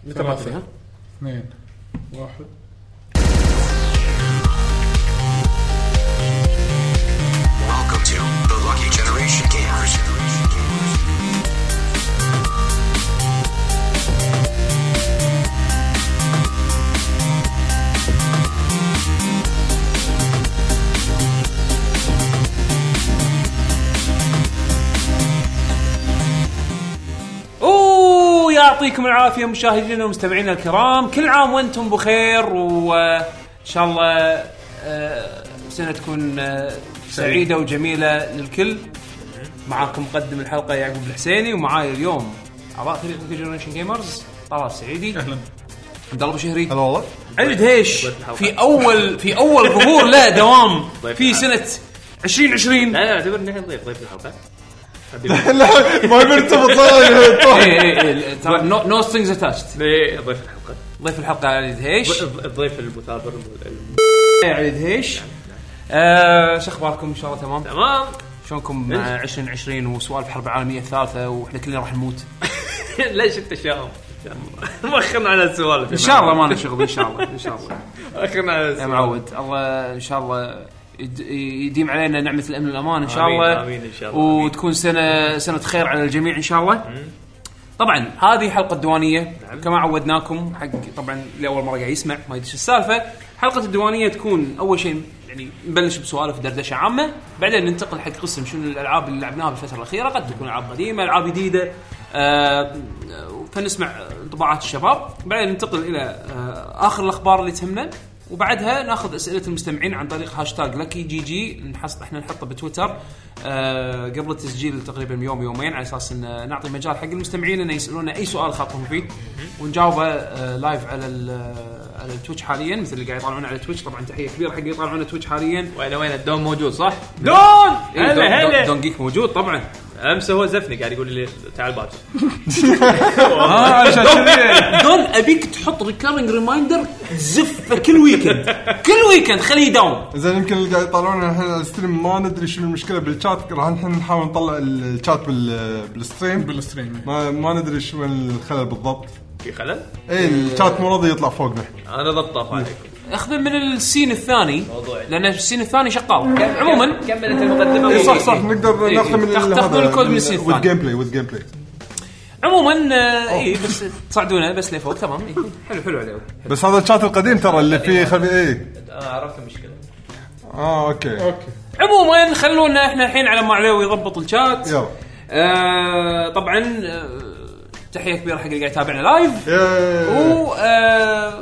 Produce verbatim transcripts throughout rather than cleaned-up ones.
ثلاثة اثنين واحد. Welcome to the Lucky Generation Gamers. اوه يعطيكم العافيه مشاهدينا ومستمعينا الكرام، كل عام وانتم بخير وان شاء الله سنه تكون سعيده وجميله للكل. معاكم مقدم الحلقه يعقوب الحسيني، ومعاي اليوم اعضاء فريق جنريشن جيمرز طلال السعيدي، اهلا، عبد الله بشهري، هلا والله، علي دهيش في اول في اول ظهور له دوام في سنه عشرين عشرين. لا لا اعتبر ان احنا ضيف ضيف الحلقه. لا ما مرتبط صار. اي اي نو سترينجز اتاتشد. ضيف الحلقه ضيف الحلقه علي دهيش، الضيف المثابر علي دهيش. آه شو اخباركم؟ ان شاء الله تمام تمام. شلونكم مع عشرين عشرين وسوالف الحرب العالميه الثالثه واحنا كلنا راح نموت؟ ليش انت شاهم ما اخرنا على السوالف؟ ان شاء الله ما نشغل، ان شاء الله ان شاء الله اخرنا على يا معود. الله ان شاء الله يديم علينا نعمه الامن والامان ان شاء الله. آمين إن شاء الله. وتكون سنه سنه خير على الجميع ان شاء الله. طبعا هذه حلقه الديوانيه كما عودناكم، حق طبعا لاول مره قاعد يسمع ما يدري السالفه. حلقه الديوانيه تكون اول شيء يعني نبلش بسوالف دردشه عامه، بعدين ننتقل حق قسم شنو الالعاب اللي لعبناها بالفتره الاخيره، قد تكون العاب قديمه العاب جديده، آه فنسمع انطباعات الشباب، بعدين ننتقل الى آه اخر الاخبار اللي تهمنا، وبعدها ناخذ اسئله المستمعين عن طريق هاشتاج لكي جي جي. نحط احنا نحطه بتويتر آه قبل التسجيل تقريبا يوم يومين، على اساس ان نعطي مجال حق المستمعين ان يسالونا اي سؤال خاطرهم فيه ونجاوبه آه لايف على على التويتش حاليا، مثل اللي قاعد يطالعون على تويتش. طبعا تحيه كبيره حق اللي يطالعون على تويتش حاليا. وين وين الدون موجود صح؟ دون هلا هلا دون جيك موجود طبعا. امس هو زفني قاعد يقول لي تعال باكر. اه علشان كذا دون ابيك تحط ريكارنج ريمايندر زف كل ويكند كل ويكند خليه يداوم. زين يمكن اللي قاعد يطالعون الحين الستريم ما ندري شنو المشكله بالشات، راح نحن نحاول نطلع الشات بال بالستريم بالستريم ما ما ندري شو الخلل بالضبط. في خلل؟ اي الشات مو راضي يطلع فوقنا. انا ضبطه عليكم. اخذ من السين الثاني لان السين الثاني شغال. عموما كملت المقدمه. اي صح صح نقدر ناخذ من تاخذون الكود من السين الثاني والجيم بلاي والجيم بلاي. عموما اي بس تصعدونه بس لفوق تمام. حلو حلو عليه. بس هذا الشات القديم ترى اللي فيه خلي اي انا عرفت المشكله. اه اوكي اوكي. عموما خلونا احنا الحين على ما عليه يضبط الشات. يلا آه طبعا آه تحيه كبيره حق اللي قاعد يتابعنا لايف. و آه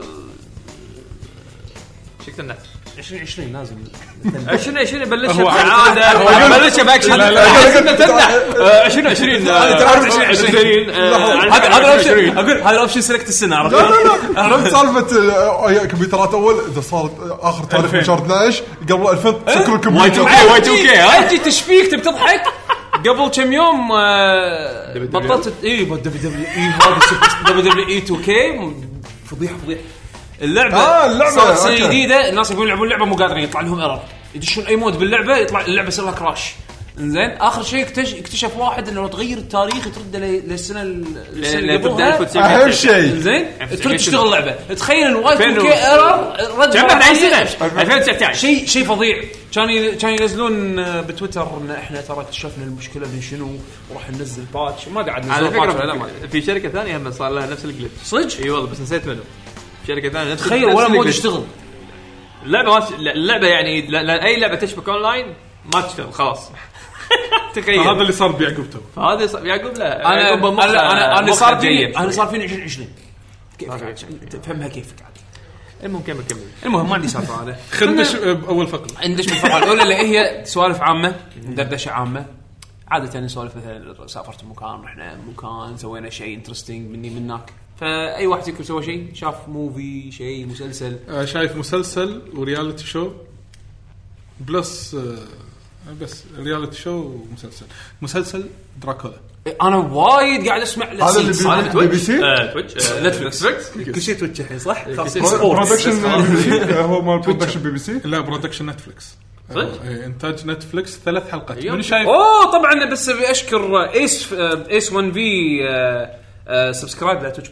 شكلنا عشرين عشرين لازم عشرين عشرين بلشها عادة بلشها باكشن. لا عشرين عشرين عشرين عشرين هذا هذا الاوبشن. اقول هذا الاوبشن سلكت السنه عرفت. لا لا لا عرفت سالفه كمبيوترات اول اذا صارت اخر تاريخ من شهر اثناشر قبل ألفين سكروا الكمبيوتر واي تو كي. اجي تشفيك تبي تضحك. قبل كم يوم بطلت اي دبليو دبليو اي هذا دبليو دبليو اي تو كي فضيحه فضيحه. اللعبه آه اللعبه صارت سنه جديده، الناس يقولون يلعبون اللعبه مو قادرين، يطلع لهم ايرور، يدشون اي مود باللعبه يطلع اللعبه يصير لها كراش. زين اخر شيء اكتشف واحد انه لو تغير التاريخ ترد للسنه اللي قبلها اهم شيء. زين ترد تشتغل اللعبه. تخيل الواي تو كي ايرور رد ألفين وتسعة عشر شيء شيء فظيع. كان كان ينزلون بتويتر ان احنا ترى اكتشفنا المشكله من شنو وراح ننزل باتش. ما قاعد ننزل باتش ولا ما في شركه ثانيه هم صار لها نفس الجليتش صدق. اي والله بس نسيت منه. شركه ثانيه نفس تخيل ولا مود يشتغل اللعبه. اللعبه يعني لا اي لعبه تشبك اونلاين ما تشتغل خلاص. تخيل هذا اللي صار بيعقوب تو. هذا صار يعقوب. لا انا انا انا صار فيني انا انا صار فيني عشرين عشرين كيف تفهمها كيفك عاد. المهم كمل كمل. المهم ما عندي سالفه. هذا خلنا باول فقره عندش بالفقره الاولى اللي هي سوالف عامه دردشه عامه. عاده نسولف مثلا سافرت مكان رحنا مكان سوينا شيء انترستينج مني منك. فاي واحد يمكن سوى شيء شاف موفي شيء مسلسل. آه شايف مسلسل ورياليتي شو بلس آه بس رياليتي شو ومسلسل. مسلسل دراكولا. انا وايد قاعد اسمع هذا اللي بي بي سي تويتش نتفلكس كل شيء تويتش الحين صح. برودكشن هو مال برودكشن بي بي سي. لا برودكشن نتفلكس. صدق؟ انتاج نتفلكس ثلاث حلقات. من شايف؟ اوه طبعا بس ابي اشكر ايس ايس ون في سبسكرايب لتويتش برايم.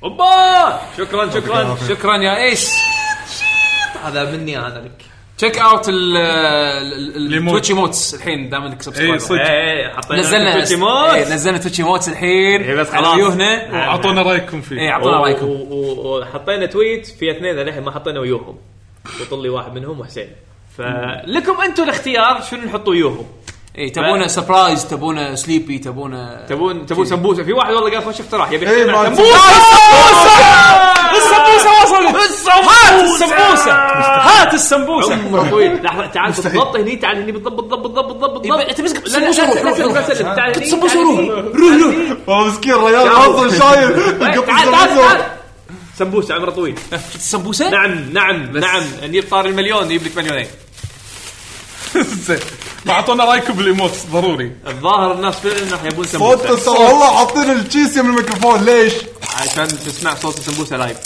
اوبا شكرا شكرا شكرا يا ايس. هذا مني انا لك. تشيك اوت التويتش موتس الحين دام انك سبسكرايب. ايه حطينا نزلنا تويتش موتس. ايه نزلنا تويتش موتس الحين. إيه بس على خلاص. ويوهنا واعطونا رايكم فيه. ايه اعطونا رايكم. وحطينا تويت في اثنين الحين ما حطينا ويوهم. وطلي واحد منهم وحسين. فلكم انتم الاختيار شنو نحط ويوهم. ايه تبونه سبرايز تبونه سليبي تبونه تبون تبون سمبوسه. في واحد والله قال فش اقتراح يبي إيه، يحط ما- سمبوسه. السمبوسه وصلت. هات السمبوسه هات السمبوسه. عمر طويل. لحظه تعال بالضبط هني. تعال هني بالضبط بالضبط بالضبط بالضبط بالضبط. انت مسك لا لا السمبوسه لا روح لا روح لا لا تعال هني. السمبوسه روح روح روح. والله مسكين ريال وصل شايل تعال يقط تعال السمبوسة. تعال. سمبوسه عمره طويل. السمبوسه نعم نعم نعم. ان يطار المليون يجيب لك مليونين. زين اعطونا رايكم بالايموتس ضروري. الظاهر الناس فعلا يبون صوت سمبوسه ترى والله حاطين الكيس من الميكروفون ليش؟ عشان تسمع صوت السمبوسه لايف.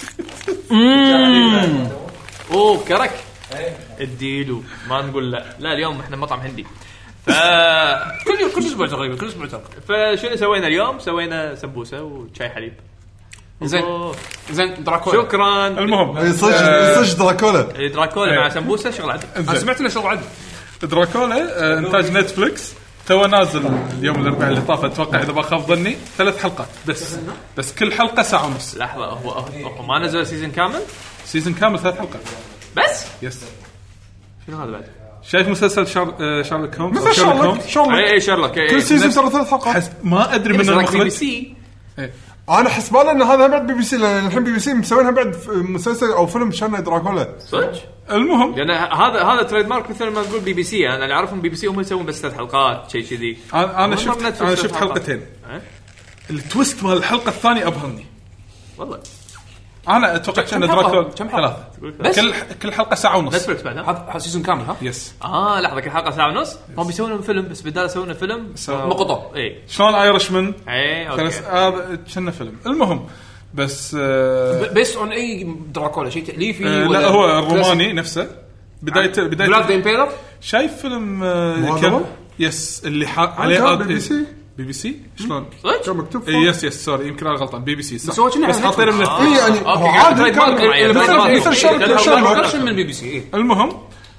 اوه كرك اديله ما نقول لا. لا اليوم احنا مطعم هندي. ف كل كل اسبوع تقريبا كل اسبوع تقريبا. فشنو سوينا اليوم؟ سوينا سمبوسه وشاي حليب. زين أوه. زين دراكولا. شكرا. المهم اي صدق صدق دراكولا. دراكولا مع سمبوسه شغل عدل. انا سمعت له شغل عدل. دراكولا آه، انتاج نتفليكس تو نازل اليوم الاربعاء اللي طاف. اتوقع اذا ما خاب ظني ثلاث حلقات بس بس كل حلقه ساعه ونص. لحظه هو هو ما نزل سيزون كامل سيزون كامل ثلاث حلقات بس. يس. شنو هذا بعد؟ شايف مسلسل شار... آه، شارلوك هومز أو مثل شيرلوك شارلوك هومز؟ شارلوك اي اي شارلوك اي كل سيزون نفس- ترى ثلاث حلقات. حس... ما ادري من بي بي المخرج. سي. انا حسبان ان هذا بعد بي بي سي لان الحين بي بي سي مسوينها بعد في مسلسل او فيلم شان دراكولا. صدق؟ المهم لان هذا هذا تريد مارك مثل ما تقول بي بي سي. انا اللي اعرفهم بي بي سي هم يسوون بس ثلاث حلقات شيء كذي. انا انا والله شفت نتفلكس انا ثلاث شفت حلقات. حلقتين. أه؟ التويست مال الحلقه الثانيه ابهرني. والله انا اتوقع كان حلقة؟ دراكولا كم حلقة؟ ثلاثه بس؟ كل كل حلقه ساعه ونص. نتفلكس بعد. ها؟ هذا هذا سيزون كامل ها. يس. اه لحظه كل حلقه ساعه ونص. هم بيسوون فيلم بس بدال يسوون فيلم مقطع. اي شلون ايرشمان اي ثلاث اوكي. هذا كنا فيلم. المهم بس آه بيست اون اي دراكولا شيء تاليفي آه ولا لا هو الروماني نفسه. بدايه بلاد بدايه امبيرر. شايف فيلم آه مو كان هذا؟ يس اللي ح... كان عليه بي بي سي؟ بي بي سي شلون كان مكتوب إيه، يس يس سوري يمكن انا غلطان بي بي سي صح. بس هو كنا بس على حاطينه من نتفلكس. الثاني. اي يعني أوكي، هو قاعد عادي تريد كان مارك معي. مثل تريد مارك. مثل شارلوك شارلوك. برودكشن من بي بي سي. ايه المهم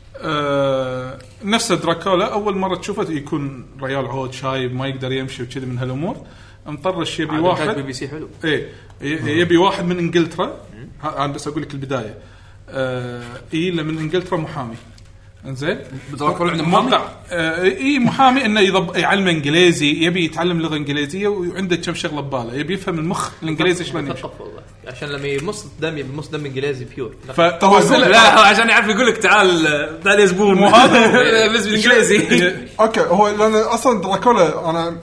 آه نفس دراكولا اول مره تشوفه يكون ريال عود شايب ما يقدر يمشي وكذي من هالامور. مطرش يبي عاد واحد بي بي سي حلو. ايه ي- يبي واحد من انجلترا. ها- انا بس اقول لك البدايه. آه اي من انجلترا محامي. انزين دراكولا عنده محامي؟ موقع آه اي محامي انه يضب يعلم انجليزي. يبي يتعلم لغه انجليزيه وعنده كم شغله بباله. يبي يفهم المخ الانجليزي شلون يمشي. مثقف والله عشان لما يمص دم يمص دم انجليزي بيور. فتوزن لا هو عشان يعرف يقول لك تعال تعال يا زبون مو هذا بس بالانجليزي. اوكي هو لان اصلا دراكولا انا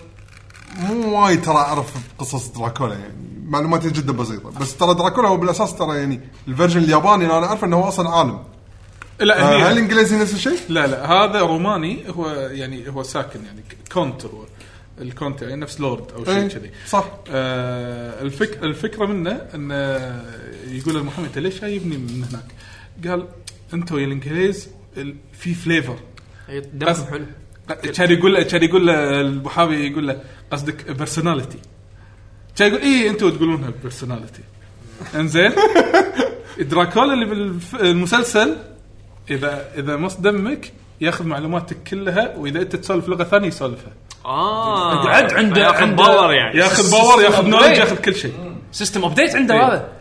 مو وايد ترى اعرف قصص دراكولا يعني معلوماتي جدا بسيطه بس ترى دراكولا هو بالاساس ترى يعني الفيرجن الياباني انا اعرف انه هو اصلا عالم. لا آه، هي هل الانجليزي نفس الشيء؟ لا لا هذا روماني. هو يعني هو ساكن يعني كونت هو الكونت يعني نفس لورد او شيء إيه، كذي. صح. آه الفك الفكره منه انه يقول المحامي انت ليش جايبني من هناك؟ قال انتوا يا الانجليز ال- في فليفر. دمهم حلو. كان يقول له كان يقول له المحامي يقول له قصدك بيرسوناليتي. كان يقول ايه انتوا تقولونها بيرسوناليتي. انزين دراكولا اللي بالمسلسل اذا اذا مص دمك ياخذ معلوماتك كلها واذا انت تسولف لغه ثانيه يسولفها. اه عد عنده ياخذ عنده باور يعني. ياخذ باور ياخذ نولج ياخذ كل شيء. سيستم ابديت عنده إيه. هذا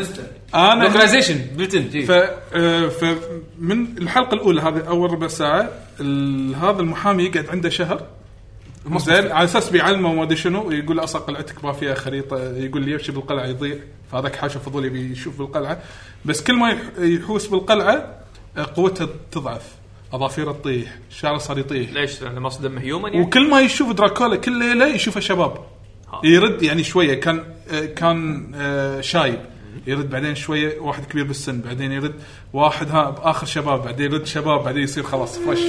انا لوكلايزيشن بلتن. ف آه، فمن الحلقه الاولى هذه اول ربع ساعه ال- هذا المحامي يقعد عنده شهر زين على اساس بيعلمه وما ادري شنو. يقول اصلا قلعتك ما فيها خريطه. يقول لي يمشي بالقلعه يضيع. فهذاك حاجه فضول يبي يشوف بالقلعه. بس كل ما يح- يحوس بالقلعه آه، قوتها تضعف. اظافيره تطيح. شعره صار يطيح. ليش؟ لانه مص دم هيومن يعني. وكل ما يشوف دراكولا كل ليله يشوفه شباب. يرد يعني شويه كان آه، كان آه، شايب يرد بعدين شويه واحد كبير بالسن بعدين يرد واحد ها باخر شباب بعدين يرد شباب بعدين يصير خلاص فرش.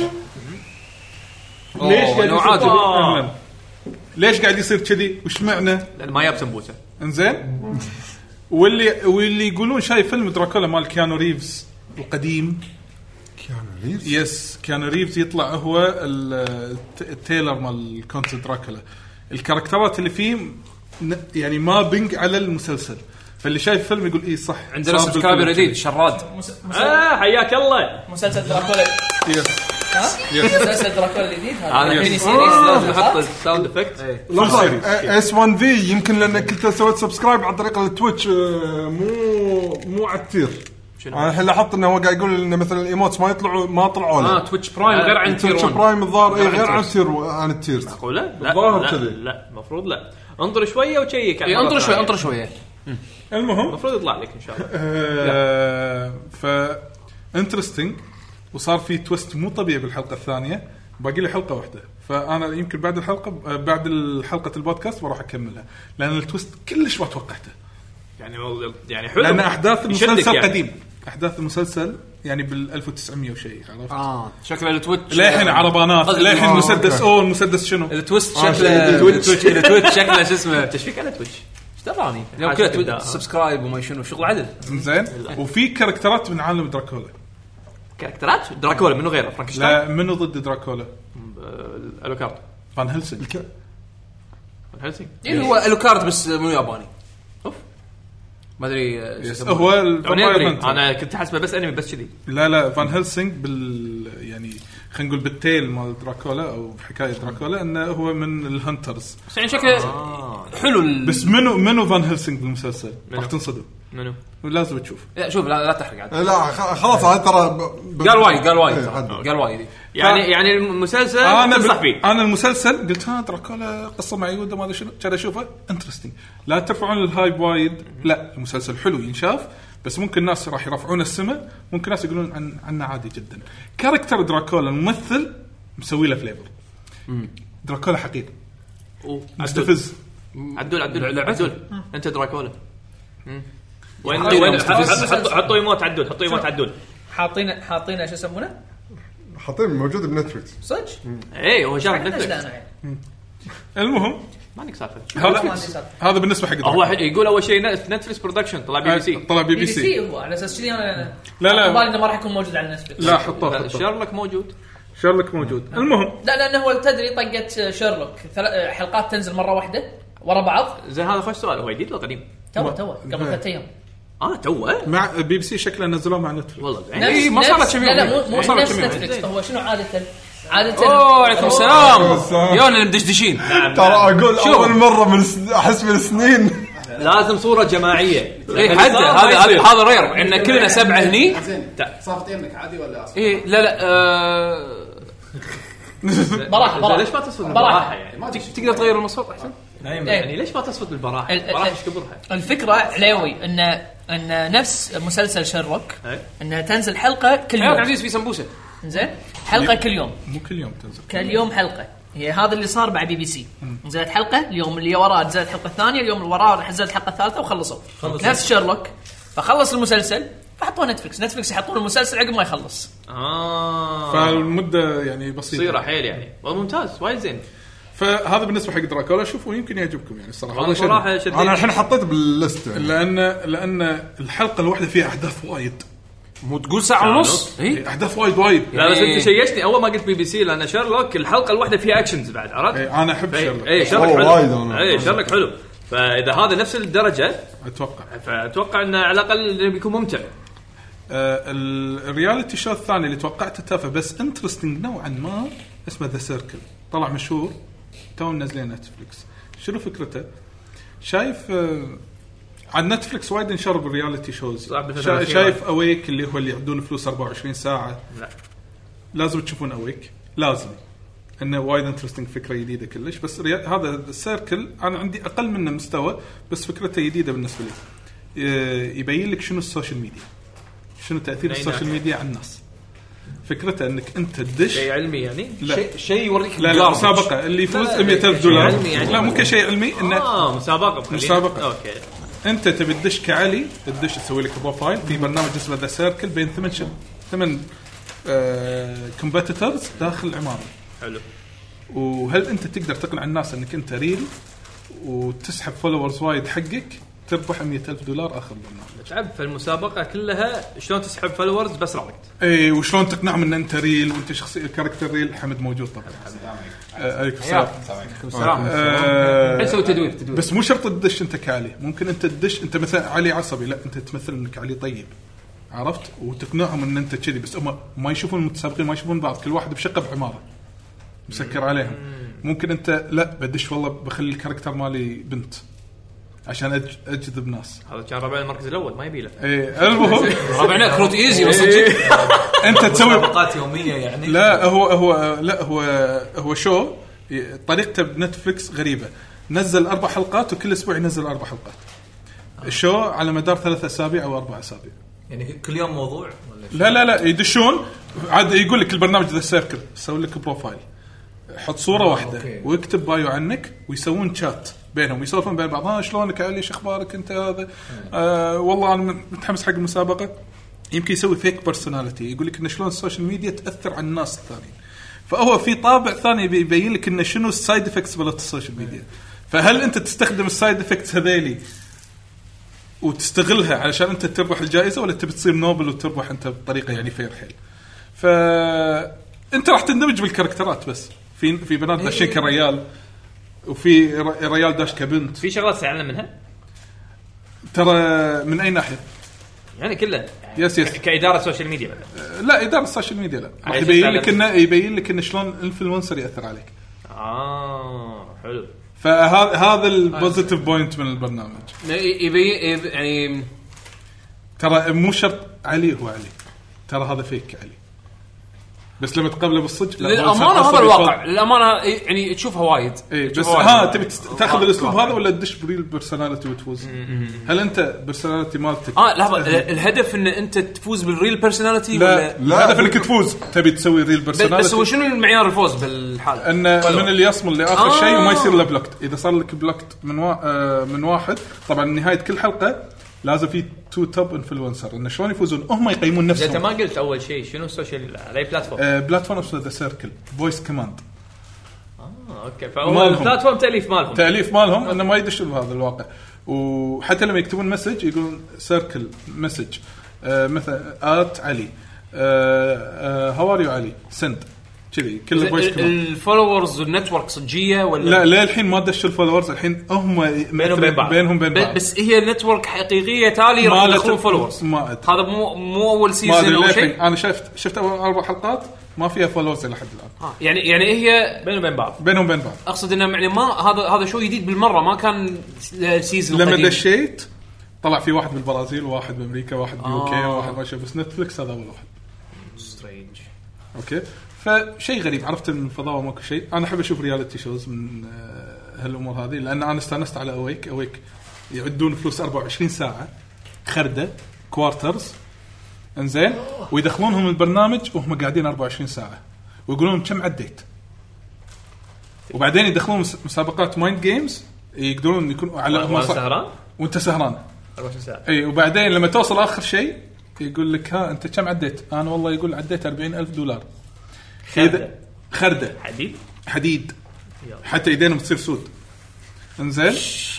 ليش قاعد نوعات. يصير آه. ليش قاعد يصير كذي وش معنى؟ لان ما ياب سمبوسه. انزين واللي واللي يقولون شايف فيلم دراكولا مال كيانو ريفز القديم. كيانو ريفز يس كيانو ريفز يطلع هو ال- التيلر مال كونت دراكولا. الكاركترات اللي فيه ن- يعني ما بنج على المسلسل فاللي شايف فيلم يقول ايه صح عندنا صار سبسكرايبر بالفيلم جديد كذي. شراد. اه حياك الله. مسلسل دراكولا يس مسلسل دراكولا الجديد هذا هذا ميني يس. سيريز لازم نحط الساوند افكت. لحظه اس واحد في يمكن لانك انت سويت سبسكرايب عن طريق التويتش آه، مو مو على التير. انا الحين لاحظت انه هو قاعد يقول ان مثلا الايموتس ما يطلعوا ما طلعوا له. اه تويتش برايم غير عن تير تويتش واحد. برايم الظاهر إيه، غير غير عن عن تير عن التير. معقوله؟ لا الظاهر لا, كذي. لا المفروض لا. انطر شويه وشيك. إيه، انطر شوي انطر شويه. المهم المفروض يطلع لك ان شاء الله. آه ف انترستينج وصار في تويست مو طبيعي بالحلقه الثانيه. باقي لي حلقه واحده فانا يمكن بعد الحلقه بعد الحلقه البودكاست بروح اكملها لان التويست كلش ما توقعته. يعني يعني حلو لان احداث المسلسل يعني. قديم احداث المسلسل يعني بال ألف وتسعمية وشيء عرفت. اه شكله التويتش للحين عربانات قصدي- للحين آه، مسدس أوكي. او المسدس شنو التويست آه، شكله التويتش. التويتش شكله شو اسمه تشفيك على تويتش. ايش دراني؟ يوم حاجة كذا تبدأ. سبسكرايب وما شنو شغل عدل. زين وفي كاركترات من عالم دراكولا. كاركترات دراكولا منو غيره؟ فرانكشتاين. لا منو ضد دراكولا الوكارد. فان هيلسنج. هلسنج. إيه هو الوكارد بس مو ياباني. اوف ما ادري يس هو الفامباير هانتر. انا كنت حاسبه بس انمي بس كذي. لا لا فان هيلسنج بال يعني خلينا نقول بالتيل مال دراكولا او بحكايه دراكولا انه هو من الهانترز. بس يعني شكله حلو ال... بس منو منو فان هيلسنج بالمسلسل راح تنصدم. منو؟ لازم تشوف. لا شوف لا, لا تحرق عاد. لا خ- خلاص هذا ترى ب- ب- قال وايد قال وايد إيه، ترى. عدل. قال وايد. يعني يعني المسلسل انا تنصح بال... فيه. انا المسلسل قلت ها دراكولا قصه معيوده ما ادري شنو كذا اشوفه انترستنج. لا ترفعون الهايب وايد. لا المسلسل حلو ينشاف بس ممكن الناس راح يرفعون السماء ممكن ناس يقولون عن عنه عادي جدا. كاركتر دراكولا الممثل مسوي له فليفر. دراكولا حقيقي مستفز. عدول عدول لعبته. عدول انت دراكولا. وين حاطين وين مستفز. حطوا حطوا ايموت عدول حطوا ايموت عدول. حاطين حاطين شو يسمونه حاطين موجود بنتفلكس. صدق ايه هو شاف عندنا نتفلكس. جلانة يعني. المهم ما نك سالفه. لا، ما هذا عندي سالفة. هذا بالنسبه حق هو دراكولا. يقول اول شيء نتفلكس برودكشن طلع بي بي سي. طلع بي بي بي بي سي. سي هو على اساس كذي انا لا، لا. بالي انه ما راح يكون موجود على نتفلكس. لا حطوه لا، حطوه. شارلوك موجود. شارلوك موجود. المهم لا لانه هو تدري طقت شيرلوك ثلاث حلقات تنزل مره واحده ورا بعض. زين هذا خوش سؤال هو جديد ولا قديم؟ تو تو قبل ثلاث ايام. اه توه مع بي بي سي شكله نزلوه مع نتفلكس. والله زين. نفس- إيه، ما صارت نفس- كم لا لا يوم. مو مو ما صارت نفس كم يوم. نتفلكس. هو شنو عاده عاده اوه عليكم السلام السلام. يونا المدشدشين. ترى اقول شوف. اول مره من الس- احس من سنين. لازم صوره جماعيه. اي حد هذا هذا هذا رير عندنا كلنا سبعه هني. زين صافت يمك عادي ولا اصلا؟ ايه لا لا آه، براحه براحه ليش ما تصفط بالبراحه يعني؟ ما ادري تقدر تغير المصوت احسن. يعني ليش ما تصفط بالبراحه؟ ال- ال- براحه ايش كبرها؟ الفكره عليوي ان ان نفس مسلسل شيرلوك إيه. انها تنزل حلقه كل حياك يوم. عزيز في سمبوسه. زين حلقه كل يوم مو كل يوم تنزل. كل يوم حلقه. هي هذا اللي صار مع بي بي سي. نزلت حلقه اليوم اللي وراه نزلت الحلقه الثانيه اليوم اللي وراه نزلت الحلقه الثالثه وخلصوا نفس شيرلوك. فخلص المسلسل فحطوه نتفلكس. نتفلكس يحطون المسلسل عقب ما يخلص. اه فالمده يعني بسيطه. صيره حيل يعني. والله ممتاز وايد زين. فهذا بالنسبه حق دراكولا شوفوا يمكن يعجبكم يعني الصراحه. والله هذا شدني. صراحه شدني. انا الحين حطيت بالليست يعني. لان لان الحلقه الواحده فيها احداث وايد. مو تقول ساعه ونص. اي احداث وايد وايد. لا بس يعني- انت شيشتني اول ما قلت بي بي سي لان شيرلوك الحلقه الواحده فيها اكشنز بعد عرفت؟ إيه، انا احب اي شيرلوك. اي شيرلوك أوه، حلو. وايد أنا. اي شيرلوك حلو. فاذا هذا نفس الدرجه اتوقع فاتوقع انه على الاقل بيكون ممتع. آه الرياليتي شو الثاني اللي توقعته تافه بس انترستنج نوعا ما اسمه ذا سيركل. طلع مشهور تو نازلين نتفلكس. شنو فكرته؟ شايف آه على نتفلكس وايد انشر بالرياليتي شوز. صح، بالفترة شا الأخيرة. شايف اويك اللي هو اللي يعدون فلوس أربعة وعشرين ساعه. لا لازم تشوفون اويك لازم. انه وايد انترستنج فكره جديده كلش. بس ريا... هذا السيركل انا عندي اقل منه مستوى بس فكرته جديده بالنسبه لي. ي- يبين لك شنو السوشيال ميديا شنو تاثير أي السوشيال ناحية؟ ميديا على الناس. فكرته انك انت تدش شيء علمي يعني. لا شيء شيء يوريك لا لا مسابقه اللي يفوز لا، لا، مئة ألف شيء دولار. علمي يعني. لا مو كشيء علمي انه اه مسابقه خلينا- مسابقة. اوكي. انت تبي تدش كعلي تدش تسوي لك بروفايل في برنامج اسمه ذا سيركل بين ثمان شهور ثمان كومبيتيتورز داخل العماره. حلو. وهل انت تقدر تقنع الناس انك انت ريل وتسحب فولورز وايد حقك تربح مية ألف دولار اخر البرنامج. تعب في المسابقه كلها شلون تسحب فولورز بس رابط. اي وشلون تقنعهم ان انت ريل وانت شخصيه كاركتر ريل. حمد موجود طبعا. عليكم السلام. السلام. آه سوي تدوير تدوير. بس مو شرط تدش انت كعلي. ممكن انت تدش انت مثلا علي عصبي، لا انت تمثل انك علي طيب، عرفت؟ وتقنعهم ان انت كذي. بس هم ما يشوفون المتسابقين، ما يشوفون بعض، كل واحد بشقه بعماره مسكر عليهم. ممكن انت لا بدش والله بخلي الكاركتر مالي بنت عشان أج... اجذب ناس. هذا كان ربع المركز الاول ما يبي له. ايه المهم ربعنا كروت ايزي بس انت تسوي مسابقات يوميه يعني. لا هو هو لا هو هو شو طريقته بنتفليكس غريبه. نزل اربع حلقات وكل اسبوع ينزل اربع حلقات. الشو على مدار ثلاث اسابيع او اربع اسابيع. يعني كل يوم موضوع ولا لا لا لا يدشون عاد يقول لك البرنامج ذا سيركل يسوي لك بروفايل، حط صوره آه واحده أوكي. ويكتب بايو عنك ويسوون شات بينهم يسولفون بين بعض. ها شلونك علي، شو اخبارك انت هذا؟ آه والله انا متحمس حق المسابقه. يمكن يسوي فيك بيرسوناليتي يقول لك ان شلون السوشيال ميديا تاثر على الناس الثانيين. فهو في طابع ثاني بيبين لك انه شنو السايد افكتس مالت السوشيال ميديا. فهل انت تستخدم السايد افكتس هذيلي وتستغلها علشان انت تربح الجائزه، ولا تبي تصير نوبل وتربح انت بطريقه يعني فير حيل؟ فانت راح تندمج بالكاركترات. بس في في بنات داشين كريال وفي ريال داش كبنت. في شغلات تعلم منها ترى من اي ناحيه يعني كله يس يس كاداره سوشيال ميديا مثلا. لا اداره السوشيال ميديا لا راح يبين لك انه يبين لك انه شلون الانفلونسر ياثر عليك. اه حلو. فهذا هذا البوزيتيف بوينت من البرنامج. يبي يعني ترى مو شرط علي هو علي، ترى هذا فيك علي، بس لما تقابله بالصدق للامانه هذا الواقع. للامانه يعني تشوفها وايد. إيه بس ها تبي تاخذ الاسلوب هذا ولا تدش بريل بيرسوناليتي وتفوز؟ هل انت بيرسوناليتي مالتك اه لحظه الهدف ان انت تفوز بالريل بيرسوناليتي ولا لا الهدف انك تفوز تبي تسوي ريل بيرسوناليتي؟ بس هو شنو المعيار الفوز بالحاله؟ ان من اللي يصمل لاخر آه. شيء وما يصير له بلوكت. اذا صار لك بلوكت من وا... آه من واحد طبعا نهايه كل حلقه لازم في تو توب انفلونسر ان شلون يفوزون هم يقيمون نفسهم. انت ما قلت اول شيء شنو السوشيال على بلاتفورم؟ آه بلاتفورم اسمه ذا سيركل فويس كوماند. اه اوكي فهو البلاتفورم تاليف مالهم تاليف مالهم انه ما يدشون بهذا الواقع. وحتى لما يكتبون مسج يقولون سيركل مسج آه مثلا آت علي هاو ار يو علي سند كذي كل فويس كوماند. الفولورز والنتورك صجيه ولا لا لا الحين ما دش الفولورز الحين هم بينهم بين بعض بينهم بين بعض بس هي نتورك حقيقيه تالي راح يدخلون فولورز. هذا مو مو اول سيزون او شيء. انا شفت شفت اول اربع حلقات ما فيها فولورز لحد الان. آه. يعني يعني هي بينهم بين بعض بينهم بين بعض. اقصد انه يعني ما هذا هذا شو جديد بالمره ما كان سيزون لما قديم. دشيت طلع في واحد بالبرازيل وواحد بامريكا وواحد بيوكي آه. وواحد ما شاف. بس نتفلكس هذا اول واحد سترينج. اوكي فشيء غريب. عرفت ان الفضاء ماكو شيء. انا احب اشوف رياليتي شوز من هالامور هذه لان انا استانست على اويك. اويك يعدون فلوس أربعة وعشرين ساعه خرده كوارترز انزين ويدخلونهم البرنامج وهم قاعدين أربعة وعشرين ساعه ويقولون كم عديت. وبعدين يدخلون مسابقات مايند جيمز يقدرون يكونوا على وانت سهران وانت سهران أربعة وعشرين ساعه. اي وبعدين لما توصل اخر شيء يقول لك ها انت كم عديت. انا والله يقول عديت أربعين ألف دولار خردة خردة حديد حديد حتى يدينهم تصير سود انزين.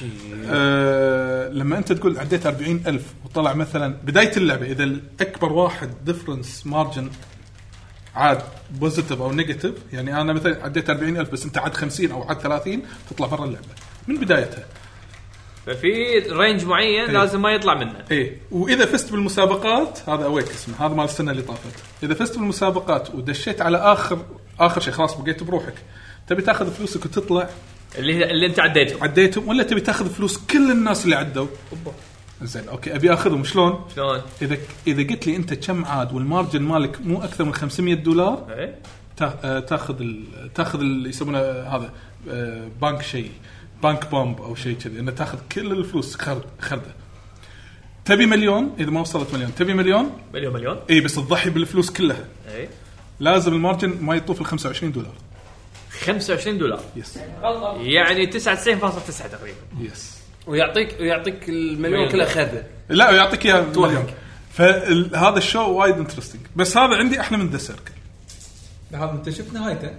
آه لما انت تقول عديت أربعين ألف وطلع مثلا بداية اللعبة اذا الاكبر واحد ديفرنس مارجن عاد بوزيتيف او نيجاتيف يعني انا مثلا عديت أربعين ألف بس انت عاد خمسين او عاد ثلاثين تطلع برا اللعبة من بدايتها. ففي رينج معين ايه. لازم ما يطلع منه. ايه واذا فزت بالمسابقات هذا اويك اسمه هذا مال السنه اللي طافت. اذا فزت بالمسابقات ودشيت على اخر اخر شيء خلاص بقيت بروحك تبي تاخذ فلوسك وتطلع اللي اللي انت عديتهم عديتهم ولا تبي تاخذ فلوس كل الناس اللي عدوا. زين اوكي ابي اخذهم شلون شلون اذا اذا قلت لي انت كم عاد والمارجن مالك مو اكثر من خمسمية دولار ايه تاخذ تاخذ اللي يسمونه هذا بنك شيء بنك بومب او شيء كذي انه تاخذ كل الفلوس خرد خرده. تبي مليون اذا ما وصلت مليون تبي مليون مليون مليون اي بس تضحي بالفلوس كلها. اي لازم المارجن ما يطوف ال خمسة وعشرين دولار. خمسة وعشرين دولار يس يعني تسعة وتسعين فاصلة تسعة تقريبا. يس ويعطيك ويعطيك المليون كله خرده. لا يعطيك اياه مليون. فهذا الشو وايد انترستينج بس هذا عندي احلى من ذا سيركل. هذا انت شفت نهايته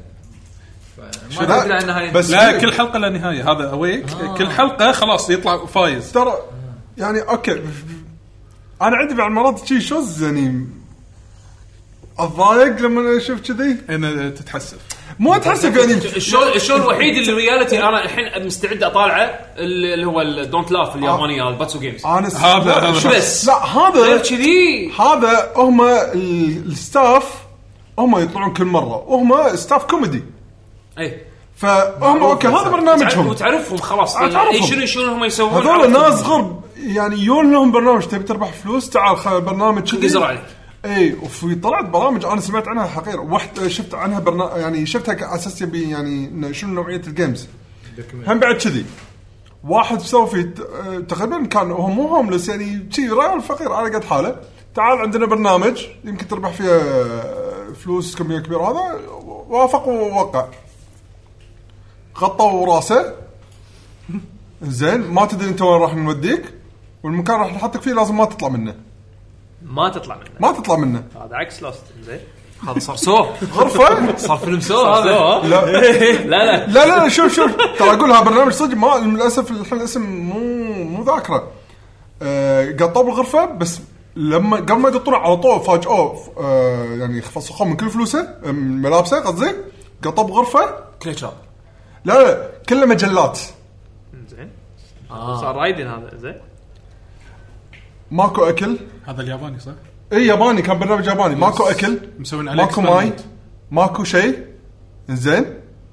ما ادري عن نهايه بس لا كل حلقه لها نهايه. هذا اويك آه. كل حلقه خلاص يطلع فايز. ترى يعني اوكي انا عندي بعض المرات شيء شوز يعني الضايق لما اشوف كذي انا تتحسف مو اتحسف يعني الشو الشو الوحيد اللي رياليتي انا الحين مستعد اطالعه اللي هو الدونت لاف الياباني هذا باتسو جيمز انا هذا شو بس لا هذا غير كذي هذا هم الستاف هم يطلعون كل مره وهم ستاف كوميدي اي فهم اوكي هذا برنامجهم وتعرفهم خلاص تعرفهم. اي شنو شنو هم يسوون هذول ناس غرب يعني يون لهم برنامج تبي تربح فلوس تعال خل برنامج كذي يزرع عليك اي وفي طلعت برامج انا سمعت عنها حقيقه واحد شفت عنها برنامج يعني شفتها كاساس يبي يعني شنو نوعيه الجيمز هم بعد كذي واحد سوى في تقريبا كان هو مو هوملس يعني شي رجل فقير على قد حاله تعال عندنا برنامج يمكن تربح فيه فلوس كميه كبيره هذا وافق ووقع غطوا راسه زين ما تدري انت وين راح نوديك والمكان راح نحطك فيه لازم ما تطلع منه ما تطلع منه ما تطلع منه هذا عكس لاست زين هذا صار سو غرفه صار فيلم سو هذا لا لا لا لا لا شوف شوف ترى اقولها برنامج صدق ما للاسف الحين الاسم مو مو ذاكره أه قطوا بالغرفه بس لما قبل ما يقطون على طول فاجئوه أه يعني فسخوه من كل فلوسه من ملابسه قصدي قطوا بغرفه كليتشر لا لا كله مجلات زين صار رايدن هذا زين ماكو اكل هذا الياباني صح اي ياباني كان برنامج ياباني ماكو اكل مسوين عليه ماكو ماي ماكو شيء زين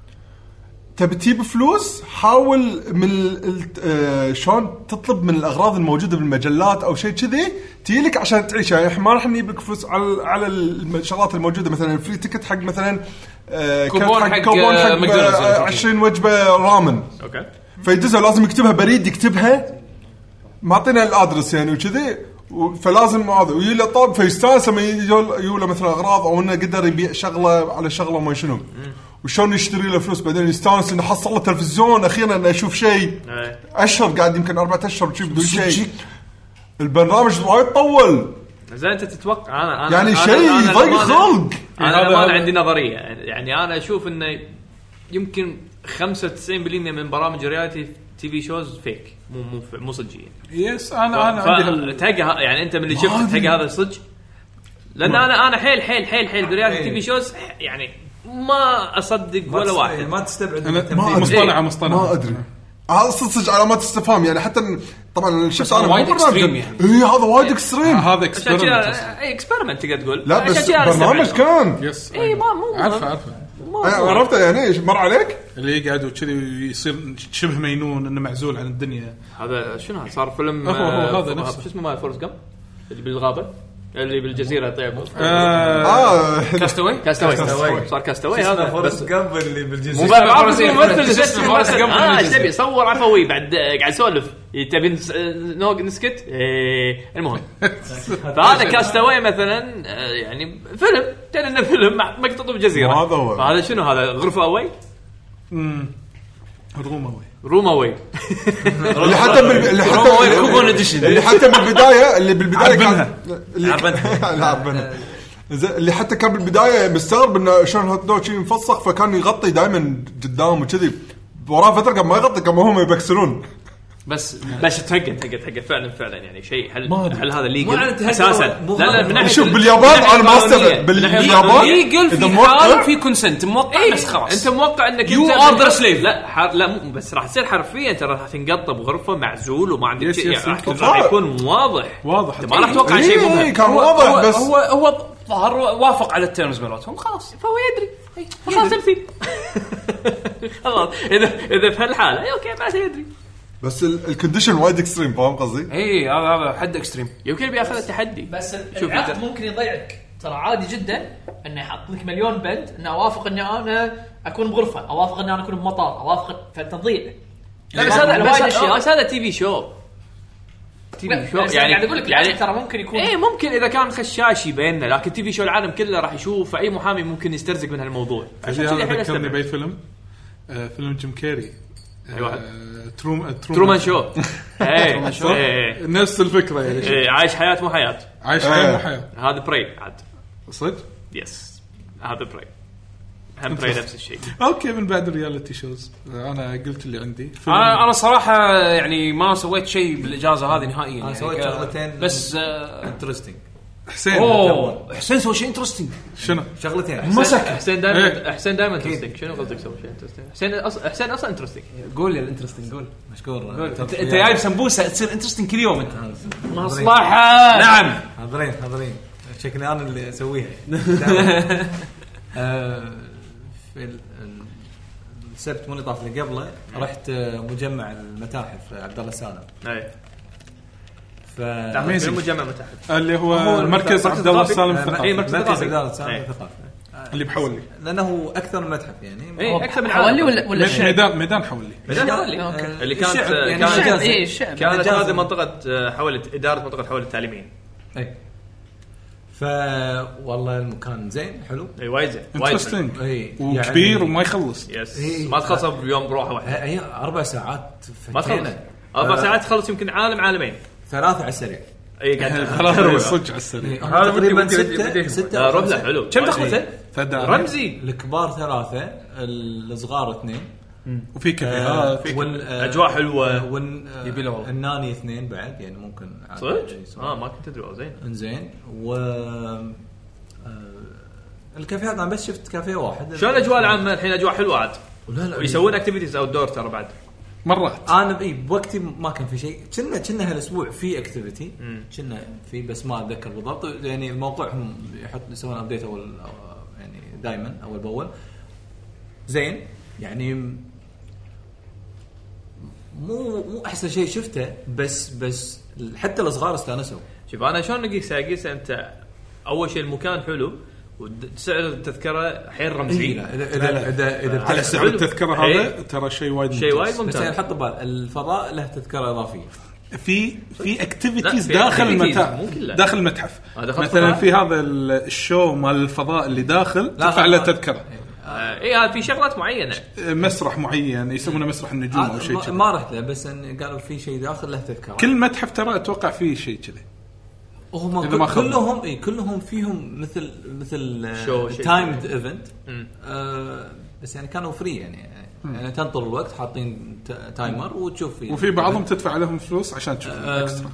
تبي تجيب فلوس حاول من آه شلون تطلب من الاغراض الموجوده بالمجلات او شيء كذي تجيلك عشان تعيش يعني ما راح نجيب لك فلوس على على الشغلات الموجوده مثلا فري تيكت حق مثلا آه كوبون حق, كوبون حق ماكدونالدز آه عشرين وجبه رامن اوكي فيدزها لازم يكتبها بريد يكتبها معطينا الادرس يعني وكذي فلازم هذا ويلا طاب فيستانس لما يجول مثلا اغراض او انه قدر يبيع شغله على شغله ما شنو وشون يشتري له فلوس بعدين يستانس انه حصل له تلفزيون اخيرا انه يشوف شيء اشهر قاعد يمكن اربعة اشهر تشوف بدون شيء البرنامج وايد طول زين انت تتوقع انا انا يعني شيء ضيق خلق انا ما عندي نظريه يعني انا اشوف انه يمكن خمسة وتسعين بالمئة من برامج الرياليتي تي في شوز فيك مو مو مو صجيه يس انا انا عندي تلقى يعني انت من اللي شفت تلقى هذا صج لان انا انا حيل حيل حيل حيل برياليتي تي في شوز يعني ما اصدق ولا واحد ما تستبعد ما مصطنع مصطنع ما ادري هذا صدق علامات استفهام يعني حتى طبعا شفت انا وايد اكستريم يعني اي هذا وايد اكستريم هذا اكسبيرمنت اي اكسبيرمنت تقدر تقول لا بس برنامج كان يس اي ما مو عارفه عارفه عرفته يعني ايش مر عليك اللي يقعد وكذي يصير شبه مينون انه معزول عن الدنيا هذا شنو صار فيلم هو هو هذا نفسه. شو اسمه مال فورست جامب اللي بالغابه اللي بالجزيره طيب اه كاستوي كاستوي صار كاستوي هذا فورست جامب اللي بالجزيره مو بعرف ممثل اسمه فورست جامب اه ايش تبي صور عفوي بعد قاعد اسولف تبي نوق نسكت المهم فهذا كاستوي مثلا يعني فيلم كان انه فيلم مقطوع بجزيره هذا هو هذا شنو هذا غرفه اوي امم روم اوي روم اوي اللي حتى اللي حتى كوبون اديشن اللي حتى بالبدايه اللي بالبدايه كان اللي عربنها عربنها اللي حتى كان بالبدايه مستغرب انه شلون هوت دوغ شيء مفسخ فكان يغطي دائما قدام وكذي وراه فتره قبل ما يغطي كما هم يبكسلون بس بس تهقت تهقت تهقت فعلا فعلا يعني شيء هل هل هذا مو ليجل على تهقت اساسا مو لا لا من ناحيه شوف باليابان انا ما استوعب باليابان ليجل في حال في كونسنت موقع بس خلاص انت موقع انك You انت are the slave. لا حر... لا مو بس راح تصير حرفيا ترى راح تنقطب بغرفه معزول وما عندك يس شيء يس يعني يس. راح يكون واضح واضح ما راح تتوقع شيء إيه مهم كان هو واضح بس هو هو ظهر وافق على التيرمز مالتهم خلاص فهو يدري خلاص تمثيل خلاص اذا اذا في هالحاله اي اوكي ما يدري بس الكونديشن وايد اكستريم فاهم قصدي اي هذا هذا حد اكستريم يمكن بياخذ التحدي بس شوف العقد أنت. ممكن يضيعك ترى عادي جدا انه يحط لك مليون بند انه اوافق اني انا اكون بغرفه اوافق اني انا اكون بمطار اوافق فتضيع لا بس هذا بس هذا تي في شو تي في شو يعني يعني اقول لك يعني يعني ترى ممكن يكون ايه ممكن اذا كان خشاش يبيننا لكن تي في شو العالم كله راح يشوف اي محامي ممكن يسترزق من هالموضوع عشان كذا ذكرني باي فيلم آه فيلم جيم كيري اي واحد تروم ترومان شو ايه نفس الفكره يعني ايه عايش حياه مو حياه عايش حياه مو حياه هذا براي عاد صدق يس هذا براي هم براي نفس الشيء. اوكي من بعد الرياليتي شوز انا قلت اللي عندي. انا انا صراحه يعني ما سويت شيء بالاجازه هذه نهائيا. انا يعني سويت شغلتين بس انترستنج. حسين اوه حسين سوى شيء انترستنج. شنو شغلتين مسك حسين دائما حسين دائما انترستنج. شنو قصدك سوي شيء انترستنج؟ حسين اصلا حسين اصلا انترستنج. قول لي الانترستنج قول مشكور. انت انت جايب سمبوسه تصير انترستنج كل يوم انت. مصلحه. نعم حاضرين حاضرين شكلي انا اللي اسويها. آه في ال- ال- السبت مو اللي طاف اللي قبله رحت مجمع المتاحف عبد الله السالم. اي ف تعرف في مجمع متاحف اللي هو هو مركز عبد الله السالم آه، الثقافي اي مركز مركز ثقافي. عبد الله السالم إيه. الثقافي اللي بحولي لانه اكثر من متحف يعني. اي اكثر من حوالي عالم. ولا ولا الشعب؟ ميدان ميدان حولي. ميدان حولي. أوكي. اللي كانت الشعب يعني كانت الشعب. اي الشعب كانت مجازاً. هذه منطقه حولت اداره منطقه حول التعليميين. اي ف والله المكان زين حلو. اي وايد زين وايد انترستنج اي وكبير يعني- وما يخلص. يس إيه. ما تخلص بيوم بروحه واحده. هي اربع ساعات ما تخلص فتينا. اربع آه، ساعات تخلص يمكن عالم عالمين. ثلاثة على السريع. اي قاعد خلاص صدق على السريع. هذا تقريبا ودي- ودي- ستة ودي- ستة لا أو روح له خمسة. حلو. كم وايد دخلته؟ زين. فدان رمزي الكبار ثلاثة الصغار اثنين وفي كافيهات. فيك وال- آه، أجواء حلوة. وال آه، يبي له والله. الناني اثنين بعد يعني ممكن عادي صدق؟ يسوون. اه ما كنت ادري والله زين. انزين و آه، الكافيهات انا بس شفت كافيه واحد. شلون الاجواء العامه الحين؟ اجواء حلوه عاد. لا لا ويسوون اكتيفيتيز اوت دور ترى بعد. مرات انا باي بوقتي ما كان في شيء. كنا كنا هالاسبوع في اكتيفيتي كنا في بس ما اتذكر بالضبط يعني الموقع هم يحط يسوون ابديت اول أو- يعني دائما اول باول زين يعني مو مو احسن شيء شفته بس بس حتى الصغار استانسوا. شوف انا شلون نقيس ساقيس انت اول شيء المكان حلو وسعر التذكره حيل رمزي. إيه لا، اذا اذا اذا, إذا على سعر حلو. التذكره هذا إيه. ترى شيء وايد شيء وايد ممتاز. بس يعني ممتاز. حط ببال الفضاء له تذكره اضافيه. في في لا، اكتيفيتيز في داخل activities، المتاحف مو كله. داخل المتحف. آه، داخل مثلا الفضاء. في هذا ال- الشو مال الفضاء اللي داخل تدفع له تذكره. آه اي هذا في شغلات معينه. مسرح معين يسمونه مسرح النجوم او شيء ما, كذا. ما رحت له بس إن قالوا في شيء داخل له تذكره. كل متحف ترى اتوقع فيه شيء كذا. هم إذا ما كل خاب. كلهم اي كلهم فيهم مثل مثل شو شيء. تايمد ايفنت مم. آه بس يعني كانوا فري يعني يعني تنطر الوقت حاطين ت- تايمر وتشوف فيه. وفي بعضهم تدفع لهم فلوس عشان تشوف آه، اكسترا.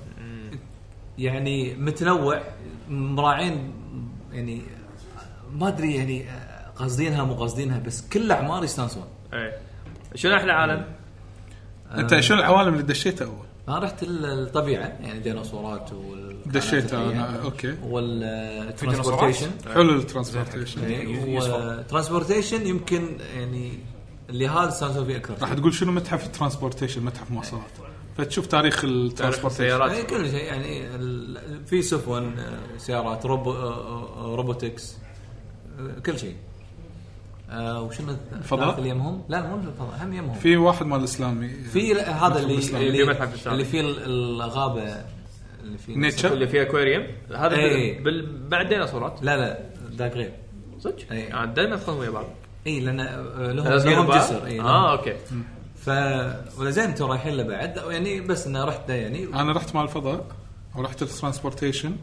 يعني متنوع مراعين يعني ما ادري يعني آه، قاصدينها مو قاصدينها بس كل الاعمار يستانسون. اي شنو احلى عالم؟ انت شنو العوالم اللي دشيتها اول؟ انا رحت الطبيعه يعني ديناصورات وال دشيتها انا اوكي. والترانسبورتيشن حلو الترانسبورتيشن. والترانسبورتيشن يمكن يعني اللي هذا استانسوا فيه اكثر. راح تقول شنو متحف الترانسبورتيشن متحف مواصلات فتشوف تاريخ الترانسبورتيشن. السيارات. يعني كل شيء يعني ال- في سفن آه، سيارات روبو آه، روبوتكس آه، كل شيء. آه، وشنو الفضاء؟ الثلاث اللي يمهم؟ لا مو الفضاء هم يمهم. في واحد مال الاسلامي في ل- هذا اللي الإسلامي. اللي, في متحف الإسلامي. اللي فيه ال- الغابه اللي فيه نيتشر. اللي فيه اكواريوم هذا إيه. بال... بال... بعد ديناصورات لا لا ذاك غير. صدق. إيه. يعني دائما يدخلون ويا بعض. اي لان آه، لهم لازم لهم يربع. جسر اي اه اوكي. ف ولا زين انتم رايحين له بعد يعني بس انا رحت ده يعني انا رحت مال الفضاء ورحت الترانسبورتيشن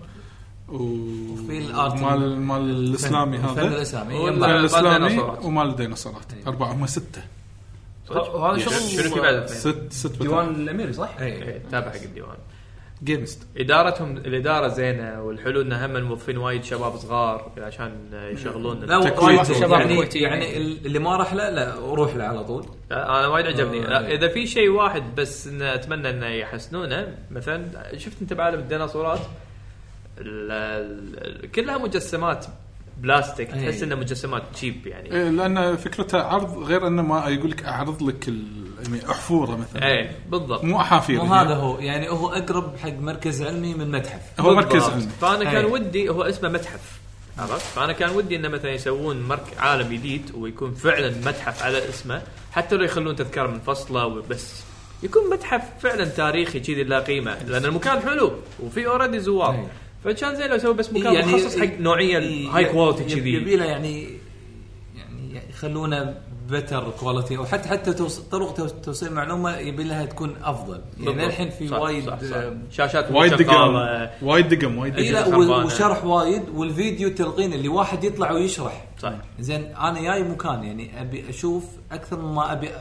وفي الارت ومال مال الاسلامي الفن هذا الاسلامي وال- يم مال بعد. الاسلامي الديناصورات. ومال الديناصورات اربعه هم سته وهذا شغل شنو في بعد اثنين؟ ست ست ديوان الاميري صح؟ اي إيه، تابع حق الديوان. جيمست. ادارتهم الاداره زينه والحلو انه هم موظفين وايد شباب صغار عشان يشغلون. لا تكويت. وايد شباب يعني كويتي. يعني اللي ما راح له لا روح له على طول. انا وايد عجبني. آه، لا، إيه. اذا في شيء واحد بس إن اتمنى انه يحسنونه مثلا شفت انت بعالم الديناصورات ال- ال- كلها مجسمات بلاستيك إيه. تحس انها مجسمات تشيب يعني. إيه لان فكرتها عرض غير انه ما يقول لك اعرض لك ال- يعني احفوره مثلا ايه بالضبط. مو احافير. مو هذا هو يعني هو اقرب حق مركز علمي من متحف. هو مركز بالضبط. علمي. فانا كان أي. ودي هو اسمه متحف عرفت. فانا كان ودي انه مثلا يسوون مرك عالم جديد ويكون فعلا متحف على اسمه حتى لو يخلون تذكره منفصله وبس يكون متحف فعلا تاريخي كذي لا قيمه لان المكان حلو وفي اوريدي زوار. أي. فكان زين لو يسوي بس مكان يعني مخصص حق نوعيه إيه، هاي كواليتي يب- كذي. يبي له يعني يعني يخلونه بتر كواليتي او حتى حتى توص... طرق توص... توصيل معلومه يبي لها تكون افضل يعني الحين في صح وايد صح صح. آه، شاشات وايد دقم شغالة. وايد دقم وايد اي دقم لا وال- وشرح وايد والفيديو تلقين اللي واحد يطلع ويشرح صح. زين انا جاي مكان يعني ابي اشوف اكثر مما ابي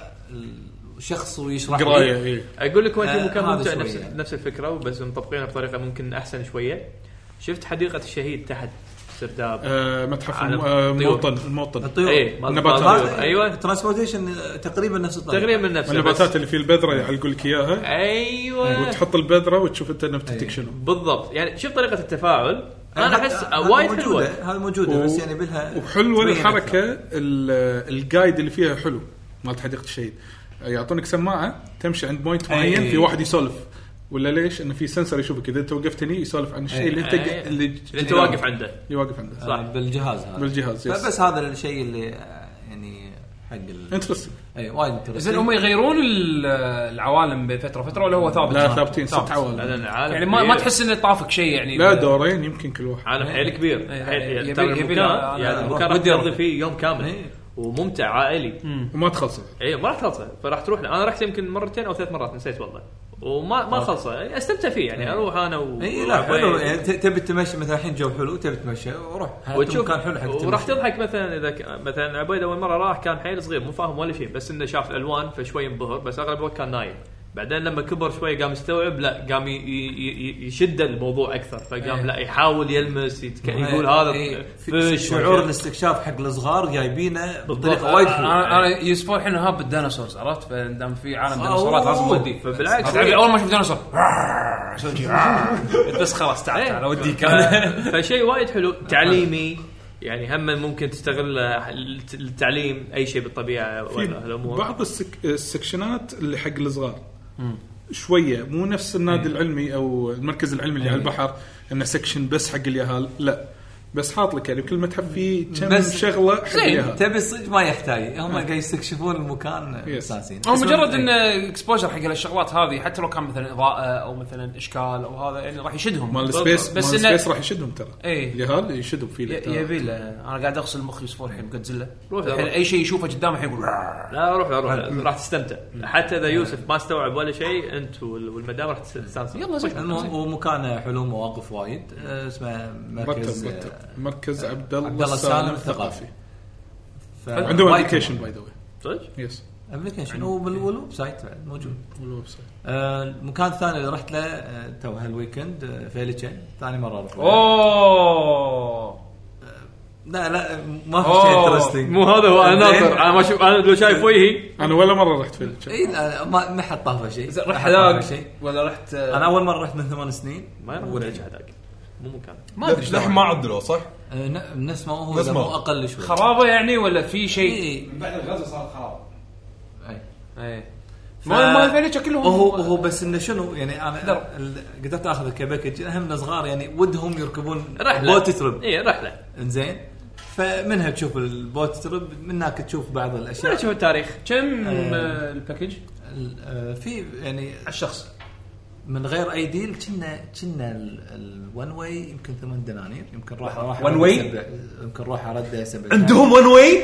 الشخص ويشرح لي. قرايه اي اقول لك وين في آه، مكان هذا ممتع شوية. نفس نفس الفكره بس مطبقينها بطريقه ممكن احسن شويه. شفت حديقه الشهيد تحت سرداب آه متحف على الم- آه، الطيور. الموطن الموطن الطيور ايه النباتات. ايوه ترانسبورتيشن تقريبا نفس الطريقه تقريبا من نفسه النباتات بس- اللي في البذره يعلقوا لك اياها ايوه وتحط البذره وتشوف انت نبتتك شنو. بالضبط يعني شوف طريقه التفاعل انا هذا- احس هذا وايد موجودة، حلوه هذا موجوده بس يعني بلها وحلوه تبين الحركه أكثر. ال- الجايد اللي فيها حلو مالت حديقه الشهيد. يعطونك سماعه تمشي عند بوينت معين أي. في واحد يسولف ولا ليش انه في سنسر يشوفك اذا انت وقفت هني يسولف عن الشيء أي. اللي انت أي. اللي اللي انت واقف عنده اللي واقف عنده صح بالجهاز هذا بالجهاز يس. بس هذا الشيء اللي آه، يعني حق ال... انترستنج. اي وايد interesting. زين هم يغيرون ال- العوالم بين فتره وفتره ولا هو ثابت؟ لا ثابتين ست عوالم بعدين عالم يعني ما ما كبير. تحس انه طافك شيء يعني لا دورين يمكن كل واحد. عالم حيل كبير إيه، حيل يبي- يعني ترى يبي المكان له- يعني أنا المكان راح ودي تقضي أروح. فيه يوم كامل إيه. وممتع عائلي. وما تخلص اي ما راح تخلصه فراح تروح انا رحت يمكن مرتين او ثلاث مرات نسيت والله وما ما خلصه يعني استمتع فيه يعني اروح انا و اي لا حلو يعني ت- تبي تمشي مثلا الحين جو حلو تبي تمشي وروح وتشوف كان حلو حق وراح تمشي. تضحك مثلا اذا ك... مثلا عبيد اول مره راح كان حيل صغير مو فاهم ولا شيء بس انه شاف الالوان فشوي انبهر بس اغلب الوقت كان نايم. بعدين لما كبر شوي قام يستوعب لا قام ي... ي... يشد الموضوع اكثر فقام إيه. لا يحاول يلمس يتك... يقول هذا إيه. في شعور الاستكشاف حق الصغار جايبينه بالضبط. بطريقه وايد حلوه انا انا يسفون الحين هاب الديناصورز عرفت فدام في عالم ديناصورات لازم اودي فبالعكس تعرف اول ما شفت ديناصور اسوي شي. بس خلاص تعال تعال اوديك انا فشيء وايد حلو تعليمي يعني هم ممكن تستغل التعليم اي شيء بالطبيعه في ولا الامور بعض السك... السكشنات اللي حق الصغار شويه مو نفس النادي العلمي او المركز العلمي اللي على البحر انه سكشن بس حق اليهال لا بس حاط لك يعني كل ما تحب فيه كم بس شغله حق اليهال. تبي الصدق ما يحتاج هم قاعد يستكشفون المكان Yes. اساسيا هو مجرد ان اكسبوجر حق الشغلات هذه حتى لو كان مثلا اضاءه او مثلا اشكال او هذا يعني راح يشدهم مال السبيس بس مال إنه- السبيس راح يشدهم ترى إيه. اليهال يشدوا فيه ي- يبي له انا قاعد اغسل مخي يصفر الحين جودزيلا روح الحين روح. اي شيء يشوفه قدامه الحين يقول لا روح روح راح تستمتع حتى اذا يوسف ما استوعب ولا شيء انت وال- والمدام راح تستانسون يلا زين المهم ومكانه حلو مواقف وايد آه، اسمه مركز مركز مركز عبد الله عبد الله السالم السالم الثقافي. ف- عندهم وايد ابلكيشن حلو. باي ذا واي صدق يس ابلكيشن والويب سايت بعد موجود. والويب سايت. آه، المكان الثاني اللي رحت له آه، تو هالويكند آه، فيليتشن ثاني مره اروح له. اوه لا لا ما في شيء أوه. انترستنج مو هذا هو انا ناطر انا ما اشوف انا لو شايف وجهي انا ولا مره رحت فيه اي لا ما ما حد طافه شيء رحت ما حد طافه هذاك شيء ولا رحت انا اول مره رحت من ثمان سنين ما يروح هذاك مو مكان ما ادري لحم ما عدلوا صح؟ آه، ن- نفس ما هو نفس إذا ما مو هو. اقل شوي خرابه يعني ولا في شيء إي. بعد الغزو صار خراب. أي. ايه ف- ما ما فينيتش كلهم وهو وهو بس انه شنو يعني انا ال- قدرت اخذ كباكج هم صغار يعني ودهم يركبون رحله بوت ترب اي رحله انزين فمنها تشوف البوت ترب منك تشوف بعض الاشياء شوف التاريخ كم آه. آه، الباكج ال- آه، في يعني على الشخص من غير اي ديل كنا كنا الون واي يمكن ثمان دنانير يمكن راح راح One way؟ سبع- يمكن راح ارد سبع عندهم ون واي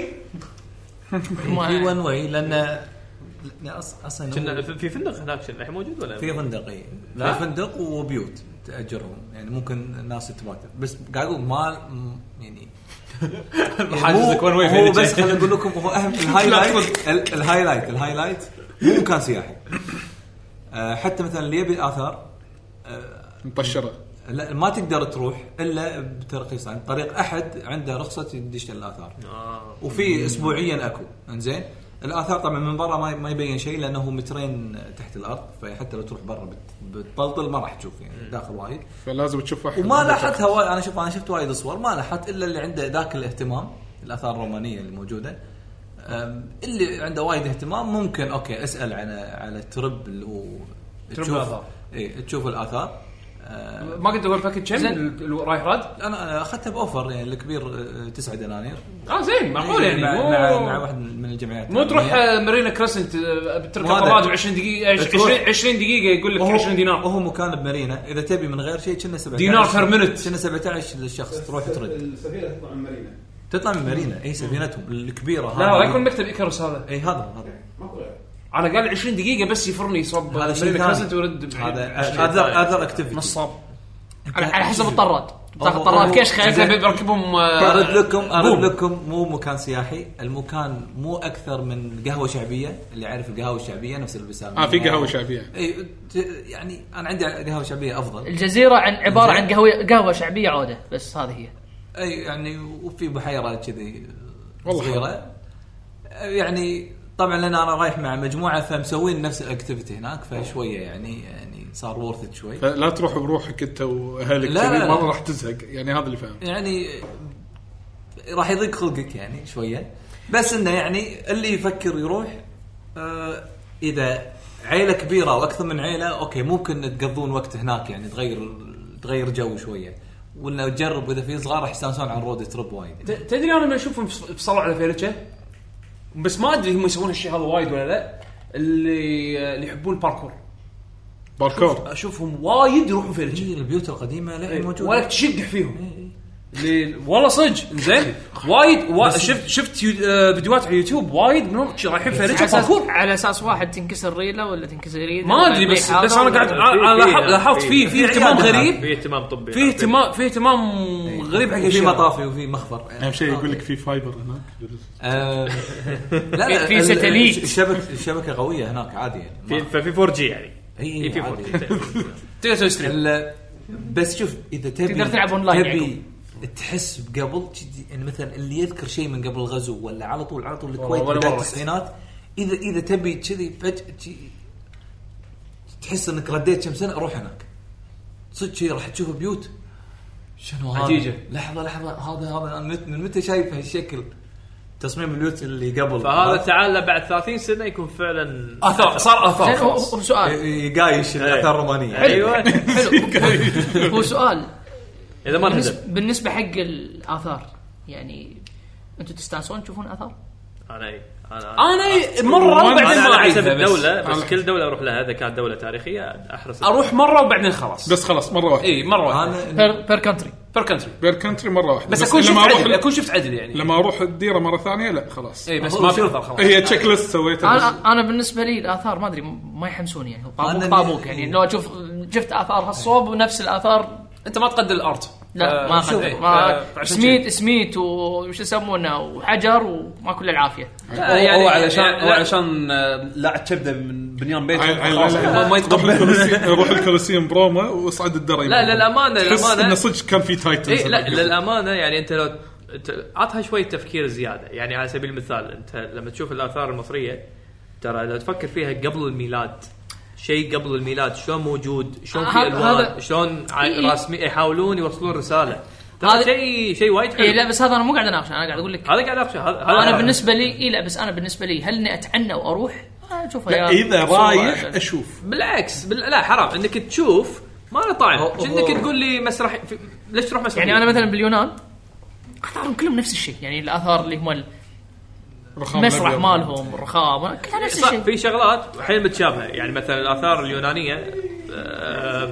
في ون واي لان اصلا كنا هو في فندق هناك الحين موجود ولا في فندق اي لا. في فندق وبيوت تاجرهم يعني ممكن الناس تباتر بس قاعد اقول ما م- يعني حاجزك one way هو في بس خليني اقول لكم هو اهم الهايلايت ال- الهايلايت الهايلايت مو مكان سياحي آه، حتى مثلا اللي يبي الاثار آه، مطشره لا ما تقدر تروح الا بترخيص عن طريق احد عنده رخصه يدش الاثار آه. وفي اسبوعيا اكو انزين الاثار طبعا من برا ما ما يبين شيء لانه مترين تحت الارض فحتى لو تروح برا بت- بتطلطل ما راح تشوف يعني داخل وايد فلازم تشوف واحد وما لاحظتها وايد انا شوف انا شفت وايد صور ما لاحظت الا اللي عنده ذاك الاهتمام الاثار الرومانيه اللي موجوده أم، اللي عنده وايد اهتمام ممكن اوكي اسال عن على الترب اللي هو ترب تشوف- الآثار. اي تشوف الاثار أه، ما قلت هو الباكج كم ال- رايح راد انا اخذتها باوفر يعني الكبير أه، تسعة دنانير اه زين معقول يعني مع, مو مع, مع واحد من الجمعيات مو تروح العالمية. آه، مارينا كريسنت آه، بتركب وهذا- الراد ب عشرين دقيقه عش- تروح- عشرين عشرين دقيقه يقول لك وهو- عشرين دينار وهو مكان بمارينا اذا تبي من غير شيء كنا سبعة عشر دينار per minute. كنا سبعة عشر للشخص تروح ترد السفينه تطلع من مارينا تطلع من مارينا اي سفينتهم الكبيره. لا يكون مكتب إيكاروس هذا. اي هذا هذا انا قال عشرين دقيقه بس يفرني يصب هذا شيء كريسنت ورد. هذا اذر اذر اكتيفيتي نصاب على حسب الطراد تاخذ طراد كيش خيزه بيركبهم. ارد لكم ارد لكم مو مكان سياحي، المكان مو اكثر من قهوه شعبيه. اللي يعرف القهوه الشعبيه نفس اللي بيسموها اه في قهوه شعبيه. اي يعني انا عندي قهوه شعبيه افضل. الجزيره عن عباره عن قهوه قهوه شعبيه عوده بس هذه هي. اي يعني وفي بحيره كذي صغيره يعني. طبعا لان انا رايح مع مجموعه فمسوين نفس الاكتيفيتي هناك فشويه يعني يعني صار وورث شوي. فلا تروح بروحك انت واهلك كذي ما راح تزهق يعني. هذا اللي فاهم يعني راح يضيق خلقك يعني شويه. بس انه يعني اللي يفكر يروح آه اذا عيله كبيره واكثر من عيله اوكي ممكن تقضون وقت هناك يعني تغير تغير جو شويه. ولا تجرب اذا في صغار راح يستانسون على الرود تريب وايد. تدري انا ما اشوفهم بصلوا على فيرتشا بس ما ادري هم يسوون هالشيء هذا وايد ولا لا. اللي اللي يحبون الباركور باركور اشوفهم وايد يروحون فيرتشا. البيوت القديمه لا موجوده ولا تشقح فيهم اللي والله صدق زين وايد و... شفت شفت يو... آه فيديوهات على اليوتيوب وايد منهم رايحين فيرتشا باركور على اساس واحد تنكسر ريله ولا تنكسر ريله ما ادري بس بس انا قاعد انا لاحظت فيه في اهتمام غريب في اهتمام طبي في اهتمام في اهتمام غريب حق في مطافي وفي مخفر. اهم شيء يقول لك في فايبر هناك. آه لا في ساتليت الشبكه الشبكه قويه هناك عادي يعني. في في فور جي يعني. اي في فور جي تقدر تسوي ستريم. بس شوف اذا تبي تقدر تلعب اونلاين تبي تحس بقبل يعني مثلا اللي يذكر شيء من قبل الغزو ولا على طول على طول الكويت بداية التسعينات. اذا اذا تبي كذي فجأة تحس انك رديت كم سنه روح هناك صدق شيء راح تشوف بيوت شنو هذا. لحظه لحظه هذا هذا من متى شايف هالشكل تصميم البيوت اللي قبل. فهذا تعال بعد ثلاثين سنه يكون فعلا اثار صار اثار. هو سؤال يقايش الاثار الرومانيه. ايوه هو سؤال اذا ما بالنسبة, بالنسبه حق الاثار يعني انتم تستانسون تشوفون اثار؟ انا اي انا انا مره وبعدين ما اعيد الدوله بس كل دوله اروح لها اذا كانت دوله تاريخيه احرص اروح مره وبعدين خلاص بس خلاص مره واحده. اي مره واحده بير بير كونتري بير كونتري بير كونتري مره واحده. بس, بس اكون شفت عدل اكون شفت عدل يعني. لما اروح الديره مره ثانيه لا خلاص. اي بس ما في اثار خلاص. هي تشيك ليست سويتها. انا انا بالنسبه لي الاثار ما ادري ما يحمسوني يعني. طابوق طابوق يعني لو اشوف شفت اثار هالصوب ونفس الاثار انت ما تقدر الارت. لا ما خذ ما سميت سميت وش يسمونه وحجر وما كل العافيه. يعني هو علشان هو علشان لاعب كبده من بنيان بيت ما يتقبل. روح الكولوسيوم بروما واصعد الدرج. لا للامانه للامانه صدق كان في تايتنز. إيه لا للامانه يعني انت لو عطها شويه تفكير زياده يعني على سبيل المثال انت لما تشوف الاثار المصريه ترى لو تفكر فيها قبل الميلاد شيء قبل الميلاد شلون موجود شلون في الوان شلون رسمي يحاولون يوصلون رساله. هذا شيء شيء وايد حلو. إيه لا بس هذا انا مو قاعد اناقش انا قاعد اقول لك هذا قاعد اناقشه. هذا انا بالنسبه لي إيه لا بس انا بالنسبه لي هل اني اتعنى واروح اشوفها يا اذا رايح اشوف بالعكس بال... لا حرام انك تشوف ما له طعم انك تقول لي مسرح في... ليش تروح مسرح يعني انا مثلا باليونان اثارهم كلهم نفس الشيء يعني الاثار اللي هم المسرح مالهم الرخام كلها نفس الشيء. في شغلات حيل متشابهه يعني مثلا الاثار اليونانيه أه...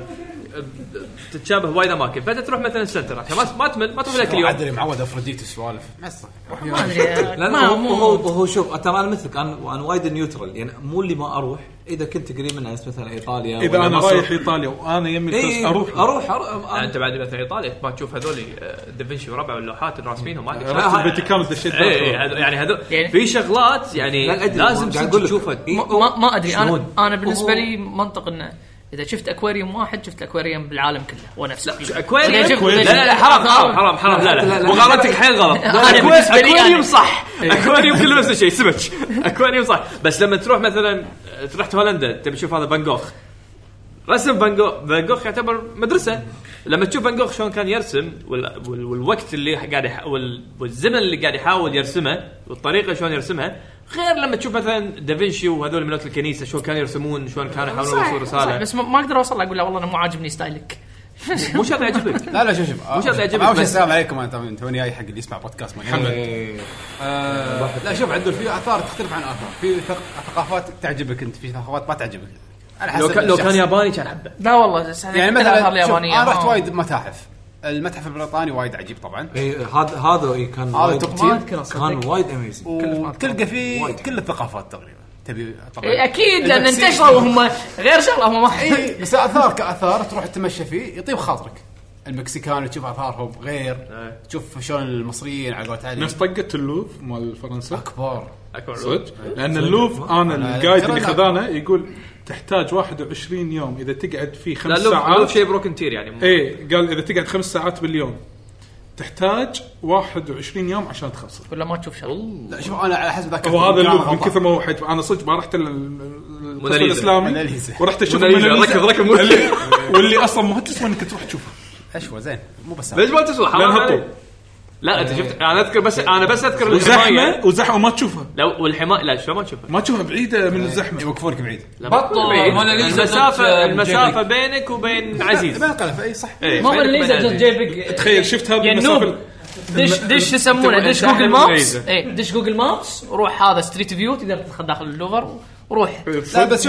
تتشابه وايد اماكن فانت تروح مثلا السنتر عشان ما تمل ما تروح لك اليوم. ادري معود افروديت السوالف ما ادري لا هو هو شوف ترى انا مثلك انا انا وايد نيوترال يعني مو اللي ما اروح اذا كنت قريب منها مثلا ايطاليا اذا انا رايح ايطاليا وانا يمي إيه اروح اروح, أروح يعني انت بعد مثلا ايطاليا ما تشوف هذول دافنشي وربع واللوحات الرسمينهم ما رحت الفاتيكان دشيت يعني هذول في شغلات يعني لازم تشوفها. ما ما ادري انا انا بالنسبه لي منطق انه اذا شفت اكواريوم واحد شفت اكواريوم بالعالم كله هو نفس الشيء. اكواريوم لا لا لا حرام حرام حرام حرام لا لا مغالطتك حيل غلط. اكواريوم صح اكواريوم كله نفس الشيء سمك اكواريوم صح بس لما تروح مثلا رحت هولندا تبي تشوف هذا فان جوخ رسم فان جوخ فان جوخ يعتبر مدرسه. لما تشوف فان جوخ شلون كان يرسم والوقت اللي قاعد يحاول والزمن اللي قاعد يحاول يرسمه والطريقه شلون يرسمها غير لما تشوف مثلا دافنشي وهذول ملوك الكنيسه شلون كانوا يرسمون شلون كانوا يحاولون يوصلوا رساله. بس ما اقدر اوصل اقول له والله انا مو عاجبني ستايلك مو شرط يعجبك. لا لا شوف شوف مو شرط يعجبك. بس السلام عليكم انت توني جاي حق اللي يسمع بودكاست محمد. لا شوف عنده في اثار تختلف عن اثار في ثقافات تعجبك انت في ثقافات ما تعجبك. لو كان لو كان ياباني كان حبه. لا والله يعني مثلا اليابانيه انا رحت وايد متاحف المتحف البريطاني وايد عجيب طبعا. اي هذا هذا اي كان هذا وايد- توب تير. كان وايد اميزنج. وتلقى فيه كل الثقافات تقريبا تبي طبعا. إيه اكيد لان البكسيك. انتشروا وهم غير شغله هم ما اي بس اثار كاثار تروح تتمشى فيه يطيب خاطرك. المكسيكان تشوف اثارهم غير، تشوف شلون المصريين على قولت علي نفس طقه اللوف مال فرنسا اكبر اكبر صدق. لان اللوف انا الجايد اللي خذانه يقول تحتاج واحد وعشرين يوم اذا تقعد فيه خمس لا لو ساعات. شيء بروكن تير يعني ايه قال اذا تقعد خمس ساعات باليوم تحتاج واحد وعشرين يوم عشان تخلص. ولا ما تشوف شغله. لا شوف انا على حسب ذاك وهذا اللوف من كثر ما هو حيت انا صدق ما رحت القصر الاسلامي موناليزا. ورحت اشوف موناليزا. الموناليزا. ركض- ركض اللي- واللي اصلا ما تسوى انك تروح تشوفه اشوى زين مو بس ليش ما تسوى لان حرام هطول عليك. لا انت شفت انا اذكر بس انا بس اذكر وزحمه الحمايه وزحمه ما تشوفها لو والحمايه لا شو ما تشوفها ما تشوفها بعيده من الزحمه. يوقفونك بعيد. لا، بطل بعيد. موناليزا المسافه ضد المسافه جيبك. بينك وبين عزيز بين القلف اي صح. إيه، مو بينك اللي وبين يزعج عزيز. جيبك. تخيل شفت هذه يا المسافه نوب. دش دش يسمونه تبغى دش تحمل جوجل مابس. موناليزا. اي دش جوجل مابس وروح هذا ستريت فيو تقدر تدخل داخل اللوفر وروح. لا بس شوف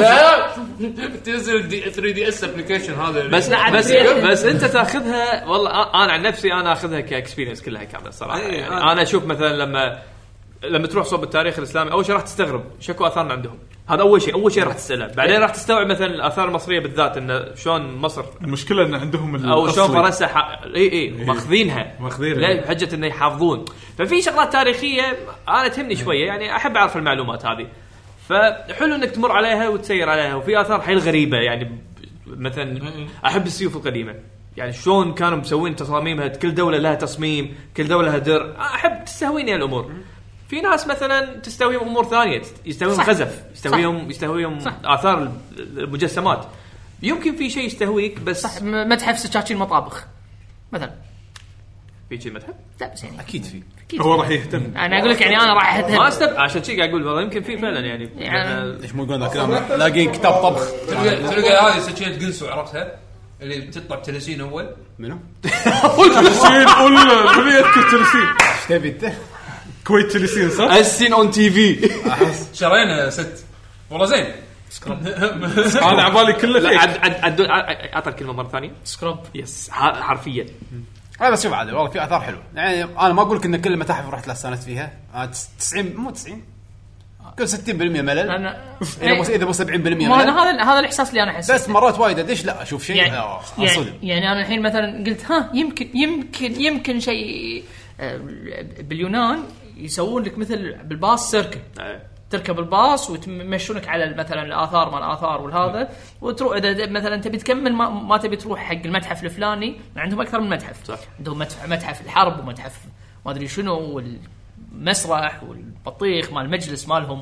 تنزل ثري دي اس ابلكيشن هذا بس لا، بس عاد بس انت تاخذها والله انا عن نفسي انا اخذها كاكسبيرينس كلها كامله صراحه. إيه، يعني أنا- انا اشوف مثلا لما لما تروح صوب التاريخ الاسلامي اول شيء راح تستغرب شكو اثارنا عندهم. هذا اول شيء اول شيء راح تساله بعدين راح تستوعب مثلا الاثار المصريه بالذات انه شلون مصر المشكله ان عندهم او شلون الأصلي. فرنسا ح... اي اي ماخذينها ماخذينها. لا بحجه انه يحافظون. ففي شغلات تاريخيه انا تهمني شويه يعني احب اعرف المعلومات هذه. فحلو انك تمر عليها وتسير عليها. وفي اثار حيل غريبه يعني ب- مثلا احب السيوف القديمه يعني شلون كانوا مسوين تصاميمها. كل دوله لها تصميم كل دوله لها در. احب تستهويني هالامور. في ناس مثلا تستويهم امور ثانيه يستويهم غزف يستويهم يستويهم اثار المجسمات. يمكن في شيء يستهويك بس صح م- متحف سكاكين مطابخ مثلا. في شيء متحف لا بس يعني اكيد في أكيد هو في. راح يهتم. انا اقول لك يعني انا راح ما اهتم. استب عشان شيء قاعد اقول والله يمكن في فعلا يعني, يعني- ليش مو يقولون ذا الكلام لاقين كتاب طبخ تلقى تلقى هذه سكينه قنسو عرفتها اللي بتطلع بتلسين اول منو؟ تلسين ولا بنيه تلسين ايش تبي انت؟ كويت تلسين صح؟ السين اون تي في شرينا ست والله زين. انا عبالي كله لا فيك. عد عد عد اعطى الكلمه مره ثانيه سكراب. يس ح- حرفيا لا بس شوف عادي والله في اثار حلوه يعني انا ما اقول لك ان كل المتاحف رحت لها استانست فيها آه، تسعين مو تسعين كل ستين بالمية ملل انا اذا مو اذا مو سبعين بالمية ما ملل انا هذا هذا الاحساس اللي انا احسه. بس مرات وايد ادش لا اشوف شيء يعني, آه، يعني, انصدم يعني انا الحين مثلا قلت ها يمكن يمكن يمكن شيء آه، باليونان يسوون لك مثل بالباص سيركل. تركب الباص وتمشونك على مثلا الاثار مال الاثار والهذا وتروح اذا مثلا تبي تكمل ما, ما تبي تروح حق المتحف الفلاني عندهم اكثر من متحف. صح. عندهم متحف, متحف الحرب ومتحف ما ادري شنو والمسرح والبطيخ مال المجلس مالهم.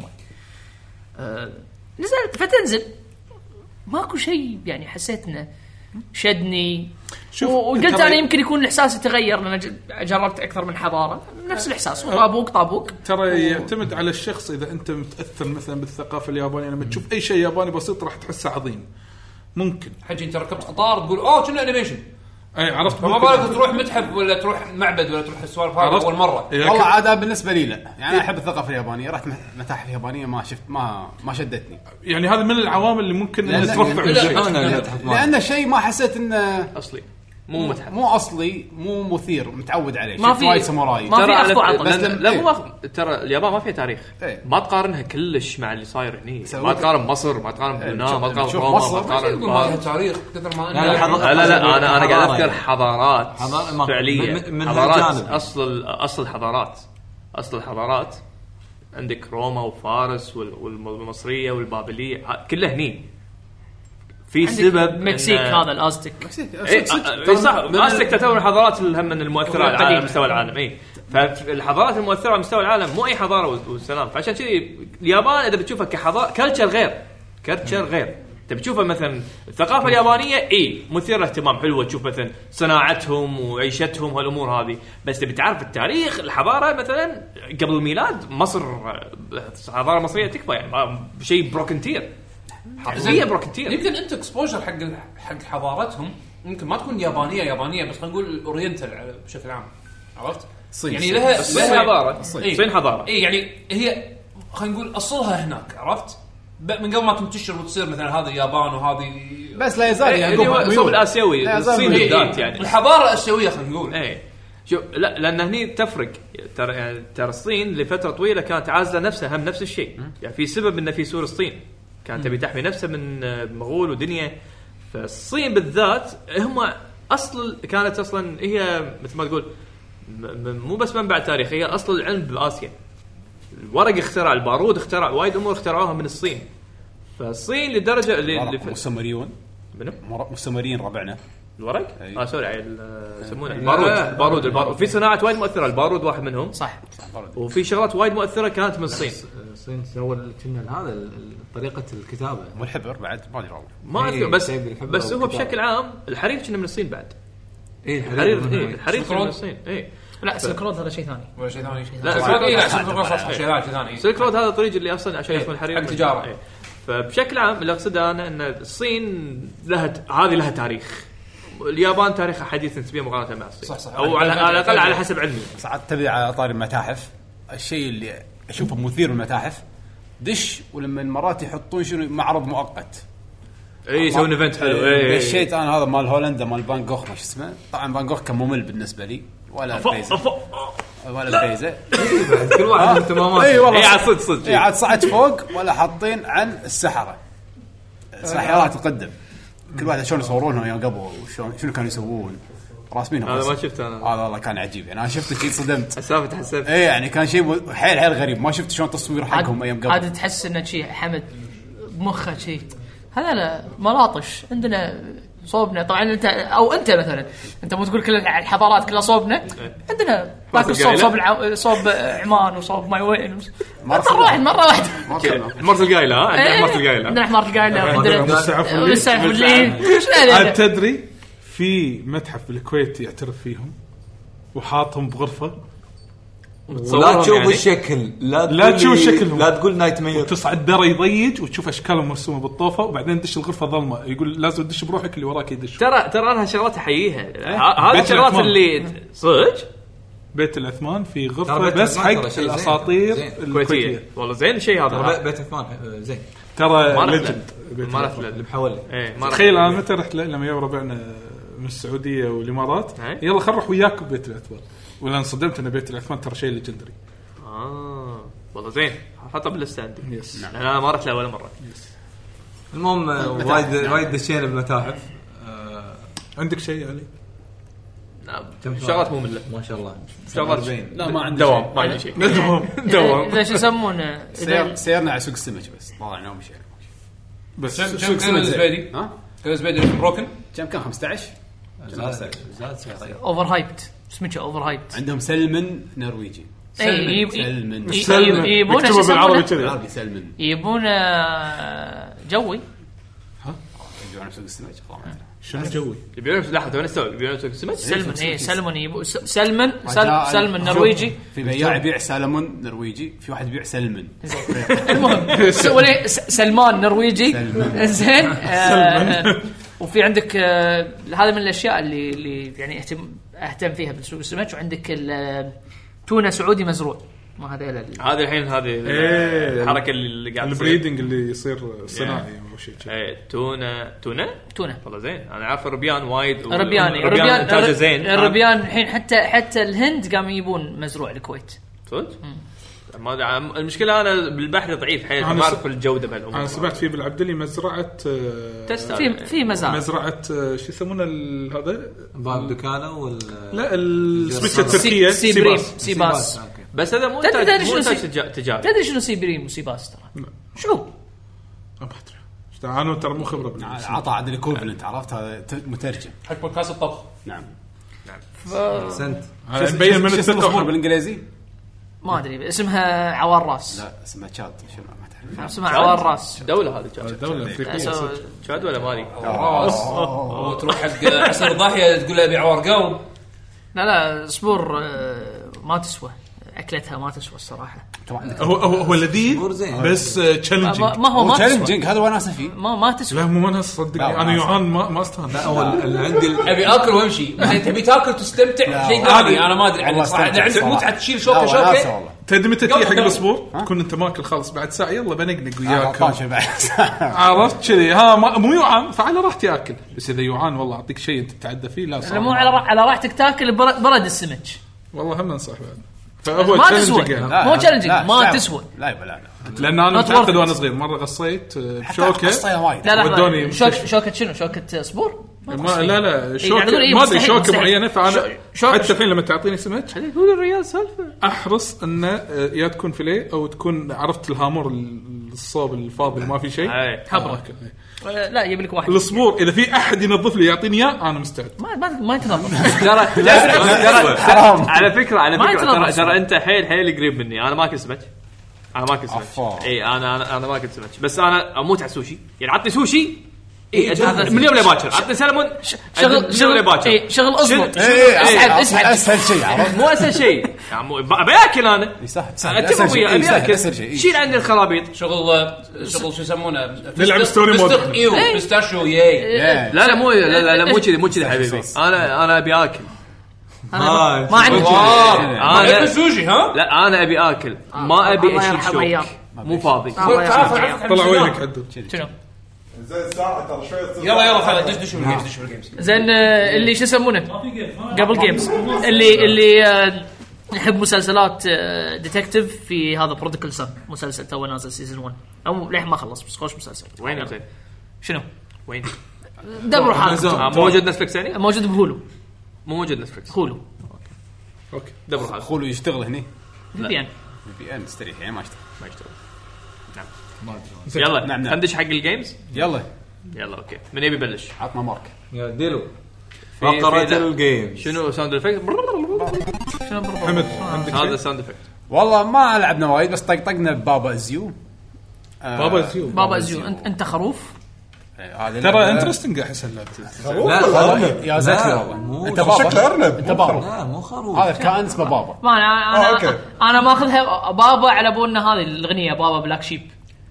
آه نزلت فتنزل ماكو شيء يعني حسيت انه شدني. شوف، وقلت ترى- انا يمكن يكون الاحساس يتغير لان ج- جربت اكثر من حضاره نفس الاحساس طابوق طابوق. ترى يعتمد على الشخص. اذا انت متاثر مثلا بالثقافه اليابانيه لما تشوف اي شيء ياباني بسيط راح تحسه عظيم ممكن. حجي انت ركبت قطار تقول اوه كنا انيميشن. اي عرفت فما ممكن. بالك تروح متحف ولا تروح معبد ولا تروح السوالف هذه عرفت؟ اول مره. إذا والله كان- عاد بالنسبه لي لا يعني انا احب الثقافه اليابانيه رحت متاحف يابانيه ما شفت ما ما شدتني يعني هذا من العوامل اللي ممكن لأن- انها ترفع لا، الشيء. لا. لان شيء ما حسيت انه اصلي مو متحف مو اصلي مو مثير متعود عليه ما شفت في- وايد ساموراي ما في ترى أخذ على- وعطى. لا, بس لم- لا إيه. مو أخ- ترى اليابان ما فيها تاريخ. إيه. ما تقارنها كلش مع اللي صاير هني. سويت- ما تقارن مصر ما تقارن اليونان ما تقارن شوف روما مصر، ما تقارن يقول ما فيها تاريخ كثر ما لا، لا، انه حضر- لا لا لا انا انا قاعد حضارة اذكر يعني. حضارات حضارة- ما- فعليه من- من حضارات هالجانب. اصل اصل الحضارات اصل الحضارات عندك روما وفارس وال- والمصريه والبابليه ها- كلها هني في سبب المكسيك إن- هذا الازتك. اي إيه صح أصلك تعتبر الحضارات الهم من المؤثره على على مستوى العالم. اي فالحضارات المؤثره على مستوى العالم مو اي حضاره والسلام. فعشان كذي اليابان اذا بتشوفها كحضاره كلتشر غير كلتشر غير تبي تشوفها مثلا الثقافه اليابانيه اي مثيره اهتمام حلوه تشوف مثلا صناعتهم وعيشتهم هالامور هذه. بس تبي تعرف التاريخ الحضاره مثلا قبل الميلاد مصر حضاره مصريه تكفى يعني شيء بروكنتير حرفيا بروكنتير. يمكن انت اكسبوجر حق ال- حق حضارتهم ممكن ما تكون يابانيه يابانيه بس خلينا نقول اورينتال بشكل عام عرفت؟ صين يعني صين. لها الصين حضاره إيه. الصين حضاره اي يعني هي خلينا نقول اصلها هناك عرفت؟ من قبل ما تنتشر وتصير مثلا هذا اليابان وهذه بس لا يزال يعني اللي هو الصوب الاسيوي لا الصين يزال بالذات يعني الحضاره الاسيويه خلينا نقول. ايه شوف لا لان هني تفرق ترى يعني ترى الصين لفتره طويله كانت عازله نفسها هم نفس الشيء يعني في سبب انه في سور الصين كانت تبي تحمي نفسها من مغول ودنيا. فالصين بالذات هم اصل كانت اصلا هي مثل ما تقول مو بس منبع تاريخي هي اصل العلم باسيا. الورق اخترع البارود اخترع وايد امور اخترعوها من الصين. فالصين لدرجه اللي مسمريون منو مسمرين ربعنا الورق أي. اه سوري يسمونه البارود البارود البارود في صناعه وايد مؤثره البارود واحد منهم صح وفي شغلات وايد مؤثره كانت من الصين. الصين سووا كنا هذا طريقه الكتابه والحبر بعد ما ادري والله ما إيه، اذكر بس الحبر بس هو والكتابة. بشكل عام الحرير كنا من الصين بعد ايه الحرير الحرير إيه الحرير كنا من الصين ايه لا سلك رود هذا شيء ثاني ولا شيء ثاني لا سلك سلك- رود لا سلك- سلك رود صح شيء ثاني سلك رود هذا الطريق اللي اصلا عشان اسمه الحرير حق تجارة. إيه. فبشكل عام اللي اقصده انا ان الصين لها ت- هذه لها تاريخ. اليابان تاريخها حديث نسبيا مقارنه مع الصين صح صح. او على على الاقل على حسب علمي. ساعات تبي على طاري المتاحف الشيء اللي اشوفه مثير بالمتاحف دش ولما مرات يحطون شنو معرض مؤقت اي يسوون ايفنت حلو اي دشيت انا هذا مال هولندا مال فان جوخ ما شو اسمه طبعا فان جوخ كان ممل بالنسبه لي ولا الفيزه ولا الفيزه كل واحد من اهتماماته اي والله اي عاد صدق صدق اي عاد صعد فوق ولا حاطين عن السحره الساحرات تقدم كل واحد شلون يصورونهم يوم قبل وشلون شنو كانوا يسوون راسمينهم هذا بس. ما شفته انا هذا والله كان عجيب يعني انا شفت شيء صدمت اسافه تحسبت اي يعني كان شيء حيل حيل غريب ما شفت شلون تصوير حقهم ايام قبل عاد تحس انه شيء حمد بمخه شيء هذا لا ملاطش عندنا صوبنا طبعا انت او انت مثلا انت مو تقول كل الحضارات كلها صوبنا عندنا باكل صوب صوب الع... صوب عمان وصوب ماي وين مره واحده مره واحده حمار القايله ها عندنا حمار القايله عندنا حمار القايله عندنا مستعف اللي مستعف اللي عاد تدري في متحف بالكويت يعترف فيهم وحاطهم بغرفه لا تشوف يعني. الشكل لا لا تقول تشوف لي- شكلهم. لا تقول نايت مير تصعد درة يضيج وتشوف اشكالهم مرسومه بالطوفه وبعدين تدش الغرفه ظلمه يقول لازم تدش بروحك اللي وراك يدش. ترى ترى انا شغلات احييها ه- هذه بيت الشغلات الأثمان. اللي صدق بيت الأثمان في ترى غرفه بيت بس الأثمان حق ترى شيء زين. الاساطير زين. كويتيه الكويتيه والله زين شيء هذا بيت اثمان آه، زين ترى ما ليجند ما رحت له المحولي ايه ما رحت تخيل انا متى رحت له لما يوم ربعنا من السعوديه والامارات هاي. يلا خل نروح وياك بيت الاثمان ولا انصدمت ان بيت الاثمان ترى شيء ليجندري. اه والله زين حطها باللسته عندي يس. نعم. انا ما رحت له ولا مره المهم آه، وايد وايد دشينا بالمتاحف آه، عندك شيء علي؟ نعم كم شغلات ممله ما شاء الله شغلات لا ما عندي دوام شيء. ما عندي شيء دوام دوام اذا شو يسمونه سير اذا سيرنا على سوق السمك بس طلعنا ومشينا بس كم سوق كم السمك زين. الزبيدي ها كم الزبيدي بروكن كم كان خمسة عشر زاد زاد سعره اوفر هايبت اسمه اوفر هايبت عندهم سلمن نرويجي اي سلمن سلمن. يبون يكتبوا بالعربي كذا. بالعربي سلمن يبون جوي يجون على سوق السمك خلاص شنو جوي؟ يبيعون لحظه تونا استوعب يبيعون سوق السمك سلمن اي سلمون يبو س- سلمن سل- وجاء- سلمن شوف، نرويجي في بياع يبيع سالمون نرويجي في واحد يبيع سلمن المهم سوي س- سلمان نرويجي سلمان. زين آه، وفي عندك آه، هذا من الاشياء اللي اللي يعني اهتم اهتم فيها بسوق السمك وعندك ال- تونه سعودي مزروع ما هذا ال- هذه الحين هذه إيه. الحركه اللي قاعد تصير. البريدنج اللي يصير صناعي او شيء كذا. ايه تونه تونه تونه والله زين انا عارف الربيان وايد ربياني الربيان انتاجه زين الربيان الحين حتى حتى الهند قاموا يجيبون مزروع الكويت صدق ما أدري. المشكله انا بالبحث ضعيف حيل أنا ما اعرف س- الجوده بهالامور انا سمعت فيه بالعبدلي مزرعه آه، تست في في مزارع مزرعه آه، شو يسمونه ال- هذا باب دكانه ولا لا السمكه سي- التركيه سي بريم سيباس. سي باس اوكي بس هذا مو تدري- انتاج تدري مو شنو انتاج سي- تجا- تجاري تدري شنو سي بريم وسي باس ترى شو ما ادري إيش ده، انا ترى مو خبره بالاسم. عطى عاد الايكوفلنت عرفت هذا ت- مترجم حق بودكاست الطبخ نعم سنت هذا مبين من شو اسمه الثقه الصبر بالانجليزي ما ادري اسمها عوار راس لا اسمه تشاد شنو ما تعرف اسمها عوار راس دوله هذه تشاد دوله افريقيه سو- صدق. تشاد ولا مالي راس وتروح حق عصر الضاحيه تقول له ابي عوار قلب لا لا صبور آه، ما تسوى اكلتها ما تسوى الصراحه هو هو هو لذيذ صبور زين. بس ما, تشالنجينج ما هو هو ما تسوى تشالنجينج هذا وناسه فيه ما ما تسوى لا مو منهس صدقني لا، انا لا، يوهان ما ما استانس اول اللي عندي ال- ابي اكل وامشي بعدين تبي تاكل تستمتع لا، شيء والله. ثاني انا ما ادري والله يعني صراحه اذا استمتع عندك صراحة. متعه تشيل لا، شوكه وناسة شوكه والله. تدري متى تجي حق قبل. الاسبوع تكون انت ماكل خالص بعد ساعه يلا بنقنق وياك طاشة بعد عرفت كذي ها ما- مو يوعان فعلى راحتي اكل بس اذا يوعان والله اعطيك شيء انت تتعدى فيه لا لا صراحة. مو على را- على راحتك تاكل بر- برد السمك والله هم ننصح بعد فهو ما تسوى. challenging يعني. مو challenging، ما تسوى. لا يبا لا لا لان انا Not متعقد worth وانا it. صغير مره قصيت آه، حتى بشوكه قصيها وايد. لا ودوني لا شوك مستشفى. شوكة شنو شوكة صبور ما لا لا شوكه يعني أقول إيه ما ادري مستحيل- شوكه مستحيل. معينه فانا شو- حتى شو- الحين لما تعطيني سمك يقول الريال سالفه احرص انه آه، يا تكون فيليه او تكون عرفت الهامور الصوب الفاضي اللي ما في شيء أي. حبرك آه، لا يجيب لك واحد الصبور اذا في احد ينظف لي يعطيني اياه انا مستعد ما ما ما يتنظف ترى ترى حرام. على فكره على ما فكره ترى يتنظف. ترى انت حيل حيل قريب مني انا ما اكل سمك انا ما اكل عفا. سمك اي انا انا انا ما اكل سمك بس انا اموت على السوشي يعني عطني سوشي اي هذا- من اليوم لباكر عطني سلمون شغل شغل لباكر اي شغل اصبط إيه، اسحب إيه، اسحب اسهل شيء عرفت مو اسهل شيء يعني مو- ابي اكل انا سهل سهل اتفق أسهل شيء. وياه إيه، ابي سهل، اكل أسهل شيء. إيه. شيل عني الخرابيط شغل شغل شو يسمونه نلعب ستوري مود. فستق ايو بيستاشيو ياي Yeah. لا لا مو لا لا, لا مو كذي مو كذي حبيبي انا انا ابي اكل آه، ما عندي انا السوشي ها لا انا ابي اكل ما ابي الله اشيل يرحم أيام. شوك مو فاضي الله يرحم أيام. طلع وينك عدل شنو زين ساعه ترى شوي تصير يلا يلا خلاص دش دش بالجيمز دش بالجيمز زين آه، اللي شو يسمونه قبل جيمز اللي اللي آه، يحب مسلسلات آه، ديتكتيف في هذا برودكل سن مسلسل تو نازل سيزون واحد او للحين ما خلص بس خوش مسلسل وين زين شنو وين دبروا حالكم آه، مو موجود نتفلكس يعني موجود بهولو مو موجود نتفلكس هولو اوكي دبر حالك خولو يشتغل هني في بي ان في ان استريح يعني ما اشتغل ما يشتغل نعم يلا نعم، نعم. ندش حق الجيمز يلا يلا اوكي من يبي يبلش عطنا مارك يا ديلو في- فقرة في- الجيم شنو ساوند افكت حمد عندك هذا شيء؟ ساوند افكت والله ما لعبنا وايد بس طقطقنا ببابا ازيو آه، بابا زيو بابا زيو انت انت خروف إيه، هذه ترى اللعبة- انترستنج احس اللعبه لا والله يا زكي لا، والله مو انت بابا شكله ارنب انت بابا لا مو خروف هذا الكائن اسمه بابا ما انا آه، انا أوكي. انا ماخذها بابا على بونا هذه الاغنيه بابا بلاك شيب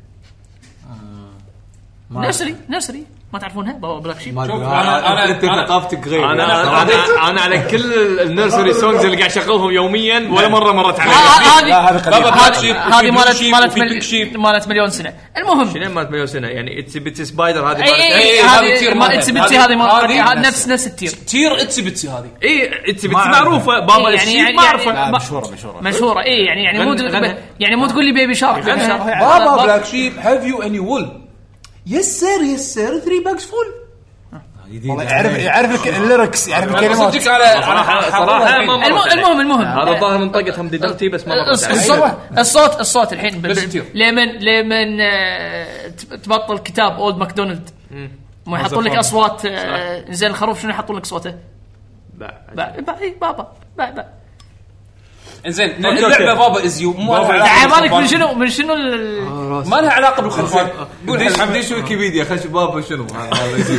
نرسري نرسري ما تعرفونها بابا بلاك شيب ما أدري. شوف، أنا- أنا- أنا- انت أنا- ثقافتك غير انا انا انا, أنا على كل النيرسري سونجز اللي قاعد اشغلهم يوميا ولا مره مرت علي هذه لا هذا قديم. بابا بلاك هذه شيب هذه مالت مالت في بيك مل- شيب مالت مليون سنه المهم شنو مالت مليون سنه يعني اتس بيتس سبايدر هذه اي اي إيه، اي هذه تصير هذه ما مالها. اتس بيتسي هذه- هذه ما- هذه هذه نفس نفس التير تير اتسي بتسي هذه اي اتس بيتس معروفه بابا إيه، الشيب يعني- ما اعرفه يعني- لا مشهوره مشهوره مشهوره اي يعني يعني مو غنى- غنى. يعني مو تقول لي بيبي شارك بيبي شارك بابا بلاك شيب هاف يو اني وول يس سير يس سير ثري باكس فول والله يعرف يعرف لك الليركس يعرف الكلمات صدق على صراحه صراحه ما الم- مرت علي. المهم المهم هذا الظاهر منطقه هم ديدلتي بس ما مرت الص- علي. الصوت الصوت الصوت الحين بال- بس بال- كتير. لمن لمن آه، تب- تبطل كتاب اولد ماكدونالد ما يحطون لك اصوات آه، زين الخروف شنو يحطون لك صوته با- با- با- إي، بابا با- با. انزين اللعبه بابا ازيو مو لها على علاقه بالك من بالخرفان. شنو من شنو ال- ما لها علاقه بالخرفان قول ديش حل- ديش ويكيبيديا خش بابا شنو هذا يصير.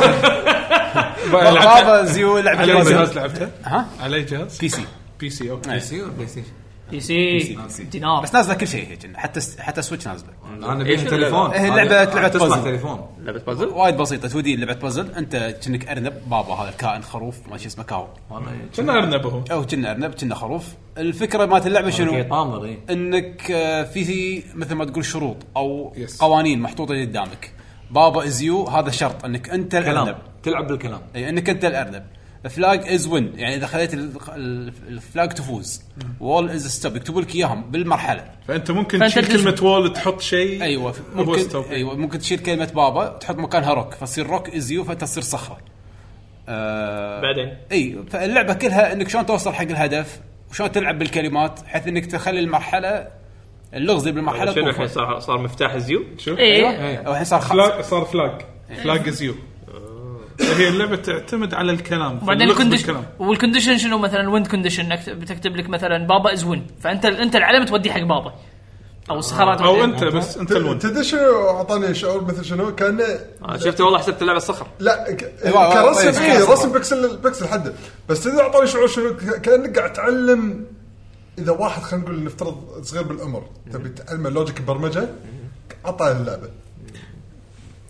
بابا زيو لعبه على كويسة. جهاز لعبتها؟ ها على جهاز؟ بي سي بي سي اوكي بلاي ستيشن بلاي ستيشن بي سي دينار بس نازله كل شيء هيك حتى حتى سويتش نازله انا بيها تليفون إيه، اللعبة هذه- لعبة تصلح بازل. تليفون لعبه بازل وايد بسيطه تو دي لعبه بازل انت كأنك ارنب بابا هذا الكائن خروف ما شي اسمه كاو كنا ارنب هو او كنا ارنب كنا خروف الفكره مالت اللعبه شنو شنو طامر اي انك آه، في في مثل ما تقول شروط او Yes. قوانين محطوطه قدامك بابا ازيو هذا شرط انك انت كلام الارنب تلعب بالكلام اي انك انت الارنب فلاج از وين يعني اذا خليت ال- ال- الفلاج تفوز وول از ستوب يكتبوا لك اياهم بالمرحله فانت ممكن فأنت تشيل تلزم. كلمه وول تحط شيء ايوه هو ممكن ستوب. ايوه ممكن تشيل كلمه بابا تحط مكانها روك فتصير روك ازيو فتصير صخره آه بعدين اي فاللعبه كلها انك شلون توصل حق الهدف وشلون تلعب بالكلمات بحيث انك تخلي المرحله اللغز بالمرحله شنو تكون الحين فوق. صار صار مفتاح زيو شوف اي او الحين صار خلاص فلاج صار فلاج فلاج زيو هي اللعبه تعتمد على الكلام بعدين اللغز الكونديشن بالكلام. والكونديشن شنو مثلا ويند كونديشن انك بتكتب لك مثلا بابا از وين فانت انت العلم توديه حق بابا او الصخرات او توديه. انت بس انت الون تدري شنو اعطاني شعور مثل شنو كان آه، شفت والله حسبت اللعبه الصخر لا ك... أيوة، كرسم طيب، ايه كرسم. رسم بكسل بكسل حده بس تدري اعطاني شعور شنو ك- كانك قاعد تعلم اذا واحد خلينا نقول نفترض صغير بالعمر تبي تعلمه لوجيك برمجه عطاه اللعبه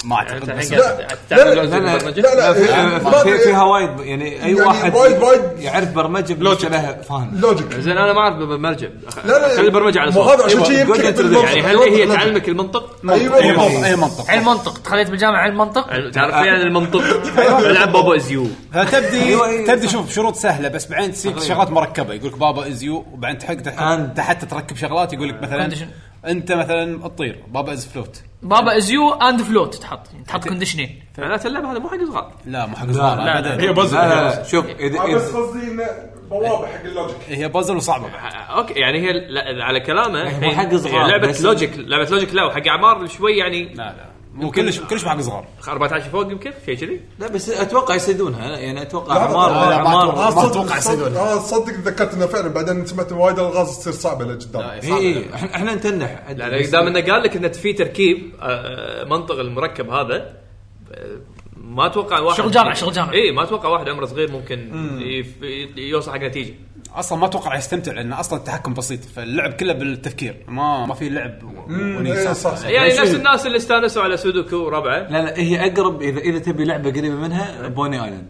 ما اعتقد انت بس الحين قاعد تعمل لوجيك لا، برمجه لا لا في- في فيها وايد يعني اي يعني واحد وايد وايد يعرف برمجه بالنسبه له فاهم. لوجيك. زين انا ما اعرف برمجه لا لا خلي البرمجه على مو صوت هذا عشان شيء أيوة، يمكن قلت بالمنطق. يعني هل هي تعلمك المنطق؟ ايوه اي بالضبط. منطق اي منطق علم منطق تخليت بالجامعه علم منطق تعرف يعني المنطق العب بابا ازيو فتبدي أيوة، أيوة. تبدي شوف شروط سهله بس بعدين تصير شغلات مركبه يقول لك بابا از يو وبعدين تحق تحط حتى تركب شغلات يقول لك مثلا Condition. انت مثلا تطير بابا از فلوت بابا ازيو اند فلوت تحط تحط كونديشنين. معناته اللعبه هذا مو حق صغار لا مو حق صغار لا، ابدا هي بازل لا لا شوف اذا بس إذا- قصدي انه بوابه حق اللوجيك. هي بازل وصعبه بعد. اوكي يعني هي لا- على كلامه هي مو هي- حق صغار، هي لعبه بس- لوجيك لعبه لوجيك لا وحق اعمار شوي يعني لا لا مو كلش كلش حق صغار. أربعة عشر فوق يمكن شيء كذي. لا بس اتوقع يسدونها يعني اتوقع لا، اعمار لا، لا، اعمار ما أتوقع يصيدون. اه صدق تذكرت انه فعلا بعدين سمعت وايد الغاز تصير صعبه لقدام. اي احنا احنا نتنح لا لا دام انه قال لك انه في تركيب آه، منطق المركب هذا آه، ما اتوقع واحد شغل جامعة، شغل جامعة. اي ما اتوقع واحد عمره صغير ممكن يف- يوصل حق نتيجه. اصلا ما اتوقع يستمتع لان اصلا التحكم بسيط فاللعب كله بالتفكير ما ما في لعب إيه، صح، صح. يعني نفس الناس اللي استانسوا على سودوكو وربعه. لا لا هي اقرب اذا اذا تبي لعبه قريبه منها بوني ايلاند.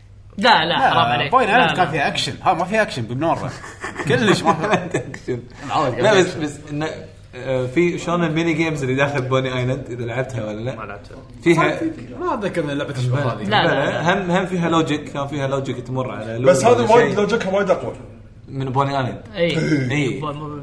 لا لا حرام عليك. بوين لا، ايلاند لا. كان فيها اكشن ها ما فيها اكشن بالمره كلش ما فيها لا بس بس إنه آه، في شلون الميني جيمز اللي داخل بوني ايلاند اذا لعبتها ولا ما لا لعبتها. فيها ما اتذكر ان لعبه الشباب هذه لا لا, لا. هم هم فيها لوجيك كان فيها لوجيك تمر على بس لوجيك هذا ولا وايد شيء لوجيكها وايد اقوى. من بوني ايلاند اي اي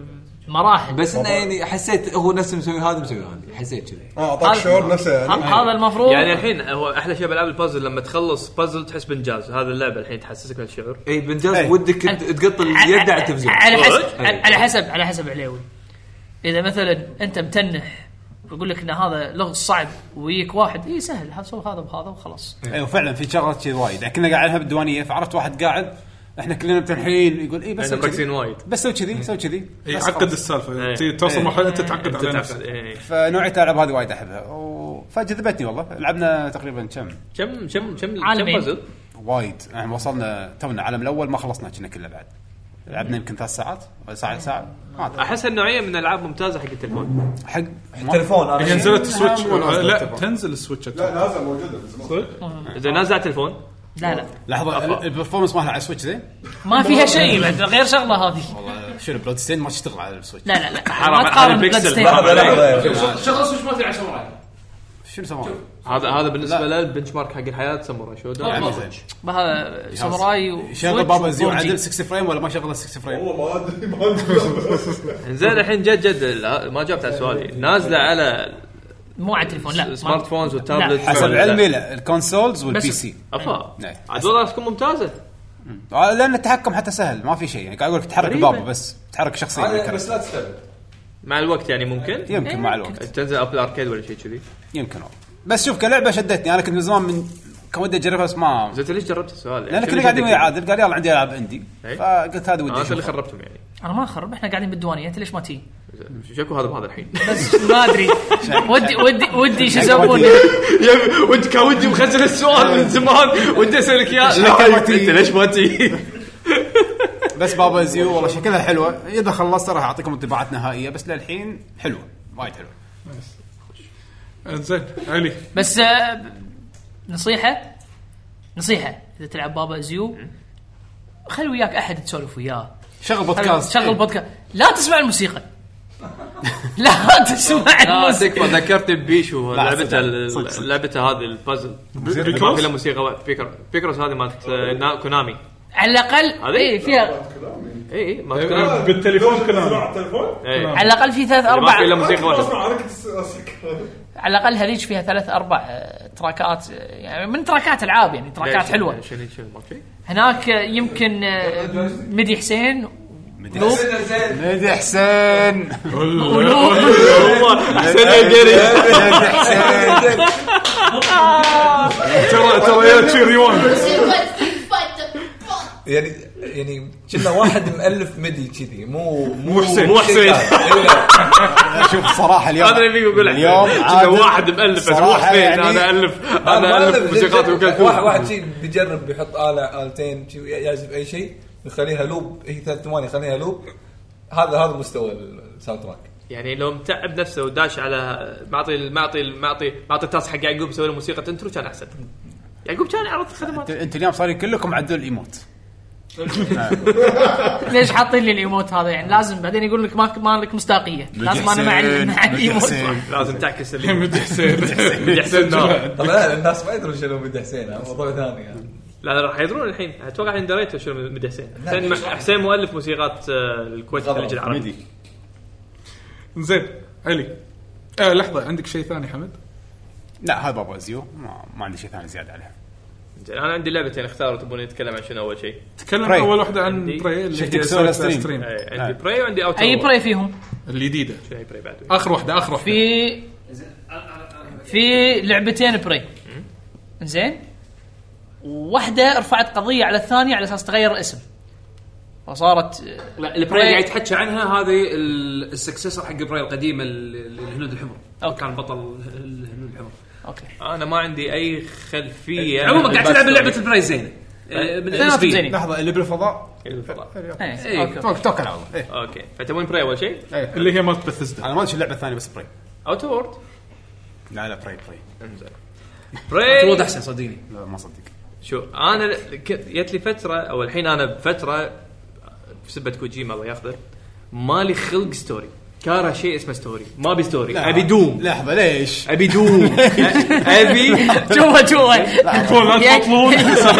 مراحل. بس انه يعني حسيت هو نفس مسوي هذا مسوي هذا حسيت كذي. اه اعطاك شعور نفسه يعني. ه- هذا المفروض يعني الحين هو احلى شيء بالعاب البازل لما تخلص بازل تحس بانجاز. هذا اللعبه الحين تحسسك بهالشعور. اي بنجاز أي. ودك تقط اليد على التلفزيون على حسب أي. على حسب على حسب عليوي. اذا مثلا انت متنح يقول لك ان هذا لغز صعب ويك واحد اي سهل حسوا هذا بهذا وخلاص. ايوه فعلا في شغلات شيء وايد يعني كنا قاعدينها بالديوانيه فعرفت واحد قاعد احنا كلنا متنحين يقول اي بس احنا سوي مركزين كذي. وايد. بس سوي كذي سوي كذي بس يعقد خلاص. السالفه إيه. تي- توصل إيه. مرحله انت تعقد على تعقد. نفسك. إيه. فنوعيه الالعاب هذه وايد احبها و... فجذبتني والله لعبنا تقريبا كم كم كم كم عالمين. بازل؟ وايد احنا وصلنا تونا العالم الاول ما خلصنا كنا كله بعد لعبنا يمكن ثلاث ساعات ولا ساعه ساعه ما أدري. احس النوعيه من الالعاب ممتازه حق التليفون. حق تليفون انا هي نزلت سويتش ولا ولا لا نزلت تنزل السويتش لا لازم موجوده من زمان. اذا نازل على التليفون لا لا لحظه ال- البرفورمانس مالها على السويتش زين ما فيها شيء بعد غير شغله هذه. والله شنو بلود ستين ما تشتغل على السويتش لا لا لا حرام ما تقارن على بلاد البكسل. ستيشن. حرام عليك. شغل سويتش ما تلعب ساموراي. شنو سوى هذا هذا بالنسبه له البنش مارك حق الحياه ساموراي شو يعني زين بهذا ساموراي شغل بابا زيو عدل ستين فريم ولا ما شغله ستين فريم والله ما ادري ما ادري. زين الحين جد جد لا، ما جاوبت على سؤالي. نازله على مو على التليفون لا سمارت فونز والتابلت حسب ولا لا؟ علمي لا الكونسولز والبي بس- سي افا نعم. عاد والله تكون ممتازه. لان التحكم حتى سهل ما في شيء يعني قاعد اقول لك تحرك غريبة. البابا بس تحرك الشخصيه هذا بالكرة. بس لا تستعجل مع الوقت يعني ممكن يمكن مع الوقت تنزل ابل اركيد ولا شيء كذي. يمكن والله. بس شوف كلعبه شدتني انا كنت من زمان من كان ودي اجربها بس ما زين ليش جربت السؤال؟ لان كنا قاعدين ويا عادل قال يلا عندي العاب عندي إيه. فقلت هذا ودي انا اللي أشوفها. خربتهم يعني. انا ما اخرب احنا قاعدين بالديوانيه انت ليش ما تي شكو هذا بهذا الحين. بس ما ادري ودي ودي ودي شو يسمونه وانت كان ودي مخزن السؤال من زمان ودي اسالك اياه لا انت ليش ما تي؟ بس بابا زيو والله شكلها حلوه اذا خلصت راح اعطيكم انطباعات نهائيه بس للحين حلوه وايد حلوه زين علي بس آه، نصيحه نصيحه اذا تلعب بابا زيو خلي وياك احد تسولف وياه شغل بودكاست شغل بودكاست لا تسمع الموسيقى لا تسمع لا الموسيقى تكفى ذكرتني ببيشو لا، لعبته صدق، ال- صدق، صدق. لعبته هذه البازل ما في بيكروس له موسيقى بيكر بيكروس هذه مالت آه، نا- كونامي. على الاقل هذه؟ اي فيها اي اي مالت كونامي. بالتليفون كلام التليفون إيه. على الاقل في ثلاث ما اربع في الا موسيقى واحده. اسمع حركه السكر. على الاقل هذيك فيها ثلاث اربع آه، تراكات آه، يعني من تراكات العاب يعني تراكات حلوه. شنو شنو ما في؟ هناك آه، يمكن آه، مدي حسين لوب نادي حسين ولوب احسن يا قري. ترى ترى يا شي ريوان يعني يعني كنا واحد مؤلف مدي كذي مو مو حسين. مو حسين. شوف صراحه اليوم هذا اللي يقول اليوم كذا عادل واحد مؤلف بس مو صراحة حسين. يعني انا الف انا الف موسيقات وكذا. واحد واحد شيء بيجرب بيحط آلة آلتين شيء يعزف اي شيء يخليها لوب هي ثلاث ثواني يخليها لوب. هذا هذا مستوى الساوند تراك يعني لو متعب نفسه وداش على معطي معطي معطي معطي التاسك حق يعقوب يسوي له موسيقى انترو كان احسن. يعقوب كان يعرض خدمات. انتوا اليوم صارين كلكم عدوا الايموت. ليش حاطين لي الايموت هذا؟ يعني لازم بعدين يقول لك ما ما لك مصداقيه، لازم انا مع مع الايموت لازم تعكس اللي مدح حسين مدح حسين. طبعا الناس ما يدرون شنو مدح حسين، هذا موضوع ثاني يعني. لا لا راح يدرون الحين. اتوقع ان دريتوا شنو مدح حسين. حسين حسين مؤلف موسيقات الكويت الخليج العربي. زين علي آه لحظه، عندك شيء ثاني حمد؟ لا هذا بابا زيو، ما, ما عندي شيء ثاني زياده عليه. زين انا عندي لعبتين اختاروا، تبون نتكلم عن شنو اول شيء؟ تكلم اول واحده عن براي اللي شفتك سوي ستريم. اي عندي براي وعندي اوتر. اي براي فيهم الجديده؟ شنو براي بعد؟ اخر واحده اخر واحده في في لعبتين براي. زين واحده رفعت قضيه على الثانيه على اساس تغير الاسم وصارت لا البراي قاعد يتحكى عنها هذه السكسسور حق البراي القديمه الهنود الحمر. أو كان بطل الهنود الحمر. اوكي انا ما عندي اي خلفيه. عموما قاعد تلعب لعبه البراي زينه اثنيناتهم زينين. لحظه اللي بالفضاء الفضاء. اوكي توك توك على الله. إيه. اوكي فتبون براي اول شيء اللي هي مالت بثزدا. انا ما ادري اللعبه الثانيه بس براي. اوت وورد. لا لا براي براي انزين براي واضح احسن صدقني. لا ما صدق. شو انا جت لي فتره او الحين انا بفتره بسبه كوجيما الله ياخذه مالي خلق ستوري. كاره شيء اسمه ستوري، ما ابي ستوري، ابي دوم. لحظه ليش ابي دوم ابي جوا جوا يكون لا تطلون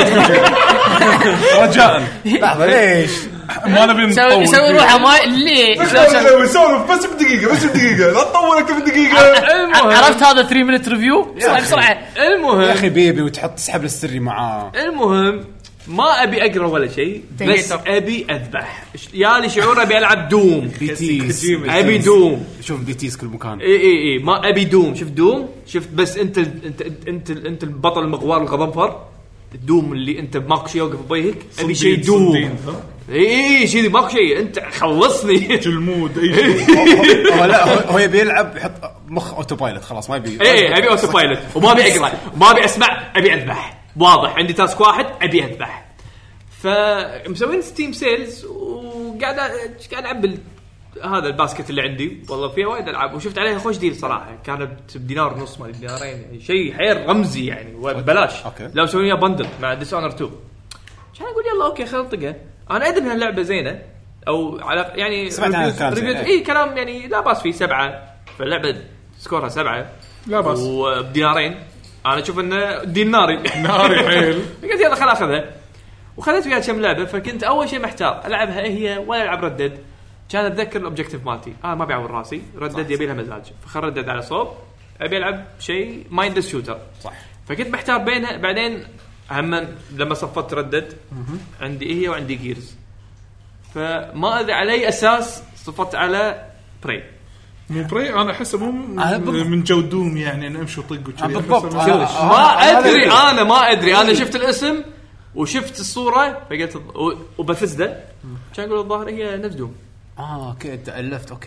رجاء. لحظه ليش ما نبي نطول. يسوي روحه ما ليه سولف بس بدقيقه بس بدقيقه لا تطول اكثر من دقيقه. عرفت هذا ثلاثة مينت ريفيو بسرعه بسرعه. المهم يا اخي بيبي وتحط سحب السري معاه. المهم ما ابي اقرا ولا شيء بس ابي اذبح. يالي شعور ابي العب دوم بيتيز. ابي دوم. شوف بيتيز كل مكان. اي اي اي ما ابي دوم. شفت دوم شفت بس انت انت انت انت البطل المغوار الغضنفر الدوم اللي انت ماكو شيء يوقف بوجهك. ابي شيء دوم. اي اي شيء ماكو شيء انت خلصني جلمود اي هو لا هو يبي يلعب يحط مخ اوتو بايلوت خلاص ما يبي. اي ابي اوتو بايلوت وما ابي اقرا ما ابي اسمع ابي اذبح. واضح عندي تاسك واحد ابي اذبح. فمسوين ستيم سيلز وقاعد قاعد العب هذا الباسكت اللي عندي والله فيها وايد العاب وشفت عليها خوش ديل صراحه. كانت بدينار ونص ما دينارين يعني شيء حير رمزي يعني وببلاش. لو مسوين لها بندل مع ديس اونر تو كان اقول يلا اوكي خلينا نطقها. انا ادري ان اللعبه زينه او على يعني اي كلام يعني لا باس فيه سبعة. فاللعبه سكورها سبعة لا باس وبدينارين. انا اشوف انه ديناري ناري حيل. قلت يلا خل اخذها وخذت فيها كم لعبه. فكنت اول شيء محتار العبها هي ولا العب ردد. كان اتذكر الاوبجيكتيف مالتي انا ما بيعور راسي ردد يبي لها مزاج فخل ردد على صوب ابي العب شيء مايندلس شوتر صح. فكنت محتار بينها. بعدين هم لما صفت ردد عندي هي وعندي جيرز فما ادري على اي اساس صفت على براي. مو براي انا احسه مو من جو دوم يعني انا امشي وطق وكذي. ما ادري انا ما ادري انا شفت الاسم وشفت الصوره فقلت وبثزدا كان يقول الظاهر هي نفس دوم. اه اوكي انت الفت اوكي.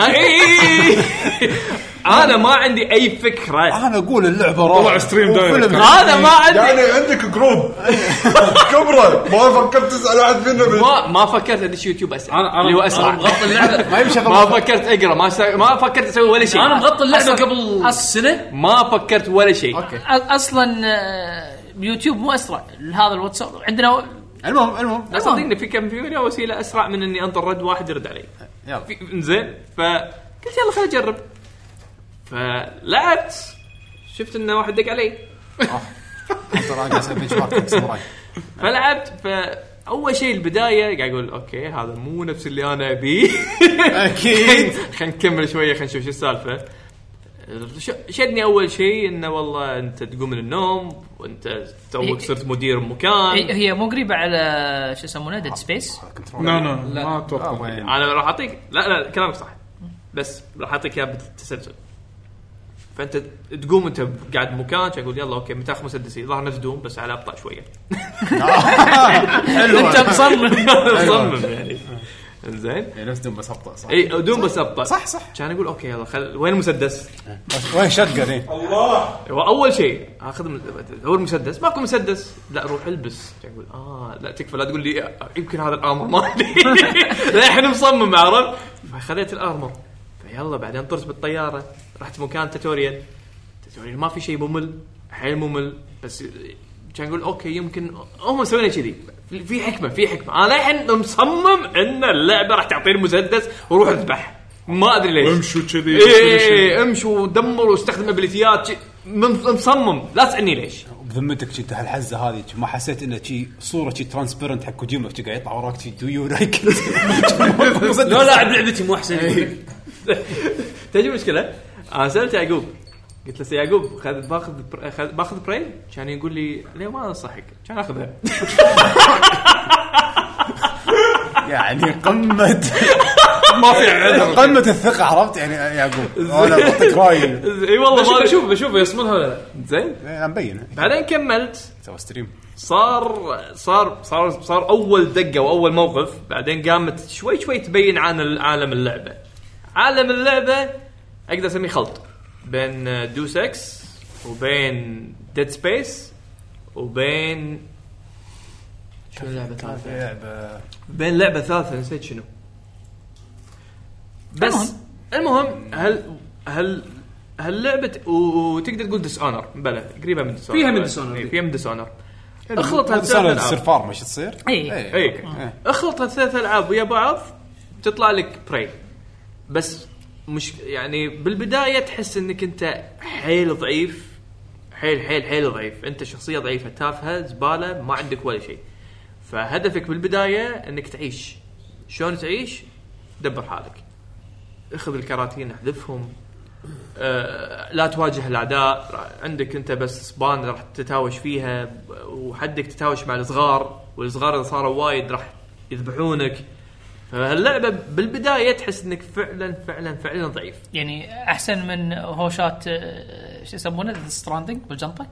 انا ما عندي اي فكره. انا اقول اللعبه طلع ستريم دايركت. انا ما عندي يعني عندك جروب كبره ما فكرت تسال واحد فينا ما ما فكرت ادش يوتيوب اسال انا اللي هو اسرع مغطي اللعبه ما يمشي. ما فكرت اقرا ما س... ما فكرت اسوي ولا شيء. انا مغطي اللعبه قبل سنه ما فكرت ولا شيء. اصلا يوتيوب مو اسرع هذا الواتساب عندنا. المهم المهم صدقني في كم في وسيله اسرع من اني انطر رد واحد يرد علي. يلا انزين فقلت يلا خليني اجرب. فلعبت شفت انه واحد دق علي فلعبت. فاول شيء البدايه قاعد اقول اوكي هذا مو نفس اللي انا ابيه اكيد. خلينا نكمل شويه خلينا نشوف شو السالفه. شدني اول شيء انه والله انت تقوم من النوم وانت توك صرت مدير مكان. هي مو قريبه على شو يسمونه ديد سبيس. لا لا ما اتوقع. انا راح اعطيك لا لا كلامك صح بس راح اعطيك اياه بالتسلسل. فانت تقوم انت قاعد بمكان تقول يلا اوكي متاخ مسدسي ظهر نفس دوم بس على ابطا شويه. انت مصمم مصمم يعني زين نفس دوم بس ابطا صح. اي دوم بس ابطا صح صح. كان اقول اوكي يلا خل وين المسدس وين شتقن. ايه الله واول شيء اخذ هو المسدس ماكو مسدس لا روح البس. اقول اه لا تكفى لا تقول لي يمكن هذا الامر مالي لا احنا مصمم عرف. فخذيت الارمر يلا بعدين طرت بالطياره رحت مكان توتوريال توتوريال ما في شيء ممل حيل ممل بس كان يقول اوكي يمكن هم مسوينا كذي في حكمه في حكمه انا الحين مصمم ان اللعبه راح تعطيني مسدس وروح اذبح ما ادري ليش امشوا كذي ايه امشوا ودمر واستخدم ابيليتيات مصمم لا تسالني ليش بذمتك انت هالحزه هذه ما حسيت انه شيء صوره شيء ترانسبيرنت حق كوجيما قاعد يطلع وراك شيء ديو رايك لا لاعب لعبتي مو احسن تجي مشكله انا سالت يعقوب قلت له يا يعقوب خذ باخذ خذ باخذ براي كان يقول لي ليه ما انصحك كان اخذها يعني قمه ما في عذر قمه الثقه عرفت يعني يعقوب انا بعطيك رايي اي والله ما بشوف بشوف يصملها ولا لا زين انا مبين بعدين كملت سوى ستريم صار صار صار صار اول دقه واول موقف بعدين قامت شوي شوي تبين عن عالم اللعبه عالم اللعبه اقدر اسميه خلط بين دوس اكس وبين ديد سبيس وبين شو اللعبه ثالثه لعبه بين لعبه ثالثه نسيت شنو بس المهم هل هل هل لعبه وتقدر تقول ديس اونر بلا قريبه من ديس اونر فيها من ديس اونر فيها من ديس اونر اخلط هالثلاث تصير فارم ايش تصير اي اي اخلط هالثلاث العاب ويا بعض تطلع لك براي بس مش يعني بالبدايه تحس انك انت حيل ضعيف حيل حيل حيل ضعيف انت شخصيه ضعيفه تافهه زباله ما عندك ولا شيء فهدفك بالبدايه انك تعيش شلون تعيش دبر حالك اخذ الكراتين احذفهم أه لا تواجه الاعداء عندك انت بس سبان راح تتهاوش فيها وحدك تتهاوش مع الصغار والصغار اذا صاروا وايد راح يذبحونك فاللعبه بالبدايه تحس انك فعلا فعلا فعلا ضعيف يعني احسن من هوشات شو يسمونه ذا ستراندنج بالجنطه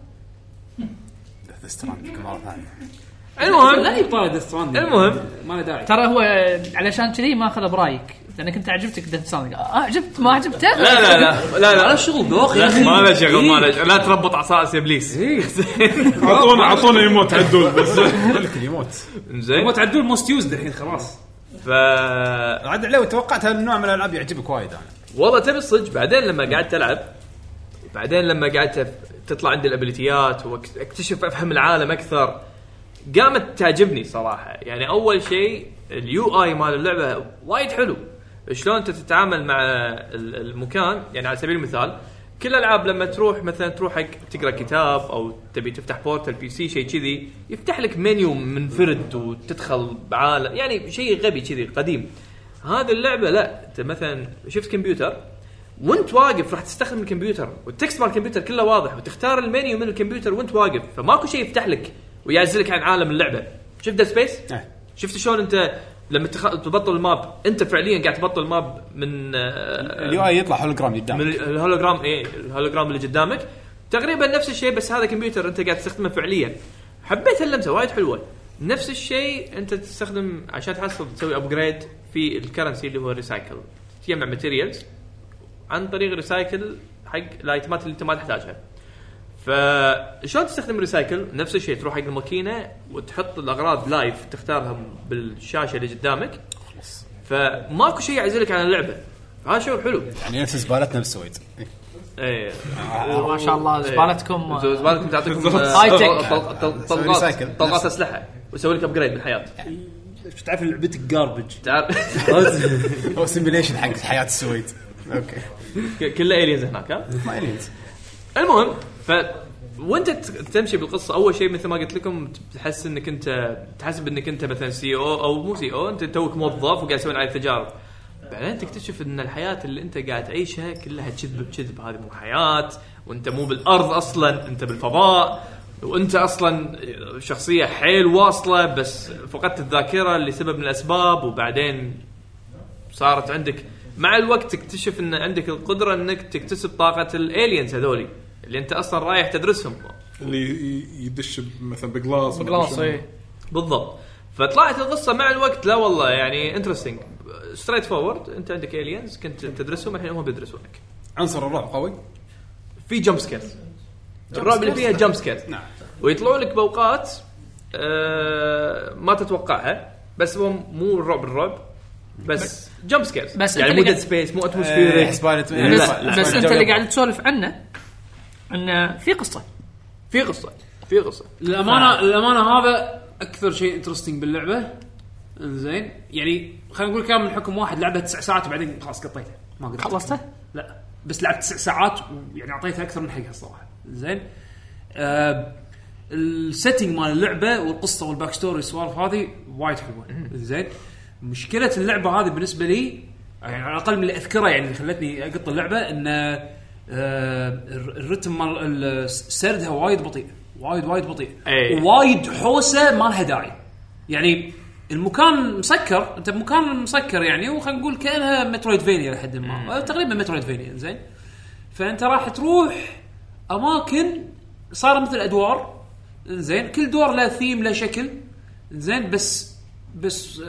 ستراندنج مره ثانيه المهم لا يطارد ستراندنج المهم ما له داعي ترى هو علشان كذي ما اخذ برايك لانك انت عجبتك ذا ستراندنج اه عجبت ما عجبته لا لا لا لا لا شغل دوخي ما له شغل ما له لا تربط عصاص يا ابليس اعطونا اعطونا يموت عدول بس ملك يموت زين مو تعدول موست يوز الحين خلاص ف عاد عليه توقعت هالنوع من الالعاب يعجبك وايد انا والله تبي الصدق بعدين لما قعدت العب بعدين لما قعدت تطلع عندي الابيليتيات واكتشف افهم العالم اكثر قامت تعجبني صراحه يعني اول شيء اليو اي مال اللعبه وايد حلو شلون انت تتعامل مع المكان يعني على سبيل المثال كل الالعاب لما تروح مثلا تروح حق تقرا كتاب او تبي تفتح بورتال بي سي شيء كذي يفتح لك منيو منفرد وتدخل بعالم يعني شيء غبي كذي قديم هذه اللعبه لا انت مثلا شفت كمبيوتر وانت واقف راح تستخدم الكمبيوتر والتكست مال الكمبيوتر كله واضح وتختار المنيو من الكمبيوتر وانت واقف فماكو شيء يفتح لك ويعزلك عن عالم اللعبه شفت ديد سبيس شفت شلون انت لما تخ... تبطل الماب انت فعليا قاعد تبطل الماب من اليو اي يطلع هولوجرام قدامك من الهولوجرام ايه الهولوجرام اللي قدامك تقريبا نفس الشيء بس هذا كمبيوتر انت قاعد تستخدمه فعليا حبيت اللمسه وايد حلوه نفس الشيء انت تستخدم عشان تحصل تسوي ابجريد في الكرنسي اللي هو ريسايكل تجمع ماتيريالز عن طريق ريسايكل حق الايتمات اللي انت ما تحتاجها فشلون تستخدم ريسايكل نفس الشيء تروح حق الماكينه وتحط الاغراض لايف تختارها بالشاشه اللي قدامك فماكو شيء يعزلك عن اللعبه هذا شيء حلو يعني نفس زبالتنا بالسويد ايه ما شاء الله زبالتكم زبالتكم تعطيكم هاي تك طلقات طلقات اسلحه ويسوي لك ابجريد بالحياه مش تعرف لعبتك جاربج تعرف هو سيميليشن حق حياه السويد اوكي كله الينز هناك ها ما الينز المهم ف وانت تمشي بالقصه اول شيء مثل ما قلت لكم تحس انك انت تحسب انك انت مثلا سي او او مو سي او انت توك موظف وقاعد تسوي على تجارب بعدين تكتشف ان الحياه اللي انت قاعد تعيشها كلها كذب بكذب هذه مو حياه وانت مو بالارض اصلا انت بالفضاء وانت اصلا شخصيه حيل واصله بس فقدت الذاكره لسبب من الاسباب وبعدين صارت عندك مع الوقت تكتشف ان عندك القدره انك تكتسب طاقه الالينز هذولي اللي انت اصلا رايح تدرسهم اللي يدش مثلا بجلاس بجلاس ايه بالضبط فطلعت القصه مع الوقت لا والله يعني انترستينج ستريت فورورد انت عندك الينز كنت تدرسهم الحين هم بيدرسونك عنصر الرعب قوي في جمب سكيرز الرعب اللي فيها جمب سكيرز نعم ويطلعوا لك بوقات آه ما تتوقعها بس هو مو الرعب الرعب بس جمب سكيرز بس يعني أنت مو اللي ديد سبيس مو اتموسفير حسبان بس, بس انت اللي قاعد تسولف عنه انه في قصه في قصه في قصه الامانه الامانه هذا اكثر شيء انترستينج باللعبه. زين يعني خلينا نقول كان من حكم واحد لعبه تسع ساعات وبعدين خلاص قطيتها ما قدرت خلصتها. لا بس لعبت تسع ساعات ويعني اعطيتها اكثر من حقها الصراحه. زين آه السيتنج مال اللعبه والقصه والباك ستوري والسوالف هذه وايد حلوه. زين مشكله اللعبه هذه بالنسبه لي يعني على الاقل من اللي اذكره يعني اللي خلتني اقط اللعبه ان آه الرتم مال السردها وايد بطيء وايد وايد بطيء أي. وايد حوسه ما لها داعي. يعني المكان مسكر انت بمكان مسكر يعني وخلينا نقول كانها مترويد فينيا لحد ما تقريبا مترويد فينيا. زين فانت راح تروح اماكن صار مثل ادوار. زين كل دور له ثيم له شكل. زين بس بس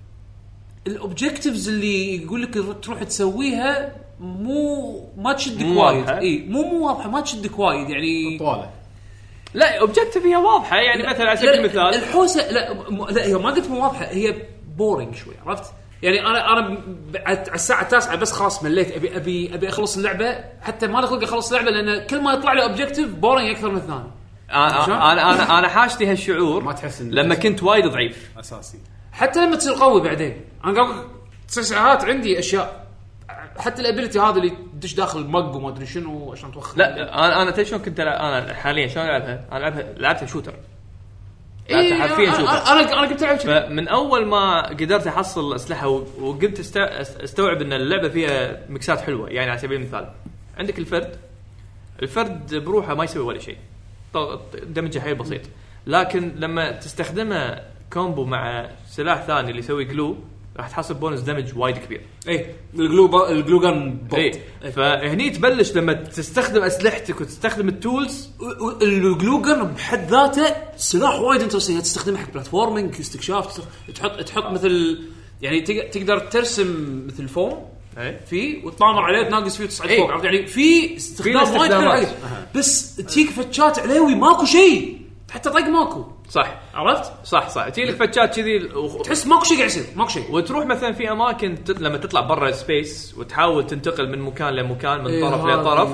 الاوبجكتيفز اللي يقول لك تروح تسويها مو ما تشدك وايد. اي مو مو واضحه ما تشدك وايد يعني طواله. لا اوبجكتيف هي واضحه يعني مثلا على سبيل المثال الحوسه لا م... لا هي ما قلت مو واضحه هي بورينج شوي عرفت يعني انا انا على الساعه التاسعة بس خلاص مليت ابي ابي ابي اخلص اللعبه حتى ما اخلق اخلص اللعبه لان كل ما يطلع لي اوبجكتيف بورينج اكثر من الثاني. انا انا انا, أنا حاشتي هالشعور ما تحس لما كنت وايد ضعيف اساسي حتى لما تصير قوي بعدين. انا قبل تسع ساعات عندي اشياء حتى الابيلتي هذا اللي تدش داخل المق وما ادري شنو عشان توخر. لا انا انا تدري شلون كنت انا حاليا شلون العبها انا العبها لعبتها شوتر. إيه حرفيا شوتر. انا انا كنت العب شوتر من اول ما قدرت احصل اسلحه وقمت استوعب ان اللعبه فيها مكسات حلوه. يعني على سبيل المثال عندك الفرد الفرد بروحه ما يسوي ولا شيء دمجه حيل بسيط لكن لما تستخدمه كومبو مع سلاح ثاني اللي يسوي جلو راح تحصل بونس دمج وايد كبير. اي الجلو با... الجلو جان بوت. اي فهني تبلش لما تستخدم اسلحتك وتستخدم التولز. الجلو جان بحد ذاته سلاح وايد انترستينج تستخدمه حق بلاتفورمينج استكشاف تحط تحط مثل يعني تقدر ترسم مثل فوم فيه وتطامر عليه تناقص فيه وتصعد فوق عرفت يعني في استخدام وايد حلو بس تجيك فتشات عليوي ماكو شيء حتى طق ماكو. صح عرفت صح صح تجي لك فتشات كذي و... تحس ماكو شيء قاعد يصير ماكو شيء. وتروح مثلا في اماكن تت... لما تطلع برا السبيس وتحاول تنتقل من مكان لمكان من إيه طرف لطرف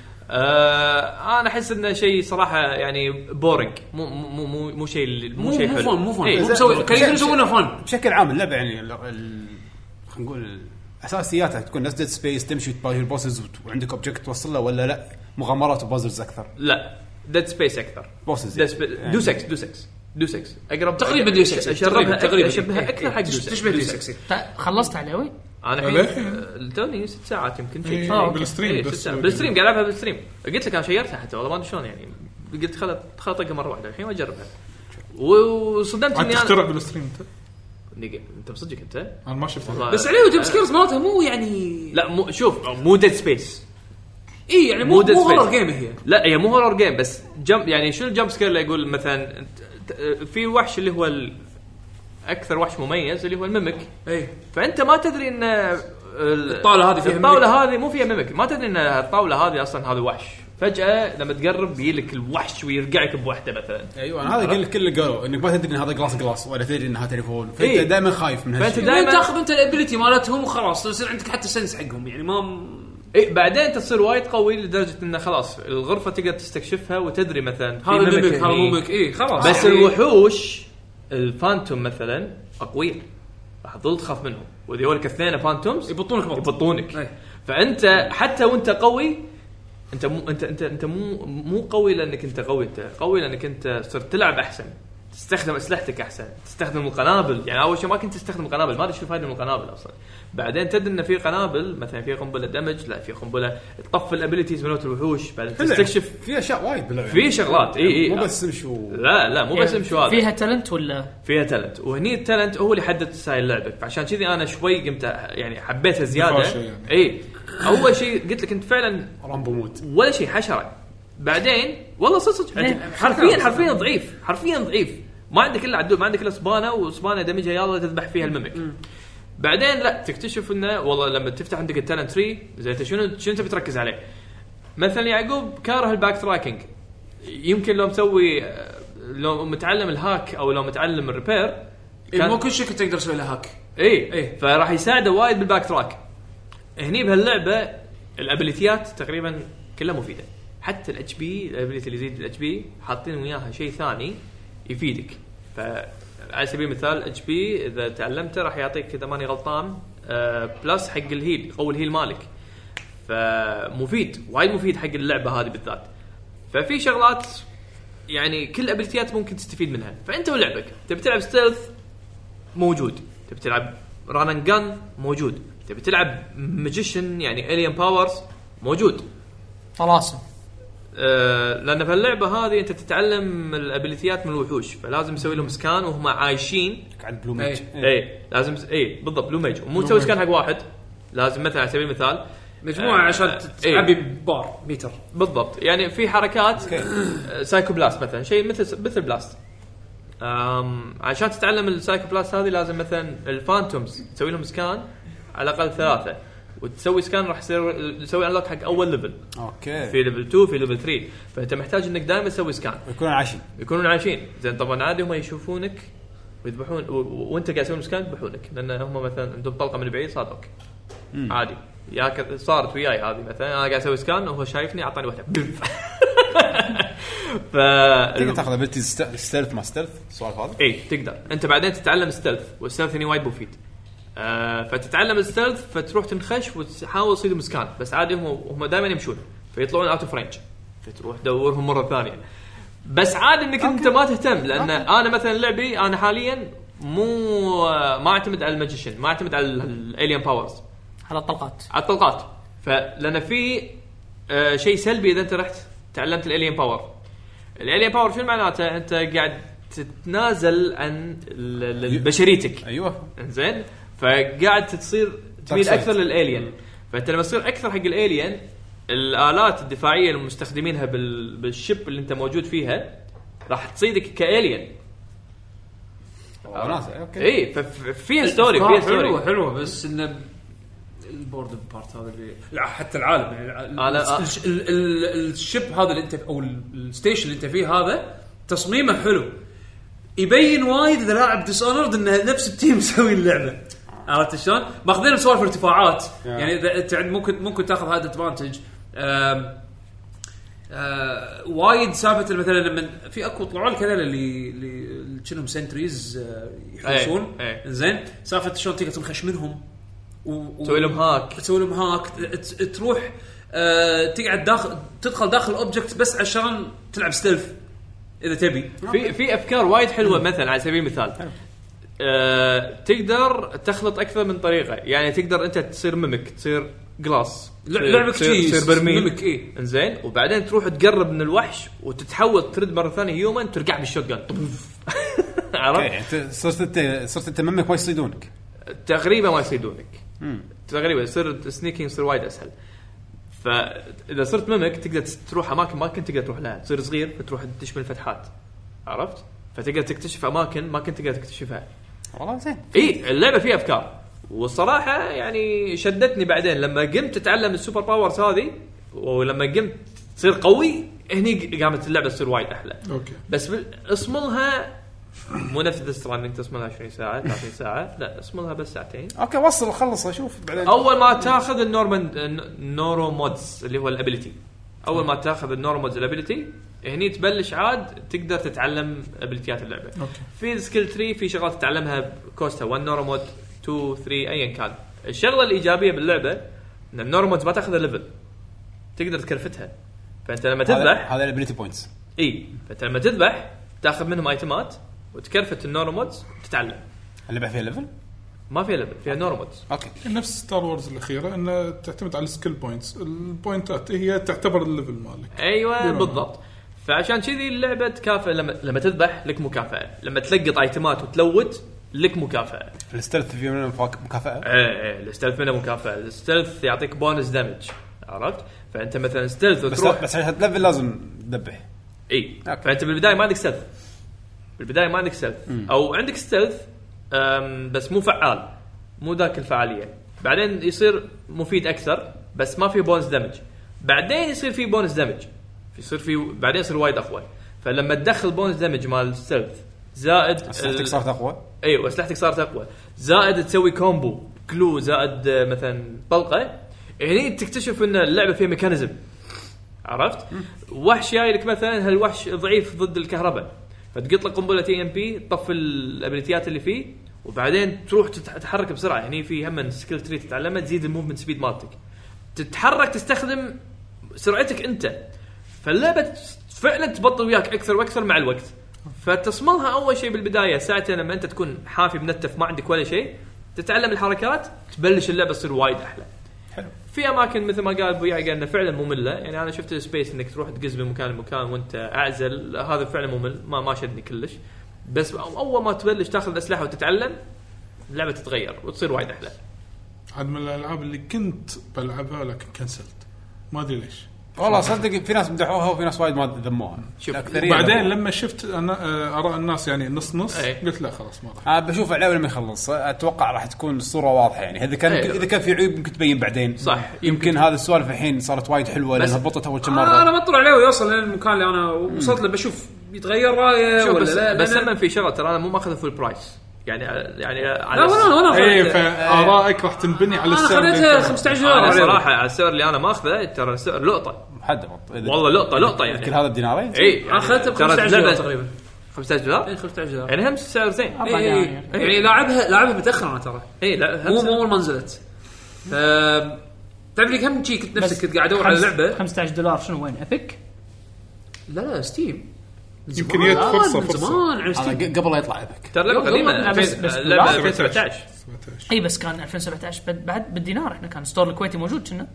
آه انا احس انه شيء صراحه يعني بورينج مو مو مو مو شيء مو شيء حلو مو فن مو مسوي كانوا يسوونه فن بشكل عام اللعبه يعني ال... خلينا نقول اساسياتها تكون ناس ديد سبيس تمشي تباهي البوسز وعندك اوبجكت توصل له ولا لا مغامرات وبازلز اكثر. لا ديد سبيس اكثر بوسز دو سكس دو سكس دو سكس اقرب تقريبا دو سكس اشربها تقريبا اشبهها اكثر حق دو سكس تشبه دو سكس. خلصت عليوي انا الحين توني ست ساعات يمكن شيء اه بالستريم بالستريم قاعد العبها بالستريم قلت لك انا شيرتها حتى والله ما ادري شلون يعني قلت خلت خلطها مره واحده الحين واجربها وصدمت اني انا تخترع بالستريم انت نيجي انت بصدقك انت انا ما شفتها بس عليه جيم سكيرز مالتها مو يعني لا مو شوف مو ديد سبيس اي يعني مو مو هورر جيم هي لا هي مو هورر جيم بس جمب يعني شنو الجمب سكير اللي يقول مثلا في وحش اللي هو اكثر وحش مميز اللي هو الميمك. اي فانت ما تدري ان الطاوله هذه فيها الطاوله هذه مو فيها ميمك ما تدري ان الطاوله هذه اصلا هذا وحش فجاه لما تقرب يجيلك الوحش ويرجعك بوحده مثلا. ايوه هذا قال لك كل اللي قالوا انك ما تدري ان هذا جلاس جلاس ولا تدري انها تليفون فانت إيه؟ دائما خايف من هالشيء فانت دائما تاخذ انت الابيليتي مالتهم وخلاص يصير عندك حتى سنس حقهم يعني ما إيه بعدين تصير وايد قوي لدرجه انه خلاص الغرفه تقدر تستكشفها وتدري مثلا هذا ميمك هذا ميمك اي خلاص بس يعني الوحوش الفانتوم مثلا اقوياء راح تظل تخاف منهم وذولك اثنين فانتومز يبطونك بط. يبطونك أي. فانت حتى وانت قوي انت مو انت انت انت مو مو قوي لانك انت قوي انت قوي لانك انت صرت تلعب احسن تستخدم اسلحتك احسن تستخدم القنابل يعني اول شيء ما كنت تستخدم القنابل ما ادري شو فايده من القنابل اصلا بعدين تدري ان في قنابل مثلا في قنبله دمج لا في قنبله تطفي الابيليتيز مالت الوحوش بعدين تستكشف في اشياء وايد باللعبه في شغلات اي اي مو بس مشو لا لا مو بس مشو هذا فيها تالنت ولا فيها تالنت وهني التالنت هو اللي حدد ستايل اللعبه فعشان كذي انا شوي قمت يعني حبيتها زياده يعني. اي اول شيء قلت لك انت فعلا رامبو موت ولا شيء حشره بعدين والله صدق حرفيا حرفيا ضعيف حرفيا ضعيف ما عندك الا عدول ما عندك الا صبانه وصبانه دمجها يلا تذبح فيها الميمك بعدين لا تكتشف انه والله لما تفتح عندك التالنت تري زي انت شنو شنو انت بتركز عليه مثلا يعقوب كاره الباك تراكنج يمكن لو مسوي لو متعلم الهاك او لو متعلم الريبير كان- مو كل شيء كنت تقدر تسوي له هاك. اي إيه. فراح يساعده وايد بالباك تراك. هني بهاللعبه الابيليتيات تقريبا كلها مفيده، حتى الاتش بي الابيليتي اللي يزيد الاتش بي حاطين وياها شيء ثاني يفيدك. فعلى سبيل المثال اتش بي اذا تعلمته راح يعطيك اذا ماني غلطان آه بلس حق الهيل، قوي الهيل مالك، فمفيد وايد مفيد حق اللعبه هذه بالذات. ففي شغلات يعني كل ابيليتيات ممكن تستفيد منها. فانت ولعبك تبي تلعب ستيلث موجود، تبي تلعب ران اند جن موجود، تبي تلعب ماجيشن يعني الين باورز موجود. طلاسم أه لان في اللعبه هذه انت تتعلم الابيليتيات من الوحوش، فلازم تسوي لهم سكان وهم عايشين. عند بلو ميج اي لازم اي بالضبط بلو ميج، ومو تسوي سكان حق واحد، لازم مثلا على سبيل المثال مجموعه آه، عشان آه، تعبي إيه. بار متر. بالضبط. يعني في حركات آه، سايكو بلاست مثلا، شيء مثل مثل بلاست. أم عشان تتعلم السايكو بلاست هذه لازم مثلا الفانتومز تسوي لهم سكان على الاقل ثلاثه، وتسوي سكان راح يصير تسوي انلوك حق اول ليفل. اوكي في ليفل اثنين في ليفل ثلاثة، فانت محتاج انك دائما تسوي سكان يكونون عايشين يكونون عايشين. زين طبعا عادي هم يشوفونك ويذبحون و... و... وانت قاعد تسوي سكان يذبحونك، لان هم مثلا عندهم طلقه من بعيد صادوك عادي. ياك صارت وياي هذه مثلا، انا قاعد اسوي سكان وهو شايفني اعطاني واحده ف تقدر تاخذ ابيلتي ستيلث مع ستيلث السؤال هذا. اي تقدر انت بعدين تتعلم ستيلث، والستيلث هني وايد مفيد. آه فتتعلم الستيلث فتروح تنخش وتحاول تصيد مسكان، بس عادي هم هم دائما يمشون فيطلعون اوت اوف رينج، فتروح تدورهم مره ثانيه. بس عادي انك أوكي. انت ما تهتم، لان أوكي. انا مثلا لعبي انا حاليا مو ما اعتمد على الماجيشن، ما اعتمد على الالين باورز، على الطلقات على الطلقات. فلان في آه شيء سلبي اذا انت رحت تعلمت الالين باور. الالين باور شو معناته؟ انت قاعد تتنازل عن بشريتك. ايوه زين، فقاعد تصير تميل اكثر للالين. فانت لما تصير اكثر حق الالين، الالات الدفاعيه اللي مستخدمينها بال... بالشيب اللي انت موجود فيها راح تصيدك كالين. اوكي اي ففيها ستوري فيها ستوري حلوه حلوه، بس انه البورد بارت هذا اللي لا حتى العالم يعني أنا ال- ال- ال- الشيب هذا اللي انت او الستيشن اللي انت فيه هذا تصميمه حلو، يبين وايد اذا لاعب ديسونرد انه نفس التيم مسوي اللعبه. عرفت شلون؟ ماخذين سوالف ارتفاعات يعني اذا انت ممكن ممكن تاخذ هذا ادفانتج. آه وايد سالفه مثلا لما في اكو طلعوا لك هذول اللي اللي كأنهم سنتريز آه يحوسون زين، سالفه شلون تقدر تنخش منهم تسوي لهم هاك تسوي لهم هاك تروح آه تقعد داخل تدخل داخل اوبجكت بس عشان تلعب ستيلث اذا تبي. في في افكار وايد حلوه. مثلا على سبيل المثال آه تقدر تخلط اكثر من طريقه، يعني تقدر انت تصير ميمك، تصير جلاس، لعبك شيء تصير برميل ميمك ايه انزين، وبعدين تروح تقرب من الوحش وتتحول ترد مره ثانيه هيومن ترجع بالشوت جان. عرفت؟ صرت انت صرت انت ممك ما يصيدونك تقريبا ما يصيدونك تقريبا، يصير سنيكينج يصير وايد اسهل. فاذا صرت ممك تقدر تروح اماكن ما كنت تقدر تروح لها، تصير صغير فتروح تدش من الفتحات، عرفت؟ فتقدر تكتشف اماكن ما كنت تقدر تكتشفها. والله زين. اي اللعبه فيها افكار، والصراحه يعني شدتني بعدين لما قمت تتعلم السوبر باورز هذه، ولما قمت تصير قوي هني قامت اللعبه تصير وايد احلى. اوكي بس اصملها مو نفس ذا انك تصملها عشرين ساعه ثلاثين ساعه، لا اصملها بس ساعتين. اوكي وصل خلص اشوف بعدين. اول ما تاخذ النورمان نورو مودز اللي هو الابيليتي، اول ما تاخذ النورو مودز الابيليتي هني تبلش عاد تقدر تتعلم ابيليتيات اللعبه. أوكي. في سكيل ثري في شغلات تتعلمها بكوستا واحد نورو مود اثنين ثلاثة ايا كان. الشغله الايجابيه باللعبه ان النورو مودز ما تاخذ ليفل، تقدر تكرفتها. فانت لما تذبح هذا الابيليتي بوينتس اي فانت لما تذبح تاخذ منهم ايتمات وتكرفت النورو مودز وتتعلم. اللعبه فيها ليفل؟ ما فيها ليفل، فيها نورو مودز. اوكي نفس ستار وورز الاخيره انه تعتمد على السكيل بوينتس، البوينتات هي تعتبر الليفل مالك. ايوه بالضبط. فعشان كذي اللعبه تكافئ، لما لما تذبح لك مكافاه، لما تلقط ايتمات وتلوت لك مكافاه. الستلث فيه منه مكافاه؟ ايه ايه الستلث منه مكافاه. الستلث يعطيك بونس دامج، عرفت؟ فانت مثلا ستلث وتروح بس عشان تلفل لازم تذبح. اي فانت بالبدايه ما عندك ستلث، بالبدايه ما عندك ستلث او عندك ستلث بس مو فعال، مو ذاك الفعاليه. بعدين يصير مفيد اكثر بس ما في بونس دامج، بعدين يصير في بونس دامج، يصير في بعدين يصير وايد اقوى. فلما تدخل بونس دامج مال الستلث زائد اسلحتك صارت اقوى. ايوه اسلحتك صارت اقوى، زائد تسوي كومبو كلو، زائد آه، مثلا طلقه. هني تكتشف ان اللعبه فيها ميكانيزم، عرفت؟ وحش جاي لك مثلا، هالوحش ضعيف ضد الكهرباء، فتقط له قنبله تي ام بي تطفي الابيليتيات اللي فيه، وبعدين تروح تتحرك بسرعه. يعني في هم سكيل تري تتعلمها تزيد الموفمنت سبيد مالتك، تتحرك تستخدم سرعتك انت. فاللعبه فعلا تبطل وياك اكثر واكثر مع الوقت. فتصملها اول شيء بالبدايه ساعتين لما انت تكون حافي منتف ما عندك ولا شيء، تتعلم الحركات، تبلش اللعبه تصير وايد احلى. حلو. في اماكن مثل ما قال ابو يحيى انه فعلا ممله. يعني انا شفت السبيس انك تروح تقز من مكان لمكان وانت اعزل، هذا فعلا ممل، ما ما شدني كلش. بس اول ما تبلش تاخذ الاسلحه وتتعلم، اللعبه تتغير وتصير وايد احلى. عاد من الالعاب اللي كنت بلعبها لكن كنسلت، ما ادري ليش والله. صدق في ناس مدحوها وفي ناس وايد ما ذموها. بعدين لما شفت انا اراء الناس يعني نص نص أيه. قلت لا خلاص ما راح. انا بشوف اللعبه لما يخلص اتوقع راح تكون الصوره واضحه. يعني اذا كان أيه. اذا كان في عيوب ممكن تبين بعدين. صح. يمكن, يمكن هذا السوالف الحين صارت وايد حلوه لانها ضبطت اول كم مره. آه انا بطلع عليه ويوصل للمكان اللي انا وصلت له، بشوف يتغير رايه ولا بس لا. بس لما في شغله ترى انا مو ماخذ فول برايس. يعني يعني على لا وانا وانا اي فارائك راح تنبني على السعر. انا خذيتها خمسة عشر دولار صراحه على السعر اللي انا ماخذه، ترى السعر لقطه محدد والله، لقطه لقطه يعني. كل هذا بدينارين. اي انا خذيتها ب خمسة عشر دولار تقريبا. خمسة عشر دولار اي خمسة عشر دولار يعني هم سعر زين. يعني لاعبها لاعبها متاخر انا ترى. اي لا مو مو ما نزلت. ف تعرف لي كم شيء كنت نفسك كنت قاعد ادور على لعبه خمسة عشر دولار. شنو وين ابيك؟ لا لا ستيم يمكن يد فرصه فرصه زمان على ستيم قبل لا يطلع ابك. ترى لعبه قديمه لعبه ألفين وسبعة عشر. اي بس كان ألفين وسبعة عشر بعد بالدينار. احنا كان ستور الكويتي موجود كنا.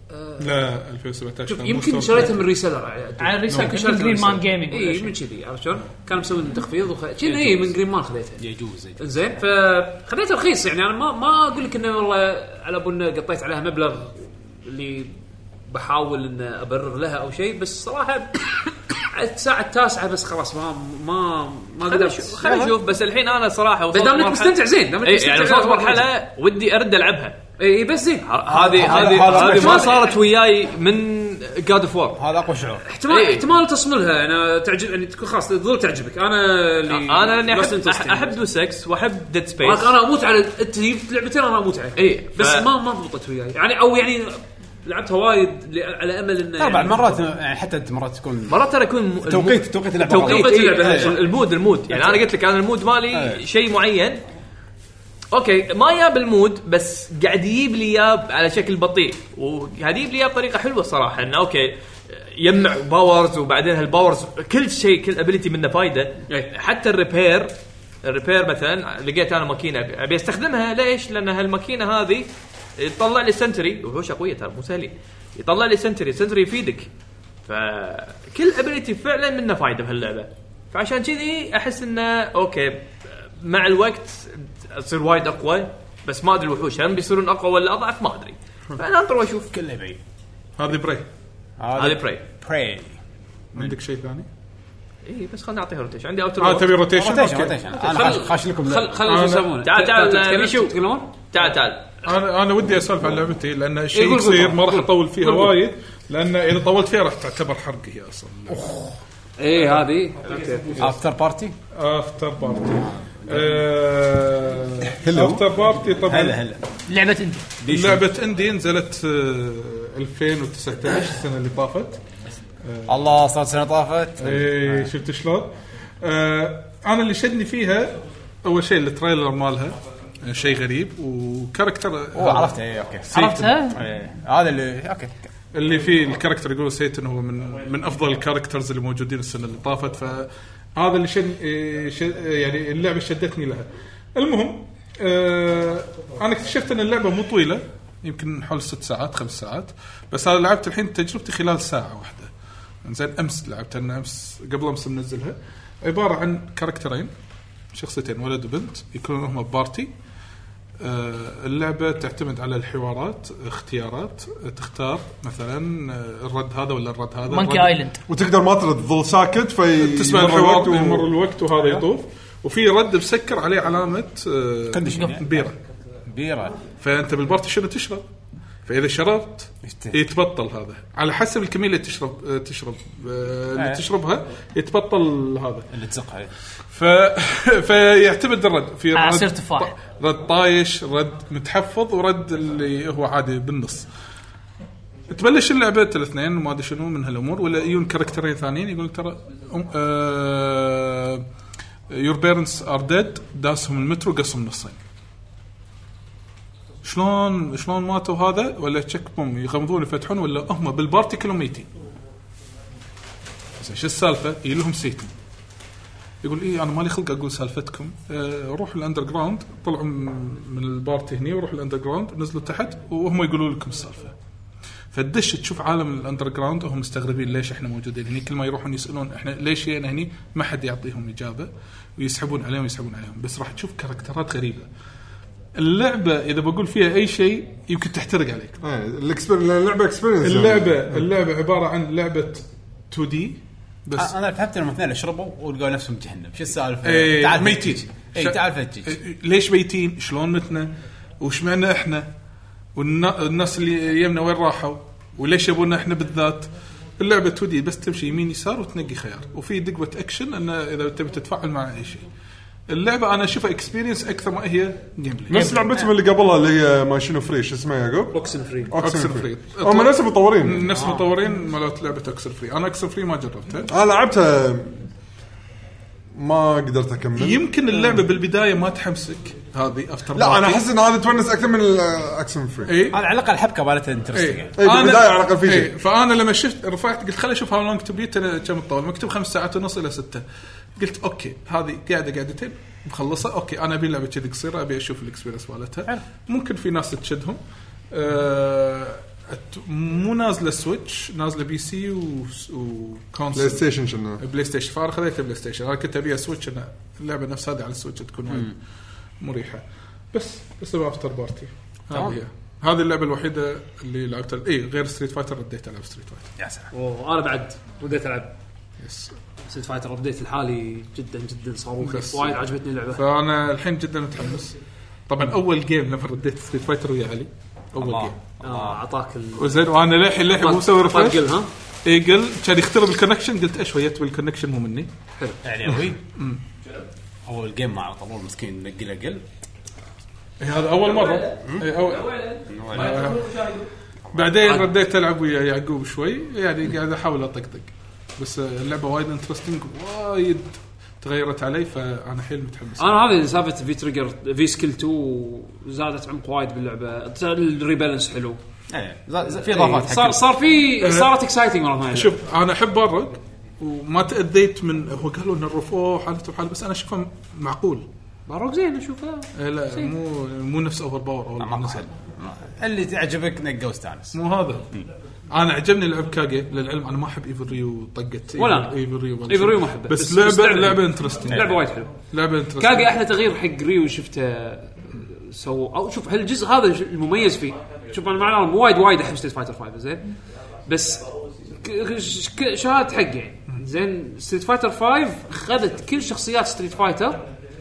لا ألفين وسبعة عشر يمكن شريتها من ريسيلر على الريسيلر من جرين مان جيمنج. اي من كذي عرفت شلون كان مسوي تخفيض وخ... كنا اي من جرين مان خذيتها يجوز زين. فخذيتها رخيص. يعني انا ما ما اقول لك انه والله على ابونا قطيت عليها مبلغ اللي بحاول ان ابرر لها او شيء، بس صراحه الساعه التاسعة بس خلاص ما ما ما اقدر. خلينا نشوف. بس الحين انا صراحه وصلت مرحله مستمتع زين. يعني وصلت مرحله ودي ارد العبها. اي بس زين. هذه هذه هذه ما صارت وياي من جاد اوف وور. هذا اقوى شعور. احتمال إيه. احتمال تصملها انا تعجب يعني تكون خاص تظل تعجبك. انا اللي انا لاني احب احب دو سكس واحب ديد سبيس. انا اموت على التجيب لعبتين انا اموت عليها. اي بس ف... ما ما ضبطت وياي يعني، او يعني لعبتها وايد على امل انه طبعا يعني مرات يعني حتى مرات تكون مرات ترى يكون توقيت توقيت اللعبه توقيت اللعبه إيه. المود المود يعني انا قلت لك انا المود مالي إيه. شيء معين. اوكي ما ياب المود بس قاعد يجيب لي ياب على شكل بطيء، وقاعد يجيب لي ياب بطريقه حلوه صراحه. انه اوكي يجمع باورز وبعدين هالباورز كل شيء كل ابيليتي منه فايده. إيه. حتى الريبير الريبير مثلا لقيت انا ماكينه ابي استخدمها. ليش؟ لان هالماكينه هذه يطلع لي سنتري وحوش قويه ترى مو سهلين. يطلع لي سنتري سنتري يفيدك. فكل ابيليتي فعلا منه فايده بهاللعبه. فعشان كذي احس انه اوكي مع الوقت تصير وايد اقوى. بس ما ادري الوحوش هم بيصيرون اقوى ولا اضعف ما ادري. فانا انطر واشوف. كله يبين. هذه براي هذه براي براي. عندك شيء ثاني؟ اي بس خلنا نعطيها روتيشن. عندي اوتر. اه تبي روتيشن؟ روتيشن. انا خاش لكم. خل خل يسمونه. تعال تعال تبي شو تقولون؟ تعال تعال. انا انا ودي اسولف عن لعبتي لان الشيء يصير ما راح اطول فيها وايد، لان اذا طولت فيها راح تعتبر حرق هي اصلا. ايه هذه افتر بارتي. افتر بارتي افتر بارتي طبعا. هلا هلا لعبه اندي. لعبه اندي نزلت ألفين وتسعة عشر السنه اللي طافت. الله صارت سنه طافت. ايه شفت شلون. انا اللي شدني فيها اول شيء التريلر مالها شيء غريب وكاركتر. اوه عرفت. ايه اوكي عرفتها. ايه هذا اللي اوكي اللي فيه الكاركتر يقولوا سيتن هو من من افضل الكاركترز اللي موجودين السنه اللي طافت. فهذا اللي شن يعني اللعبه شدتني لها. المهم آه انا اكتشفت ان اللعبه مو طويله، يمكن حول ست ساعات خمس ساعات. بس انا لعبت الحين تجربتي خلال ساعه واحده. زين امس لعبت انا امس قبل امس منزلها. عباره عن كاركترين شخصيتين ولد وبنت يكونون هم بارتي. آه اللعبة تعتمد على الحوارات، اختيارات تختار مثلا الرد هذا ولا الرد هذا. مونكي ايلاند. وتقدر ما ترد تظل ساكت في تسمع الحوار ويمر و... الوقت وهذا يطوف. وفي رد مسكر عليه علامة آه بيرة بيرة. فأنت بالبارتي شنو تشرب فاذا شربت يتبطل هذا على حسب الكميه اللي تشرب تشرب اللي تشربها يتبطل هذا اللي تزقها. ف فيعتمد الرد في عصير رد تفاح. رد طايش، رد متحفظ، ورد اللي هو عادي بالنص. تبلش اللعبه الاثنين ما ادري شنو من هالامور، ولا يجون كاركترين ثانيين يقول ترى يور بيرنتس ار ديد، داسهم المترو قسم نصين. شلون شلون ماتوا هذا؟ ولا تشيك بوم يغمضون يفتحون، ولا هم بالبارتي كلهم ميتين. بس شو السالفه؟ يلهم سيتم يقول إيه أنا مالي خلق أقول سالفتكم، أه روح الأندر جراوند، طلعوا من البارتي هني وروح الأندر جراوند، نزلوا تحت وهم يقولوا لكم السالفة. فالدش تشوف عالم الأندر جراوند وهم مستغربين ليش إحنا موجودين هني. كل ما يروحون يسألون إحنا ليش جينا هني، ما حد يعطيهم إجابة ويسحبون عليهم ويسحبون عليهم. بس راح تشوف كاركترات غريبة. اللعبة إذا بقول فيها أي شيء يمكن تحترق عليك. الإكسبيرينس اللعبة إكسبيرينس اللعبة اللعبة عبارة عن لعبة تو دي. بس انا فهمت انهم اثنين يشربوا ولقوا نفسهم جهنم. شو السالفه؟ ايه تعال ميتين. اي تعال فتش. ايه ليش ميتين؟ شلون متنا؟ وش معنى احنا؟ والناس اللي يمنا وين راحوا؟ وليش يبونا احنا بالذات؟ اللعبه تو دي بس تمشي يمين يسار وتنقي خيار، وفي دقمه اكشن ان اذا تبي تتفاعل مع اي شيء. اللعبه انا اشوفها اكسبيرينس اكثر ما هي جيم بلاي. نفس لعبتهم اللي قبلها اللي هي ماشينو فري، شو اسمها يعقوب؟ اوكسن فري. اوكسن فري هم نفس المطورين نفس المطورين مالت لعبه اوكسن فري. انا اوكسن فري ما جربتها، انا لعبتها ما قدرت اكمل. يمكن اللعبه بالبدايه ما تحمسك هذه افتر. لا انا احس ان هذا تونس اكثر من الاكسن فري. ايه؟ انا على الاقل الحبكه مالتها انترستنج. ايه؟ ايه بالبدايه على الاقل في شيء. ايه؟ فانا لما شفت رفعت قلت خليني اشوف هاو لونج تو بيت كم الطول، مكتوب خمس ساعات ونص الى ستة. قلت اوكي هذه قاعده قاعدتين مخلصه، اوكي انا ابي لعبه كذي قصيره، ابي اشوف الاكسبيرينس مالتها. ممكن في ناس تشدهم. أه مو نازله سويتش، نازله بي سي وكونسول بلاي ستيشن. شنو بلاي ستيشن؟ فانا خذيت بلاي ستيشن. انا كنت ابيها سويتش، انا اللعبه نفس هذه على السويتش تكون وايد مريحه. بس بس افتر بارتي هذه هي. هذه اللعبه الوحيده اللي لعبتها اي غير ستريت فايتر. رديت العب ستريت فايتر. يا سلام. وانا بعد رديت العب يس ستريت فايتر. رديت الحالي جدا جدا صاروخ، وايد عجبتني اللعبه. فانا الحين جدا متحمس. طبعا اول جيم لما رديت ستريت فايتر ويا علي اول جيم اه اعطاك وزين، وانا للحين للحين مو مسوي ريفرش. ها اي قل كان يخترب الكونكشن، قلت ايش ويت بالكونكشن مو مني. حلو يعني ابوي اول جيم مع طلول مسكين نقله قل. هذا اول مره. اي أول. آه. بعدين رديت العب ويا يعقوب شوي، يعني قاعد احاول اطقطق. بس اللعبه وايد انترستينج، وايد تغيرت علي، فانا حيل متحمس. انا هذه سالفه في تريجر في سكيل تو زادت عمق وايد باللعبه. الريبالانس حلو. ايه في اضافات. صار صار في صارت اكسايتنج مره ثانيه. شوف انا احب برق وما تاذيت من هو قالوا ان الرفوع حالته حال، بس انا اشوفه معقول. برق زين اشوفه. لا زين. مو مو نفس اوفر باور او المنصب اللي تعجبك نقه واستانس. مو هذا. انا عجبني لعب كاجي. للعلم انا ما احب ايفل ريو طقت ولا ايفل ريو ايفل ريو ما احبه، بس, بس لعبه لعبه انترستنج. لعبه وايد حلو. لعبه انترستنج. كاجي احلى تغيير حق ريو شفته سو. او شوف هالجزء هذا المميز فيه. شوف انا معناه مو وايد وايد احب ستريت فايتر خمسة زين، بس شهادة حق يعني زين. ستريت فايتر خمسة خذت كل شخصيات ستريت فايتر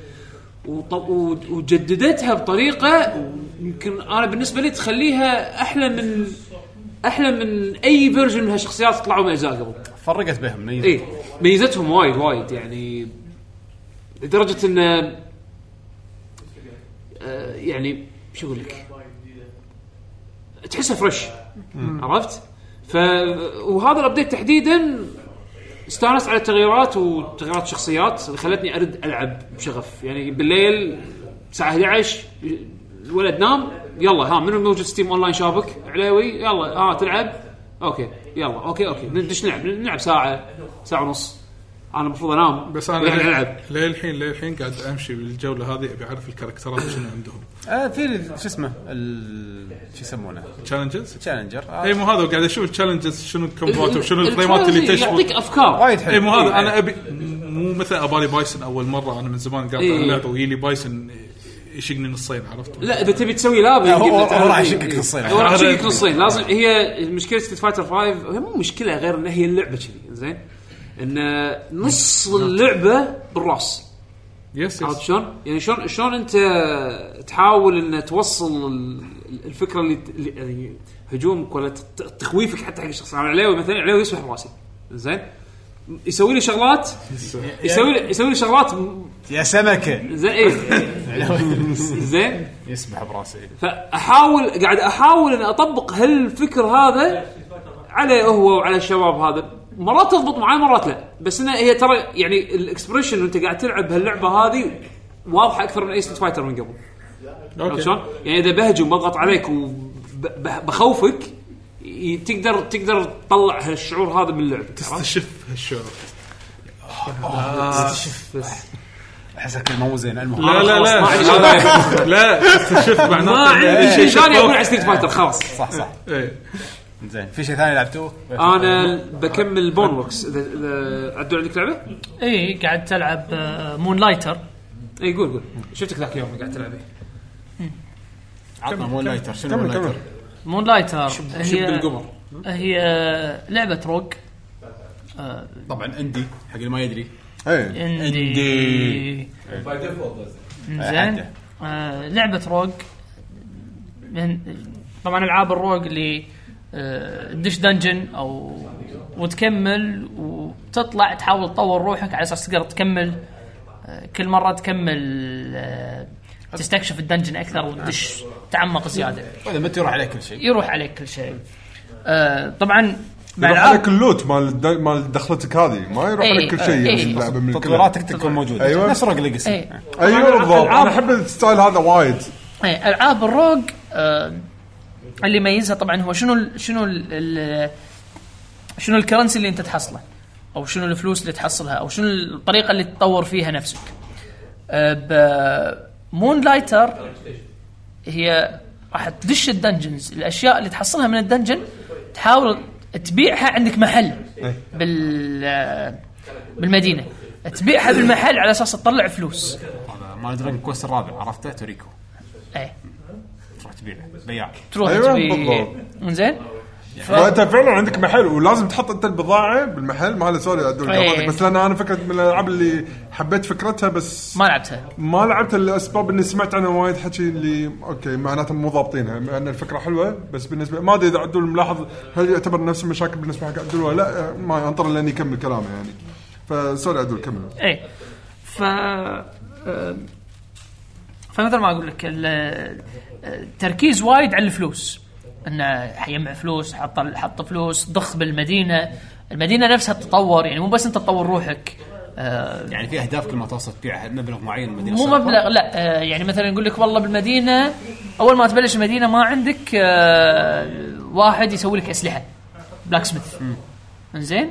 وجددتها بطريقه يمكن انا بالنسبه لي تخليها احلى من احلى من اي فيرجن من هالشخصيات طلعوا من اجزاء قبل. فرقت بهم ميزتهم. اي ميزتهم وايد وايد يعني لدرجه ان آه يعني شو اقول لك تحسها فريش. عرفت؟ ف وهذا الابديت تحديدا استانست على التغييرات وتغييرات الشخصيات اللي خلتني ارد العب بشغف. يعني بالليل الساعه احد عشر الولد نام، يلا ها منو موجود ستيم اونلاين شابك عليوي، يلا ها تلعب اوكي يلا اوكي اوكي ندش نلعب نلعب ساعه ساعه ونص. انا المفروض انام بس انا العب للحين للحين قاعد امشي بالجوله هذه ابي اعرف الكاركترات شنو عندهم. اه في شو اسمه شو يسمونه تشالنجز تشالنجر. اي مو هذا قاعد اشوف التشالنجز شنو الكومبات وشنو الفريمات اللي تشوف يعطيك افكار وايد حلو. اي مو هذا انا ابي مو مثل ابالي بايسن اول مره انا من زمان قاعد إيه. اللعبه ويلي بايسن يشقني نصين. عرفت؟ لا اذا تبي تسوي لاب هو راح يشقك نصين. هو راح يشقك نصين لازم. هي مشكله ستريت فايتر خمسة هي مو مشكله غير ان هي اللعبه كذي زين، ان نص اللعبه بالراس يس عرفت يس شلون؟ يعني شلون شلون انت تحاول ان توصل ال- الفكره اللي اللي- يعني هجومك ولا ت- تخويفك حتى حق الشخص. انا عليوي مثلا عليوي يسبح براسي زين يسوي لي شغلات يسوي لي يسوي لي شغلات م- يا سمكه زين ايه زين يسبح براسي. فاحاول قاعد احاول ان اطبق هالفكر هذا عليه هو وعلى الشباب هذا. مرات تضبط معي مرات لا بس انها هي ترى يعني الاكسبريشن وانت قاعد تلعب هاللعبه هذه واضحه اكثر من اي ستريت فايتر من قبل. عرفت شلون؟ يعني اذا بهجم بضغط عليك وبخوفك تقدر تقدر تطلع هالشعور هذا من اللعبه. تستشف هالشعور. احسك مو زين. المهم لا لا لا لا تستشف ما معناته عندي شيء ثاني اقول على ستريت فايتر خلاص. صح صح إيه. زين. في شيء ثاني لعبتوه؟ انا بكمل بون ووركس. اذا إذا عدوا عندك لعبه؟ اي قاعد تلعب مون لايتر. اي قول قول شفتك ذاك اليوم قاعد تلعب. عطنا مون لايتر. شنو مون لايتر؟ مون لايتر شب هي بالقمر. هي لعبه روج طبعا اندي حق اللي ما يدري. ايه اندي زين. آه لعبه روج من طبعا العاب الروج اللي آه تدش دنجن او وتكمل وتطلع تحاول تطور روحك على اساس تقدر تكمل. آه كل مره تكمل آه تستكشف الدنجن اكثر وتدش تعمق زياده. وإذا ما يروح عليك كل شيء. يروح عليك كل شيء. آه طبعا يروح عليك اللوت مال الد- مال دخلتك هذه ما يروح إيه، عليك كل شيء. إيه. يعني اللعبه من تطويراتك تكون موجوده. أيوة. نفس روج ليجاسي. ايه ايوه بالضبط. انا احب الستايل هذا وايد. ايه العاب الروج آه اللي يميزها طبعا هو شنو ال شنو ال ال شنو الكرنسي اللي انت تحصله او شنو الفلوس اللي تحصلها او شنو الطريقه اللي تطور فيها نفسك. آه بمون لايتر هي راح تدش الدنجنز. الاشياء اللي تحصلها من الدنجن تحاول تبيعها عندك محل بال بالمدينه تبيعها بالمحل على اساس تطلع فلوس. هذا مال دراجون كويست الرابع عرفته توريكو. ايه تروح تبيع بياع. تروح أيوة تبيع. بالضبط. زين فانت فعلا عندك محل ولازم تحط انت البضاعه بالمحل. ما له سوري ادور أيه. بس لان انا فكره من الالعاب اللي حبيت فكرتها بس ما لعبتها. ما لعبت الاسباب اني سمعت عنها وايد حكي اللي اوكي معناته مو ضابطينها. لان الفكره حلوه بس بالنسبه ما ادري اذا عدول ملاحظ هل يعتبر نفس المشاكل بالنسبه حق عدول ولا لا. ما انطر لاني يكمل كلامه يعني. فسوري عدول كمل. ايه ف آه، فمثل ما اقول لك التركيز وايد على الفلوس انه حيجمع فلوس حط حط فلوس ضخ بالمدينه. المدينه نفسها تتطور يعني مو بس انت تطور روحك. آه يعني في اهداف كل ما توصل تبيع مبلغ معين المدينه. مو مبلغ لا. آه يعني مثلا نقول لك والله بالمدينه اول ما تبلش المدينه ما عندك آه واحد يسوي لك اسلحه بلاك سميث. زين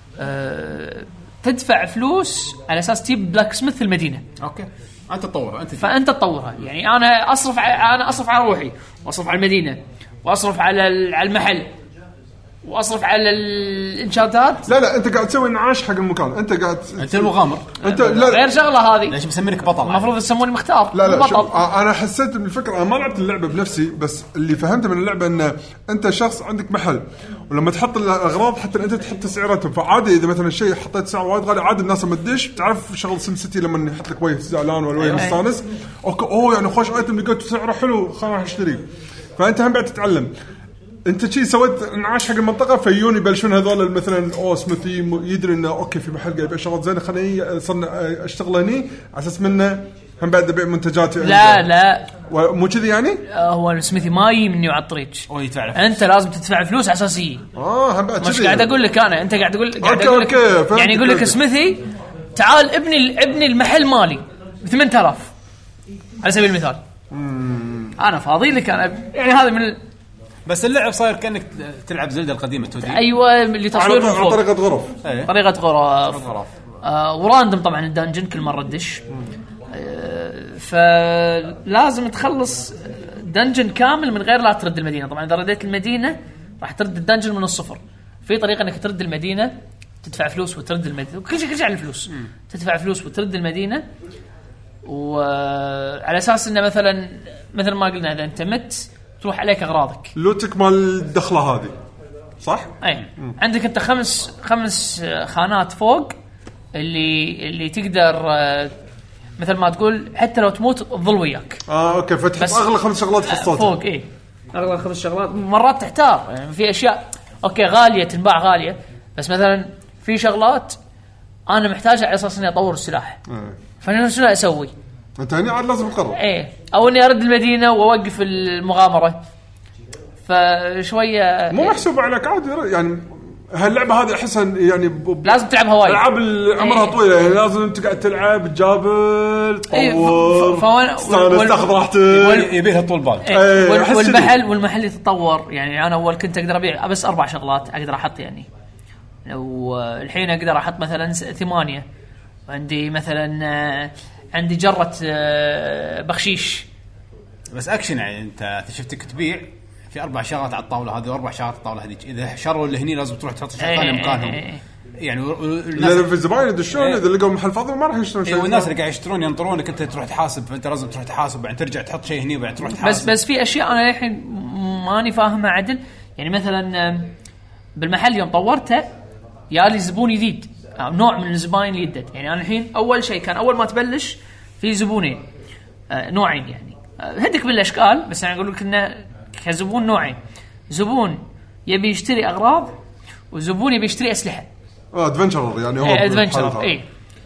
آه تدفع فلوس على اساس تجيب بلاك سميث في المدينه. اوكي انت تطورها انت فانت تطورها. يعني انا اصرف ع... انا اصرف على روحي واصرف على المدينه واصرف على ال- على المحل واصرف على الانشاءات. لا لا انت قاعد تسوي انعاش حق المكان. انت قاعد انت المغامر. انت لا غير شغله هذه. ليش مسمينك بطل؟ المفروض تسموني مختار. لا لا بطل. شوف انا حسيت من الفكره. انا ما لعبت اللعبه بنفسي بس اللي فهمته من اللعبه ان انت شخص عندك محل ولما تحط الاغراض حتى انت تحط سعراتهم. فعادي اذا مثلا الشيء حطيت سعر وايد غالي عادي الناس ما تدش. تعرف شغل سم سيتي لما يحط لك وجه زعلان ولا وجه مستانس اوكي اوه يعني خوش ايتم لقيته سعره حلو خلينا نروح نشتريه. فانت هم بعد تتعلم. انت شيء سويت انعاش حق المنطقه فيوني بلشون هذول مثلا او سميثي يدري انه اوكي في محل قاعد يبيع شغلات زينه خليني صرنا اشتغل هني على اساس منه هم بعد ابيع منتجاتي. لا لا مو كذي يعني. آه هو السميثي ما يجي مني على الطريق. او يدفع انت لازم تدفع فلوس اساسيه. اه هم بعد مش كذي قاعد اقول لك انا. انت قاعد تقول قاعد أوكي اقول لك أوكي يعني يقول لك سميثي تعال ابني ابني المحل مالي ب ثمانية آلاف على سبيل المثال. انا فاضي لك انا يعني هذا من ال... بس اللعب صاير كانك تلعب زلدة القديمه تودي. ايوه اللي تصوير من على فوق. طريقه غرف. أيه. طريقه غرف. غرف. آه وراندم طبعا الدنجن كل مره تدش. آه فلازم تخلص دنجن كامل من غير لا ترد المدينه. طبعا اذا رديت المدينه راح ترد الدنجن من الصفر. في طريقه انك ترد المدينه تدفع فلوس وترد المدينه. كل شيء كل شيء على الفلوس. تدفع فلوس وترد المدينه وعلى اساس انه مثلا مثل ما قلنا اذا انت مت تروح عليك اغراضك. لوتك مال الدخله هذه صح. اي عندك انت خمس خمس خانات فوق اللي اللي تقدر مثل ما تقول حتى لو تموت تظل وياك. اه اوكي فتحط اغلى خمس شغلات فصلتها فوق. ايه اغلى خمس شغلات مرات تحتار يعني في اشياء اوكي غاليه تنباع غاليه بس مثلا في شغلات انا محتاجه على اساس اني اطور السلاح. آه. فانا شنو اسوي؟ انت هنا عاد لازم تقرر. ايه او اني ارد المدينه واوقف المغامره. فشويه مو محسوب عليك عادي يعني. هاللعبه هذه احسها يعني ب... لازم تلعبها وايد. العاب عمرها ايه. طويله يعني لازم تقعد تلعب جبل تطور ايه ف... تستانس تاخذ راحتك يبيها طول بال. ايه. وال... والمحل والمحل يتطور يعني. انا اول كنت اقدر ابيع بس اربع شغلات اقدر احط يعني. لو الحين اقدر احط مثلا ثمانيه. عندي مثلا عندي جره بخشيش بس اكشن يعني انت شفتك تبيع في اربع شغلات على الطاوله هذه واربع شغلات على الطاوله هذيك اذا شروا اللي هني لازم تروح تحط شيء ثاني مكانهم يعني. لان في الزباين يدشون اذا لقوا محل فاضي ما راح يشترون شيء. والناس اللي قاعد يشترون ينطرونك انت تروح تحاسب فانت لازم تروح تحاسب بعدين ترجع تحط شيء هني وبعدين تروح تحاسب. بس بس في اشياء انا الحين ماني فاهمها عدل يعني. مثلا بالمحل يوم طورته يالي زبون جديد أو نوع من الزباين اللي يدد يعني. انا الحين اول شيء كان اول ما تبلش في زبونين آه نوعين يعني آه هدك بالاشكال بس انا اقول لك انه كزبون نوعين. زبون يبي يشتري اغراض وزبون يبي يشتري اسلحه. اه ادفنتشر يعني هو ايه ادفنتشر اي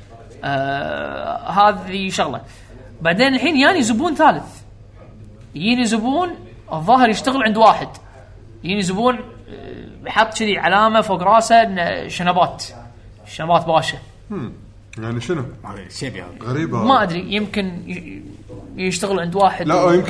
آه هذه شغله. بعدين الحين ياني زبون ثالث يجيني زبون الظاهر يشتغل عند واحد. يجيني زبون يحط كذي علامه فوق راسه شنبات شنبات باشا. امم يعني شنو شيء غريبه ما ادري يمكن يشتغل عند واحد لا يمكن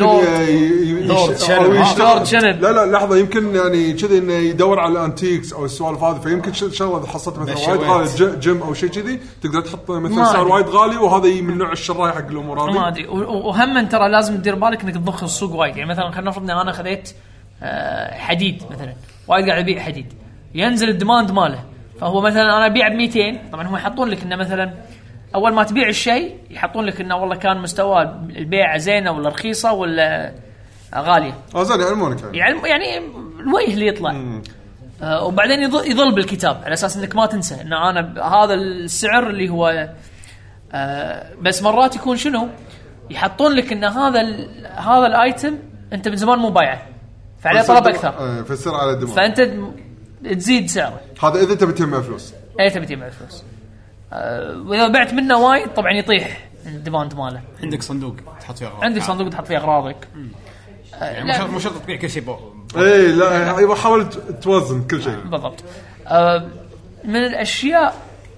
يشتغل شنب. لا لا لحظه يمكن يعني كذي انه يدور على الانتيكس او السوالف هذه فيمكن شغله اذا حصلت مثلا وايد غالي جيم او شيء كذي تقدر تحط مثلا سعر وايد غالي وهذا من نوع الشراي حق الامور هذه. ما ادري وهم ترى لازم تدير بالك انك تضخ السوق وايد يعني. مثلا خلينا نفرض ان انا خذيت حديد مثلا وايد قاعد ابيع حديد ينزل الديماند ماله فهو مثلا انا ابيع ب مئتين. طبعا هم يحطون لك انه مثلا اول ما تبيع الشيء يحطون لك انه والله كان مستوى البيع زينه ولا رخيصه ولا غاليه. اه زين يعلمونك يعني يعني الوجه اللي يطلع آه وبعدين يظل بالكتاب على اساس انك ما تنسى ان انا هذا السعر اللي هو آه. بس مرات يكون شنو يحطون لك ان هذا هذا الايتم انت من زمان مو بايعه فعليه طلب اكثر آه فسر على الدماغ فانت تزيد سعره. هذا اذا تبي تجمع فلوس. اي تبي تجمع فلوس أه واذا بعت منه وايد طبعا يطيح الديماند ماله. عندك صندوق تحط فيه اغراض. عندك صندوق تحط فيه اغراضك أه يعني مو شرط تبيع كل شيء. اي لا ايوه حاول توزن كل شيء بالضبط. أه من الاشياء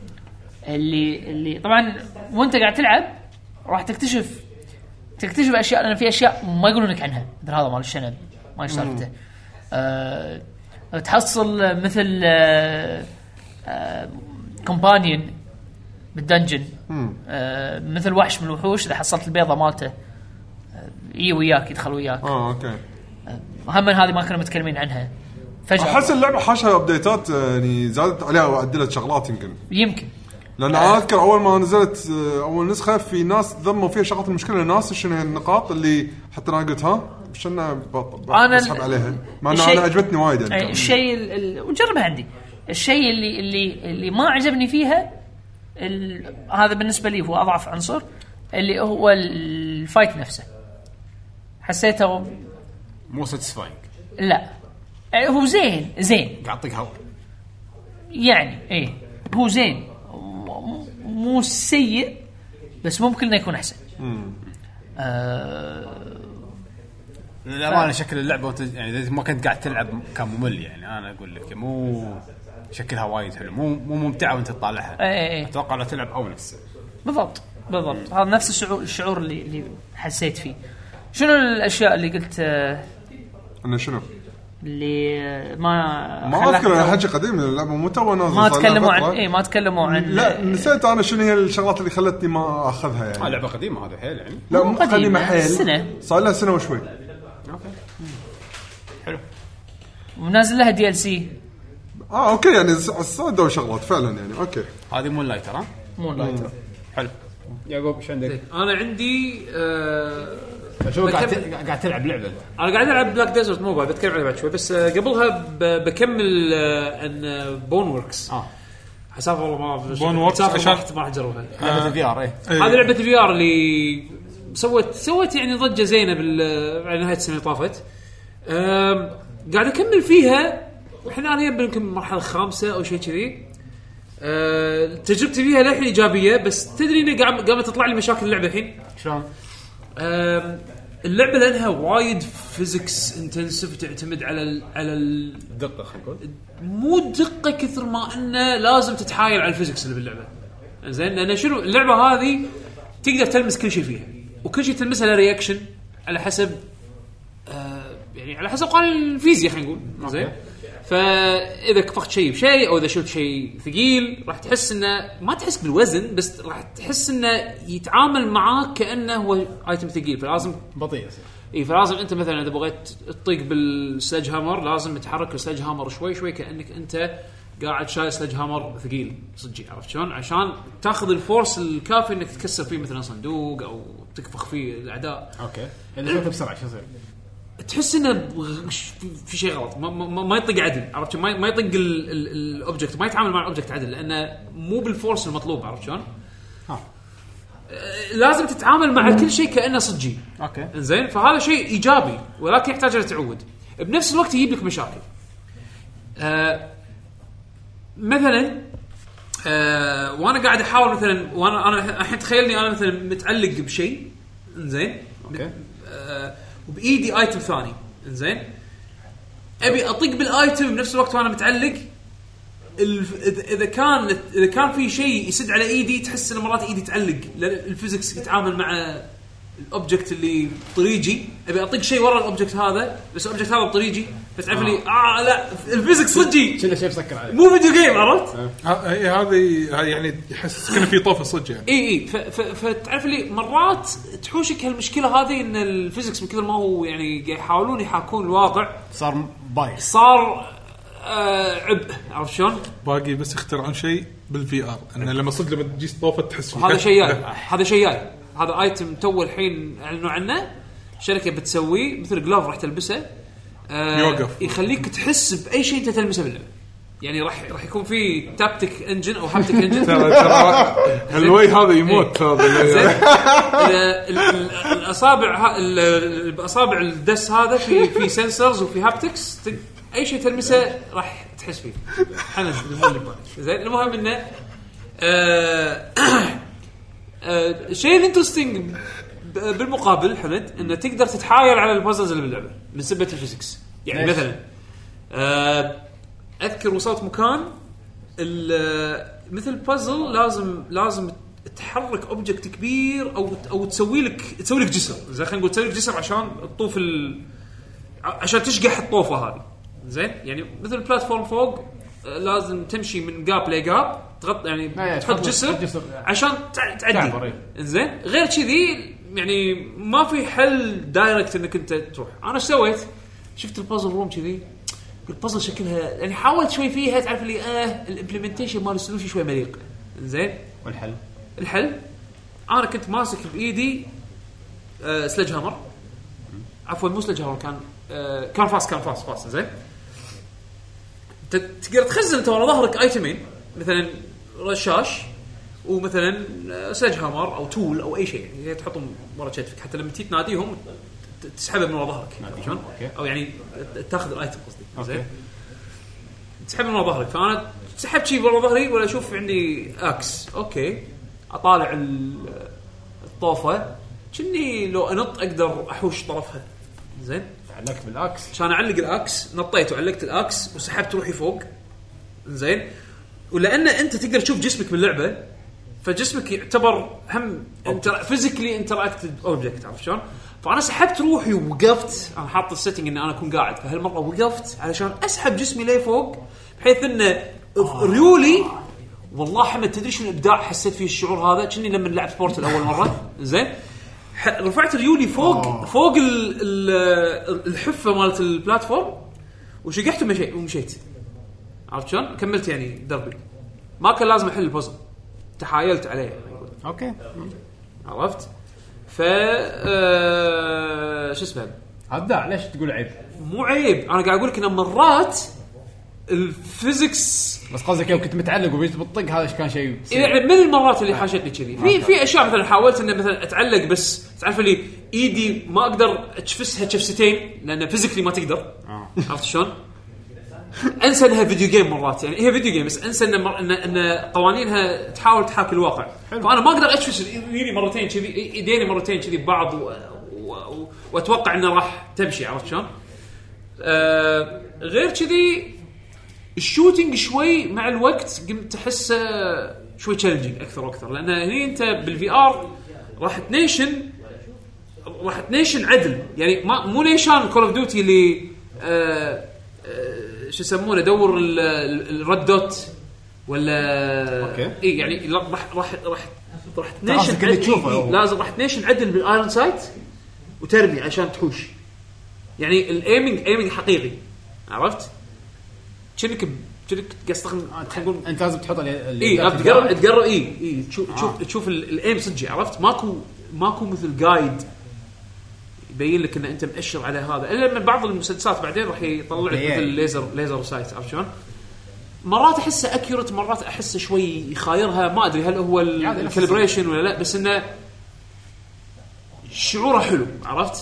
اللي اللي طبعا وانت قاعد تلعب راح تكتشف تكتشف اشياء لان في اشياء ما يقولون لك عنها مثل هذا مال الشنب ما يسالفته. أه تحصل مثل أه أه كومبانيون بالدنجن آه مثل وحش من الوحوش اذا حصلت البيضه مالته آه يجي وياك يدخل وياك. اه اوكي آه هم هذه ما كنا متكلمين عنها فجاه. احس اللعبه حاشها ابديتات يعني زادت عليها وعدلت شغلات يمكن يمكن لان آه. اذكر اول ما نزلت اول نسخه في ناس ذموا فيها شغلات المشكله الناس شنو النقاط اللي حتى انا قلت ها شنو بسحب عليها مع انه انا عجبتني وايد يعني. الشيء وجربها عندي الشيء اللي اللي اللي ما عجبني فيها هذا بالنسبه لي هو اضعف عنصر اللي هو الفايت نفسه. حسيته مو ساتسفاينج. لا هو زين زين قاعد يعطيك هوا يعني ايه هو زين مو سيء بس ممكن انه يكون احسن. آه للأمانة شكل اللعبة يعني إذا ما كنت قاعد تلعب كان ممل يعني. أنا أقول لك مو شكلها وايد حلو مو مو ممتعة وأنت تطالعها. أي أتوقع لو تلعب أونس. بالضبط بالضبط هذا نفس الشعور الشعور اللي اللي حسيت فيه. شنو الأشياء اللي قلت أنا شنو اللي ما ما أذكر أنا حاجة قديم اللعبة مو تو نازل ما تكلموا عن إيه ما تكلموا عن لا نسيت أنا شنو هي الشغلات اللي خلتني ما أخذها يعني. آه لعبة قديمة هذا حيل يعني. لا مو قديمة حيل سنة صار لها سنة وشوي. أوكي حلو ونازل لها دي ال سي. اه اوكي يعني صادوا شغلات فعلا يعني. اوكي هذه مون لايتر ها مون لايتر حلو. يعقوب ايش عندك؟ انا عندي آه شو قاعد قاعد تلعب لعبه؟ انا قاعد العب بلاك ديزرت موبايل بتكلم عنها بعد شوي بس آه قبلها بكمل آه ان بون وركس. اه حسافه والله ما بون ووركس عشان عشان- ما راح اجربها. لعبه الفي ار ايه هذه لعبه الفي ار اللي سوت سوت يعني ضجه زينه بال على نهايه السنه اللي طافت. أم، قاعد اكمل فيها احنا انا يمكن المرحله الخامسه او شيء كذي. أه، تجربتي فيها للحين ايجابيه، بس تدري اني قاعد قامت تطلع لي مشاكل اللعبه الحين. شلون؟ أم، اللعبه لانها وايد فيزيكس انتنسيف، تعتمد على ال على ال دقه خلينا نقول مو دقه كثر ما انه لازم تتحايل على الفيزيكس اللي باللعبه. زين لان شنو اللعبه هذه تقدر تلمس كل شيء فيها، وكل شيء تلمسها له رياكشن على حسب آه يعني على حسب قانون الفيزياء خلينا نقول. زين فاذا كفخت شيء بشيء او اذا شلت شيء ثقيل راح تحس انه ما تحس بالوزن، بس راح تحس انه يتعامل معاك كانه هو ايتم ثقيل، فلازم بطيء يصير. اي فلازم انت مثلا اذا بغيت تطيق بالسلج هامر لازم تحرك السلج هامر شوي شوي كانك انت قاعد شايل سلج هامر ثقيل صدقي، عرفت شلون؟ عشان تاخذ الفورس الكافي انك تكسر فيه مثلا صندوق او تكفخ فيه الاعداء. اوكي اذا سويته بسرعه شو يصير؟ تحس انه في شيء غلط، ما, ما, ما يطق عدل، عرفت؟ ما ما يطق الاوبجكت، ما يتعامل مع الاوبجكت عدل لانه مو بالفورس المطلوب، عرفت شلون؟ ها لازم تتعامل مع كل شيء كانه صجي. اوكي زين فهذا شيء ايجابي ولكن يحتاج له تعود، بنفس الوقت يجيب لك مشاكل. آه مثلا آه وانا قاعد احاول مثلا وانا انا الحين تخيلني انا مثلا متعلق بشيء زين اوكي آه وبايدي ايتم ثاني زين ابي اطق بالايتم بنفس الوقت وانا متعلق. اذا كان اذا كان في شيء يسد على ايدي تحس ان مرات ايدي تعلق، الفيزيكس يتعامل مع الاوبجكت اللي طريقي، ابي اطق شيء ورا الاوبجكت هذا بس الاوبجكت هذا طريقي، فتعرف لي اه لا الفيزيكس صدقي كذا شيء مسكر عليه مو فيديو جيم، عرفت؟ اي هذه يعني يحس كأنه في طوفه صدق يعني. اي اي فتعرف لي مرات تحوشك هالمشكله هذه ان الفيزيكس من كثر ما هو يعني قاعد يحاولون يحاكون الواقع صار بايخ، صار آه عبء، عرفت شلون؟ باقي بس يخترعون شيء بالفي ار انه لما صدق لما تجي طوفه تحس هذا شيء جاي هذا شيء جاي هذا ايتم تو الحين اعلنوا عنه، شركه بتسويه مثل جلاف راح تلبسه آه يوقف يخليك تحس باي شيء انت تلمسه باللعبه، يعني راح راح يكون في تابتك انجن او هابتك انجن. ترى ترى الوي هذا يموت هذا الاصابع الاصابع الدس هذا في في سنسرز وفي هابتكس، اي شيء تلمسه راح تحس فيه حنز زين. المهم انه آه آه شيء الانترستينج بالمقابل حمد انه تقدر تتحايل على البازلز اللي باللعبه من سبه الفيزيكس. يعني ليش؟ مثلا آه اذكر وصلت مكان مثل بازل لازم لازم تحرك اوبجكت كبير او او تسوي لك تسوي لك جسر، زين خلينا نقول تسوي لك جسر عشان تطوف ال... عشان تشقح الطوفه هذه زين. يعني مثل البلاتفورم فوق لازم تمشي من جاب لجاب تغطي يعني تحط جسر عشان تعدي زين. غير كذي يعني ما في حل دايركت انك انت تروح. انا ايش سويت؟ شفت البازل روم كذي البازل شكلها يعني حاولت شوي فيها تعرف لي اه الامبلمنتيشن مال السولوشن شوي مليق زين. والحل الحل انا كنت ماسك بايدي آه سلج هامر، عفوا مو سلج هامر كان آه كان فاس كان فاس فاس زين. تقدر تخزن انت ورا ظهرك ايتمين مثلا رشاش ومثلا سلج هامر او تول او اي شيء يعني تحطهم ورا كتفك حتى لما تيجي تناديهم تسحبه من ورا ظهرك شلون او يعني تاخذ الايتم قصدي زين تسحبه من ورا ظهرك. فانا سحبت شيء ورا ظهري ولا اشوف عندي اكس اوكي اطالع الطوفه كني لو انط اقدر احوش طرفها زين. علقت بالاكس عشان اعلق الاكس نطيت وعلقت الاكس وسحبت روحي فوق زين. ولان انت تقدر تشوف جسمك باللعبه فجسمك يعتبر هم انت فيزيكلي انتراكتد اوبجكت، عرفت شلون؟ فانا سحبت روحي ووقفت، انا حاط السيتنج ان انا اكون قاعد، فهالمره وقفت علشان اسحب جسمي لي فوق بحيث انه ريولي والله حمد تدري شنو الابداع حسيت فيه الشعور هذا كني لما لعبت بورتال اول مره زين. رفعت ريولي فوق أوه. فوق ال ال الحفه مالت البلاتفورم وشقحت ومشيت ومشيت عرفت شلون؟ كملت يعني دربي ما كان لازم احل البازل تحايلت عليه اوكي عرفت. ف آه... شو اسمه هذا ليش تقول عيب؟ مو عيب، انا قاعد اقول لك ان مرات الفيزكس بس قصدك يوم كنت متعلق وبيت بتطق هذا كان شيء يعني من المرات اللي حاشتني كذي في في اشياء مثلا حاولت ان مثلا اتعلق بس تعرف اللي ايدي ما اقدر اتشفسها شفستين لان فيزيكلي ما تقدر عرفت شلون انسى انها فيديو جيم مرات يعني هي فيديو جيم بس انسى ان مر... ان ان قوانينها تحاول تحاكي الواقع حلو. فانا ما اقدر اتشفس ايدي مرتين كذي ايديني مرتين كذي ببعض و... و... و... واتوقع انها راح تمشي عرفت شلون آه... غير كذي الشوتينج شوي مع الوقت قمت احسه شوي تشالنجينج اكثر واكثر لان هني انت بالفي ار راح تنيشن راح تنيشن عدل يعني ما مو نيشان كول اوف ديوتي اللي آه آه شو يسمونه دور الرد دوت ولا اوكي اي يعني راح راح راح راح تنيشن عدل لازم راح تنيشن عدل بالايرون سايت وترمي عشان تحوش يعني الايمنج ايمنج حقيقي عرفت كأنك كأنك تستخدم تقول انت لازم تحط اي تقرب تقرب اي اي تشوف تشوف تشوف الايم صدقي عرفت ماكو ماكو مثل جايد يبين لك ان انت مؤشر على هذا الا من بعض المسدسات بعدين راح يطلع لك مثل ليزر ليزر سايت عرفت شلون مرات احسه اكيوريت مرات احسه شوي يخايرها ما ادري هل هو الكاليبريشن ولا لا بس انه شعوره حلو عرفت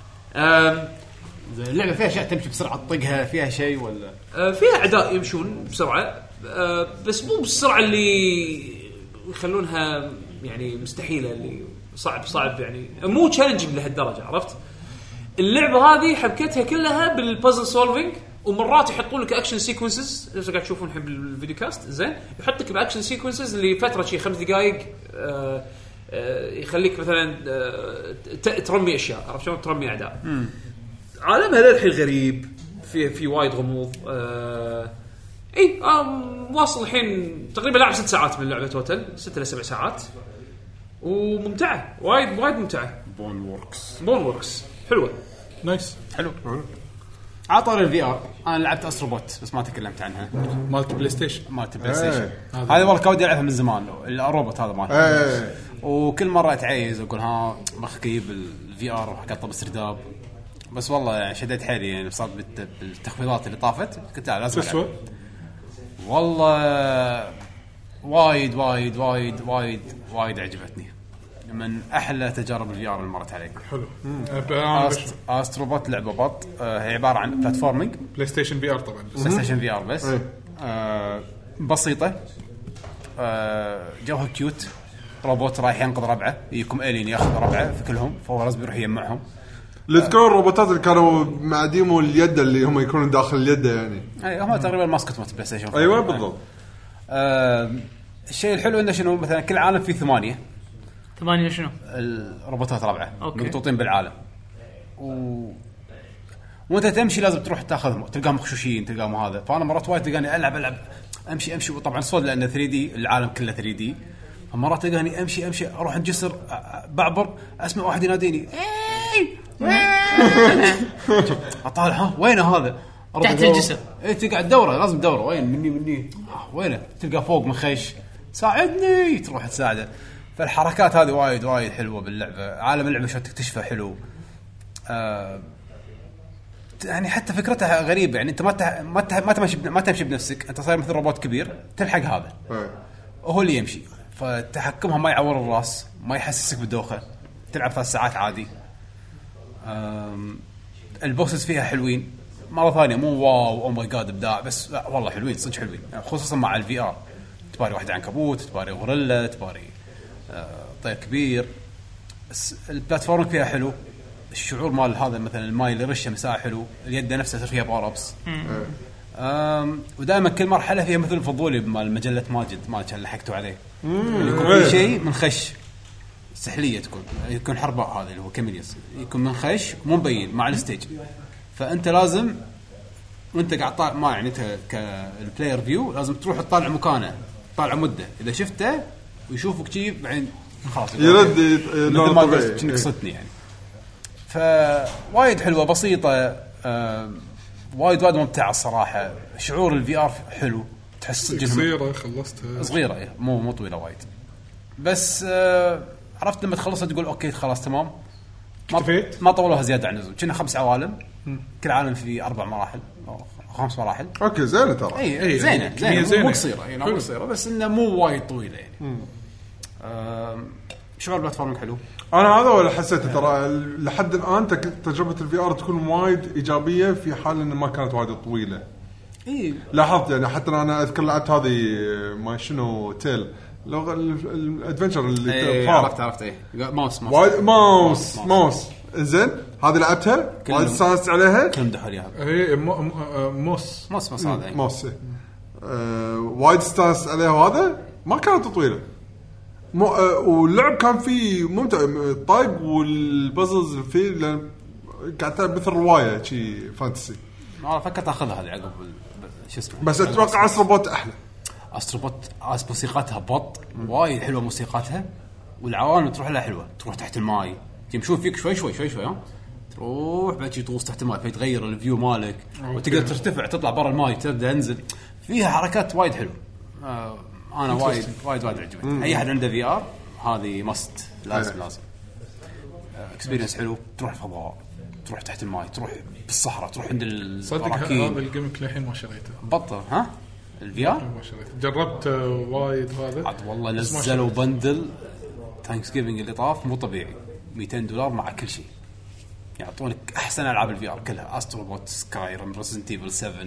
اللعبه فيها اشياء تمشي بسرعه تطقها فيها شيء ولا آه فيها اعداء يمشون بسرعه آه بس مو بالسرعه اللي يخلونها يعني مستحيله اللي صعب صعب يعني مو تشالنجينج لهالدرجه عرفت اللعبه هذه حبكتها كلها بالبازل سولفينج ومرات يحطون لك اكشن سيكونسز اذا قاعد تشوفون الحين بالفيديو كاست زين يحط لك باكشن سيكونسز اللي فتره شي خمس دقائق آه آه يخليك مثلا آه ترمي اشياء عرفت شلون ترمي اعداء عالمها للحين غريب في في وايد غموض آه اي واصل الحين تقريبا لعب ست ساعات من اللعبه توتل ست الى سبع ساعات وممتعه وايد وايد ممتعه بون ووركس بون ووركس حلوه نايس حلو عطر الفي ار انا لعبت استروبوت بس ما تكلمت عنها مالت بلاي ستيشن مالت بلاي ستيشن هذا والله كودي العبها من زمان الروبوت هذا مالت وكل مره اتعيز اقول ها مخكيب الفي ار وحقطه بالسرداب بس والله شديت حيلي يعني بصاب بالتخفيضات اللي طافت كنت لازم ألعب. والله وايد وايد وايد وايد وايد عجبتني من احلى تجارب الفي ار اللي مرت علي حلو أست... استروبوت لعبه بط آه هي عباره عن بلاتفورمينج بلاي ستيشن في ار طبعا بلاي ستيشن في ار بس آه بسيطه آه جوها كيوت روبوت رايح ينقذ ربعه يكون الين ياخذ ربعه في كلهم فهو لازم يروح يجمعهم لذكر الروبوتات اللي كانوا مع ديمو اليد اللي هم يكونوا داخل اليد يعني اي هم تقريبا ماسكت مالت بلاي ستيشن ايوه بالضبط آه الشيء الحلو انه شنو مثلا كل عالم فيه ثمانيه ثمانية شنو الروبوتات ربعه مبطوطين بالعالم و وانت تمشي لازم تروح تاخذهم تلقاهم مخشوشين تلقاهم هذا فانا مرات وايد تلقاني العب العب امشي امشي وطبعا صوت لان ثري دي العالم كله ثري دي فمرات تلقاني امشي امشي اروح عند جسر بعبر اسمع واحد يناديني اطالع ها وينه هذا تحت الجسر اي تقعد دوره لازم دوره وين مني مني وينه تلقى فوق مخيش ساعدني تروح تساعده فالحركات هذه وايد وايد حلوه باللعبه عالم اللعبه شو تكتشفه حلو آه يعني حتى فكرتها غريبه يعني انت ما تح... ما تح... ما تمشي ما تمشي بنفسك انت صاير مثل روبوت كبير تلحق هذا وهو اللي يمشي فتحكمها ما يعور الراس ما يحسسك بالدوخه تلعب ثلاث ساعات عادي البوسز فيها حلوين مره ثانيه مو واو او ماي جاد ابداع بس لا والله حلوين صدق حلوين خصوصا مع الفي ار تباري واحد عنكبوت تباري غوريلا تباري طير كبير البلاتفورم فيها حلو الشعور مال هذا مثلا الماي اللي رشه مساحه حلو اليد نفسها تصير فيها باور ابس ودائما كل مرحله فيها مثل فضولي مال مجله ماجد ما اللي حكتوا عليه يكون في شيء من خش سحليه تكون يكون حرباء هذا اللي هو كاميليوس يكون من خش مو مبين مع الستيج فانت لازم وانت قاعد طالع ما يعني انت كالبلاير فيو لازم تروح تطالع مكانه طالع مده اذا شفته ويشوفك شيء بعدين خلاص يرد مثل ما قلت كأنك صدتني يعني فوايد حلوه بسيطه آه وايد وايد ممتعه الصراحه شعور الفي ار حلو تحس صغيره خلصتها صغيره إيه. مو مو طويله وايد بس آه عرفت لما تخلصها تقول اوكي خلاص تمام ما ما طولوها زياده عن اللزوم كنا خمس عوالم كل عالم فيه اربع مراحل خمس مراحل. اوكي زينه ترى. اي إي، زينه إي، زينه زينة. مو قصيره يعني مو قصيره بس انه مو وايد طويله يعني. آم، شغل بلاتفورم حلو. انا هذا ولا حسيته ترى لحد الان تك- تجربه الفي ار تكون وايد ايجابيه في حال انه ما كانت وايد طويله. اي لاحظت يعني حتى انا اذكر لعبت هذه ما شنو تيل لو الادفنشر اللي إيه فار. عرفت عرفت ايه ماوس ماوس وايد ماوس ماوس زين هذه لعبتها وايد استانست عليها. كلهم دخل اياها اي مو- مو- آه، موس ماوس ماوس هذا. ماوس آه وايد استانست عليها وهذا ما كانت طويله مو آه واللعب كان فيه ممتع طاق والبازلز فيه لأن قاعد تلعب مثل روايه شي فانتسي. ما فكرت اخذها هذه عقب ال- شو اسمه بس اتوقع استروبوت احلى. استروبوت اس موسيقتها بط وايد حلوه موسيقتها والعوالم تروح لها حلوه تروح تحت الماي تمشون فيك شوي شوي شوي شوي ها تروح بعد تغوص تحت الماي فتغير الفيو مالك وتقدر ترتفع تطلع برا الماي تبدا انزل فيها حركات وايد حلوه. آه انا وايد وايد وايد عجبتني. اي احد عنده في ار هذه مست لازم لازم اكسبيرينس حلو. تروح الفضاء تروح تحت الماي تروح بالصحراء تروح عند صدق هذا البراكين الجيمك للحين ما شريته بطل ها الفي ار ما شريته جربت آه، وايد هذا عاد والله بس ما نزلوا شريته. بندل ثانكس جيفنج اللي طاف مو طبيعي مئتين دولار مع كل شيء يعطونك احسن العاب الفي ار كلها استروبوت سكايرم ريزنت ايفل سبعة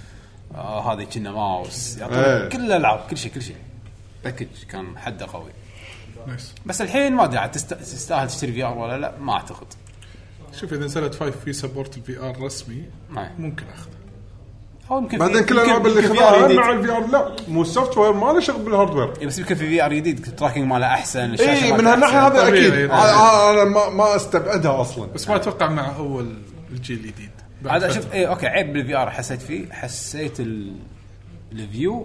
آه هذه كنا ماوس يعطونك إيه. كل الالعاب كل شيء كل شيء باكج كان حده قوي. نايس. بس الحين ما ادري عاد تست- تستاهل تشتري في ار ولا لا ما اعتقد. شوف اذا نزلت فايف في سبورت الفي ار رسمي ما. ممكن اخذه. او يمكن بعدين في- كل يمكن- الالعاب اللي يمكن في آر خذاها جديد. مع الفي ار لا مو السوفت وير ما له شغل بالهاردوير. إيه بس يمكن في في ار جديد التراكنج ماله احسن الشاشه اي مالته من هالناحيه أحسن. هذا اكيد طبيعي. آه، آه، انا ما ما استبعدها اصلا. بس ما اتوقع مع اول الجيل الجديد. بعد هذا فترة. شوف ايه اوكي عيب بالفي ار حسيت فيه حسيت ال... الفيو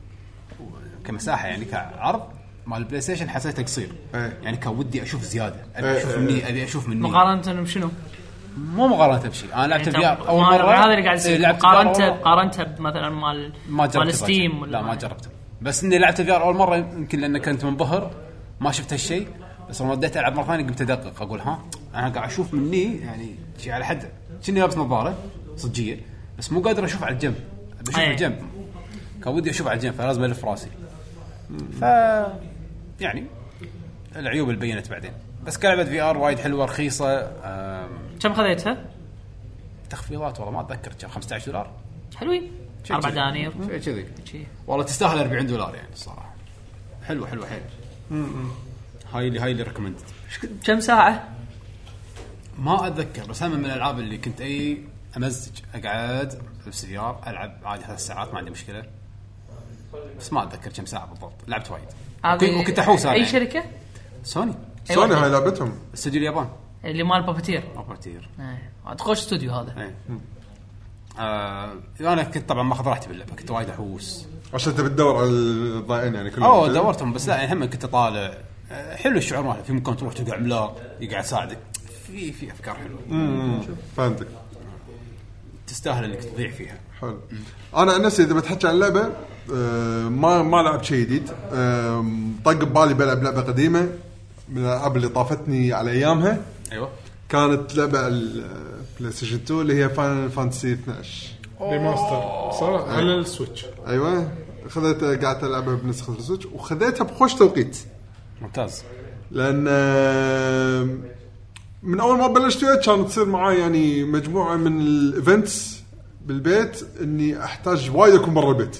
كمساحه يعني كعرض مال البلاي ستيشن حسيته قصير. إيه. يعني كان ودي اشوف زياده ابي إيه، اشوف إيه. مني ابي اشوف مني مقارنه بشنو؟ مو مقارنه بشيء انا لعبت يعني الفي ار اول ما- مره هذا اللي قاعد إيه، يصير لعبت قارنته الفي آر أول- قارنته مثلا مال ما جربت مال ستيم لا ولا ما جربته بس اني لعبت الفي ار اول مره يمكن لان كنت منبهر ما شفت هالشيء بس لما بديت العب مره ثانيه قمت ادقق اقول ها انا قاعد اشوف مني يعني شيء على حد كني لابس نظاره صجيه بس مو قادر اشوف على الجنب بشوف أي. على الجنب كان ودي اشوف على الجنب فلازم الف راسي ف يعني العيوب اللي بينت بعدين بس كلعبه في ار وايد حلوه رخيصه آم، كم خذيتها؟ تخفيضات والله ما اتذكر كم خمسة عشر دولار حلوين شيء أربع كذي. دنانير شيء كذي شي. والله تستاهل أربعين دولار يعني الصراحه حلوه حلوه حيل هايلي هايلي ريكومندد. كم ساعة؟ ما اتذكر بس هم من الالعاب اللي كنت اي امزج اقعد بالسيار العب عادي ثلاث ساعات ما عندي مشكله بس ما اتذكر كم ساعه بالضبط لعبت وايد هذه وكنت احوس أي انا شركة؟ سوني سوني هاي لعبتهم استوديو اليابان اللي مال بابتير اوبرتير تخش استوديو هذا ايه آه انا كنت طبعا ماخذ راحتي باللعبه كنت وايد احوس عشان تبي تدور على الضائعين يعني كلهم. اوه دورتهم بس لا يعني هم كنت طالع آه، حلو الشعور ماله في مكان تروح تلقى عملاق يقعد يساعدك في في افكار حلوه امم فهمتك. تستاهل انك تضيع فيها. حلو. انا عن نفسي اذا بتحكي عن اللعبه آه، ما ما لعبت شيء جديد. آه، طق ببالي بلعب لعبه قديمه من الالعاب اللي طافتني على ايامها. ايوه كانت لعبه البلاي ستيشن اثنين اللي هي فاينل فانتسي اثناشر ريماستر صار على السويتش. ايوه خذيتها قعدت العبها بنسخه السويتش وخذيتها بخوش توقيت ممتاز لان آه، من اول ما بلشت فيها كانت تصير معي يعني مجموعه من الايفنتس بالبيت اني احتاج وايد اكون برا البيت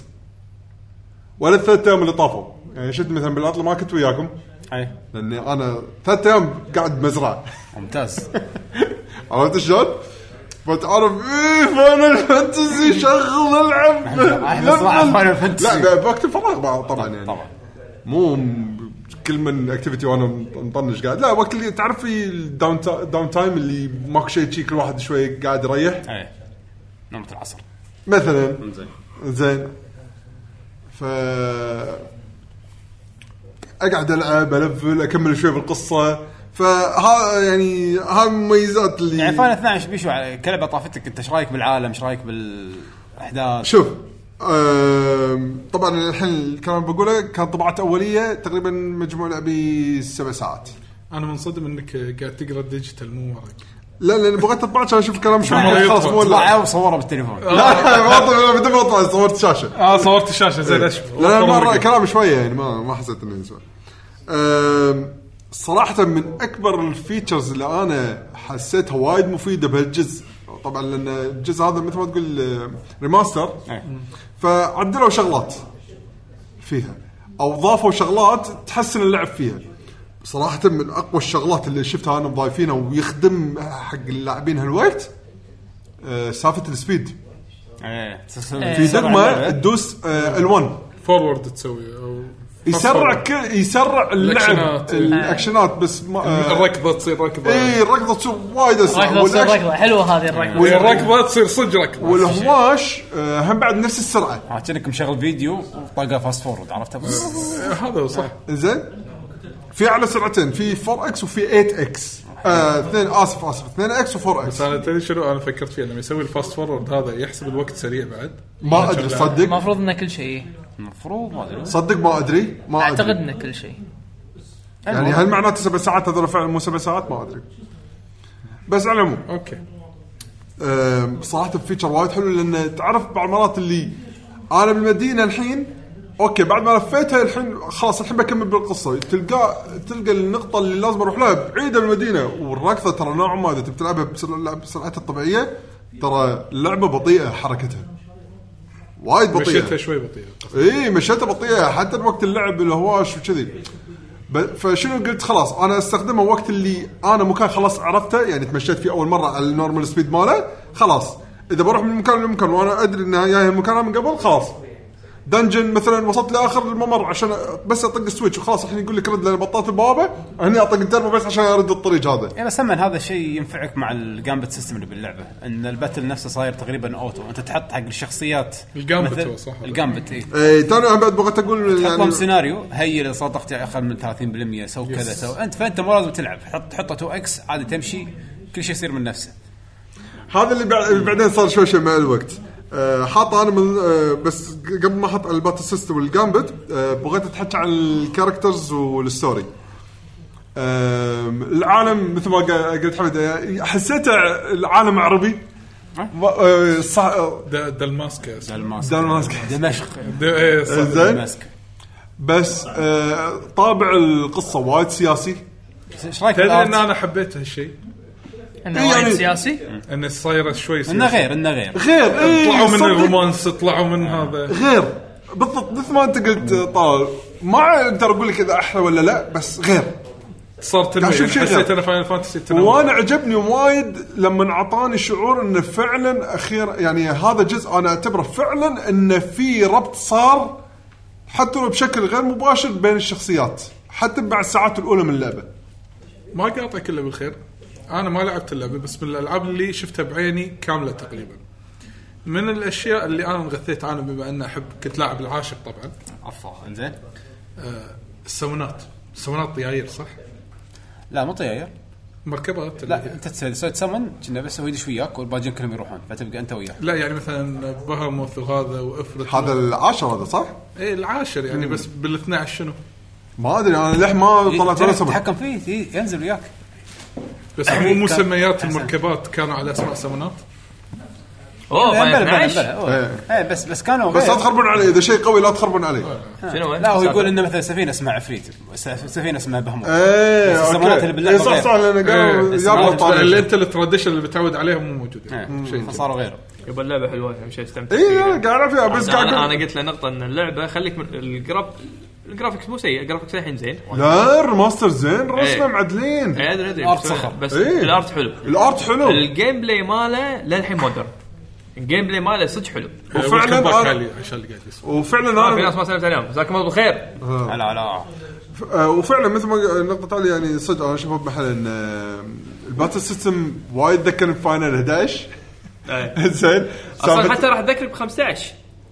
ولا الثلاث ايام اللي طافوا يعني شفت مثلا بالعطله ما كنت وياكم اي لاني انا ثلاث ايام قاعد بمزرعه ممتاز عرفت شلون؟ فتعرف ايه فاينل فانتسي شغل العب احنا صراحه فاينل فانتسي لا بوقت الفراغ طبعا يعني طبعا مو م- كل من اكتيفيتي وانا مطنش قاعد لا وقت اللي تعرف في الداون تا- داون تايم اللي ماكو شيء شيء كل واحد شوي قاعد يريح اي نومة العصر مثلا زين زين ف اقعد العب الفل اكمل شوي بالقصه فها يعني ها مميزات اللي يعني فاينل اثناشر بيشو على كلعبه طافتك انت ايش رايك بالعالم ايش رايك بالاحداث شوف أم، طبعا الحين الكلام اللي بقوله كان طبعات اوليه تقريبا مجموع لعبي سبع ساعات. انا منصدم انك قاعد تقرا ديجيتال مو ورق. لا لان بغيت اطبع عشان اشوف الكلام شو خلاص مو طبعه وصوره بالتليفون. لا ما بدي اطلع صورت شاشه. اه صورت الشاشه زين اشوف. لا مره كلام شويه يعني ما ما حسيت انه يسوى. صراحه من اكبر الفيتشرز اللي انا حسيتها وايد مفيده بهالجزء طبعا لان الجزء هذا مثل ما تقول ريماستر فعدلوا شغلات فيها او ضافوا شغلات تحسن اللعب فيها. صراحه من اقوى الشغلات اللي شفتها انا مضايفينها ويخدم حق اللاعبين هالوقت أه سالفه السبيد. ايه في دقمه تدوس أه الوان فورورد تسوي او يسرع كل يسرع اللعب الاكشنات بس ما الركضه تصير ركضه. اي الركضه تصير وايد اسرع والركضه حلوه هذه الركضه والركضه تصير صدق ركضه والهواش أه هم بعد نفس السرعه. ها كأنك مشغل فيديو وطاقه فاست فورورد عرفت هذا صح. زين في على سرعتين في فور إكس وفي إيت إكس آه، اثنين اسف اسف اثنين إكس وفور إكس. بس انا تدري شنو انا فكرت فيه لما يسوي الفاست فورورد هذا يحسب الوقت سريع بعد ما ادري صدق المفروض انه كل شيء المفروض ما ادري صدق ما ادري ما اعتقد انه كل شيء يعني هل معناته سبع ساعات هذول فعلا مو سبع ساعات ما ادري بس على العموم اوكي. أه صراحه الفيتشر وايد حلو لان تعرف بعض المرات اللي انا بالمدينه الحين اوكي بعد ما لفيتها الحين خلاص الحين بكمل بالقصه تلقى تلقى النقطه اللي لازم اروح لها بعيده من المدينه والركضه ترى نوعا ما اذا تبي تلعبها بسرعتها الطبيعيه ترى اللعبه بطيئه حركتها وايد بطيئه مشيتها شوي بطيئه اي مشيتها بطيئه حتى بوقت اللعب الهواش وكذي فشنو قلت خلاص انا استخدمها وقت اللي انا مكان خلاص عرفته يعني تمشيت فيه اول مره على النورمال سبيد ماله خلاص اذا بروح من مكان لمكان وانا ادري انها جايه المكان من قبل خلاص دنجن مثلا وصلت لاخر الممر عشان بس اطق السويتش وخلاص الحين يقول لك رد لان بطلت البوابه هني اطق التربو بس عشان ارد الطريق هذا. يعني بس من هذا الشيء ينفعك مع الجامبت سيستم اللي باللعبه ان الباتل نفسه صاير تقريبا اوتو انت تحط حق الشخصيات الجامبت هو صح الجامبت اي اي ترى انا بعد بغيت اقول يعني تحط سيناريو هي اللي صوتك اقل من ثلاثين بالمية سو كذا سو انت فانت مو لازم تلعب حط حطه تو اكس عادي تمشي كل شيء يصير من نفسه. هذا اللي بعدين صار شوي شوي مع الوقت أه حاط انا من أه بس قبل ما احط الباتل سيستم والجامبت أه بغيت اتحكي عن الكاركترز والستوري. أه العالم مثل ما قلت حمد حسيته العالم عربي أه صح دلماسك دلماسك دلماسك دمشق زين بس أه طابع القصه وايد سياسي. ايش رايك تدري ان انا حبيت هالشيء انه وايد سياسي انه صايره شوي سياسي انه غير انه غير غير ايه طلعوا من الرومانس طلعوا من هذا غير بالضبط مثل ما انت قلت طال ما اقدر اقول لك اذا احلى ولا لا بس غير صار تنويع حسيت انا فاينل فانتسي تنويع وانا عجبني وايد لما اعطاني شعور انه فعلا اخير يعني هذا جزء انا اعتبره فعلا انه في ربط صار حتى لو بشكل غير مباشر بين الشخصيات حتى بعد الساعات الاولى من اللعبه. ما قاطع كله بالخير انا ما لعبت اللعبه بس من الالعاب اللي شفتها بعيني كامله تقريبا من الاشياء اللي انا انغثيت انا بما ان احب كنت لاعب العاشق طبعا عفوا انزين آه السمونات السمونات طياير صح لا مو طياير مركبات لا انت تسوي تسمن كنا بس هو يدش وياك والباقيين كلهم يروحون فتبقى انت وياه. لا يعني مثلا بهرموث وهذا وافرت هذا العاشر هذا صح ايه العاشر يعني مم. بس بالاثنى عشر شنو ما ادري انا لح ما طلعت ولا سمن تتحكم فيه ينزل وياك بس مو مسميات المركبات كانوا على اسماء سمونات. اوه بلا بلا ايه بس بس كانوا بس لا تخربون عليه اذا شيء قوي لا تخربون عليه. شنو لا هو يقول انه مثلا سفينه اسمها عفريت سفينه اسمها بهموت ايه السمونات اللي باللعبه صح صح لان قالوا اللي انت التراديشن اللي بتعود عليهم مو موجودين شيء صاروا غيره. يبقى اللعبه حلوه مش استمتع ايه قاعد فيها بس قاعد انا قلت له نقطه ان اللعبه خليك الجراف الجرافيكس مو سيء الجرافيكس الحين زين لا الريماستر زين رسمه معدلين ايه ادري ادري الارت صخر بس ايه. الارت حلو الارت حلو الجيم بلاي ماله للحين مودرن الجيم بلاي ماله صدق حلو وفعلا أنا... عشان اللي قاعد يسمع وفعلا انا في ناس ما سلمت عليهم جزاكم الله بالخير لا لا وفعلا مثل ما نقطه علي يعني صدق انا اشوف بمحل ان الباتل سيستم وايد ذكرني بفاينل إحدى عشر زين اصلا حتى راح اذكرك ب خمسة عشر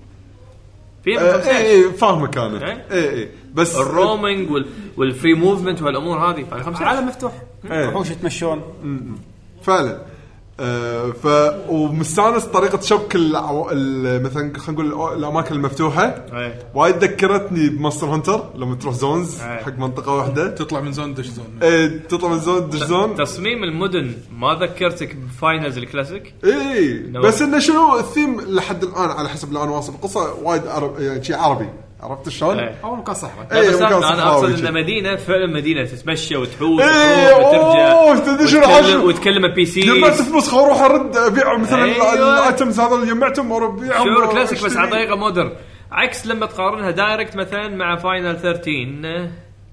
في خمسة عشر اي فاهمك انا اي اي بس الرومينج وال والفري موفمنت والامور هذه خمسة عشر عالم مفتوح وحوش يتمشون فعلا آه ف ومستانس طريقه شبك العو... ال... مثلا خلينا نقول الاماكن المفتوحه أي. وايد ذكرتني بماستر هانتر لما تروح زونز أي. حق منطقه واحده تطلع من زون دش زون. ايه تطلع من زون دش زون. تصميم المدن ما ذكرتك بفاينلز الكلاسيك؟ ايه بس انه شنو الثيم لحد الان على حسب الان واصل القصه وايد عرب يعني شيء عربي عرفت شلون؟ أي. اول مكان صحراء. لا بس مكان انا اقصد صحراوي ان مدينه فعلا مدينه تتمشى وتحوس ايه اوه تدري شنو وتكلم, عشان وتكلم بي سي جمعت فلوس خل اروح ارد ابيع مثلا أيوة. الايتمز هذا اللي جمعتهم واروح ابيعهم شعور كلاسيك بس على طريقه مودرن عكس لما تقارنها دايركت مثلا مع فاينل ثلاثة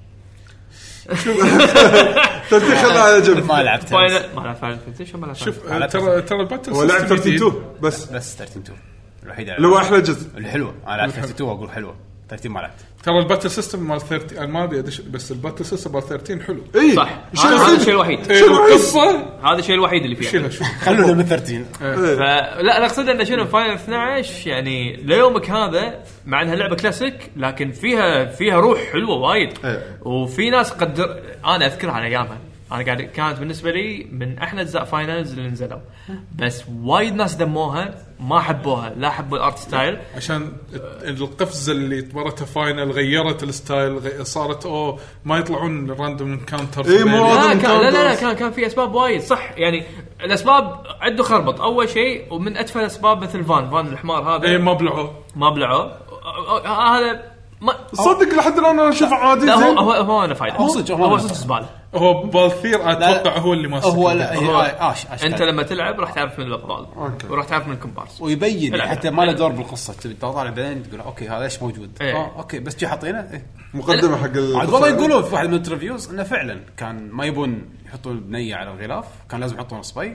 عشر ترتيخ على جنب ما لعبت فاينل ما لعبت فاينل ثلاثة عشر ما لعبت شوف ترى ترى الباتل هو لعب ثلاثة عشر بس بس ثلاثة عشر الوحيده اللي هو احلى جزء الحلوه. انا لعبت ثلاثة عشر واقول حلوه ثلاثة عشر ما لعبت. ترى الباتل سيستم مال ثلاثين انا ما ابي ادش بس الباتل سيستم مال ثلاثين حلو. اي صح هذا الشيء الوحيد القصه هذا الشيء الوحيد اللي فيه شيلها شوف خلونا من ثلاثة عشر. فلا انا اقصد انه شنو فاينل اثنا عشر يعني ليومك هذا مع انها لعبه كلاسيك لكن فيها فيها روح حلوه وايد. وفي ناس قدر انا اذكرها على ايامها انا قاعد كانت بالنسبه لي من احلى اجزاء فاينلز اللي نزلوا بس وايد ناس دموها ما حبوها لا حبوا الارت ستايل عشان القفزه اللي تبرتها فاينل غيرت الستايل غي... صارت او ما يطلعون راندوم انكاونترز. اي مو لا, كان لا لا لا كان كان في اسباب وايد صح يعني الاسباب عنده خربط اول شيء ومن اتفه الاسباب مثل فان فان الحمار هذا اي ما بلعوه ما بلعوه هذا ما صدق لحد الان انا اشوفه عادي لا زين. هو هو هو انا فايده هو صدق هو صدق زباله هو بالثير اتوقع هو اللي ماسك هو لا هو اش اش انت لما تلعب راح تعرف من الابطال وراح تعرف من الكومبارس ويبين لا، حتى لا. ما له دور بالقصه تبي تطالع بعدين تقول اوكي هذا ايش موجود إيه. اه اوكي بس جي حاطينه إيه. مقدمه حق ال- عاد والله يقولون في واحد من التريفيوز انه فعلا كان ما يبون يحطون بنيه على الغلاف كان لازم يحطون صبي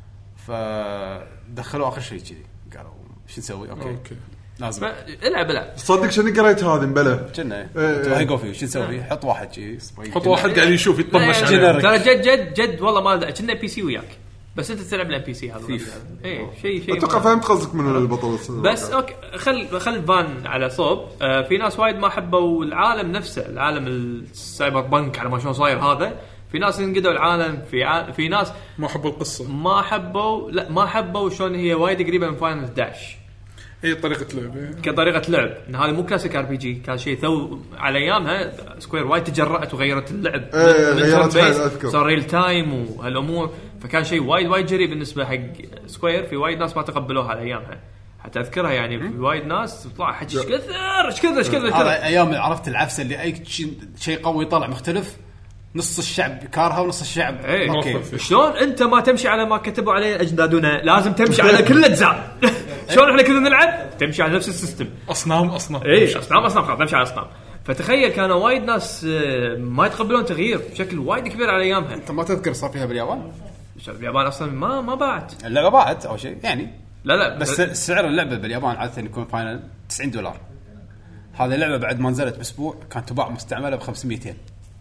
فدخلوا اخر شيء كذي قالوا شو نسوي اوكي, أوكي. لازم العب العب صدق شنو قريت هذه مبلى كنا إيه. هاي جوفي شو نسوي حط واحد شيء صبي حط واحد قاعد يشوف يطمش لا، عليه. ترى جد جد جد والله ما كنا بي سي وياك بس انت تلعب الام بي سي هذا اي شيء شيء اتوقع فهمت قصدك من البطل بس اوكي خل خل فان على صوب آه في ناس وايد ما حبوا العالم نفسه العالم السايبر بانك على ما شلون صاير هذا في ناس انقدوا العالم في ع... في ناس ما حبوا القصه ما حبوا لا ما حبوا شلون هي وايد قريبه من فاينل احد عشر اي طريقه لعبه كطريقه لعب ان هذا مو كلاسيك ار بي جي كان شيء ثو على ايامها سكوير وايد تجرأت وغيرت اللعب إيه، من غيرت turn based حيل أذكر. صار ريل تايم وهالامور فكان شيء وايد وايد جري بالنسبه حق سكوير في وايد ناس ما تقبلوها على ايامها حتى اذكرها يعني في وايد ناس تطلع حكي ايش كثر ايش كثر ايش كثر هذا ايام عرفت العفسه اللي اي شيء قوي طلع مختلف نص الشعب كارها ونص الشعب ايه اوكي شلون انت ما تمشي على ما كتبوا عليه اجدادنا لازم تمشي على كل الاجزاء شلون احنا كنا نلعب تمشي على نفس السيستم اصنام اصنام ايه اصنام اصنام خلاص تمشي على اصنام فتخيل كانوا وايد ناس ما يتقبلون تغيير بشكل وايد كبير على ايامها انت ما تذكر صار فيها باليابان اليابان اصلا ما ما باعت اللعبه باعت او شيء يعني لا لا بس سعر اللعبه باليابان عاده يكون فاينل تسعين دولار هذه اللعبه بعد ما نزلت باسبوع كانت تباع مستعمله ب خمسمية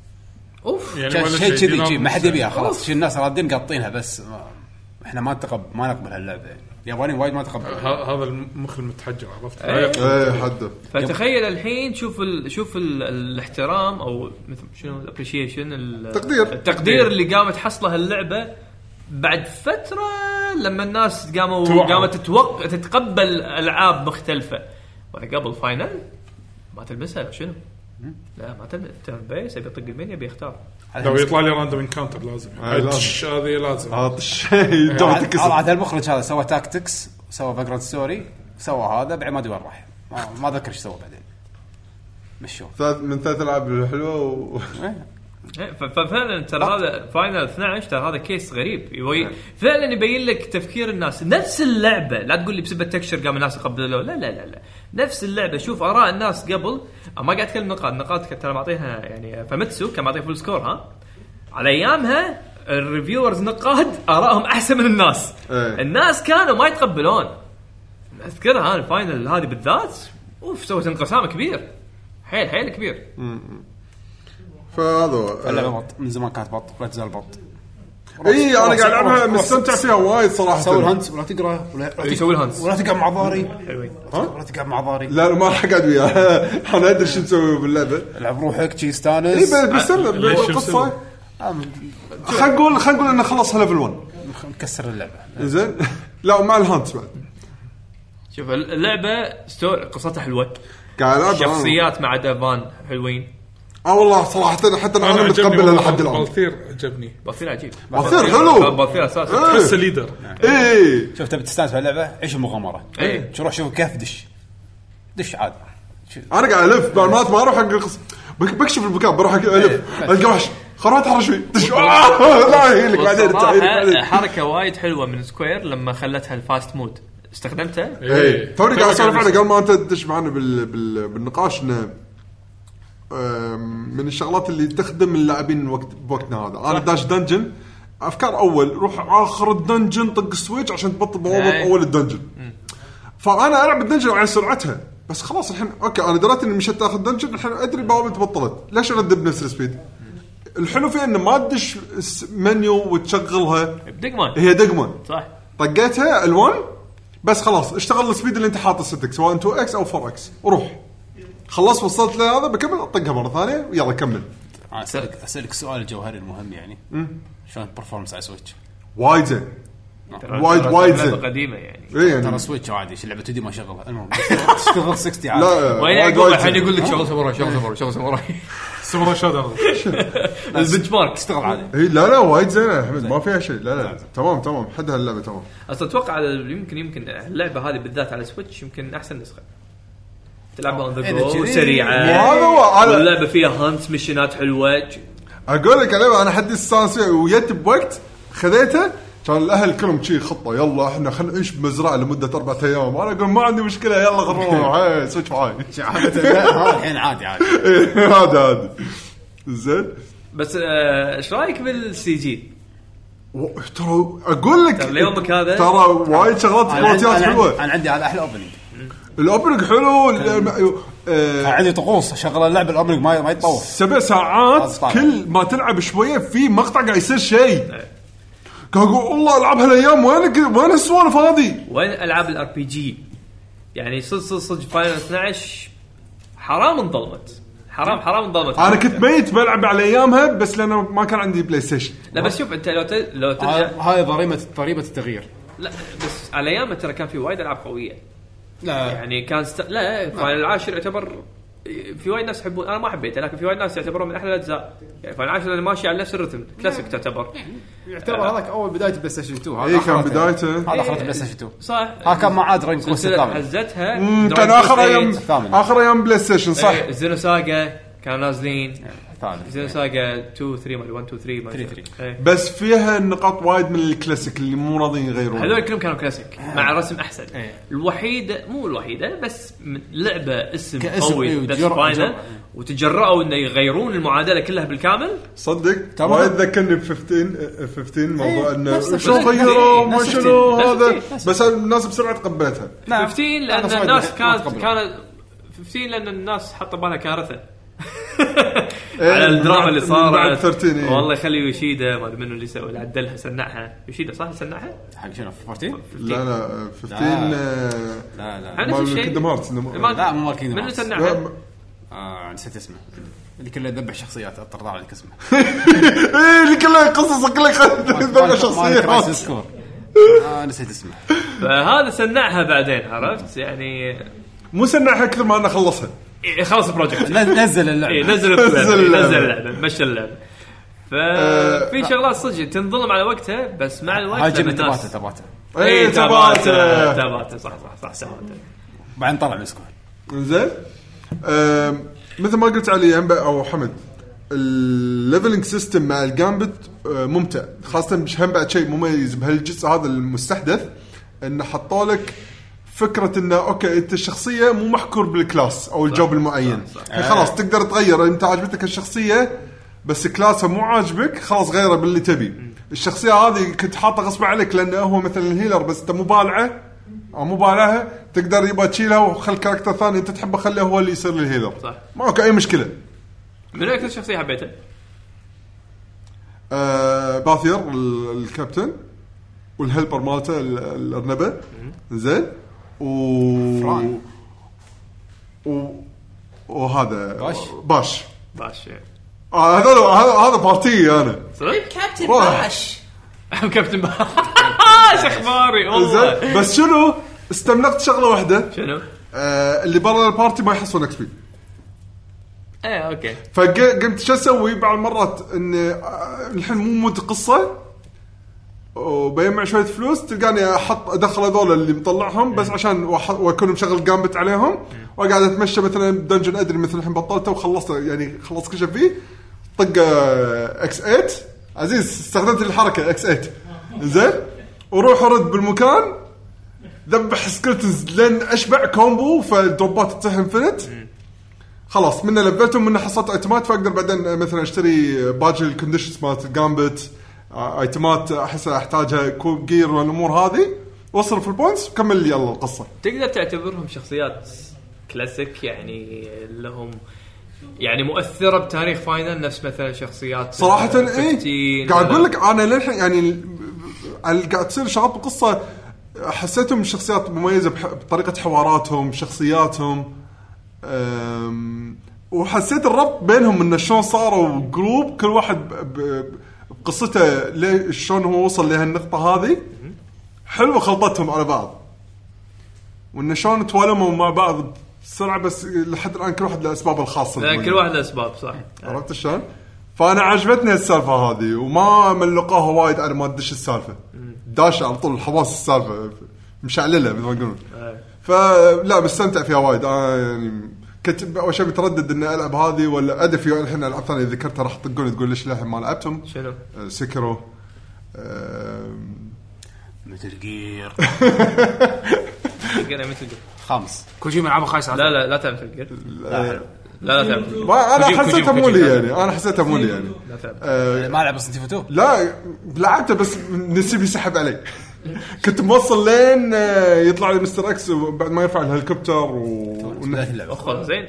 اوف يعني ولا شيء كذي دينار شيء ما حد يبيها نص. خلاص شيء الناس رادين قاطينها بس ما احنا ما نتقبل ما نقبل هاللعبه اليابانيين وايد ما تقبلوا ه- هذا المخ المتحجر عرفت ايه حده فتخيل الحين شوف ال شوف ال الاحترام او مثل شنو الابريشيشن تقدير. التقدير اللي قامت حصلها اللعبه بعد فتره لما الناس قاموا توعوا. قامت تتوق... تتقبل العاب مختلفه ولا قبل فاينل ما تلمسها شنو لا ما تلمس تيرن بيس يبي يطق المين يبي يختار لو يطلع لي راندوم انكاونتر لازم آه، لازم. أتش، هذه لازم هذا الشيء دوم عاد تكسر عاد المخرج هذا سوى تاكتكس سوى باك جراوند ستوري سوى هذا بعد ما ادري وين راح ما, ما ذكر ايش سوى بعدين مشوا ثلاث من ثلاث العاب حلوه و... ف- ففعلا ترى هذا فاينل اثنا عشر ترى هذا كيس غريب يبي فعلا يبين لك تفكير الناس نفس اللعبه لا تقول لي بسبب التكشر قام الناس يقبلوا لا لا لا لا نفس اللعبه شوف اراء الناس قبل ما قاعد اتكلم نقاط نقاط ترى معطيها يعني فمتسو كان معطيه فول سكور ها على ايامها الريفيورز نقاد ارائهم احسن من الناس ايه. الناس كانوا ما يتقبلون اذكرها الفاينل هذه بالذات اوف سوت انقسام كبير حيل حيل كبير فهذا اللعبه بط من زمان كانت بط لا تزال بط اي انا قاعد العبها مستمتع فيها وايد صراحه سوي الهانت ولا تقرا ولا يسوي الهانت ولا تقعد مع ضاري ها؟ ولا تقعد مع ضاري لا ما راح اقعد وياه انا ادري شو نسوي باللعبه العب روحك شي اي استانس بس بستنى ليش بالقصه آه، خلينا نقول خلينا نقول انه خلصها ليفل واحد كسر اللعبه. زين لا مع الهانت بعد. شوف اللعبه ستوري قصتها حلوه، قاعد العب شخصيات مع دافان حلوين. اه والله صراحه حتى انا متقبل لحد الان. بالثير عجبني، بالثير عجيب، بالثير حلو، بالثير اساسا تحس ليدر. اي شوف تبي تستانس باللعبه عيش المغامره، إيه. تروح شوف كيف دش دش عاد. انا قاعد الف بالمات ما اروح حق القصه، بكشف المكان بروح الف القى وحش خرات حر شوي لا هي لك بعدين. حركه وايد حلوه من سكوير لما خلتها الفاست مود استخدمتها. اي توني قاعد اسولف عنه قبل ما انت تدش معنا بال... بال... بالنقاش انه من الشغلات اللي تخدم اللاعبين وقت بوقتنا هذا. انا داش دنجن افكار اول روح اخر الدنجن طق السويتش عشان تبطل بوابه اول الدنجن، فانا العب الدنجن على سرعتها بس خلاص الحين اوكي انا دريت اني مشيت اخذ دنجن الحين ادري بوابه تبطلت ليش اردد بنفس السبيد. الحلو فيه انه ما تدش منيو وتشغلها بدقمه، هي دقمه صح طقيتها الوان بس خلاص اشتغل السبيد اللي انت حاطه ستك سواء تو اكس او فور اكس وروح خلص وصلت لهذا بكمل اطقها مره ثانيه ويلا كمل. اسالك اسالك سؤال جوهري المهم يعني شلون البرفورمانس على سويتش؟ وايد زين وايد وايد زين قديمه يعني. إيه يعني ترى سويتش عادي ايش اللعبه تدي ما شغلها المهم تشتغل ستين عادي. لا وين يقول الحين يقول لك شغل ساموراي شغل ساموراي شغل ساموراي ساموراي شادر البنش مارك تشتغل عادي. اي لا لا وايد زين يا حمد ما فيها شيء. لا لا تمام تمام حد هاللعبه تمام. اصلا اتوقع يمكن يمكن اللعبه هذه بالذات على سويتش يمكن احسن نسخه تلعبها اون ذا جو سريعه. اللعبه فيها هانت ميشنات حلوه. اقول لك اللعبه انا حد استانس فيها ويت بوقت خذيتها كان الاهل كلهم شيء خطه يلا احنا خلينا نعيش بمزرعه لمده اربعة ايام. انا اقول ما عندي مشكله يلا غروح هاي سويتش معاي هذا الحين عادي عادي هذا هذا زين. بس ايش رايك بالسي جي؟ ترى اقول لك اليومك هذا ترى وايد شغلات كواليتيات حلوه. انا عندي هذا احلى اوبننج. الاوبننج حلو. آه عندي طقوس شغله اللعبه الاوبننج ما ما يتطور سبع ساعات كل ما تلعب شويه في مقطع قاعد يصير شيء قاعد اقول والله العب هالايام وين وين السوالف هذه وين العاب الار بي جي يعني صدق صدق صدق فاينل اثناشر حرام انظلمت حرام حرام انظلمت. انا كنت ميت بلعب على ايامها بس لانه ما كان عندي بلاي ستيشن. لا بس شوف انت لو ت... لو ترجع هاي ضريبه ضريبه التغيير. لا بس على ايامها ترى كان في وايد العاب قويه. لا يعني كان ست... لا فاينل العاشر يعتبر في وايد ناس يحبون. انا ما حبيته لكن في وايد ناس يعتبروه من احلى الاجزاء. يعني فاينل العاشر اللي ماشي على نفس الرتم كلاسيك تعتبر يعتبر هذاك اول بدايه بلاي ستيشن اثنين. هذا اي كان بدايته هذا اخرت بلاي ستيشن اثنين صح. ها كان ما عاد رانك كوست الثامن حزتها كان اخر ايام اخر ايام بلاي ستيشن صح. زينو ساغا كانوا نازلين ثالث زين ساغا اثنين ثلاثة ما واحد اثنين ثلاثة ما ثلاثة بس فيها نقاط وايد من الكلاسيك اللي مو راضيين يغيرون. هذول كلهم كانوا كلاسيك مع رسم احسن. الوحيده مو الوحيده بس لعبه اسم قوي بس فاينل وتجرأوا انه يغيرون المعادله كلها بالكامل. صدق وايد ذكرني ب خمسة عشر خمسة عشر موضوع انه شو غيروا ما شنو هذا بس الناس بسرعه تقبلتها. خمسة عشر لان الناس كانت كانت خمسة عشر لان الناس حطوا بالها كارثه على الدراما اللي صارت. والله يخلي يوشيدا ما ادري منو اللي سوى اللي عدلها سنعها. يوشيدا صح سنعها حق شنو أربعة عشر؟ لا لا خمسة لا لا مال كيندم هارتس لا مو مال كيندم منو هارتس. سنعها؟ اه نسيت اسمه اللي كله يذبح شخصيات الطرداع اللي اسمه ايه اللي كله قصص كله يذبح شخصيات اه نسيت اسمه. فهذا سنعها بعدين عرفت يعني مو سنعها كثر ما انا خلصها خلص البروجكت نزل اللعبه إيه نزل اللعبه نزل اللعبه مشى اللعبه. ففي شغلات صدق تنظلم على وقتها بس مع الوقت هاي جبت تباته تباته اي تباته تباته صح صح صح تباته بعدين طلع مسكون زين. مثل ما قلت علي او حمد الليفلنج سيستم مع الجامبت ممتع خاصه مش هم بعد شيء مميز بهالجزء هذا المستحدث انه حطوا لك فكرة إنه أوكي أنت الشخصية مو محكور بالكلاس أو الجوب المعين. خلاص تقدر تغير. أنت عجبتك الشخصية بس كلاسها مو عاجبك خلاص غيره باللي تبي. الشخصية هذه كنت حاطة غصب عليك لأنه هو مثل الهيلر بس أنت مبالعة أو مبالعة تقدر يبغى تشيلها وخل كاركتر ثاني أنت تحبه خليه هو اللي يصير الهيلر. ما أوكي أي مشكلة. من أكثر شخصية حبيتها؟ آه باثير الكابتن والهيلبر مالته الأرنبة زين و فران و وهذا باش باش باش آه هذا هذا هذا بارتي انا صحيح كابتن باش كابتن ايش اخباري والله. زين بس شنو استملقت شغله واحده شنو آه اللي برا البارتي ما يحصلون اكس بي. ايه اوكي. فقمت شو اسوي بعض المرات ان الحين مو مود قصه وبيجمع شويه فلوس تلقاني احط ادخل هذول اللي مطلعهم بس عشان واكون مشغل جامبت عليهم وقاعد اتمشى مثلا دنجن ادري مثلا الحين بطلته وخلصت يعني خلصت كل شيء فيه طق اكس ثمانية عزيز استخدمت الحركه اكس ثمانية زين وروح ارد بالمكان ذبح سكلتنز لين اشبع كومبو فالدروبات تصير انفنت خلاص منه لفلتهم منه حصلت ايتمات فاقدر بعدين مثلا اشتري باقي الكونديشنز مالت الجامبت ايتمات احس احتاجها كوب جير والامور هذه واصرف البوينتس وكمل لي يلا القصه. تقدر تعتبرهم شخصيات كلاسيك يعني لهم يعني مؤثره بتاريخ فاينل نفس مثلا شخصيات صراحه ايه قاعد اقول لك انا للحين يعني قاعد تصير شغلات بالقصه حسيتهم شخصيات مميزه بطريقه حواراتهم شخصياتهم وحسيت الربط بينهم انه شلون صاروا جروب كل واحد بقصته ليه شلون هو وصل لهالنقطه هذه حلوه خلطتهم على بعض وان شلون توالموا مع بعض بسرعه بس لحد الان كل واحد له اسبابه الخاصه. لا كل واحد له اسباب صح. عرفت شلون؟ فانا عجبتني السالفه هذه وما ملقوها وايد على ما ادش السالفه داش على طول الحواس السالفه مشعلله مثل ما يقولون. فلا بستمتع فيها وايد انا يعني كنت اول شيء متردد اني العب هذه ولا ادري في الحين العاب ثانيه ذكرتها راح تطقون تقول ليش للحين ما لعبتهم. شنو سيكرو مثل جير جير مثل جير خامس كل شيء ملعبه خايس. لا لا لا تعرف جير لا لا لا انا حسيتها مولي يعني انا حسيتها مولي يعني آه ما لعب سنتي فتو لا لعبته بس نسيب يسحب علي كنت موصل لين يطلع لي مستر اكس وبعد ما يرفع الهليكوبتر وبدايه اللعبه اخر زين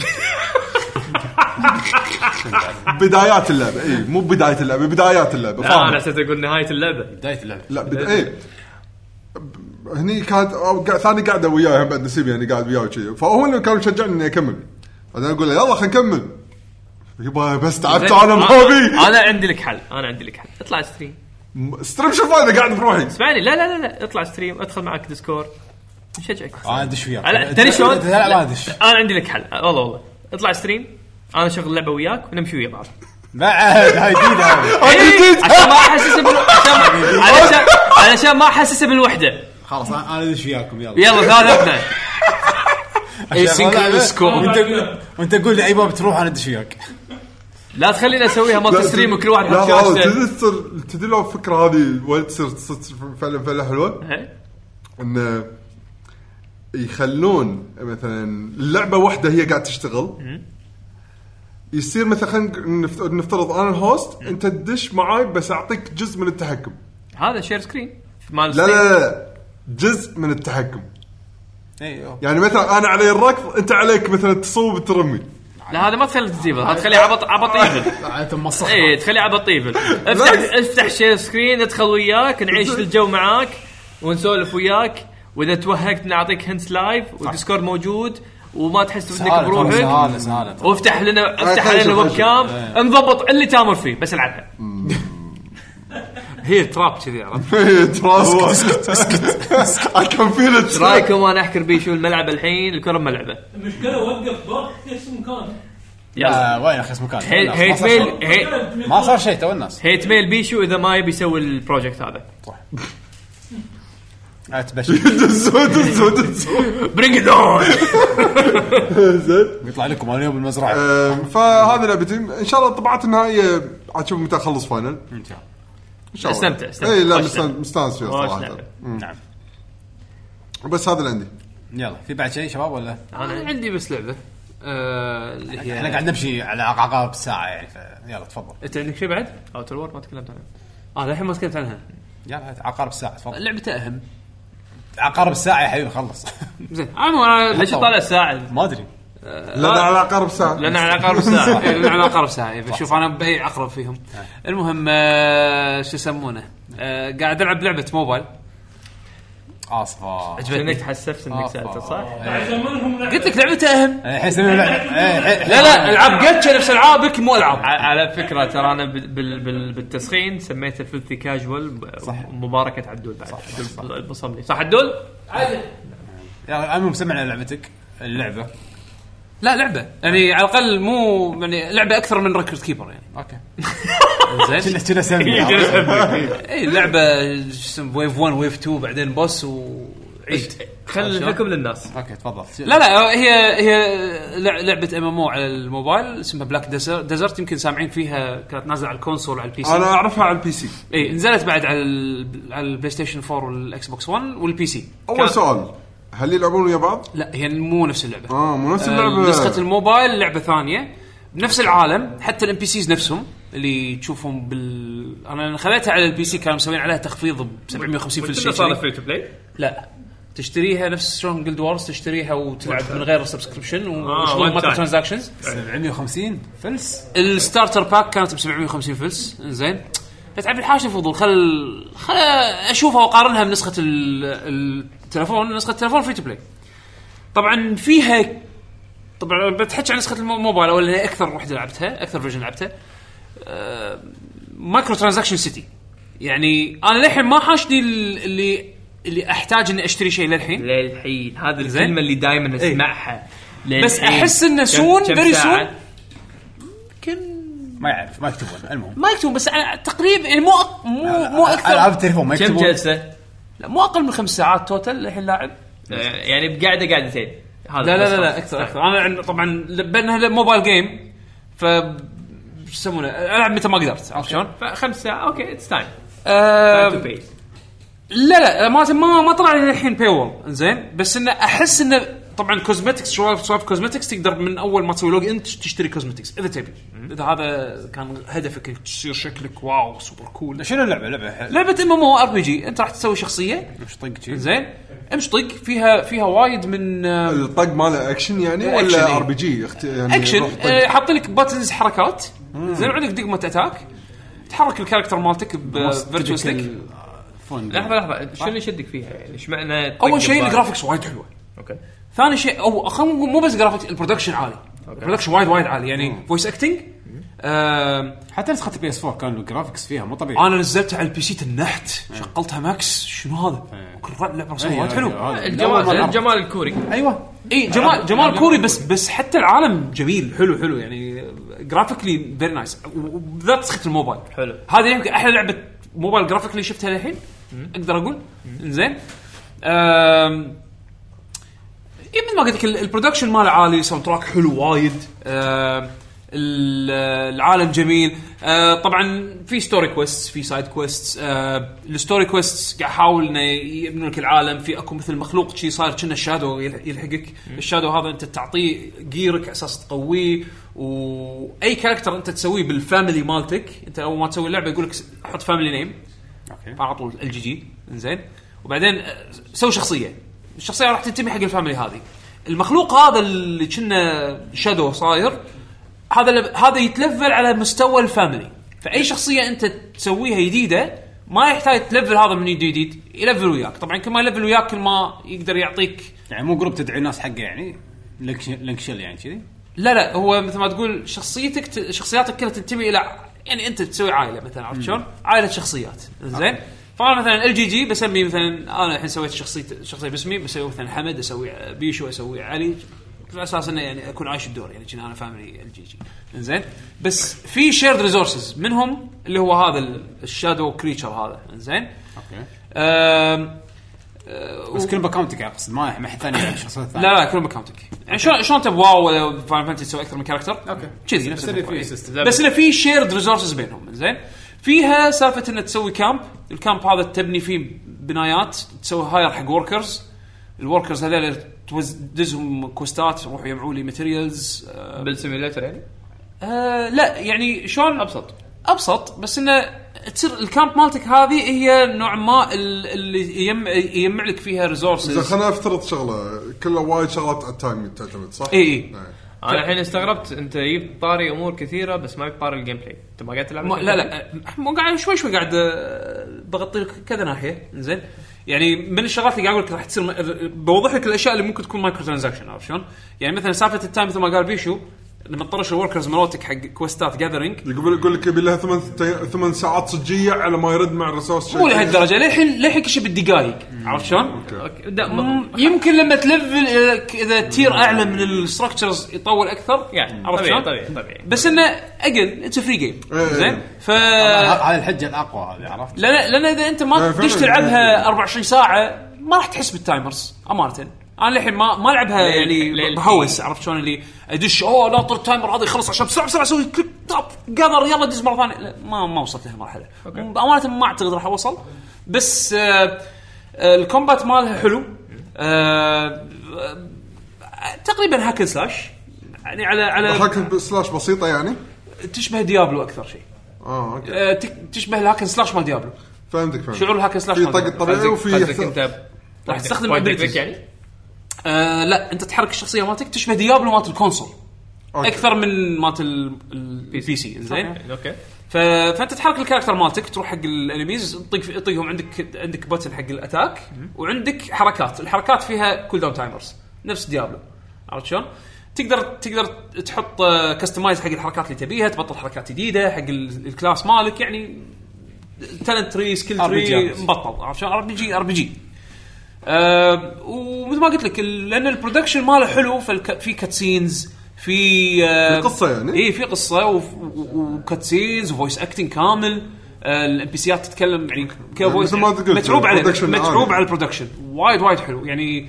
بدايات اللعبه اي مو بدايه اللعبه بدايات اللعبه لا انا حسيت اقول نهايه اللعبه بدايه اللعبه لا بدا اي هني كانت ثاني قاعده وياه بعد نسيب يعني قاعد وياه وشي فهو اللي كان يشجعني اني اكمل بعدين اقول له يلا خلينا نكمل يبا بس تعبت انا ما ابي انا عندي لك حل انا عندي لك حل اطلع ستريم ستريم شوف انا قاعد بروحي اسمعني لا لا لا لا اطلع ستريم ادخل معك ديسكورد نشجعك انا ادش وياك لا تدري شلون لا ما ادش انا عندي لك حل والله والله اطلع ستريم انا شغل لعبه وياك ونمشي ويا بعض بعد هاي جديده عشان ما احسسه بال علشان علشان ما احسسه بالوحده خلاص انا ادش وياكم يلا يلا ثلاثنا اي سينكرو سكور وانت وانت تقول لي اي باب تروح انا ادش وياك لا تخلينا نسويها مالت ستريم وكل واحد يحط شاشه. تدري لو الفكره هذه وين تصير فعلا فعلا حلوه ان يخلون مثلا اللعبه واحده هي قاعده تشتغل يصير مثلا نفترض انا الهوست انت تدش معاي بس اعطيك جزء من التحكم هذا شير سكرين مال لا لا لا جزء من التحكم ايوه يعني مثلا انا علي الركض انت عليك مثلا تصوب الترمي لا هذا ما تخلي تجيبه هذا تخليه عبط عبط ايفل انت مصخ ايه تخليه عبط ايفل افتح افتح شير سكرين ندخل وياك نعيش الجو معاك ونسولف وياك واذا توهقت نعطيك هنت لايف وديسكورد موجود وما تحس انك بروحك وافتح لنا افتح لنا الويب كام نضبط اللي تامر فيه بس العبها هي تراب كذي عرفت هي تراب اسكت اسكت اي كان فيل ات رايكم انا احكر بيه شو الملعب الحين الكره ملعبه المشكله وقف ضغط خس مكان يا وين خس مكان هيت ميل ما صار شيء تو الناس هيت ميل بيشو اذا ما يبي يسوي البروجكت هذا اتبش الزود الزود برينج ات اون زين يطلع لكم اليوم بالمزرعه فهذا لعبتي ان شاء الله طبعت النهائيه عاد شوف متى اخلص فاينل ان شاء الله استمتع استمتع اي لا مستانس فيها صراحه نعم بس هذا اللي عندي يلا في بعد شيء شباب ولا انا عندي بس لعبه اللي هي احنا قاعد نمشي على عقارب الساعه يعني يلا تفضل انت عندك شيء بعد اوتر وور ما تكلمت عنها اه الحين ما تكلمت عنها يلا عقارب الساعه تفضل لعبته اهم عقارب الساعه يا حبيبي خلص زين انا ليش طالع الساعه ما ادري لنا على عقارب الساعه لنا على عقارب الساعه لنا على عقارب الساعه شوف انا باي عقرب فيهم المهم شو يسمونه قاعد العب لعبه موبايل اصفى عجبتني تحسفت انك سالته صح؟ قلت لك لعبته اهم احس انه لا لا العاب جاتشا نفس العابك مو العاب. على فكره ترى انا بال بال بالتسخين سميته فيلثي كاجوال مباركه عدول بعد صح المصمم صح عدول عادي يا المهم سمعنا لعبتك اللعبه لا لعبه يعني على الاقل مو يعني لعبه اكثر من ريكورد كيبر يعني اوكي زين كنا كنا سمي اي لعبه ويف واحد ويف اثنين بعدين بوس وعيد خل الحكم للناس. اوكي تفضل. لا لا هي هي لعبه ام ام او على الموبايل اسمها بلاك ديزرت يمكن سامعين فيها كانت نازله على الكونسول على البي سي. انا اعرفها على البي سي اي نزلت بعد على على البلاي ستيشن فور والاكس بوكس واحد والبي سي. اول سؤال هل يلعبون ويا بعض؟ لا هي مو نفس اللعبه. اه مو نفس اللعبه. آه نسخه الموبايل لعبه ثانيه بنفس العالم حتى الام بي سيز نفسهم اللي تشوفهم بال انا خليتها على البي سي كانوا مسوين عليها تخفيض ب سبعمية وخمسين في الشيء. صار فري تو بلاي؟ لا تشتريها نفس شلون جلد وارز تشتريها وتلعب من غير سبسكريبشن وشلون مايكرو ترانزاكشنز. سبعمية وخمسين فلس. الستارتر باك كانت ب سبعمية وخمسين فلس زين. فتعب الحاجه فضول خل خل اشوفها واقارنها بنسخه التليفون. نسخه التليفون فري تو بلاي طبعا فيها طبعا بتحكي عن نسخه الموبايل او اللي اكثر وحده لعبتها اكثر فيرجن لعبتها أه مايكرو ترانزاكشن سيتي. يعني انا للحين ما حاشني اللي اللي احتاج اني اشتري شيء للحين للحين هذا الكلمه اللي دائما اسمعها ايه؟ بس احس انه سون فيري سون كم ما يعرف ما يكتبون المهم ما يكتبون بس تقريبا يعني مو مو مو اكثر العاب التليفون ما يكتبون. كم جلسه؟ لا مو اقل من خمس ساعات توتال الحين لاعب يعني بقاعده قاعدتين. لا لا لا, لا اكثر اكثر انا طبعا بانها موبايل جيم ف يسمونه العب متى ما قدرت عرفت شلون فخمس ساعات اوكي اتس تايم. لا لا ما ما ما طلع لي الحين باي وول زين بس انه احس انه طبعا كوزمتكس شويه سوالف كوزمتكس تقدر من اول ما تسوي لوج انت تشتري كوزمتكس اذا تبي اذا هذا كان هدفك تصير شكلك واو سوبر كول. شنو اللعبه لعبه لعبه ام ام او ار بي جي انت راح تسوي شخصيه مش طق شيء زين امش طق فيها فيها وايد من الطق ماله اكشن يعني ولا ار بي جي يعني اكشن آه حاط لك باتنز حركات زين عندك دقمه اتاك تحرك الكاركتر مالتك بفيرتشوال ستيك. لحظه لحظه شو اللي يشدك فيها يعني ايش معنى؟ اول شيء الجرافيكس وايد حلوه اوكي. ثاني شيء او خلينا مو بس جرافيكس البرودكشن عالي البرودكشن وايد وايد عالي يعني فويس اكتنج آه حتى نسخه البي اس فور كان الجرافيكس فيها مو طبيعي. انا نزلتها على البي سي تنحت شغلتها ماكس شنو هذا كل لعبه رسمها وايد حلو. الجمال الجمال الكوري ايوه اي جمال جمال كوري بس بس حتى العالم جميل حلو حلو يعني جرافيكلي فيري نايس وبالذات نسخه الموبايل حلو. هذه يمكن احلى لعبه موبايل جرافيكلي شفتها للحين اقدر اقول زين. امم مثل ما قلت لك البرودكشن ماله عالي ساوند تراك حلو وايد العالم جميل. آه طبعا في ستوري كويست في سايد كويست آه الستوري كويست قاعد يحاول انه يبنوا لك العالم في اكو مثل مخلوق شيء صار كنا الشادو يلحقك. الشادو هذا انت تعطيه جيرك اساس تقويه واي كاركتر انت تسويه بالفاميلي مالتك انت اول ما تسوي اللعبه يقول لك حط فاميلي نيم اوكي على طول ال جي جي زين وبعدين سوي شخصيه الشخصيه راح تنتمي حق الفاميلي هذه. المخلوق هذا اللي كنا شادو صاير هذا هذا يتلفل على مستوى الفاميلي فاي شخصيه انت تسويها جديده ما يحتاج تلفل هذا من جديد يلفل وياك. طبعا كل ما يلفل وياك كل ما يقدر يعطيك يعني مو جروب تدعي الناس حقه يعني لينكشل يعني كذي. لا لا هو مثل ما تقول شخصيتك شخصياتك كلها تنتمي الى يعني انت تسوي عائله مثلا عرفت شلون عائله شخصيات زين. فانا مثلا ال جي جي بسمي مثلا انا الحين سويت شخصيه شخصيه باسمي بسوي مثلا حمد اسوي بيشو اسوي علي على اساس انه يعني اكون عايش الدور يعني كنا انا فاميلي ال جي جي زين. بس في شيرد ريسورسز منهم اللي هو هذا الشادو كريتشر هذا زين اوكي. أم بس كلهم باكاونتك اقصد ما ما حد ثاني يعني شخصيات ثانيه. لا لا كلهم باكاونتك يعني شلون شلون تبواو ولا فاين فانتسي تسوي اكثر من كاركتر اوكي كذي نفس الفكره بس انه في شيرد ريسورسز بينهم زين. فيها سالفه انك تسوي كامب الكامب هذا تبني فيه بنايات تسوي هاير حق وركرز الوركرز هذول تدزهم كوستات يروحوا يجمعوا لي ماتيريالز آه بالسيميليتر يعني آه لا يعني شلون ابسط ابسط بس انه تصير الكامب مالتك هذه هي نوع ما اللي يجمع يجمع لك فيها ريسورسز. اذا خلينا نفترض شغله كلها وايد شغلات على التايم تعتمد صح اي اي انا الحين استغربت انت جبت طاري امور كثيره بس ما بطاري الجيم بلاي انت ما قاعد تلعب لا لا مو قاعد شوي شوي قاعد بغطي لك كذا ناحيه زين. يعني من الشغلات اللي قاعد اقول لك راح تصير م- بوضح لك الاشياء اللي ممكن تكون مايكرو ترانزاكشن عرفت شلون؟ يعني مثلا سالفه التايم مثل ما قال بيشو لما تطرش الوركرز مالتك حق كويستات جاذرينج يقول يقول لك يبي لها ثمان ثمان ساعات صجيه على ما يرد مع الريسورس مو لهالدرجه للحين للحين كل شيء بالدقائق عرفت شلون؟ يمكن لما تلفل اذا تير اعلى من الستراكشرز يطول اكثر يعني عرفت طبيعي شلون؟ طبيعي طبيعي بس انه اقل اتس فري جيم زين ف هذه الحجه الاقوى هذه عرفت. لان لان اذا انت ما تدش تلعبها أربعة وعشرين ساعه ما راح تحس بالتايمرز امانه. انا الحين ما ما العبها يعني بهوس عرفت شلون اللي ادش اوه لا طر التايمر هذا يخلص عشان بسرعه بسرعه اسوي كليك توب قدر يلا دز مره ثانيه. ما ما وصلت لهالمرحله امانه ما اعتقد راح اوصل. بس آه آه الكومبات مالها حلو آه آه تقريبا هاك سلاش يعني على على هاك سلاش بسيطه يعني تشبه ديابلو اكثر شيء. اه اوكي آه تشبه الهاك سلاش مال ديابلو. فهمتك فهمت شعور الهاك سلاش في طق طبيعي وفي انت راح تستخدم بوينت ابيليتيز يعني آه لا انت تحرك الشخصيه مالتك تشبه ديابلو مالت الكونسول أوكي. اكثر من مالت البي سي زين. اوكي ف... فانت تحرك الكاركتر مالتك تروح حق الانيميز تطق تطقهم عندك عندك بوتن حق الاتاك وعندك حركات الحركات فيها كول داون تايمرز نفس ديابلو عرفت شلون؟ تقدر تقدر تحط كاستمايز حق الحركات اللي تبيها تبطل حركات جديده حق ال- الكلاس مالك يعني تالنت تري سكيل تري مبطل عرفت شلون؟ ار بي جي ار بي جي أه ومثل ما قلت لك ال- لان البرودكشن ماله حلو فالك... في كاتسينز في أه في قصه يعني اي في قصه وكاتسينز وفويس اكتنج كامل الام بي سيات تتكلم يعني كفويس مثل ما تقول متعوب عليه البرودكشن متعوب عالي. على البرودكشن وايد وايد حلو يعني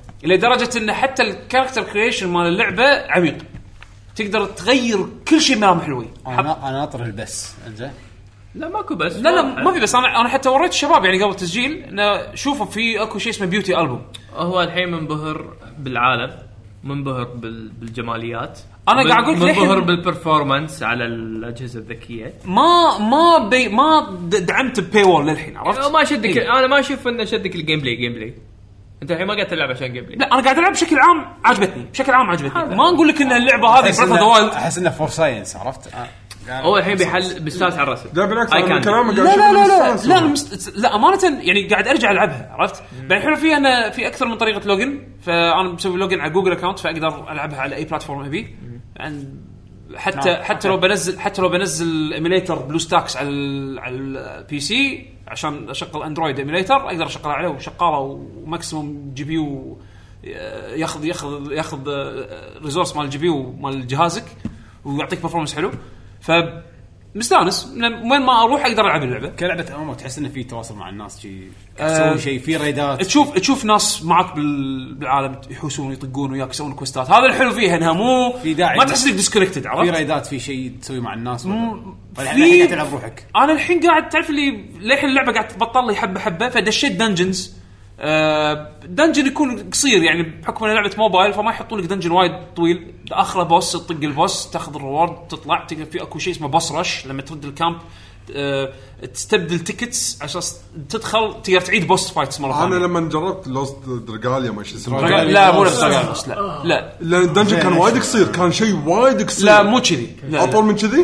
لدرجه ان حتى الكاركتر كرييشن مال اللعبه عميق تقدر تغير كل شيء منهم حلوين. انا انا ناطر البس انزين لا ماكو بس لا لا ما في بس انا انا حتى وريت الشباب يعني قبل التسجيل انه شوفوا في اكو شيء اسمه بيوتي البوم. هو الحين منبهر بالعالم منبهر بال... بالجماليات أنا قاعد أقول لك منبهر للحين- بالبرفورمانس على الاجهزه الذكيه ما ما بي ما د- دعمت بباي وول للحين عرفت؟ ما شدك إيه. انا ما اشوف انه شدك الجيم بلاي جيم بلاي انت الحين ما قاعد تلعب عشان جيم بلاي لا انا قاعد العب بشكل عام عجبتني بشكل عام عجبتني ما نقول لك ان اللعبه هذه أحس بريث اوف إنه- ذا وايلد احس انه فور ساينس عرفت. هو الحين بيحل بيستانس على الرسم لا بالعكس I انا can't. كلامك لا قاعد لا لا لا أشوف لا, المستانسة. لا, مست... لا امانه يعني قاعد ارجع العبها عرفت؟ بعدين حلو فيها انا في اكثر من طريقه لوجن فانا مسوي لوجن على جوجل اكونت فاقدر العبها على اي بلاتفورم ابي يعني حتى نعم. حتى لو بنزل حتى لو بنزل ايميليتر بلو ستاكس على ال على البي سي عشان اشغل اندرويد ايميليتر اقدر اشغله عليه وشغاله وماكسيموم جي بي يو ياخذ ياخذ ياخذ ريسورس مال الجي بي يو مال جهازك ويعطيك برفورمانس حلو ف مستانس وين ما اروح اقدر العب اللعبه كلعبه امامك تحس انه في تواصل مع الناس شيء أه تسوي شيء في ريدات تشوف تشوف ناس معك بال- بالعالم يحوسون يطقون وياك يسوون كويستات هذا الحلو فيها انها مو في داعي ما تحس انك ديسكونكتد في عرفت ريدات في شيء تسوي مع الناس في- الحين قاعد تلعب روحك. انا الحين قاعد تعرف اللي للحين اللعبه قاعد تبطل لي حبه حبه فدشيت دنجنز آه دنجن يكون قصير يعني بحكم انها لعبه موبايل فما يحطوا لك دنجن وايد طويل اخره بوس تطق البوس تاخذ الريورد تطلع تقدر في اكو شيء اسمه بوس رش لما ترد الكامب آه تستبدل تيكتس عشان تدخل تقدر تعيد بوس فايتس مره انا ثانيه. لما جربت لوست درغاليا ما شو اسمه لا مو نفس بوس لا لا لان الدنجن كان وايد قصير كان شيء وايد قصير لا مو كذي لا اطول من كذي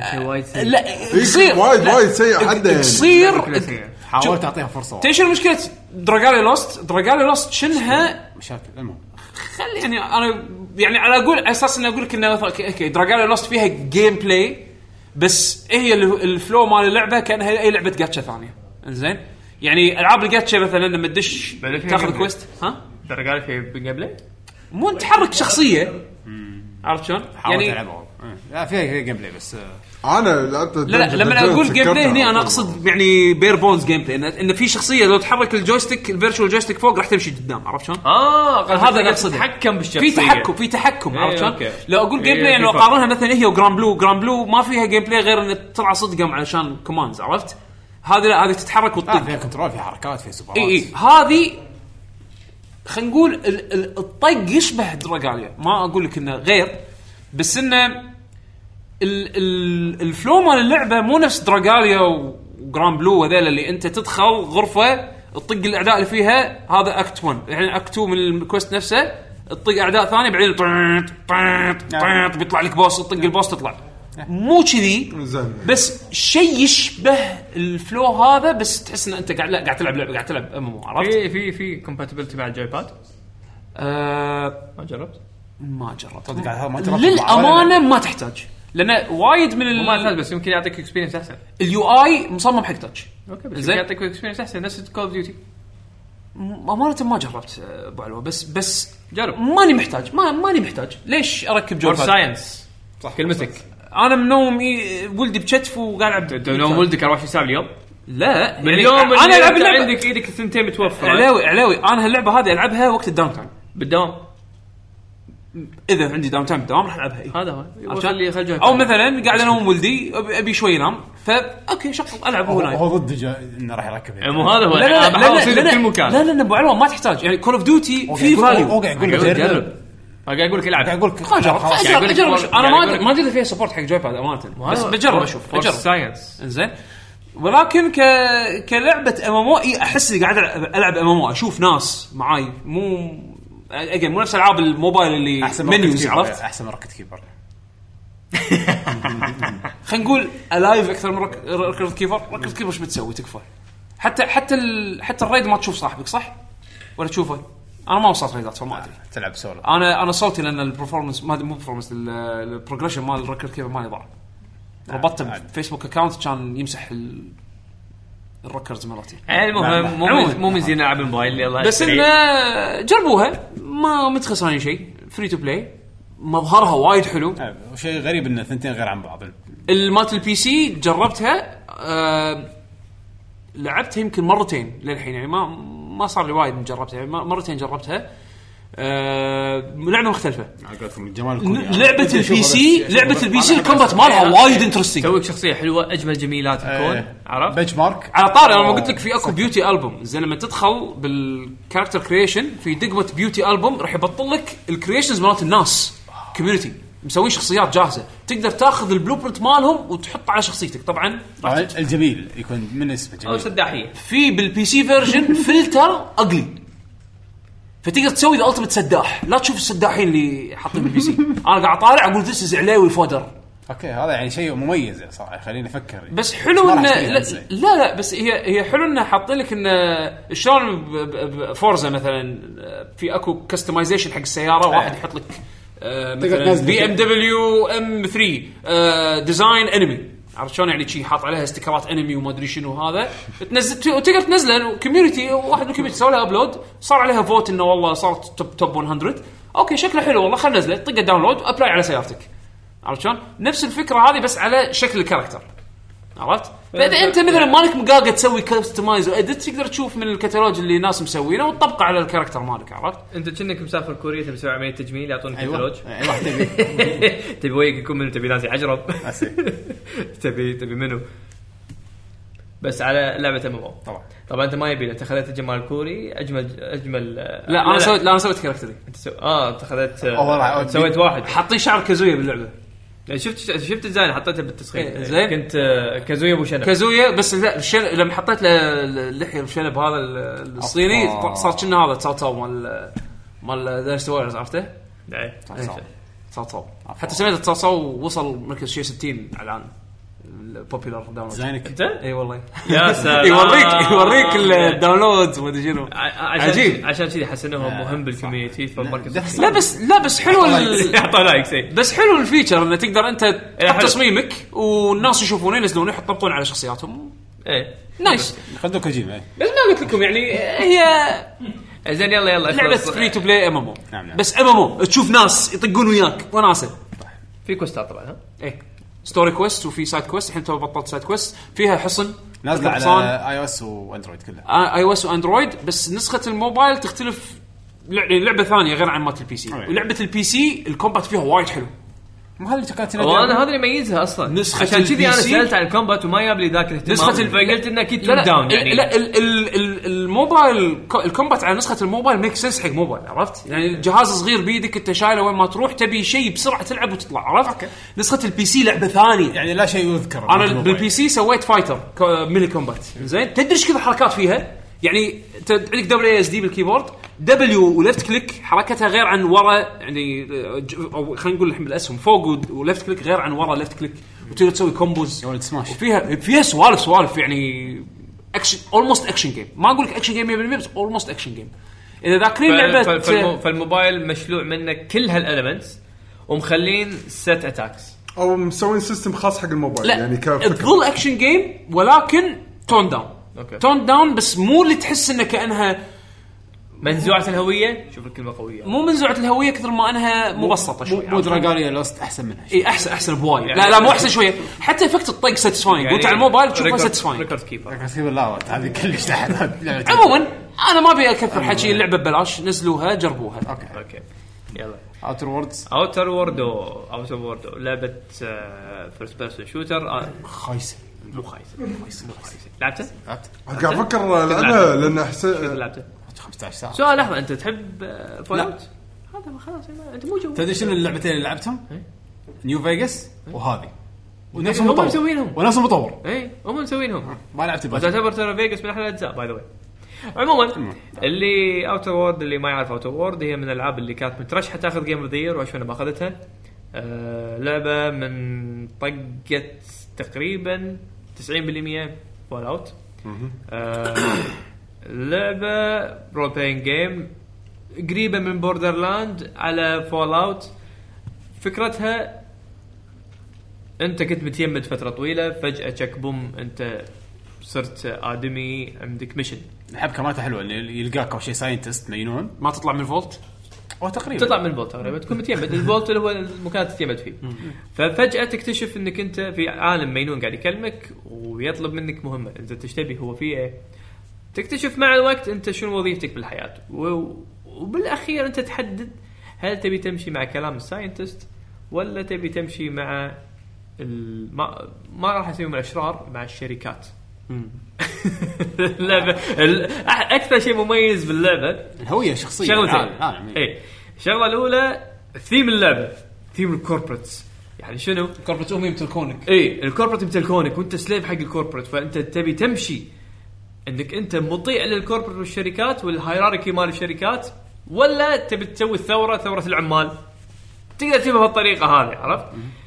لا إيه، قصير وايد لا. وايد سيء حده يعني. قصير حاولت اعطيها فرصه تيش المشكله دراغالي لوست دراغالي لوست شنها مشاكل المهم خلي يعني انا يعني على اقول على اساس اني اقول لك انه اوكي دراغالي لوست فيها جيم بلاي بس إيه هي الفلو مال اللعبه كانها اي لعبه جاتشا ثانيه انزين يعني العاب الجاتشا مثلا لما تدش تاخذ كويست ها درجات في جيم بلاي مو تحرك شخصيه عرفت شلون يعني يعني لا فيها فيها جيم بلاي بس انا لعبت لا لا لما اقول جيم بلاي هنا انا اقصد يعني بير بونز جيم بلاي ان في شخصيه لو تحرك الجويستيك الفيرتشوال جويستيك فوق راح تمشي قدام عرفت شلون اه هذا اللي اقصده تتحكم بالشخصيه في تحكم في تحكم إيه، عرفت شلون أوكي. لو اقول جيم إيه، بلاي يعني لو في فرق. اقارنها مثلا هي وجران بلو جران بلو ما فيها جيم بلاي غير ان تطلع صدقم علشان كوماندز عرفت هذه لا هذه تتحرك آه وتطق فيها كنترول فيها حركات فيها سوبرات اي اي هذه خلينا نقول ال- ال- الطق يشبه دراغاليا ما اقول لك انه غير بس انه ال ال الفلو مال اللعبه مو نفس دراغاليا وجران بلو وذيلا اللي انت تدخل غرفه تطق الاعداء اللي فيها هذا اكت واحد يعني اكت اثنين من الكويست نفسه تطق اعداء ثاني بعدين طيط طيط طيط بيطلع لك بوس تطق البوس تطلع مو كذي زين. بس شيء يشبه الفلو هذا، بس تحس ان انت قاعد لا قاعد تلعب لعبه قاعد تلعب ام ام او. عرفت؟ في في في كومباتيبلتي مع الجوي باد؟ آه ما جربت؟ ما جربت صدق هذا ما جربت للامانه، ما تحتاج، لان وايد من ال... ما تحتاج، بس يمكن يعطيك اكسبيرينس احسن. اليو اي مصمم حق تاتش. اوكي بس زين. يعطيك اكسبيرينس احسن نفس كول اوف ديوتي. امانه ما جربت ابو علوه، بس بس جرب. ماني محتاج، ما ماني محتاج. ليش اركب جوي فور ساينس صح كلمتك. انا من نوم إيه ولدي بكتف وقاعد العب. نوم ولدك أربعة وعشرين ساعه باليوم؟ لا باليوم يعني انا انا العب العب اللعبة. عندك ايدك الثنتين متوفره. علاوي علاوي انا هاللعبه هذه العبها وقت الداون تايم. بالدوام اذا عندي داون تايم بالدوام راح العبها. إيه؟ هذا هو عشان خلي خل جوي. او مثلا قاعد انوم ولدي أبي- ابي شوي ينام، فا اوكي شغل العب هو, هو نايم. هو ضد جا... انه راح يركب يعني مو هذا هو. لا لا لا أنا بحاول لا اصير لا بكل لا مكان. لا لا ابو علوه ما تحتاج، يعني كول اوف ديوتي في فاليو. هو قاعد يقول قاعد لك يقول جرب. جرب. قاعد اقول لك العب. قاعد يقول لك ما جرب خلاص. اجرب اجرب لك أشوف. فور- انا قاعد ما يقول ما ادري فيها سبورت حق جوي باد امانه، بس بجرب اشوف فور بجرب ساينس. انزين. ولكن ك كلعبه ام ام او اي احس اني قاعد العب ام ام او، اشوف ناس معاي، مو اجين مو نفس العاب الموبايل اللي احسن منيوز. عرفت؟ احسن من روكت كيبر. خلينا نقول الايف اكثر من ركض كيبر. ركض كيبر ايش بتسوي؟ تكفى. حتى حتى ال... حتى الريد ما تشوف صاحبك صح ولا تشوفه. انا ما وصلت ريدات فما ادري. تلعب سولو. انا انا صوتي لان البرفورمانس ما مو برفورمانس البروجريشن مال الركض كيبر مالي ضاع. ربطت بفيسبوك اكاونت كان يمسح ال... الركرز مالتي. المهم مو عموماً. مو من زين العاب الموبايل. يلا بس اشتري. انه جربوها ما متخسرين شيء. فري تو بلاي، مظهرها وايد حلو. وشيء غريب انه ثنتين غير عن بعض. المالت البي سي جربتها، أه لعبتها يمكن مرتين للحين، يعني ما ما صار لي وايد من جربتها، يعني مرتين جربتها. أه لعبه مختلفه. قالكم الجمال الكوري. لعبه البي سي لعبه البي سي الكومبات مالها وايد انترستينج. توك شخصيه حلوه اجمل جميلات الكون. عرفت بنش مارك. على طاري انا ما قلت لك في اكو بيوتي البوم. زين لما تدخل بالكاركتر كرييشن في دقمه بيوتي البوم راح يبطل لك الكرييشنز مالت الناس كوميونتي مسوين شخصيات جاهزه، تقدر تاخذ البلو برنت مالهم وتحطه على شخصيتك. طبعا الجميل يكون من اسمه او جميل. سداحيه. في بالبي سي فيرجن فلتر اقلي، فتقدر تسوي ذا التيمت سداح. لا تشوف السداحين اللي حاطين بالبي سي. انا قاعد طالع اقول ذس از علاوي فودر. اوكي هذا يعني شيء مميز صراحه، خليني افكر. بس حلو انه لا, لا لا بس هي هي حلو انه حاطين لك انه شلون بفورزا مثلا في اكو كستمايزيشن حق السياره. واحد يحط لك آه مثلا بي ام دبليو ام ثلاثة آه ديزاين انمي، عرفت شلون يعني شيء حاط عليها استيكرات انمي وما ادري شنو. هذا تنزل وتقدر تنزله كوميونتي، واحد من الكوميونتي سوى لها ابلود، صار عليها فوت انه والله صارت توب توب مية. اوكي شكله حلو والله، خلينا ننزله، طقه داونلود وابلاي على سيارتك. عرفت شلون؟ نفس الفكره هذه بس على شكل الكاركتر. عرفت؟ فاذا انت مثلا مالك مقاقه تسوي كستمايز واديت، تقدر تشوف من الكتالوج اللي ناس مسوينه وتطبقه على الكاركتر مالك. عرفت؟ انت كأنك مسافر كوريا تبي تسوي عمليه تجميل، يعطونك كتالوج. اي واحد تبي تبي وياك يكون منو؟ تبي ناس عجرب. تبي تبي منو؟ بس على لعبه ام ام او طبعا. طبعا انت ما يبي انت خذيت الجمال الكوري اجمل اجمل. لا انا سويت لا انا سويت كاركتري. انت سو... اه انت خذيت والله سويت واحد حاطين شعر كازويا باللعبه. يعني شفت شفت الديزاين حطيته بالتسخين. إيه زين. كنت آه، كازويا ابو شنب. كازويا بس لا الشن... لما حطيت له اللحيه الشنب هذا الصيني أوه. صار كنا هذا تاو تاو مال مال داينستي وورز. عرفته؟ ايه تاو تاو. حتى سميته تاو تاو وصل مركز شيء ستين الان البوبيلر داونلود. زينك انت؟ اي والله. يا سلام. يوريك يوريك الداونلود وما ادري شنو. عجيب. عشان كذي حسنوهم مهم بالكوميونتي فالماركت. لا بس لا بس حلو يعطوا لايك سي. بس حلو الفيتشر انه تقدر انت تحط تصميمك والناس يشوفونه ينزلونه يحطون على شخصياتهم. ايه نايس. خذوا كوجيما. بس ما قلت لكم يعني هي زين يلا يلا لعبه فري تو بلاي ام ام او. نعم نعم. بس ام ام او تشوف ناس يطقون وياك وناسه. في كوستات طبعا. ها ايه ستوري كويست وفي سايد كويست. الحين تو بطلت سايد كويست فيها حصن نازله على اي او اس واندرويد كلها. اي او اس واندرويد بس نسخه الموبايل تختلف. لعبه ثانيه غير عن مالت البي سي. ولعبه البي سي الكومبات فيها وايد حلو. ما هذه كانت وانا هذا اللي يميزها اصلا. نسخة عشان كذي انا البي سي سالت عن الكومبات وما جاب لي ذاك الاهتمام. نسخة ال- فقلت انه اكيد لا لا داون يعني. لا ال ال ال الموبايل الكومبات على نسخه الموبايل ميك سنس حق موبايل. عرفت يعني الجهاز صغير بيدك انت شايله وين ما تروح تبي شيء بسرعه تلعب وتطلع. عرفت أوكي. نسخه البي سي لعبه ثانيه يعني لا شيء يذكر. انا بالبي سي سويت فايتر ميني كومبات. زين تدري ايش كذا حركات فيها يعني. عندك دبليو اس دي بالكيبورد دبليو وليفت كليك حركتها غير عن ورا يعني او خلينا نقول الحين بالاسهم فوق وليفت كليك غير عن ورا ليفت كليك وتقدر تسوي كومبوز وفيها فيها سوالف سوالف يعني اكشن اولموست اكشن جيم ما اقول لك اكشن جيم مية بالمية بس اولموست اكشن جيم اذا ذاكرين لعبه فالموبايل مشلوع منه كل هالاليمنتس ومخلين سيت اتاكس او مسوين سيستم خاص حق الموبايل يعني كفكره تظل اكشن جيم ولكن تون داون أوكي. تون داون بس مو اللي تحس انه كانها منزوعه الهويه شوف الكلمه قويه مو منزوعه الهويه كثر ما انها مبسطه شوي مو دراغاريا لوست احسن منها اي احسن احسن بواي يعني لا لا مو احسن شويه حتى افكت الطق ساتسفاينج يعني قلت على الموبايل تشوفه ساتسفاينج ريكورد كيبر ريكورد كيبر لا هذه كلش تحت عموما انا ما ابي اكثر حكي اللعبه ببلاش نزلوها جربوها اوكي اوكي يلا اوتر ووردز اوتر ووردو اوتر ووردو لعبه فيرست بيرسون شوتر خايسه مو خايسه مو خايسه لعبته لعبت قاعد افكر لعبها لان احسن لعبته خمسة عشر ساعه سؤال لحظه انت تحب فول اوت هذا خلاص انت مو جو تدري شنو اللعبتين اللي لعبتهم نيو فيغاس وهذه ونفس هم المطور مسوينهم ونفس المطور اي هم مسوينهم ما لعبت بس تعتبر ترى فيغاس من احلى الاجزاء باي ذا واي عموما اللي اوتر وورد اللي ما يعرف اوتر وورد هي من الالعاب اللي كانت مترشحه تاخذ جيم اوف ذا يير وعشان ما اخذتها آه لعبه من طقه تقريبا تسعين بالمية فول اوت آه لعبه رول بلاينج جيم قريبه من بوردرلاند على فول اوت فكرتها انت كنت متيمد فتره طويله فجاه تشك بوم انت صرت آدمي عندك ميشن الحبكه مالته حلوه انه يلقاك او شيء ساينتست مجنون ما تطلع من الفولت او تقريبا تطلع من الفولت تقريبا تكون متيمد الفولت اللي هو المكان تتيمد فيه ففجاه تكتشف انك انت في عالم مجنون قاعد يكلمك ويطلب منك مهمه انت تشتبه هو فيه ايه تكتشف مع الوقت انت شنو وظيفتك بالحياه وبالاخير انت تحدد هل تبي تمشي مع كلام الساينتست ولا تبي تمشي مع ما ما راح اسوي من الاشرار مع الشركات. اللعبه اكثر شيء مميز باللعبه الهويه الشخصيه شغلتين اي الشغله الاولى ثيم اللعبه ثيم الكوربريتس يعني شنو الكوربريت هم يمتلكونك اي الكوربريت يمتلكونك وانت سليف حق الكوربريت فانت تبي تمشي انك انت مطيع للكوربريت والشركات والهيراركي مال الشركات ولا تبي تسوي الثوره ثوره العمال تقدر تجيبها بهالطريقه هذه عرفت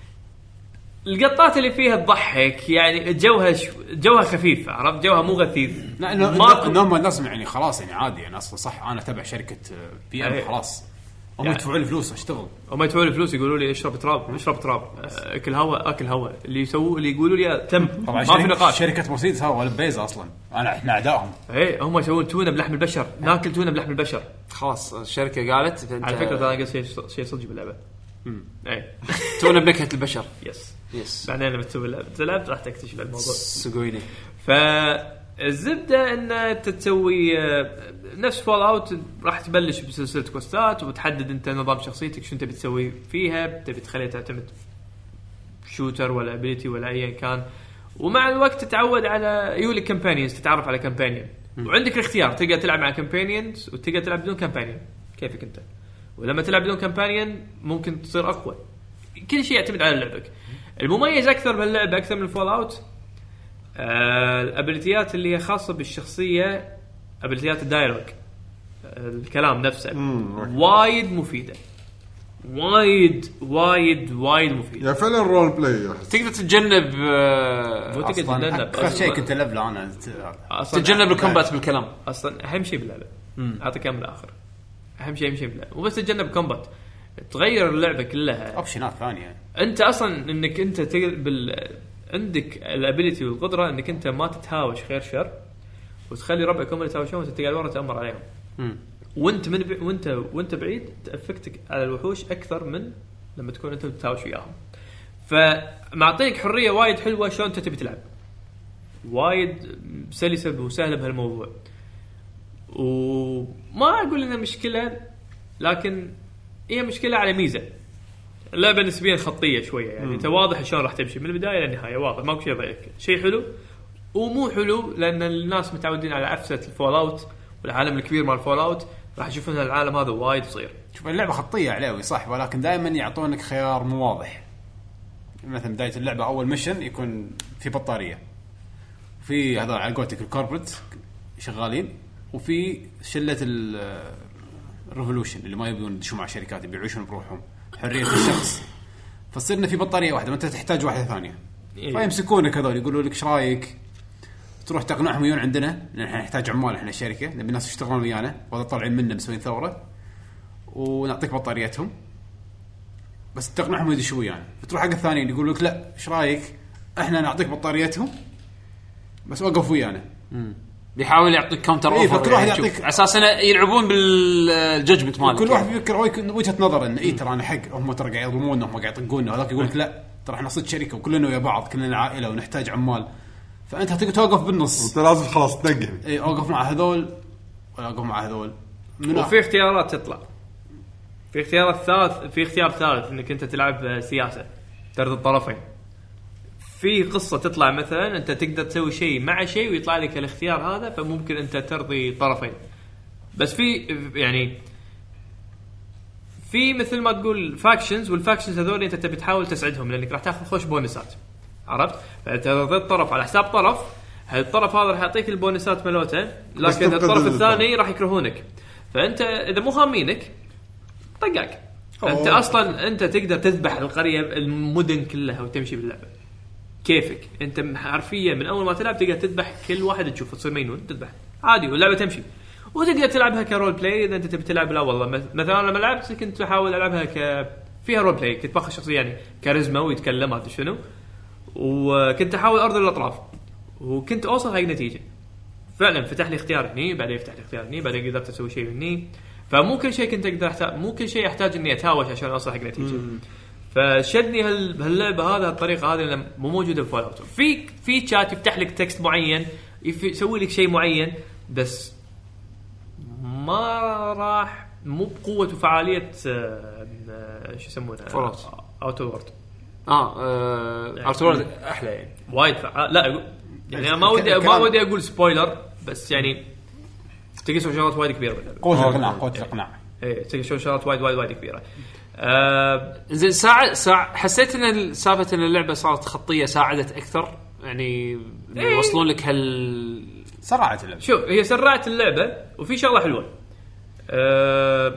القطات اللي فيها تضحك يعني جوها ش... جوها خفيف عرفت جوها مو غثيث لا ما انهم الناس يعني خلاص يعني عادي يعني اصلا صح انا تبع شركه بي ام خلاص هم يعني يدفعوا لي فلوس اشتغل هم يدفعوا لي فلوس يقولوا لي اشرب تراب اشرب تراب اكل هواء اكل هواء اللي يسووا اللي يقولوا لي تم ما في نقاش شركه مرسيدس هوا ولا بيزا اصلا انا احنا اعدائهم اي هم يسوون تونه بلحم البشر ناكل تونه بلحم البشر خلاص الشركه قالت على فكره انا قلت شيء شيء صدق باللعبه امم اي تونه بنكهه البشر يس يس بعدين لما تسوي اللعبه تلعب راح تكتشف الموضوع سقويني فالزبده ان انت تسوي نفس فول اوت راح تبلش بسلسله كوستات وتحدد انت نظام شخصيتك شو انت بتسوي فيها تبي تخليها تعتمد شوتر ولا ابيليتي ولا ايا كان ومع الوقت تتعود على يولي كامبانيونز تتعرف على كامبانيون وعندك الاختيار تقدر تلعب مع كامبانيونز وتقدر تلعب بدون كامبانيون كيفك انت ولما تلعب بدون كامبانيون ممكن تصير اقوى كل شيء يعتمد على لعبك المميز اكثر باللعبه اكثر من الفول اوت آه الابيليتيات اللي هي خاصه بالشخصيه ابيليتيات الدايلوج الكلام نفسه وايد مفيده وايد وايد وايد مفيده يا فعلا رول بلاي تقدر تتجنب مو تقدر تتجنب اكثر شيء كنت ليفل انا تتجنب الكومبات بالكلام اصلا اهم شيء باللعبه اعطيك كم بالاخر اهم شيء اهم شيء باللعبه وبس تتجنب كومبات تغير اللعبه كلها اوبشنات ثانيه انت اصلا انك انت بال... عندك الابيليتي والقدره انك انت ما تتهاوش خير شر وتخلي ربعك هم اللي يتهاوشون وانت تقعد ورا تامر عليهم م. وانت من ب... وانت وانت بعيد تافكتك على الوحوش اكثر من لما تكون انت تتهاوش وياهم فمعطيك حريه وايد حلوه شلون انت تبي تلعب وايد سلسه وسهله بهالموضوع وما اقول انها مشكله لكن هي مشكله على ميزه اللعبه نسبيا خطيه شويه يعني انت واضح شلون راح تمشي من البدايه للنهايه واضح ماكو شيء ضايقك شيء حلو ومو حلو لان الناس متعودين على عفسه الفول اوت والعالم الكبير مال الفول اوت راح يشوفون العالم هذا وايد صغير شوف اللعبه خطيه عليه صح ولكن دائما يعطونك خيار مو واضح مثلا بدايه اللعبه اول ميشن يكون في بطاريه في هذول على قولتك الكوربريت شغالين وفي شله ريفولوشن اللي ما يبون يدشوا مع شركات يبيعون بروحهم حريه الشخص. فصرنا في بطاريه واحده وانت تحتاج واحده ثانيه فيمسكونك هذول يقولوا لك ايش رايك تروح تقنعهم يجون عندنا لان احنا نحتاج عمال احنا الشركه نبي الناس يشتغلون ويانا وهذا طالعين منا مسوين ثوره ونعطيك بطاريتهم بس تقنعهم يدشوا ويانا. فتروح حق الثانيين يقول لك لا ايش رايك احنا نعطيك بطاريتهم بس وقف ويانا. بيحاول يعطيك كاونتر إيه اوفر فتروح يعطيك اساسا يلعبون بالججمنت مالك. كل واحد يفكر وجهه نظر انه اي ترى انا حق هم ترى قاعد يظلمونا هم قاعد يطقونا هذاك يقول لك لا ترى احنا صدق شركه وكلنا ويا بعض كلنا عائله ونحتاج عمال. فانت هتقدر توقف بالنص انت لازم خلاص تنقح اي اوقف مع هذول ولا اوقف مع هذول. وفي اختيارات تطلع في اختيار الثالث في اختيار ثالث انك انت تلعب سياسه ترضي الطرفين. في قصه تطلع مثلا انت تقدر تسوي شيء مع شيء ويطلع لك الاختيار هذا فممكن انت ترضي طرفين. بس في يعني في مثل ما تقول فاكشنز والفاكشنز هذول انت تبي تحاول تسعدهم لانك راح تاخذ خوش بونسات عرفت. فانت رضيت طرف على حساب طرف هالطرف هذا راح يعطيك البونسات ملوته لكن الطرف الثاني راح يكرهونك. فانت اذا مو خامينك طقاك انت اصلا انت تقدر تذبح القريه المدن كلها وتمشي باللعبه كيفك. انت حرفيا من اول ما تلعب تقدر تذبح كل واحد تشوفه تصير مينون تذبح عادي واللعبه تمشي. وتقدر تلعبها كرول بلاي اذا انت تبي تلعب. لا والله مثلا لما لعبت كنت احاول العبها ك فيها رول بلاي كنت باخذ شخصيه يعني كاريزما ويتكلم هذا شنو وكنت احاول ارضي الاطراف وكنت اوصل هاي النتيجه. فعلا فتح لي اختيار هني بعدين يفتح لي اختيار هني بعدين قدرت اسوي شيء هني. فمو كل شيء كنت اقدر احتاج مو كل شيء احتاج اني اتهاوش عشان اوصل حق نتيجه. فشدني هال هاللعبه هذا الطريقه هذه اللي مو موجوده في فايل. في في شات يفتح لك تكست معين يسوي لك شيء معين بس ما راح مو بقوه وفعاليه شو يسمونه اوتو وورد. اه اوتو وورد احلى يعني وايد فعال. لا يعني ما ودي ما ودي اقول سبويلر بس يعني تقدر تسوي شغلات وايد كبيره باللعبه. قوه الاقناع قوه الاقناع ايه تقدر تسوي شغلات وايد وايد وايد كبيره. آه زين ساعة ساعة حسيت ان سالفه ان اللعبه صارت خطيه ساعدت اكثر يعني إيه. يوصلون لك هال سرعت اللعبه. شوف هي سرعت اللعبه وفي شغله حلوه. آه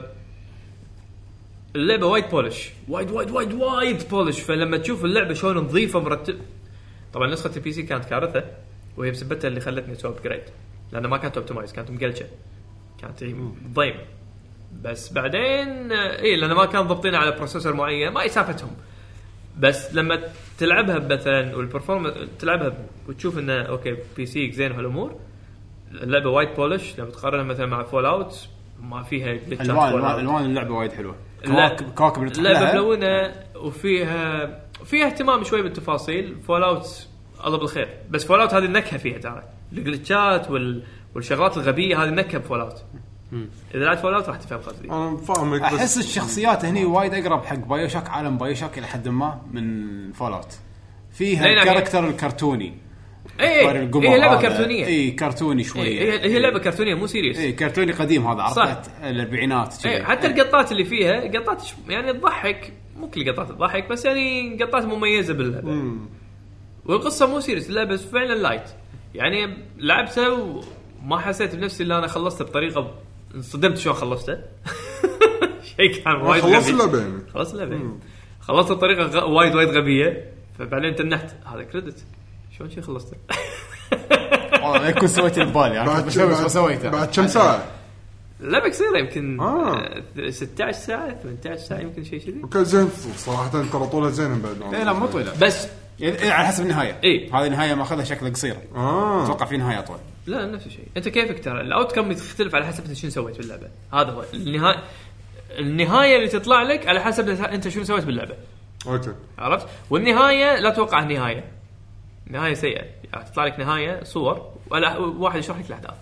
اللعبه وايد بولش وايد وايد وايد وايد بولش. فلما تشوف اللعبه شلون نظيفه مرتب. طبعا نسخه البي سي كانت كارثه وهي بسبتها اللي خلتني اسوي ابجريد لانه ما كانت اوبتمايز كانت مقلشه كانت ضيم. بس بعدين ايه لانه ما كان ضبطين على بروسيسور معين ما يسافتهم. بس لما تلعبها مثلا والبرفورمانس تلعبها وتشوف انه اوكي بي سي زين هالامور. اللعبه وايد بولش لما تقارنها مثلا مع فول اوت ما فيها جلتشات. الوان الوان اللعبه وايد حلوه كواكب كواكب اللعبه ملونه وفيها فيها اهتمام شوي بالتفاصيل. فول اوت الله بالخير بس فول اوت هذه النكهه فيها ترى الجلتشات وال والشغلات الغبيه هذه النكهه بفول اوت. اذا لعبت فول اوت راح تفهم قصدي. انا فاهمك بس احس الشخصيات هني وايد اقرب حق بايو شوك عالم بايو شوك الى حد ما من فول اوت. فيها الكاركتر الكرتوني اي هي لعبه كرتونيه اي كرتوني شويه هي هي لعبه كرتونيه مو سيريس. اي كرتوني قديم هذا عرفت الاربعينات اي حتى القطات اللي فيها قطات يعني تضحك مو كل قطات تضحك بس يعني قطات مميزه باللعبه. والقصه مو سيريس اللعبه فعلا لايت يعني لعبتها وما حسيت بنفسي اللي انا خلصت بطريقه انصدمت شلون خلصته. شيء كان وايد خلص اللعبه خلص اللعبه خلصت بطريقه غ... وايد وايد غبيه. فبعدين تنحت هذا كريدت شلون شي خلصته. والله يكون سويت البالي يعني بس ما سويته بعد كم ساعه اللعبه قصيره يمكن آه. ستة عشر ساعه ثمانية عشر ساعه يمكن شيء كذي. اوكي زين صراحه ترى طولها زين بعد. لا مو طويله بس يعني على حسب النهايه. إيه؟ هذه النهايه ماخذها شكلها قصيره. اه اتوقع في نهايه اطول. لا نفس الشيء انت كيفك ترى الاوت كم يختلف على حسب انت شنو سويت باللعبه. هذا هو النهايه النهايه اللي تطلع لك على حسب انت شنو سويت باللعبه. اوكي عرفت. والنهايه لا توقع النهايه نهايه سيئه يعني تطلع لك نهايه صور ولا واحد يشرح لك الاحداث.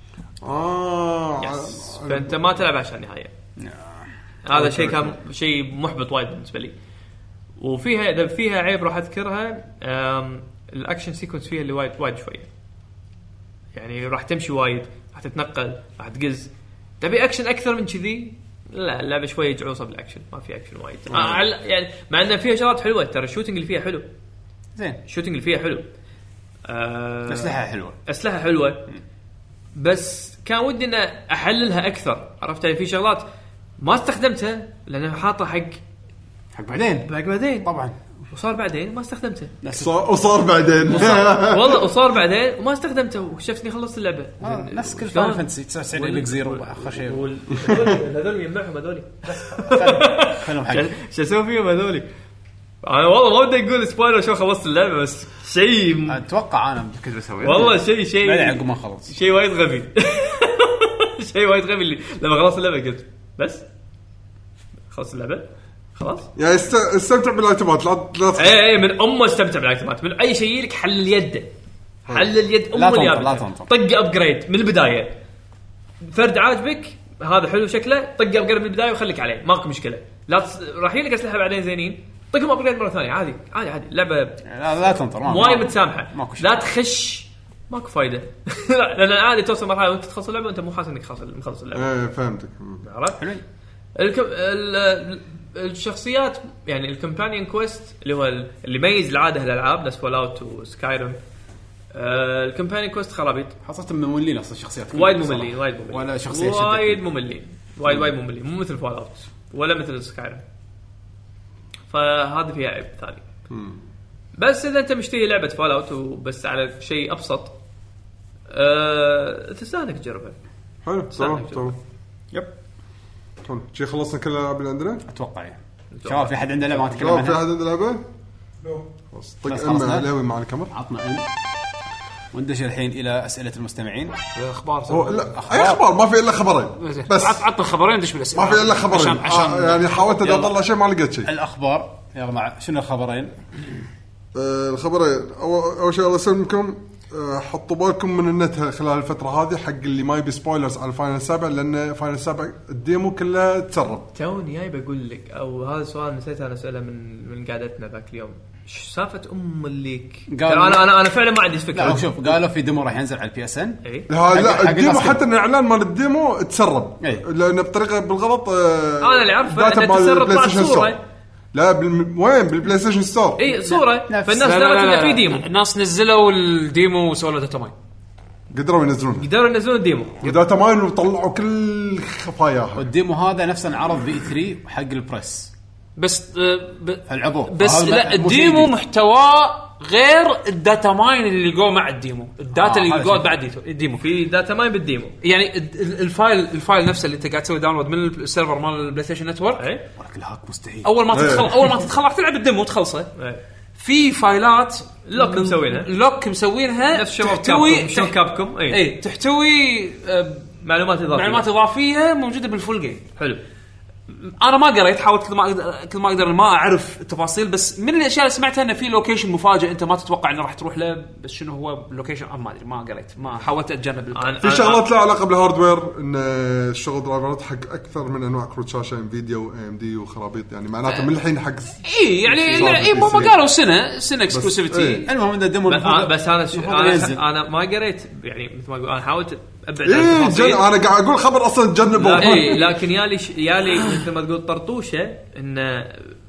اه يس. فانت ما تلعب عشان النهايه. هذا شيء كان شيء محبط وايد بالنسبه لي. وفيها اذا فيها عيب راح اذكرها الاكشن سيكونس فيها اللي وايد وايد شويه يعني راح تمشي وايد راح تتنقل راح تقز. تبي اكشن اكثر من كذي لا اللعبه شويه جعوصه بالاكشن ما في اكشن وايد. آه يعني مع ان فيها شغلات حلوه ترى الشوتنج اللي فيها حلو زين الشوتنج اللي فيها حلو. آه اسلحه حلوه اسلحه حلوه بس كان ودي ان احللها اكثر. عرفت يعني في شغلات ما استخدمته لانه حاطه حق حق بعدين حق بعدين طبعا، وصار بعدين ما استخدمته. صار وصار بعدين والله وصار بعدين وما استخدمته وشفتني خلصت اللعبه. آه نفس كل فاينل فانتسي تسعة وتسعين لك زيرو اخر شيء. هذول ينبعهم هذول خلهم حق شو اسوي فيهم هذول؟ انا والله ما بدي اقول سبويلر شو خلصت اللعبه بس شيء اتوقع انا كنت بسوي والله شيء شيء بعد عقب ما خلص شيء وايد غبي شيء وايد غبي اللي لما خلصت اللعبه قلت بس خلص اللعبه خلاص يعني است... استمتع بالايتمات لا لا اي اي من امه استمتع بالايتمات من اي شيء لك حل اليد حل اليد ام اليد طق ابجريد من البدايه فرد عاجبك هذا حلو شكله طق ابجريد من البدايه وخليك عليه ماكو مشكله لا تص... راح يجيك اسلحه بعدين زينين طقهم ابجريد مره ثانيه عادي عادي عادي اللعبه لا, لا تنطر وايد متسامحه لا تخش ماكو فايده لان عادي توصل مرحله وانت تخلص اللعبه وانت مو حاسس انك خلص مخلص اللعبه. ايه فهمتك عرفت الكم... ال... الشخصيات يعني الكمبانيون كويست اللي هو اللي يميز العاده الالعاب ناس فول اوت وسكايرم آه الكمبانيون كويست خرابيط حصلت مملين اصلا الشخصيات وايد مملين وايد مملين ولا شخصيه وايد مملين وايد وايد مملين مو مثل فول اوت ولا مثل سكايرم فهذا فيها عيب ثاني. بس اذا انت مشتري لعبه فول اوت وبس على شيء ابسط أه... تستاهل تجربها. حلو تمام تمام يب حلو شي خلصنا كل الالعاب اللي عندنا اتوقع يعني شباب في حد عنده لعبه ما تكلم عنها عنها في حد عنده لعبه لو خلاص طق ام لوي مع الكاميرا عطنا ام وندش الحين الى اسئله المستمعين. اخبار هو لا اي اخبار ما في الا خبرين بس عطنا خبرين دش بالاسئله ما في الا خبرين عشان, عشان آه يعني حاولت اطلع شيء ما لقيت شيء. الاخبار يلا مع شنو الخبرين؟ آه الخبرين اول اول شيء الله يسلمكم آه حطوا بالكم من النت خلال الفتره هذه حق اللي ما يبي سبويلرز على فاينل سبعة لان فاينل سبعة الديمو كله تسرب. توني جاي بقول لك او هذا السؤال نسيت انا اساله من من قعدتنا ذاك اليوم ايش سالفه ام الليك؟ انا انا انا فعلا ما عندي فكره. لا شوف قالوا في ديمو راح ينزل على البي اس ان. لا لا الديمو حتى الاعلان مال الديمو تسرب لانه بطريقه بالغلط آه انا اللي اعرفه انه تسرب بعد صوره لا بال... وين بالبلاي ستيشن ستور اي صوره فالناس قالت انه في ديمو الناس نزلوا الديمو وسووا داتا ماين قدروا ينزلون قدروا ينزلون الديمو داتا ماين وطلعوا كل خفاياها. والديمو هذا نفسه انعرض بي ثلاثة حق البريس بس ب... العبوه بس لا الديمو محتواه غير الداتا ماين اللي جو مع الديمو الداتا آه اللي جو بعد الديمو في داتا ماين بالديمو يعني الفايل الفايل نفسه اللي انت قاعد تسوي داونلود من السيرفر مال البلاي ستيشن نتورك اي ولكن الهاك مستحيل اول ما تدخل اول ما تدخل راح تلعب الديمو وتخلصه في فايلات لوك مسوينها لوك مسوينها تحتوي شو كابكم اي اي تحتوي معلومات اضافيه معلومات اضافيه موجوده بالفول جيم. حلو انا ما قريت حاولت كل ما كل ما اقدر ما اعرف التفاصيل بس من الاشياء اللي سمعتها انه في لوكيشن مفاجئ انت ما تتوقع انه راح تروح له بس شنو هو اللوكيشن ما ادري ما قريت ما حاولت اتجنب في شغلات لها علاقه بالهاردوير ان الشغل درايفرات حق اكثر من انواع كروت شاشه انفيديا واي ام دي وخرابيط يعني معناته من الحين حق اي يعني اي ما قالوا سنه سنه اكسكلوسيفيتي المهم ان الديمو بس انا انا ما قريت يعني مثل ما اقول انا حاولت ابعد عن التفاصيل انا قاعد اقول خبر اصلا تجنبه اي لكن يالي يالي مثل ما تقول طرطوشه انه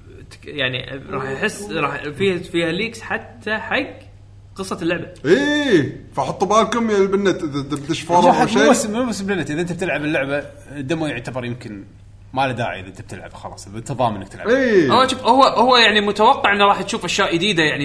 يعني راح يحس راح فيها فيها ليكس حتى حق قصه اللعبه. ايه فحطوا بالكم يا بالنت اذا بدش فورم او شيء بس مو بس بالنت اذا انت بتلعب اللعبه الديمو يعتبر يمكن ما له داعي اذا انت بتلعب خلاص بالتضامن انك تلعب. إيه. هو شوف هو هو يعني متوقع انه راح تشوف اشياء جديده يعني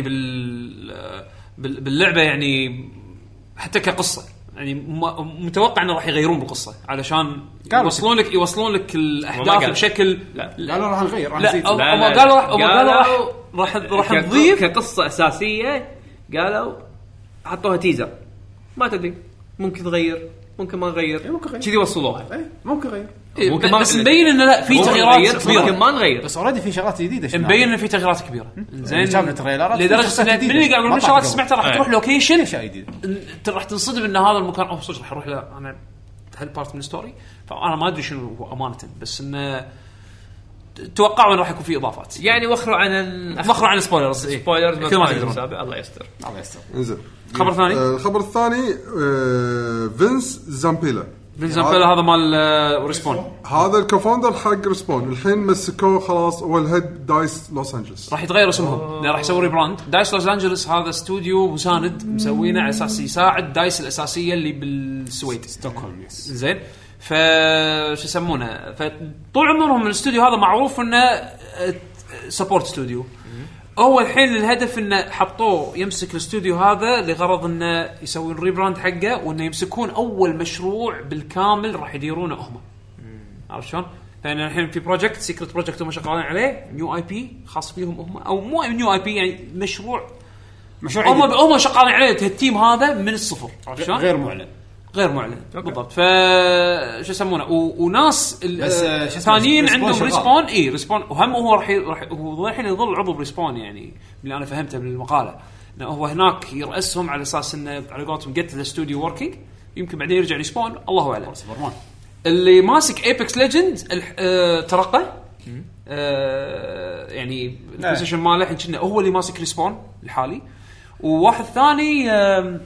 بال باللعبه يعني حتى كقصه يعني متوقع انه راح يغيرون بالقصه علشان يوصلون لك يوصلون لك الاحداث بشكل لا قالوا راح نغير راح نزيد لا قالوا راح قالوا راح راح نضيف كقصه اساسيه قالوا حطوها تيزر ما تدري ممكن تغير ممكن ما نغير كذي وصلوها ممكن غير ممكن ما بس مبين انه لا في تغييرات كبيره ممكن ما نغير بس اوريدي في شغلات جديده مبين انه في تغييرات كبيره زين شافنا تريلرات لدرجه ان من اللي قاعد يقول من شغلات سمعتها راح تروح لوكيشن اشياء جديده راح تنصدم ان هذا المكان او صدق راح اروح له انا هالبارت من الستوري فانا ما ادري شنو هو امانه بس انه توقعوا انه راح يكون في اضافات يعني وخروا عن وخروا عن السبويلرز إيه؟ سبويلرز كل ما تقدرون الله يستر الله يستر. انزين خبر ثاني آه الخبر الثاني آه فينس زامبيلا فينس زامبيلا هذا مال آه ريسبون هذا الكوفاوندر حق ريسبون الحين مسكوه خلاص هو الهيد دايس لوس انجلوس راح يتغير اسمهم راح يسوي ريبراند دايس لوس انجلوس هذا استوديو مساند مسوينه على اساس يساعد دايس الاساسيه اللي بالسويد ستوكهولم زين ف شو يسمونه فطول عمرهم الاستوديو هذا معروف انه سبورت استوديو. هو الحين الهدف انه حطوه يمسك الاستوديو هذا لغرض انه يسوون ريبراند حقه وانه يمسكون اول مشروع بالكامل راح يديرونه هم. عرفت شلون؟ فانا الحين في بروجكت سيكريت بروجكت هم شغالين عليه نيو اي بي خاص فيهم هم او مو نيو اي بي يعني مشروع مشروع هم هم شغالين عليه التيم هذا من الصفر. عرفت شلون؟ غير معلن غير معلن بالضبط. ف شو يسمونه وناس الثانيين عندهم ريسبون اي ريسبون وهم هو راح راح هو الحين يظل عضو بريسبون يعني اللي انا فهمته من المقاله انه هو هناك يرأسهم على اساس انه على قولتهم جيت الاستوديو وركينج يمكن بعدين يرجع ريسبون الله اعلم. اللي ماسك ايبكس ليجند ترقى آه يعني البوزيشن ماله الحين كنا هو اللي ماسك ريسبون الحالي وواحد ثاني آه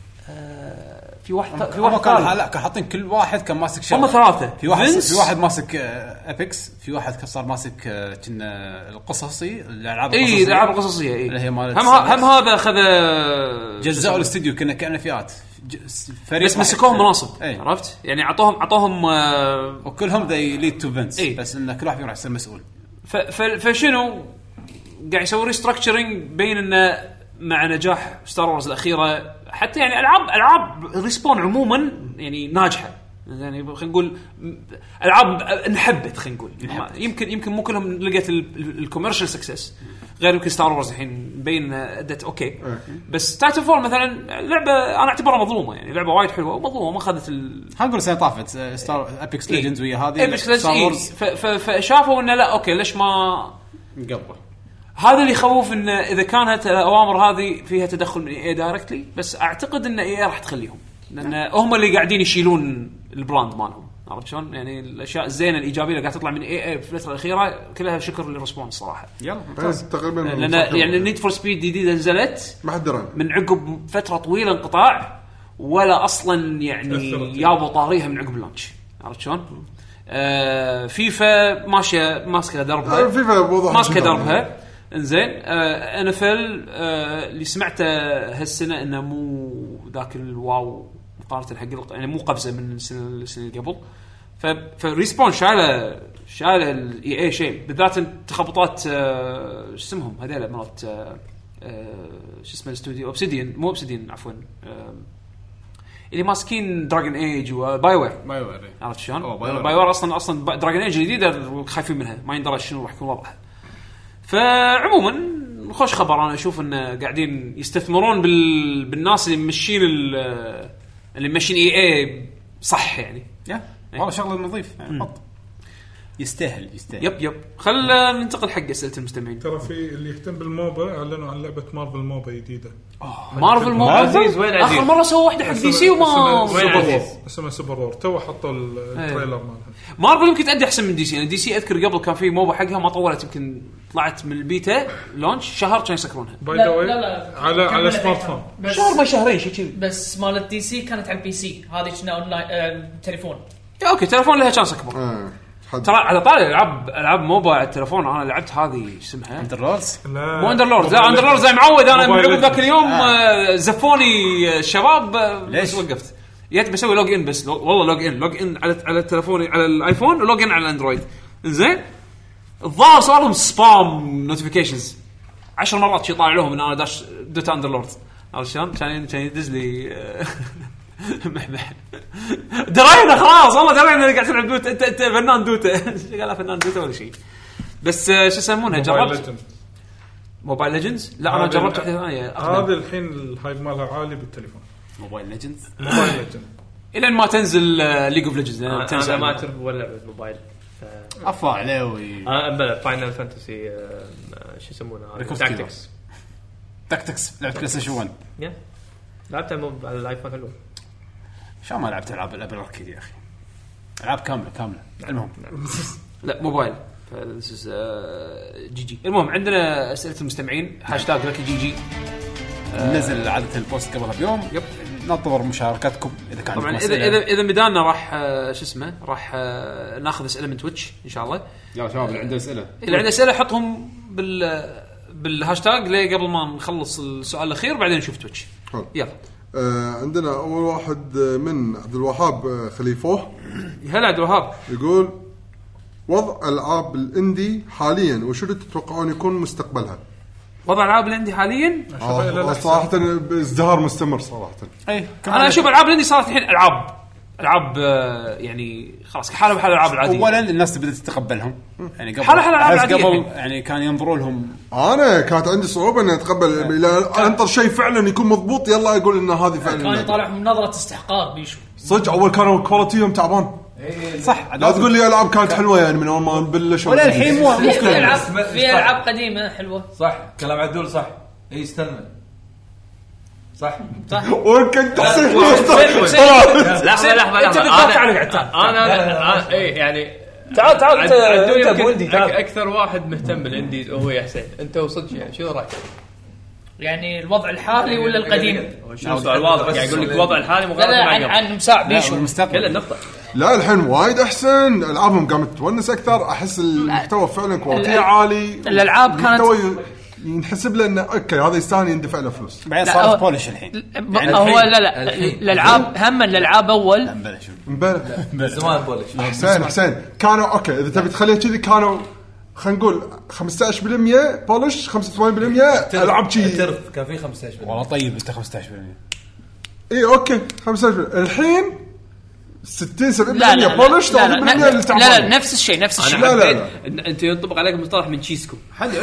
آه في واحد في واحد كان لا كان حاطين كل واحد كان ماسك شيء هم ثلاثه في واحد في واحد ماسك ابيكس في واحد صار ماسك كنا القصصي الالعاب القصصيه اي الالعاب القصصيه اي اللي هي مالت هم هم هذا اخذ جزاء الاستوديو كنا كأنه فئات فريق بس مسكوهم مناصب ايه. عرفت يعني عطوهم عطوهم آه وكلهم ذي ليد تو فينس بس ان كل واحد فيهم راح يصير مسؤول. فشنو قاعد يسوي ريستراكشرنج بين انه مع نجاح ستار وورز الاخيره حتى يعني العاب العاب ريسبون عموما يعني ناجحه يعني خلينا نقول العاب انحبت خلينا نقول يمكن يمكن مو كلهم لقيت الكوميرشال سكسس غير يمكن ستار وورز الحين مبين ادت اوكي بس تايتن فول مثلا لعبه انا اعتبرها مظلومه يعني لعبه وايد حلوه ومظلومه ما اخذت ال... هنقول سنه طافت ستار ابيكس ليجندز ويا هذه ستار وورز فشافوا انه لا اوكي ليش ما نقبل. هذا اللي يخوف ان اذا كانت الاوامر هذه فيها تدخل من اي دايركتلي بس اعتقد ان اي راح تخليهم لان هم اللي قاعدين يشيلون البراند مالهم. عرفت شلون يعني الاشياء الزينه الايجابيه اللي قاعده تطلع من اي اي في الفتره الاخيره كلها شكر للريسبونس صراحه. يلا تقريبا لان يعني نيد فور سبيد جديده نزلت ما حد درى من عقب فتره طويله انقطاع ولا اصلا يعني يابوا طاريها من عقب اللانش. عرفت شلون؟ آه فيفا ماشيه ماسكه دربها فيفا ماسكه دربها انزين. آه ان اف ال آه اللي سمعته هالسنه انه مو ذاك الواو مقارنه حق يعني مو قفزه من السنه السنه اللي قبل. فريسبون شاله شاله الاي اي شيء بالذات تخبطات آه شو اسمهم هذول مرات آه شو اسمه الاستوديو اوبسيديان مو اوبسيديان عفوا آه اللي ماسكين دراجون ايج وباي وير باي وير عرفت شلون باي وير اصلا اصلا دراجون ايج جديده خايفين منها ما يندرى شنو راح يكون وضعها. فعموما خوش خبر انا اشوف ان قاعدين يستثمرون بال... بالناس اللي ممشين ال... اللي ممشين اي اي صح يعني يا والله شغله نظيف يعني حط يستاهل يستاهل يب يب. خلينا ننتقل حق اسئله المستمعين. ترى في اللي يهتم بالموبا اعلنوا عن لعبه مارفل موبا جديده. مارفل موبا عزيز وين عزيز اخر مره سووا واحده حق دي سي وما اسمها سوبر وور تو حطوا التريلر مالها. مارفل يمكن تأدي احسن من دي سي يعني دي سي اذكر قبل كان في موبا حقها ما طولت يمكن طلعت من البيتا لونش شهر كانوا يسكرونها باي ذا واي على على سمارت فون شهر ما شهرين شيء كذي بس مالت دي سي كانت على البي سي هذه كنا اونلاين تليفون اوكي تليفون لها شانس اكبر. ترى على طاري العاب العاب موبا على التليفون انا لعبت هذه اسمها اندر لوردز مو اندر لوردز لا اندر لوردز زي معود انا من عقب ذاك اليوم آه. زفوني الشباب ليش وقفت جيت بسوي لوج ان بس والله لوج ان لوج ان على على التليفون على الايفون ولوج ان على الاندرويد زين الظاهر صار لهم سبام نوتيفيكيشنز عشر مرات شي طالع لهم ان انا داش دوتا اندر لوردز عرفت شلون كان كان يدز لي محمح درينا خلاص والله درينا اللي قاعد تلعب دوتا انت انت فنان دوتا قال فنان دوتا ولا شيء بس شو يسمونها جربت موبايل ليجندز لا انا جربت واحده ثانيه هذا الحين الهايب مالها عالي بالتليفون موبايل ليجندز موبايل ليجند الى ما تنزل ليج اوف ليجندز انا ما اعرف ولا لعبه موبايل افا عليوي اه فاينل فانتسي شو يسمونها تاكتكس تاكتكس لعبت بلاي ستيشن واحد يا لعبتها على الايفون حلو شو ما لعبت العاب العاب الاركيد يا اخي العاب كامله كامله المهم لا موبايل جي جي المهم عندنا اسئله المستمعين هاشتاج لك جي جي نزل عاده البوست قبلها بيوم يب ننتظر مشاركاتكم اذا كان طبعا اذا اذا اذا مدانا راح شو اسمه راح ناخذ اسئله من تويتش ان شاء الله يا شباب اللي عنده اسئله اللي عنده اسئله حطهم بال بالهاشتاج ليه قبل ما نخلص السؤال الاخير بعدين نشوف تويتش يلا آه عندنا اول واحد من عبد الوهاب خليفه. هلا عبد الوهاب يقول وضع العاب الاندي حاليا وشو تتوقعون يكون مستقبلها؟ وضع العاب الاندي حاليا آه صراحه ازدهار مستمر صراحه. اي انا اشوف العاب الاندي صارت الحين العاب العاب يعني خلاص حاله بحال الالعاب العاديه. اولا الناس بدات تتقبلهم يعني قبل حاله الالعاب العاديه قبل يعني كان ينظروا لهم. انا كانت عندي صعوبه اني اتقبل الى انطر شيء فعلا يكون مضبوط يلا اقول ان هذه فعلا كان يطلع من نظره استحقار بيشو صدق. اول كانوا كواليتيهم تعبان صح. لا تقول لي العاب كانت حلوه يعني من اول ما بلشوا ولا الحين مو مو في العاب في العاب قديمه حلوه صح كلام عدول صح. اي استلم صح صح وكنت تحسن لحظه لحظه انت بتدافع عن العتاب. انا اي يعني تعال تعال انت عدول انت بولدي يمكن تعال. اكثر واحد مهتم بالانديز وهو يا حسين. انت وصدق يعني شنو رايك؟ يعني الوضع الحالي ولا القديم؟ شنو السؤال واضح يعني يقول لك الوضع الحالي لا مقارنه لا مع عن قبل. عن مساع بيشو المستقبل كل النقطه. لا الحين وايد احسن العابهم قامت تونس اكثر. احس المحتوى فعلا كواليتي عالي. الألعاب كانت- المحتوى ينحسب له انه اوكي هذا يستاهل يندفع له فلوس. بعدين لا، صار هو- بولش الحين يعني هو لا لا الالعاب هم الالعاب اول بلش مبلغ زمان بولش حسين حسين كانوا اوكي اذا تبي تخليها كذي كانوا خلينا نقول خمسة عشر بالمية بولش خمسة وثمانين بالمية العاب شيء ترف كان في خمسة عشر والله طيب انت خمسة عشر بالمية. اي اوكي خمسة عشر بالمية الحين ستين سبعين لا بالمية لا بولش لا لا, ثلاثين بالمية لا, اللي لا, لا تعبان. نفس الشيء نفس الشيء لا، لا، حبيت لا. إن انت ينطبق عليك مصطلح من تشيسكو.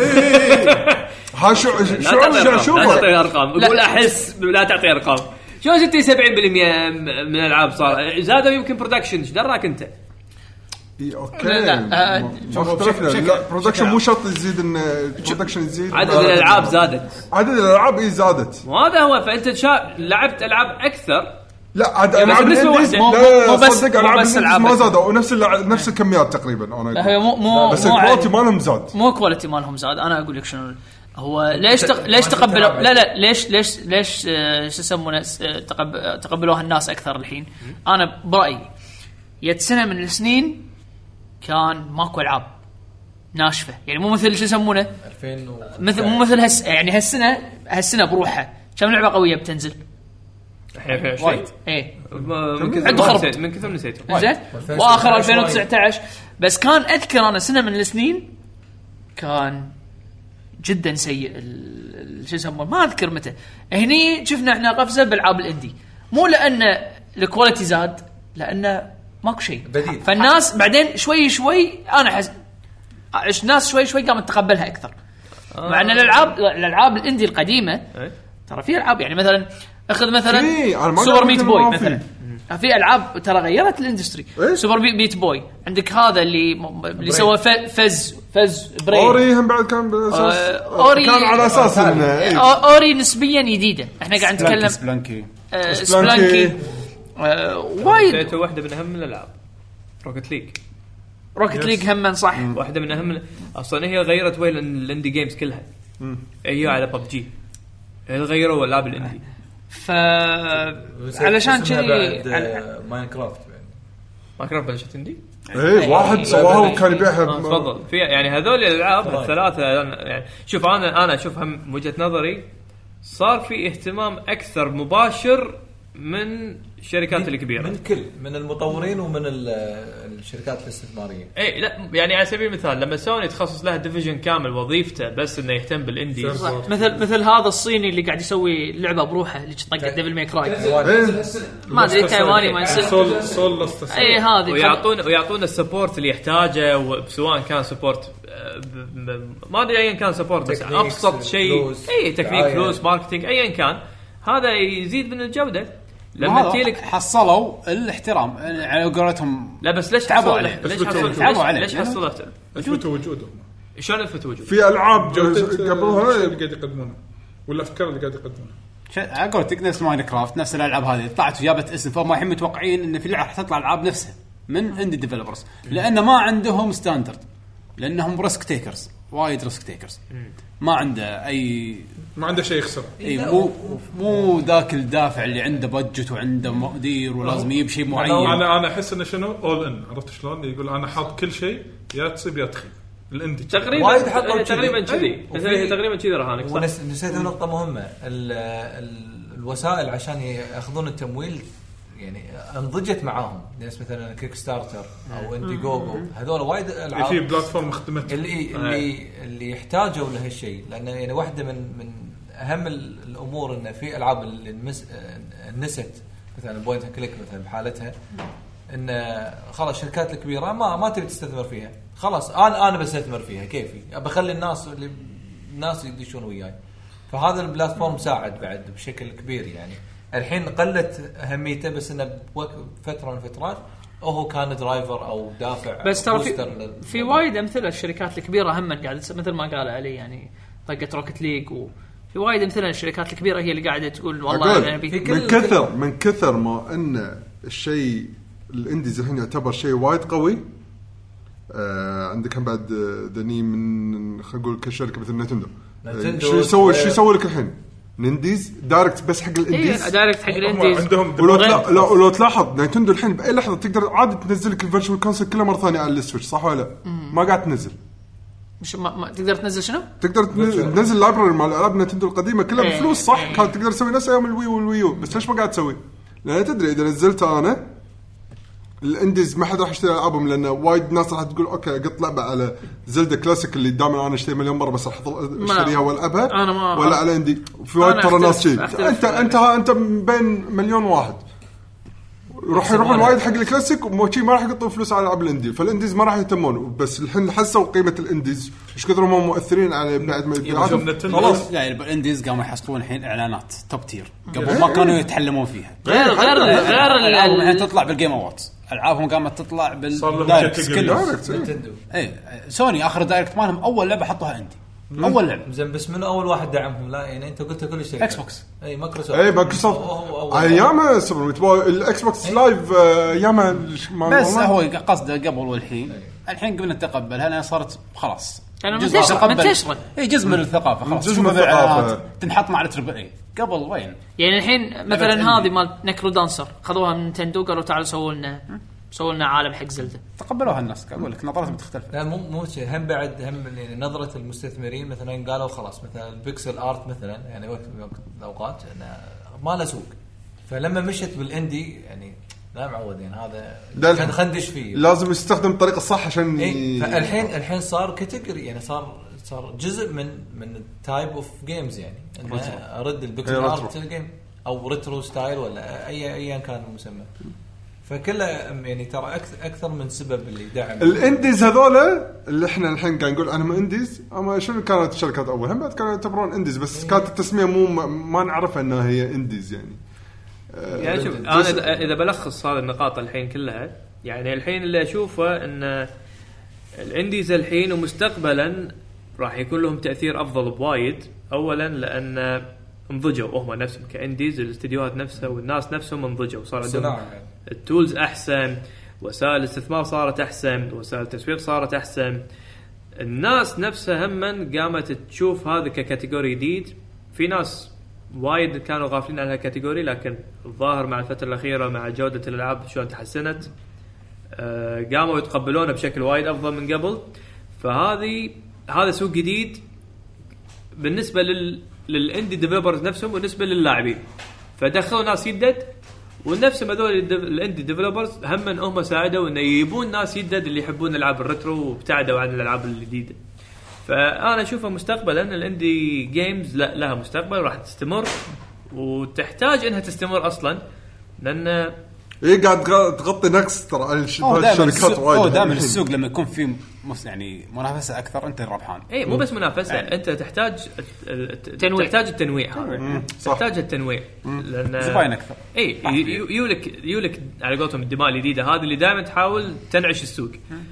ها شو لا شو تعطي شو ارقام شو لا تعطي ارقام قول احس لا تعطي ارقام. شو ستين سبعين بالمية من الالعاب صار زادوا يمكن برودكشن ايش دراك انت؟ اي اوكي لا، لا، آه، ما اختلفنا. لا برودكشن مو شرط يزيد ان البرودكشن يزيد عدد الالعاب زادت. عدد الالعاب اي زادت. وهذا هو فانت شا... لعبت العاب اكثر. لا عاد يعني العاب بس نسبة الانديز واحدة. لا مو بس- صدق مو العاب بس الانديز ألعاب ما بس. زادوا ونفس اللع... نفس الكميات تقريبا انا لا هي مو مو بس مو الكواليتي عن- مالهم زاد. مو كواليتي مالهم زاد. انا اقول لك شنو هو ليش تق... ليش تقبلوا لا لا ليش ليش ليش آه، شو يسمونه آه، تقب... تقبلوها الناس اكثر الحين. انا برايي يد سنه من السنين كان ماكو العاب ناشفه يعني مو مثل شو يسمونه ألفين و مثل مو مثل هس يعني هالسنه هالسنه بروحها كم لعبه قويه بتنزل الحين ألفين وعشرين ايه من كثر عنده ما خرب. نسيت- من كثر نسيته. زين واخر ألفين وتسعة عشر بس كان اذكر انا سنه من السنين كان جدا سيء ال- ال- شو يسمونه ما اذكر متى. هني شفنا احنا قفزه بالعاب الاندي مو لان الكواليتي زاد لان ماكو شيء بديل. فالناس بعدين شوي شوي انا حس الناس شوي شوي قامت تتقبلها اكثر. مع ان الالعاب الالعاب الاندي القديمه ترى في العاب يعني مثلا اخذ مثلا في، أنا ما سوبر قاعد ميت أقول بوي ما في. مثلا في العاب ترى غيرت الاندستري. إيه؟ سوبر ميت بوي عندك هذا اللي اللي سوى ف- فز فز برين اوري هم بعد كان بالاساس آه، أوري- كان على اساس انه إيه. أو- اوري نسبيا جديده احنا قاعد نتكلم سبلانكي آه، سبلانكي. سبلانكي آه، وايد نسيته واحده من اهم الالعاب روكت ليج. روكت ليج هم صح واحده من اهم اصلا هي غيرت وين الاندي جيمز كلها. هي على ببجي غيروا العاب الاندي. ف علشان كذي على- ماينكرافت ماينكرافت بلشت اندي. ايه واحد سواها وكان يبيعها آه، تفضل في يعني هذول الالعاب الثلاثه يعني شوف انا انا اشوفها من وجهه نظري صار في اهتمام اكثر مباشر من الشركات الكبيره من كل من المطورين ومن ال- الشركات الاستثماريه. اي لا يعني على سبيل المثال لما سوني تخصص لها ديفيجن كامل وظيفته بس انه يهتم بالاندي. مثل مثل هذا الصيني اللي قاعد يسوي لعبه بروحه اللي طقت ديفل ماي كراي إيه. ما ادري تايواني ما يصير سول سول لست اي هذه ويعطون ويعطون السبورت اللي يحتاجه سواء كان سبورت آه، ب- ب- ما ادري ايا كان سبورت بس تكنيكس، ابسط شيء فلوس، اي تكنيك دعاية. فلوس ماركتينج ايا كان هذا يزيد من الجوده لما لما تجيلك. حصلوا الاحترام يعني على قولتهم. لا بس ليش تعبوا حصل عليه. ليش اثبتوا حصل وجوده. تعبوا عليه. ليش حصلت اثبتوا وجودهم شلون اثبت وجود في العاب جودة قبلها الشيء اللي قاعد يقدمونه والافكار اللي قاعد يقدمونها. على قولتك نفس ماينكرافت نفس الالعاب هذه طلعت وجابت اسم فهم الحين متوقعين ان في لعبه راح تطلع العاب نفسها من اندي ديفلوبرز لان ما عندهم ستاندرد لانهم ريسك تيكرز وايد ريسك تيكرز ما عنده اي ما عنده شيء يخسر. اي مو مو ذاك الدافع اللي عنده بادجت وعنده مدير ولازم يجيب شيء معين. انا انا احس انه شنو اول ان عرفت شلون يقول انا حاط كل شيء يا تصيب يا تخيب الاندي تقريبا وايد حطوا هي كذي. تقريبا كذي وفي- تقريبا كذي رهانك صح. ونسيت نقطه مهمه ال ال الوسائل عشان ياخذون التمويل يعني انضجت معاهم، ناس مثلا كيك ستارتر او اندي جوجو، هذول وايد العاب في بلاتفورم خدمت اللي اللي اللي يحتاجوا لهالشيء، لانه يعني واحده من من اهم الامور انه في العاب اللي نست مثلا بوينت كليك مثلا بحالتها، ان خلاص الشركات الكبيره ما ما تبي تستثمر فيها، خلاص انا انا بستثمر فيها كيفي، بخلي الناس اللي الناس يدشون وياي. فهذا البلاتفورم ساعد بعد بشكل كبير يعني. الحين قلت اهميته بس انه فتره من فترات هو كان درايفر او دافع بس ترى في, في وايد امثله الشركات الكبيره هم قاعده مثل ما قال علي يعني طقه روكت ليج، وفي وايد امثله الشركات الكبيره هي اللي قاعده تقول والله يعني من كثر من كثر ما ان الشيء الانديز الحين يعتبر شيء وايد قوي. آه عندك هم بعد دني من خلينا نقول كشركه مثل نينتندو، شو يسوي شو يسوي لك الحين نينديز دايركت بس حق الانديز. إيه دايركت حق الانديز عندهم. ولو تلا... لو, لو تلاحظ نينتندو الحين باي لحظه تقدر عادي تنزل لك الفيرتشوال كونسول كله مره ثانيه على السويتش، صح ولا لا؟ ما قاعد تنزل، مش ما, ما تقدر تنزل شنو؟ تقدر تنزل لايبرري مال العاب نينتندو القديمه كلها ايه بفلوس، صح؟ ايه كانت تقدر تسوي نفس ايام الوي والويو، بس ليش ما قاعد تسوي؟ لان تدري اذا نزلت انا الانديز ما حد راح يشتري العابهم، لان وايد ناس راح تقول اوكي قط لعبه على زلدا كلاسيك اللي دائما انا اشتري مليون مره بس راح اشتريها والعبها، ولا على اندي. في وايد ترى ناس شيء انت انت انت بين مليون واحد راح يروحون وايد حق الكلاسيك وموشي ما راح يقطون فلوس على العاب الاندي، فالانديز ما راح يهتمون. بس الحين حسوا قيمه الانديز ايش كثر هم مؤثرين على بعد ما يبيعون خلاص. يعني الانديز قاموا يحصلون الحين اعلانات توب تير قبل ما كانوا يتحلمون فيها، غير غير غير الالعاب تطلع بالجيم اووردز، العابهم قامت تطلع بالدايركت كله. اي سوني اخر دايركت مالهم اول لعبه حطوها عندي، اول لعبه زين بس من اول واحد دعمهم؟ لا يعني انت قلت كل شيء اكس بوكس. اي مايكروسوفت اي مايكروسوفت ايام سوبر الاكس بوكس لايف ايام بس هو قصده قبل والحين الحين قبل نتقبلها لان صارت خلاص انا منتشره منتشره اي جزء من الثقافه خلاص، جزء من الثقافه تنحط مع التربل اي قبل وين. يعني الحين مثلا هذه مال نكرو دانسر خذوها من نينتندو قالوا تعالوا سووا لنا سووا لنا عالم حق زلدة، تقبلوها الناس. اقول لك نظرتهم بتختلف. لا مو مو شيء هم بعد هم يعني نظره المستثمرين مثلا قالوا خلاص مثلا البيكسل ارت مثلا يعني وقت من الاوقات ما له سوق، فلما مشت بالاندي يعني لا معودين هذا كان خندش فيه لازم يستخدم الطريقه الصح عشان إيه. فالحين الحين صار كاتيجوري يعني صار صار جزء من من التايب اوف جيمز يعني انا ارد البيكسل ارت جيم او ريترو ستايل ولا اي ايا كان المسمى، فكله يعني ترى اكثر اكثر من سبب اللي دعم الانديز هذولا اللي احنا الحين قاعد نقول عنهم انديز. اما شنو كانت الشركات اول هم كانوا يعتبرون انديز بس كانت التسميه مو ما نعرف انها هي انديز يعني. يعني شوف انا اذا بلخص هذه النقاط الحين كلها يعني الحين اللي اشوفه ان الانديز الحين ومستقبلا راح يكون لهم تاثير افضل بوايد. اولا لان انضجوا هم نفسهم كانديز، الاستديوهات نفسها والناس نفسهم انضجوا، صار عندهم التولز احسن، وسائل الاستثمار صارت احسن، وسائل التسويق صارت احسن، الناس نفسها هم قامت تشوف هذا ككاتيجوري جديد. في ناس وايد كانوا غافلين عن هالكاتيجوري لكن الظاهر مع الفترة الأخيرة مع جودة الألعاب شلون تحسنت آه قاموا يتقبلونه بشكل وايد أفضل من قبل. فهذه هذا سوق جديد بالنسبة لل للإندي ديفلوبرز نفسهم وبالنسبة للاعبين، فدخلوا ناس يدد ونفسهم هذول الإندي ديفلوبرز هم من هم ساعدوا إنه يجيبون ناس يدد اللي يحبون الألعاب الريترو وابتعدوا عن الألعاب الجديدة. فأنا أشوفه مستقبلا الإندي جيمز لا لها مستقبل راح تستمر وتحتاج إنها تستمر أصلاً لأن إيه قاعد تغطي نقص ترى الشركات وايد. أو دائما السوق لما يكون فيه يعني منافسة أكثر أنت الربحان. إيه مو بس منافسة يعني. أنت تحتاج التنويع. تحتاج التنويع هذا تحتاج التنويع لأن زباين أكثر. إيه يولك يولك على قولتهم الدماء الجديدة هذه اللي دائما تحاول تنعش السوق.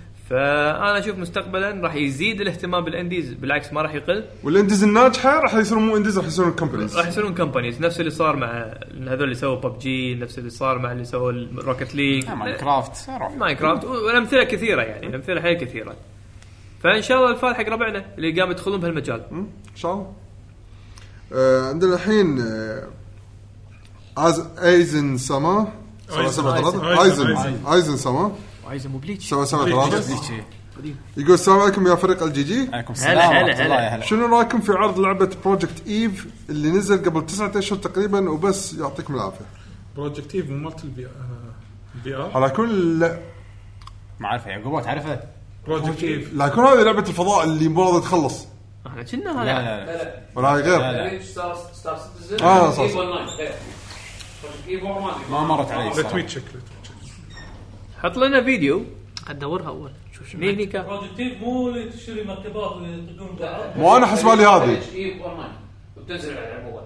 فانا اشوف مستقبلا راح يزيد الاهتمام بالانديز بالعكس ما راح يقل، والانديز الناجحه راح يصيرون مو انديز راح يصيرون كومبانيز راح يصيرون كومبانيز نفس اللي صار مع هذول اللي سووا ببجي، نفس اللي صار مع اللي سووا روكت ليج ماينكرافت ماينكرافت والامثله كثيره يعني الامثله حيل كثيره. فان شاء الله الفال حق ربعنا اللي قام يدخلون بهالمجال ان شاء الله. آه عندنا الحين آه از ايزن سما ايزن ايزن سما ايزن مو بليتش سوا سوا ثلاثة يقول السلام عليكم يا فريق الجي جي. عليكم السلام ورحمة الله. شنو رايكم في عرض لعبه بروجكت ايف اللي نزل قبل تسعة اشهر تقريبا وبس؟ يعطيكم العافيه. بروجكت ايف مالت البي بي ار على كل لا ما اعرفه يعقوب تعرفه بروجكت ايف لا يكون هذه لعبه الفضاء اللي مو راضي تخلص احنا كنا لا هذا لا لا ولا هاي غير يعني ستار ستار سيتيزن آه، صح. ايف اونلاين غير ايف اونلاين ما مرت علي لا الصراحة. تويت شكل حط لنا فيديو ادورها اول شوف شو نيني كا بروجكتيف مو اللي تشتري مركبات ويطقون بعض. مو انا حسب لي هذه ايف اونلاين وتنزل على العموم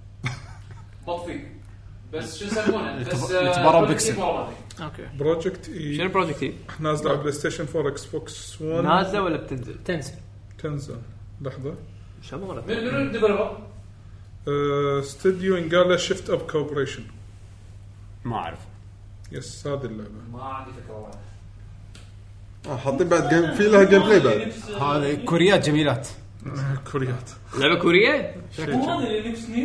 بط فيك بس شو يسمونه بس يتبرم بيكسل. اوكي بروجكت ايف شنو بروجكت ايف؟ نازله على بلاي ستيشن فور اكس بوكس ون نازله ولا بتنزل؟ تنزل تنزل لحظه شو مغلط؟ من من الديفلوبر استوديو انجالا شيفت اب كوبريشن. ما اعرف يس هذه اللعبه ما عندي فكره والله. آه، حاطين بعد جيم في لها جيم بلاي بعد. هذه كوريات جميلات كوريات لعبه كوريه؟ مو هذا اللي نفس نير.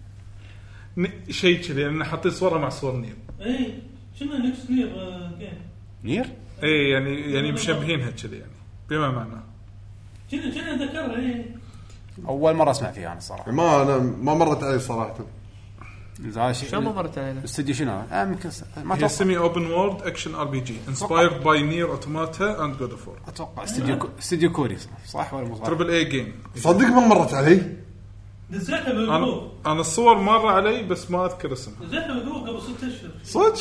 ن- شيء كذي لان حاطين صوره مع صور نير. اي شنو نفس نير آه، جيم. نير اي يعني يعني مشبهينها كذي يعني بما معناه. شنو شنو ذكرها اي. اول مره اسمع فيها انا الصراحه. ما انا ما مرت علي صراحه. هذا شيء شو ما مرت علينا؟ استوديو شنو اه يمكن ما هي اتوقع سيمي اوبن وورلد اكشن ار بي جي انسبايرد باي نير اوتوماتا اند جود اوف وور. اتوقع استوديو استوديو كوري صح ولا مو صح؟ تربل اي جيم. صدق ما مرت علي. نزلتها انا بالجروب. انا الصور مره علي بس ما اذكر اسمها. نزلتها بالجروب قبل ست اشهر. صدق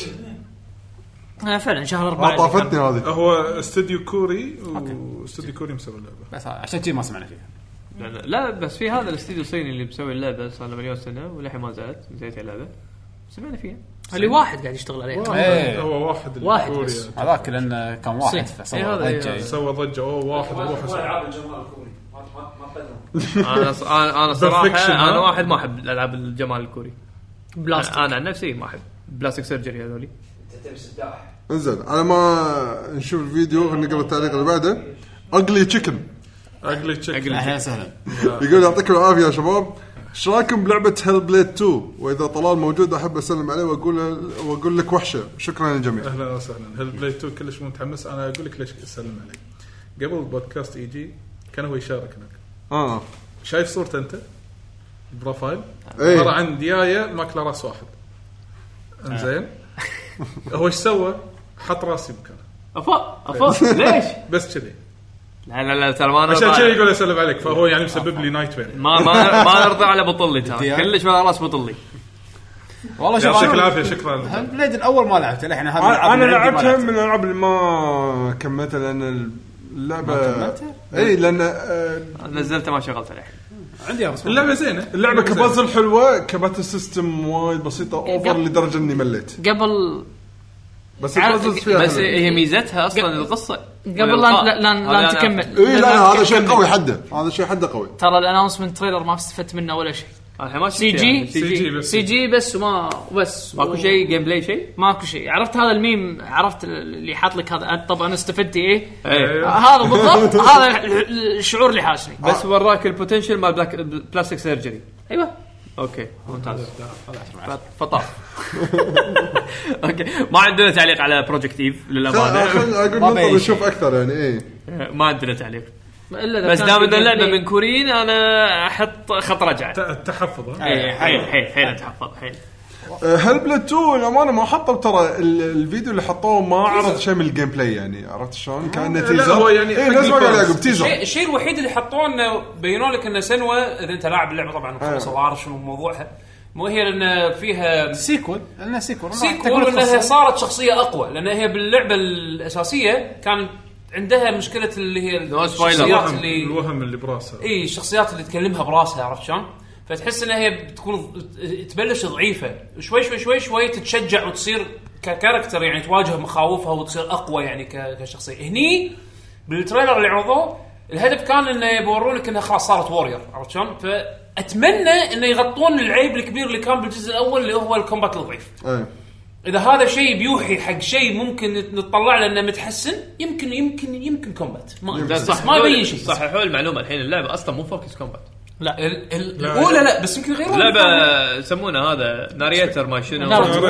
آه فعلا شهر ما أربعة طافتني هذه. هو استوديو كوري واستوديو كوري مسوي اللعبه. بس عشان كذي ما سمعنا فيها. لا, لا بس في هذا الاستديو الصيني اللي مسوي اللعبه صار له مليون سنه وللحين ما زالت زيت اللعبه سمعنا فيها. اللي واحد قاعد يشتغل عليه. ايه هو واحد اللي واحد كوري بس. يعني. هذاك لان كان واحد صين. فسوى إيه هذا ضجه. إيه. سوى ضجه اوه واحد اروح هو اسوي. العاب الجمال الكوري ما ما ما قدروا. انا ص- انا أنا صراحه Perfection، انا ها؟ واحد ما احب الالعاب الجمال الكوري. بلاستيك. انا عن نفسي ما احب بلاستيك سيرجري هذولي. انت تبي سداح انزين على ما نشوف الفيديو نقرا التعليق اللي بعده. اقلي تشيكن اقلي تشيك. اهلا وسهلا. يقول يعطيكم العافيه يا شباب. ايش رايكم بلعبه هيل بليد تو؟ واذا طلال موجود احب اسلم عليه واقول واقول لك وحشه. شكرا للجميع. اهلا وسهلا. هل بلاي تو كلش متحمس. انا اقول لك ليش اسلم عليك. قبل البودكاست يجي كان هو يشارك هناك. اه شايف صورته انت بروفايل إيه. عباره عن ديايه ماكله راس واحد. انزين هو ايش سوى؟ حط راسي مكانه افا افا ليش؟ بس كذي لا لا لا ترى ما عشان نرضى كذي يقول اسلم عليك. فهو يعني مسبب لي نايت مير. ما ما ما نرضى على بطلي ترى كلش على راس بطلي. والله شوف يعطيك أنا- العافيه. شكرا. هل بليد الاول ما لعبته للحين هذا انا أنا اللي عندي ما لعبتها لعبته. من الالعاب اللي ما كملتها لان اللعبه ما كملتها؟ اي لان آه، نزلته ما شغلت عليه. عندي رسم اللعبه زينه. اللعبه كبازل حلوه كباتل سيستم وايد بسيطه اوفر لدرجه اني مليت. قبل بس عارف- البازلز فيها بس حلوة. هي ميزتها اصلا القصه قبل لا لا لا, لا تكمل. اي لا هذا شيء قوي حده. هذا شيء حده قوي. ترى الانونسمنت تريلر ما استفدت منه ولا شيء. الحين ما سي جي سي جي بس. سي جي بس وما بس ماكو شيء جيم بلاي شيء. ماكو شيء. عرفت هذا الميم؟ عرفت اللي حاط لك هذا؟ طبعا استفدتي ايه؟ ايه هذا بالضبط. هذا الشعور اللي حاشني. بس وراك البوتنشل مال بلاك بلاستيك سيرجري. ايوه اوكي ممتاز. فطاف. اوكي ما عندنا تعليق على بروجكت ايف للامانه. خل اقول ننطر نشوف اكثر يعني ايه. ما عندنا تعليق. الا إذا بس كان دام في ان اللعبه gameplay. من كوريين انا احط خط رجعه. التحفظ. ها؟ اي حيل حيل حيل اتحفظ حيل. هل بلاد تو الامانه ما حطوا ترى ال- الفيديو اللي حطوه ما عرض شيء من الجيم بلاي يعني. عرفت شلون كانه لا، تيزر. هو يعني اي حق لازم الفانز. يعقوب تيزر. الشيء الشيء الوحيد اللي حطوه انه بينوا لك انه سنوه اذا انت لاعب اللعبه طبعا خلص وعارف شنو موضوعها. مو هي لان فيها سيكول لانها سيكول سيكول انها صارت شخصيه اقوى لان هي باللعبه الاساسيه كان عندها مشكله اللي هي الشخصيات اللي الوهم اللي براسها. اي الشخصيات اللي تكلمها براسها. عرفت شلون؟ فتحس انها هي بتكون تبلش ضعيفه شوي شوي شوي شوي تتشجع وتصير ككاركتر يعني تواجه مخاوفها وتصير اقوى يعني ك- كشخصيه. هني بالتريلر اللي عرضوه الهدف كان انه يورونك انها خلاص صارت وورير. عرفت شلون؟ فاتمنى انه يغطون العيب الكبير اللي كان بالجزء الاول اللي هو الكومبات الضعيف. اي اذا هذا شيء بيوحي حق شيء ممكن نطلع له انه متحسن يمكن يمكن يمكن كومبات ما صح ما يبين شيء. صححوا المعلومه الحين اللعبه اصلا مو فوكس كومبات. لا ال- ال- الاولى لا بس يمكن غيروا لعبه يسمونه هذا ناريتر ما شنو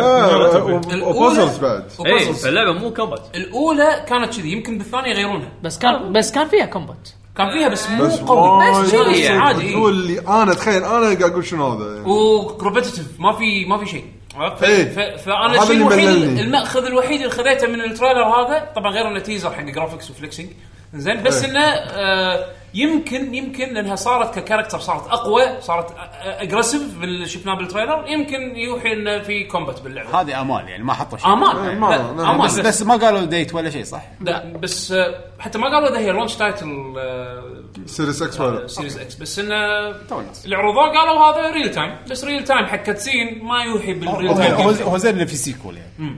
وبازلز بعد. اي اللعبه مو كومبات. الاولى كانت كذي يمكن بالثانيه يغيرونها بس كان بس كان فيها كومبات كان فيها بس مو بس قوي وايد بس كذي قصة عادي تقول لي انا تخيل انا قاعد اقول شنو هذا يعني. وروبيتيتيف ما في ما في شيء عرفت؟ إيه. ف- فانا هذا الشيء اللي الوحيد مللني. المأخذ الوحيد اللي خذيته من التريلر هذا طبعا غير انه تيزر حق جرافيكس وفليكسينج زين بس إيه. انه آه يمكن يمكن لانها صارت ككاركتر صارت اقوى صارت اجريسيف باللي شفناه بالتريلر يمكن يوحي انه في كومبات باللعبه هذه امال يعني ما حطوا شيء امان إيه، ما- لا، لا، امان بس بس ما قالوا ديت ولا شيء صح. لا بس آه، حتى ما قالوا اذا هي لونش تايتل سيريس اكس ولا سيريز اكس بس انه تو الناس العروضات قالوا هذا ريل تايم بس ريل تايم حق كاتسين ما يوحي بالريل هو- هو تايم هو زين اللي في سيكول يعني.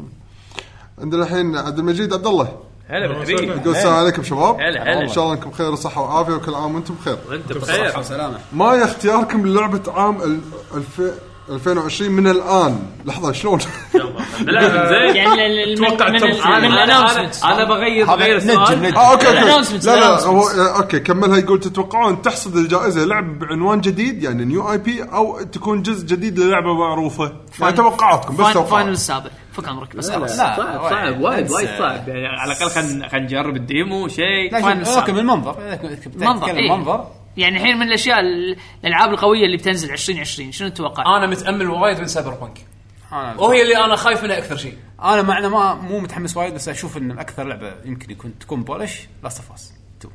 عندنا الحين عبد المجيد عبد الله هلا بالحبيب يقول السلام عليكم شباب هلا هلا. ان شاء الله انكم بخير وصحه وعافيه وكل عام وانتم بخير. وانت بخير سلامه. ما هي اختياركم للعبه عام ال- الف- ألفين وعشرين من الان؟ لحظه شلون؟ لا زين يعني ال- ال- من توقع من التوقيت. ال- من انا الانونسمنت انا بغير هذا بغير نجم السؤال نجم. اه اوكي اوكي Announcements، لا لا announcements. هو آه، اوكي كملها. يقول تتوقعون تحصد الجائزه لعب بعنوان جديد يعني نيو اي بي او تكون جزء جديد للعبه معروفه؟ يعني توقعاتكم بس فاين- توقعات. فاينل السابع فك عمرك بس خلاص لا صعب صعب وايد وايد صعب يعني على الاقل خلينا خلينا نجرب الديمو شيء لكن صعب. اوكي من المنظر منظر، منظر إيه. المنظر يعني الحين من الاشياء ال- الالعاب القويه اللي بتنزل عشرين عشرين شنو تتوقع؟ انا متامل وايد من سايبر بانك أنا- وهي اللي انا خايف منها اكثر شيء انا معنا ما مو متحمس وايد بس اشوف ان اكثر لعبه يمكن يكون تكون بولش لاست اوف اس تو.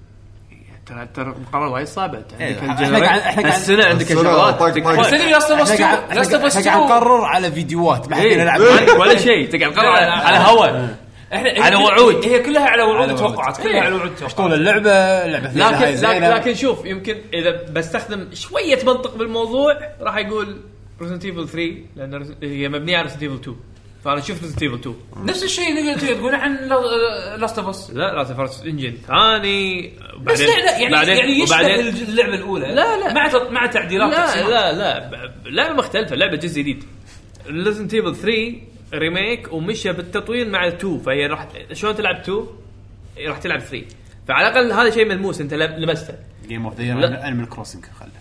ترى ترى مقارنه وايد صعبه إيه، عندك إحنا الجنريت- قاعد- إحنا قاعد- السنه عندك السنة شغلات طاق- طاق. بس تدري لاست اوف اس احنا قاعد لاست اوف اس احنا قاعد نقرر على فيديوهات ما حد إيه. يلعب ولا شيء تقعد تقرر على على هوا احنا على وعود. هي كلها على وعود على وعود. توقعات كلها إيه. على وعود توقعات طول اللعبه لعبه فيها لكن هاي لكن, زينة. لكن شوف يمكن اذا بستخدم شويه منطق بالموضوع راح يقول ريزنت ايفل ثري لان Resident- هي مبنيه على ريزنت ايفل تو فانا شفت ريزنت ايفل تو نفس الشيء اللي قلت تقول عن لاست اوف اس لا لا فرست انجن ثاني بس لا لا يعني بعدين يعني يشبه وبعدين اللعبه الاولى لا، لا. مع تط- مع تعديلات لا تصميم. لا لا ب- لعبه مختلفه لعبه جزء جديد ريزنت ايفل ثري ريميك ومشى بالتطوير مع تو فهي راح شلون تلعب تو راح تلعب ثري فعلى الاقل هذا شيء ملموس انت لمسته جيم اوف ذا لا. انيمال كروسنج خلك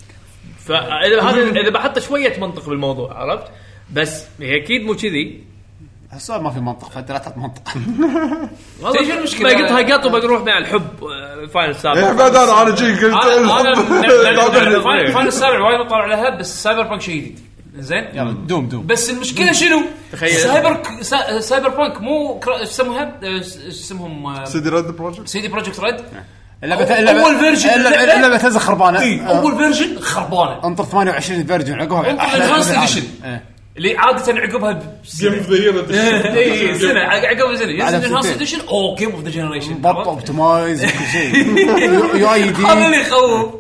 فاذا هذا اذا بحط شويه منطق بالموضوع عرفت بس هي اكيد مو كذي السؤال ما في منطق فانت لا تعط منطق والله تدري شو المشكلة؟ بقطها قط وبروح مع الحب آه، فاينل إيه سابع بعد انا انا جي قلت انا الحب. انا فاين السابع وايد مطلع لها بس سايبر بانك شيء جديد زين يلا دوم دوم بس المشكله شنو؟ تخيل. سايبر ك- سا- سايبر بانك مو كرا- ايش اسمها؟ ايش اسمهم آه، سيدي ريد بروجكت. سيدي بروجكت ريد اللعبه أول- اللعبه أول فيرجن اللعبه اللعبة. اللعبة تنزل خربانه إيه، اول فيرجن خربانه انطر ثمانية وعشرين فيرجن عقبها انطر أحلى الانهانس بالعالم. اديشن إيه. اللي عاده عقبها جيم اوف ذا يير اي سنه عقب سنه ينزل على الانهانس سنتين. اديشن او جيم اوف ذا جنريشن بط اوبتمايز وكل شيء يو اي دي هذا اللي يخوف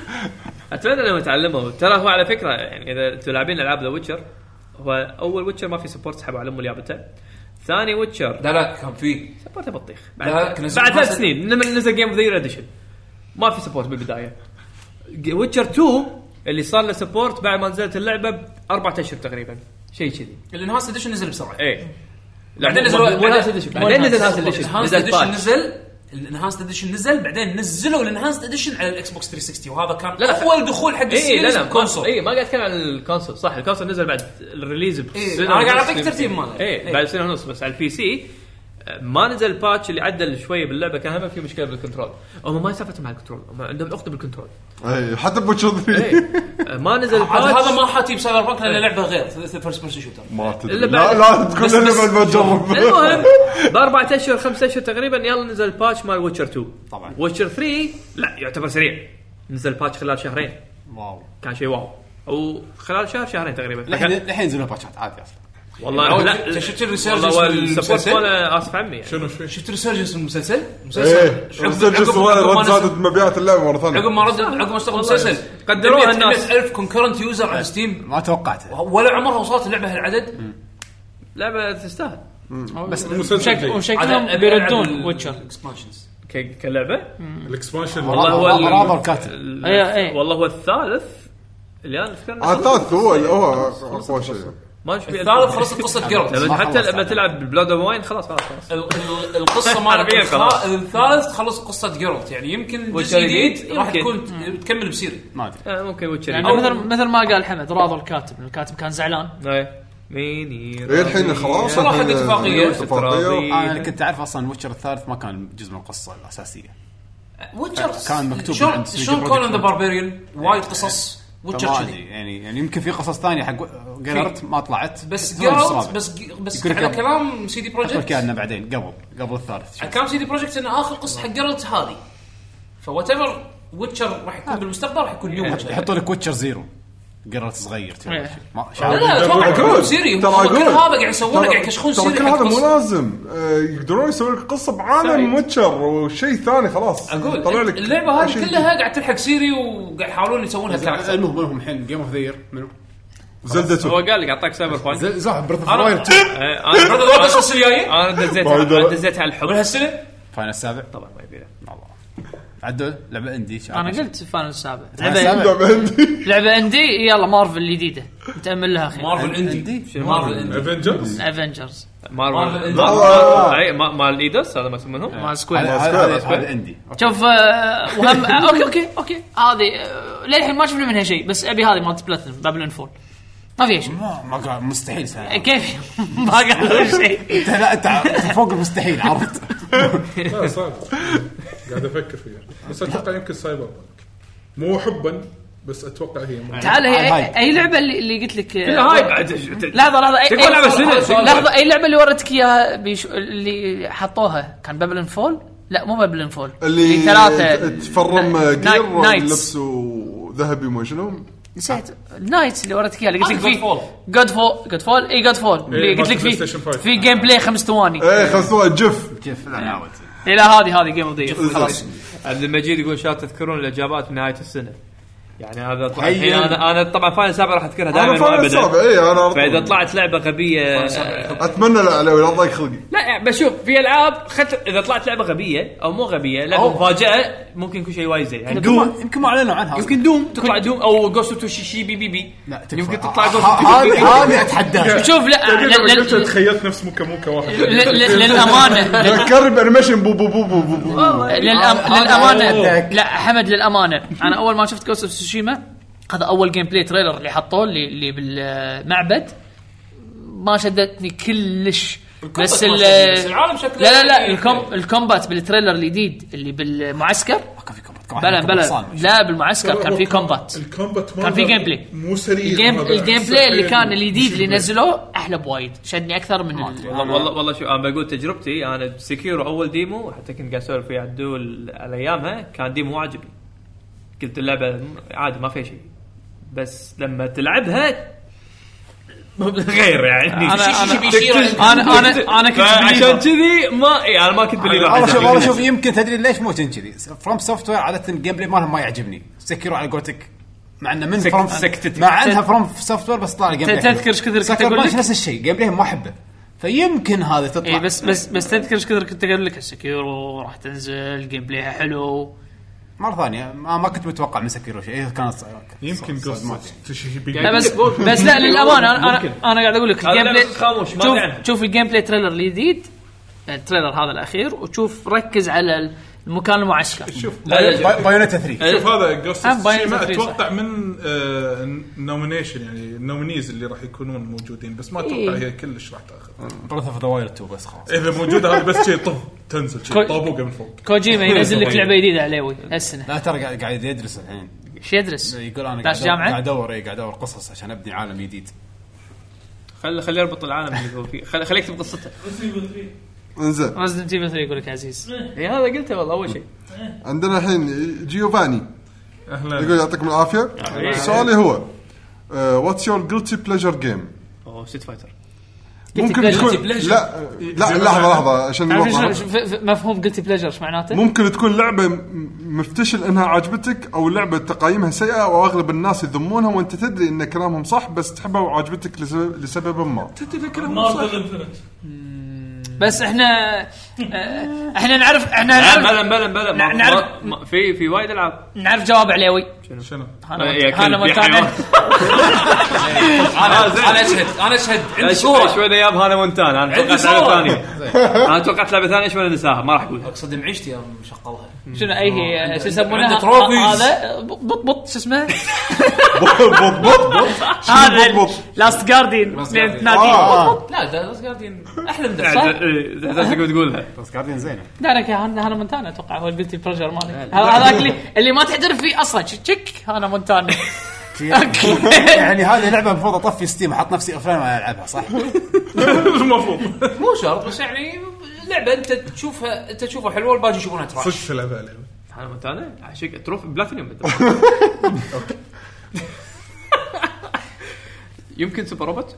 اتمنى انهم يتعلموا ترى هو على فكره يعني اذا تلعبين العاب ذا ويتشر هو اول ويتشر ما في سبورت سحبوا على امه لعبته ثاني ويتشر لا لا كان في سبورت بطيخ لا، بعد كان بعد ثلاث نزل- سنين لما نزل جيم اوف ذا يير اديشن ما في سبورت بالبدايه ويتشر تو اللي صار له سبورت بعد ما نزلت اللعبه باربعة اشهر تقريبا شيء كذي الانهانس اديشن نزل بسرعه ايه بعدين نزل مو ناس اديشن بعدين نزل ناس اديشن الانهانس نزل اديشن باتش نزل الانهانس اديشن نزل بعدين نزلوا الانهانس اديشن على الاكس بوكس ثلاثمية وستين وهذا كان لا لا. اول دخول حق اي لا السيريز لا كونسول اي ما قاعد اتكلم عن الكونسول صح الكونسول نزل بعد الريليز إيه، بسنه أنا قاعد ونص. أعطيك ترتيب ماله. اي إيه. بعد سنه ونص بس على البي سي ما نزل الباتش اللي عدل شويه باللعبه كان هم في مشكله بالكنترول هم ما سالفتهم مع الكنترول هم عندهم اخت بالكنترول اي حتى بوتشر اي ما نزل هذا الباتش هذا ما حاتي بسايبر بانك لان لعبه غير فيرست بيرسون شوتر ما تدري إلا لا بعد- لا تقول بس- لنا بس- بعد ما تجرب المهم باربعة اشهر خمسة اشهر تقريبا يلا نزل الباتش مال ويتشر تو طبعا ويتشر ثري لا يعتبر سريع نزل الباتش خلال شهرين واو كان شيء واو او خلال شهر شهرين تقريبا الحين الحين ينزلون باتشات عادي اصلا والله لا أنت شفت الريسيرجنس والله بالمسلسل؟ السبورت ماله اسف عمي يعني. شنو شوي شفت ريسيرجنس المسلسل؟ ايه مسلسل مسجل صغير رد زادت مبيعات اللعبه مره ثانيه عقب ما رد عقب ما اشتغل المسلسل قدروها الناس. ألف كونكرنت يوزر على ستيم ما توقعته ولا عمرها وصلت اللعبه هالعدد لعبه تستاهل بس المسلسل شكلهم بيردون ويتشر اكسبانشنز ك- كلعبه الاكسبانشن والله هو ال- راضر كاتب ال- إيه، إيه. والله هو الثالث اللي انا اذكر الثالث هو هو اقوى شيء ما نشوف الثالث خلص قصه جيرالت. لما حتى لما تلعب بالبلاد اوف واين خلاص خلاص خلاص ال- ال- القصه مال عربية خلاص. الثالث تخلص قصه جيرالت، يعني يمكن الجزء ويتشر الجديد جديد راح يمكن. تكون تكمل بسيري. ما ادري آه ممكن ويتشر يعني أو- مثل مثل ما قال حمد راضوا الكاتب، الكاتب كان زعلان. إيه. مين إيه الحين خلاص والله الحين حق اتفاقية. اتفاقية. انا كنت اعرف اصلا ويتشر الثالث ما كان جزء من القصه الاساسيه. ويتشر كان مكتوب شلون عند سيدي شلون بروجكت كونان ذا ويتشر. باربيريان وايد قصص ويتشر فما كذي. ادري يعني يعني يمكن في قصص ثانيه حق جيرالت ما طلعت بس هو الجزء جيرالت الرابع. بس بس يقول لك على قبل. كلام سي دي اقول بروجكت، لك انه بعدين قبل قبل الثالث. على كلام سي دي بروجكت ان اخر قصه حق جيرالت هذه، فوات ايفر ويتشر راح يكون بالمستقبل راح يكون نيو ويتشر. يحطوا لك ويتشر زيرو جيرالت صغير ترى إيه. ما لا شعور لا اتوقع أقول. يكون سيري، ترى هم كل أقول. هذا قاعد يسوونه قاعد يكشخون ترى سيري كل حق هذا مو قصة. لازم آه، يقدرون يسوون لك قصه بعالم ويتشر وشيء ثاني خلاص اقول طلع لك اللعبه هذه شيء كلها قاعد تلحق سيري وقاعد يحاولون يسوونها كاركتر. المهم منهم الحين جيم اوف ذا يير منو؟ زلدة هو قال لك اعطاك سايبر بانك. زح بريث اوف أنا- وايلد هذا هو القصه الجايه انا دزيت بعد- أنا دزيت على الحب هالسنه. فاينل السابع طبعا ما يبي له. الله عدل لعبه اندي انا قلت فان السابع السابع. لعبه لعبة عندي لعبه اندي يلا مارفل الجديده متامل لها خير. مارفل اندي مارفل اندي افنجرز افنجرز مارفل لا. اي ما- مال ايدوس هذا ما يسمونهم مال سكوير. هذا هذا اندي شوف آه، وهم آه، اوكي اوكي اوكي هذه آه، للحين ما شفنا منها شيء، بس ابي هذه مالت بلاتنم بابلون فول ما فيها شيء. ما ما قال مستحيل سنة. كيف ما قالوا شيء. انت لا انت أنت فوق المستحيل عرفت. لا صعب قاعد افكر فيها بس اتوقع يمكن سايبر بانك مو حبا بس اتوقع هي ممكن. تعال هي هاي. اي, أي لعبه اللي, اللي قلت لك آه، كلها هاي بعد لحظه لحظه اي, تقول لعبة سنة. أي لحظه اي لعبه اللي وريتك اياها بيش... اللي حطوها كان بابلون فول. لا مو بابلون فول اللي ثلاثه تفرم نا- جير نايتس. لبس وذهبي ما شنو نسيت نايتس اللي وريتك اياها اللي قلت لك هذا فيه Godfall. جود فول جود فول اي جود فول اللي قلت لك بلاي فيه ستيشن فايف. في جيم بلاي خمس ثواني. ايه خلصوا جف كيف لا عاود الى هذه هذه جيم اوف ذا خلاص. عبد المجيد يقول شلون تذكرون الاجابات من نهايه السنه. يعني هذا طبعا هيا. الحين انا انا طبعا فاينل سابع راح اذكرها انا دائما فاهم السابع اي انا فاذا أرضى. طلعت لعبه غبيه اتمنى لا عليه ولا ضيق خلقي لا يعني بشوف في العاب خت... اذا طلعت لعبه غبيه او مو غبيه لعبه أو- مفاجاه ممكن يكون شيء وايد زين يعني يمكن دوم ما- يمكن ما اعلنوا عنها يمكن دوم تطلع دوم او جوست تو شي بي بي بي لا تكفى. يمكن تطلع ه- جوست هذه هذه اتحداك. شوف لا لما ل- قلت ل- تخيلت نفس موكا موكا واحد ل- ل- للامانه ذكرني بانيميشن بو بو بو بو بو بو للأم... هذا- للامانه هذا- لا حمد للامانه انا اول ما شفت جوست اوف سوشيما هذا اول جيم بلاي تريلر اللي حطوه اللي, اللي بالمعبد ما شدتني كلش بس ما ال شدني، بس العالم شكله لا لا لا يعني- الكوم الكومبات بالتريلر الجديد اللي بالمعسكر ما كان في كومبات كان بلا في بلا كومبات لا بالمعسكر كان في كومبات الكومبات كان في جيم بلاي. مو سريع الجيم هذا الجيم أحس بلاي اللي الحين كان الجديد اللي مش نزلوه احلى بوايد شدني اكثر من ال- والله والله والله شو انا بقول تجربتي انا سكيرو اول ديمو حتى كنت قاعد اسولف فيه عدول على ايامها كان ديمو عاجبني قلت اللعبه عادي ما فيها شيء بس لما تلعبها غير يعني انا شي- انا شي بيشير. انا انا انا كنت عشان believer. كذي ما يعني انا ما كنت بليفر والله شوف والله شوف يمكن تدري ليش مو كذي فروم سوفت وير عاده الجيم بلاي مالهم ما يعجبني سكروا على قولتك مع انه من سك- فروم سكتتك. مع انها فروم سوفت وير بس طلع الجيم بلاي تذكر ايش كثر كنت اقول لك نفس الشيء جيم بلاي ما احبه فيمكن هذا تطلع اي بس بس بس تذكر ايش كثر كنت اقول لك السكيورو راح تنزل جيم بلايها حلو مره ثانيه ما, ما كنت متوقع من سكيرو شيء إيه كانت يمكن قصة لا بس بس لا للامانه انا انا, أنا قاعد اقول لك هذا الجيم بلاي لعبة خاموش، ما شوف أدري عنها. شوف الجيم بلاي تريلر الجديد التريلر هذا الاخير وشوف ركز على المكان المعسكر شوف بايونيتا ثري شوف هذا جوست هم باين ما تدري صح. اتوقع من النومينيشن يعني النومينيز اللي راح يكونون موجودين بس ما اتوقع إيه. هي كلش راح تاخذ بريث اوف ذا وايلد تو بس خلاص اذا موجوده هذه بس شيء طف تنزل شيء كوي- طابوقه من فوق كوجيما ينزل لك لعبه جديده عليوي هالسنه لا ترى قاعد قاعد يدرس الحين ايش يدرس؟ يقول انا داش قاعد جامعة؟ قاعد ادور اي قاعد ادور قصص عشان ابني عالم جديد خلي خلي يربط العالم اللي هو فيه خلي خليه يكتب قصته انزين ريزدنت ايفل ثري يقول لك عزيز اي هذا قلته والله اول شيء عندنا الحين جيوفاني اهلا يقول يعطيكم العافيه سؤالي هو واتس يور جلتي بليجر جيم اوه ست فايتر ممكن pleasure. تكون pleasure. لا لا لحظه لحظه عشان تعرف نوضح شو- ف- ف- مفهوم قلتي بليجر ايش معناته؟ ممكن تكون لعبه م- مفتشل انها عجبتك او لعبه تقييمها سيئه واغلب الناس يذمونها وانت تدري ان كلامهم صح بس تحبها وعجبتك لسبب, لسبب ما مارفل انفنت بس احنا آه، احنا نعرف احنا لا نعرف بلا بلا بلا ما- نعرف- ما- ما- في في وايد العاب نعرف جواب عليوي شنو؟ انا مونتانا انا انا اشهد انا اشهد عندي صوره صوره شوي ياب هانا مونتانا انا توقعت لعبه ثانيه انا توقعت لعبه ثانيه شوي نساها ما راح اقولها اقصد معيشتي يا مشغلها شنو اي هي شو يسمونها عنده trophies. هذا بط بط شو اسمه بط بط بط هذا لاست جاردين تناديه لا لاست جاردين احلى من صح؟ زي ما تقولها بس قاعدين زينه لا انا كان انا مونتانا اتوقع هو الجلتي بروجر مالي هذاك اللي اللي ما تعترف فيه اصلا تشك انا مونتانا يعني هذه لعبه المفروض اطفي ستيم احط نفسي اوفلاين وانا العبها صح؟ المفروض مو شرط بس يعني لعبه انت تشوفها انت تشوفها حلوه الباقي يشوفونها تراش صدق تلعبها عليه هانا مونتانا عشق تروف بلاتينيوم يمكن سوبر روبوت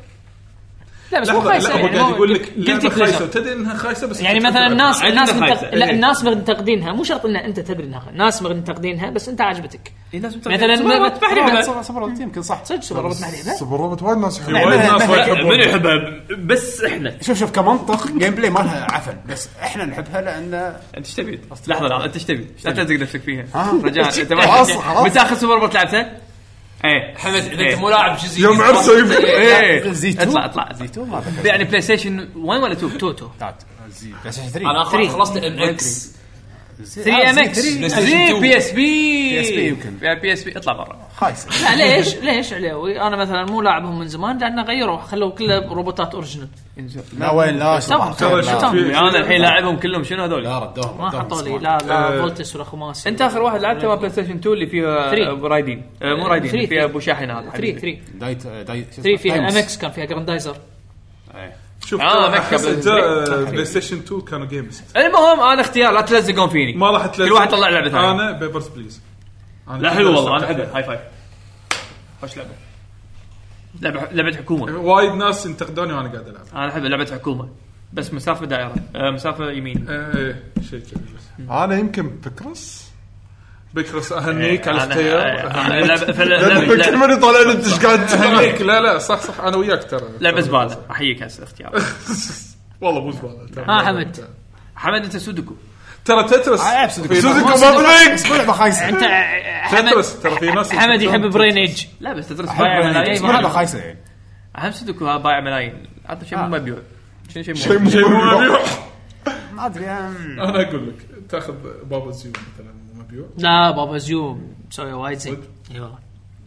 لا بس مو لحظة، خايسه لا هو يعني قاعد مو- يقول لك guilty لعبة pleasure. خايسة وتدري انها خايسة بس يعني أنت مثلا تحب الناس عندنا الناس منتق... خايسة. لا إيه. الناس منتقدينها مو شرط ان انت تدري انها ناس منتقدينها بس انت عجبتك مثلا سوبر روبوت ما حد سوبر سوبر روبوت يمكن صح صدق سوبر روبوت ما لعبه سوبر روبوت وايد ناس في وايد ناس وايد من يحبون يحبها بس احنا شوف شوف كمنطق جيم بلاي مالها عفن بس احنا نحبها لان انت ايش تبي؟ لحظه لا انت ايش تبي؟ لا تلزق نفسك فيها آه. رجاء انت خلاص، خلاص. متى اخر سوبر روبوت لعبته؟ ايه حمد اذا انت مو لاعب شيء يوم عرسه يبي ايه زي تو اطلع اطلع زي تو ما يعني بلاي ستيشن واحد ولا تو؟ تو تو زي بلاي ستيشن ثري انا اخر خلصت ام اكس ثري ام اكس زي بي اس بي بي اس بي يمكن. بي اس بي اطلع برا خايسه لا ليش ليش عليوي انا مثلا مو لاعبهم من زمان لان غيروا خلوا كله روبوتات اوريجينال لا وين لا طبعا ترى شوف طبعا في- انا الحين لاعبهم كلهم شنو هذول؟ لا ردوهم ما حطوا لي لا لا فولتس ولا خماسي انت اخر واحد لعبته بلاي ستيشن تو اللي فيه ثري. ابو رايدين آه، مو رايدين ثري. فيها ابو شاحن هذا ثري ثري دايت دايت ثري فيها ام اكس كان فيها جراندايزر شوف آه، ترى مكتب أحس الزري. أجزاء بلاي ستيشن تو كانوا جيمز المهم انا اختيار لا تلزقون فيني ما راح تلزق كل واحد طلع لعبه ثانيه انا بيبرز بليز أنا لا كنت حلو والله أستمتع انا احبها فيها. هاي فايف خوش لعبه لعبه لعبه حكومه وايد ناس انتقدوني وانا قاعد العب انا احب لعبه حكومه بس مسافه دائره آه، مسافه يمين ايه شيء كذي بس انا يمكن بكرس بكرس اهنيك على أنا- الاختيار أنا- لعبة- فل- لأن لعبة- كل من يطالعنا انت ايش قاعد اهنيك لا لا صح صح انا وياك ترى لعبه زباله احييك على الاختيار والله مو زباله ها حمد حمد انت سودوكو ترى تترس عيب سودوكو. في سودوكو ناس- ما بليك بس لعبه خايسه انت حمد تترس ترى في ناس حمد يحب برين ايج لا بس تدرس بايع ملايين بس لعبه خايسه يعني اهم سودوكو بايع ملايين هذا شيء مو مبيوع شنو شيء شيء مو مو شيء مو مبيوع ما ادري أم. انا اقول لك تاخذ بابا زيو مثلا مو مبيوع لا بابا زيو مسوي وايد زين اي والله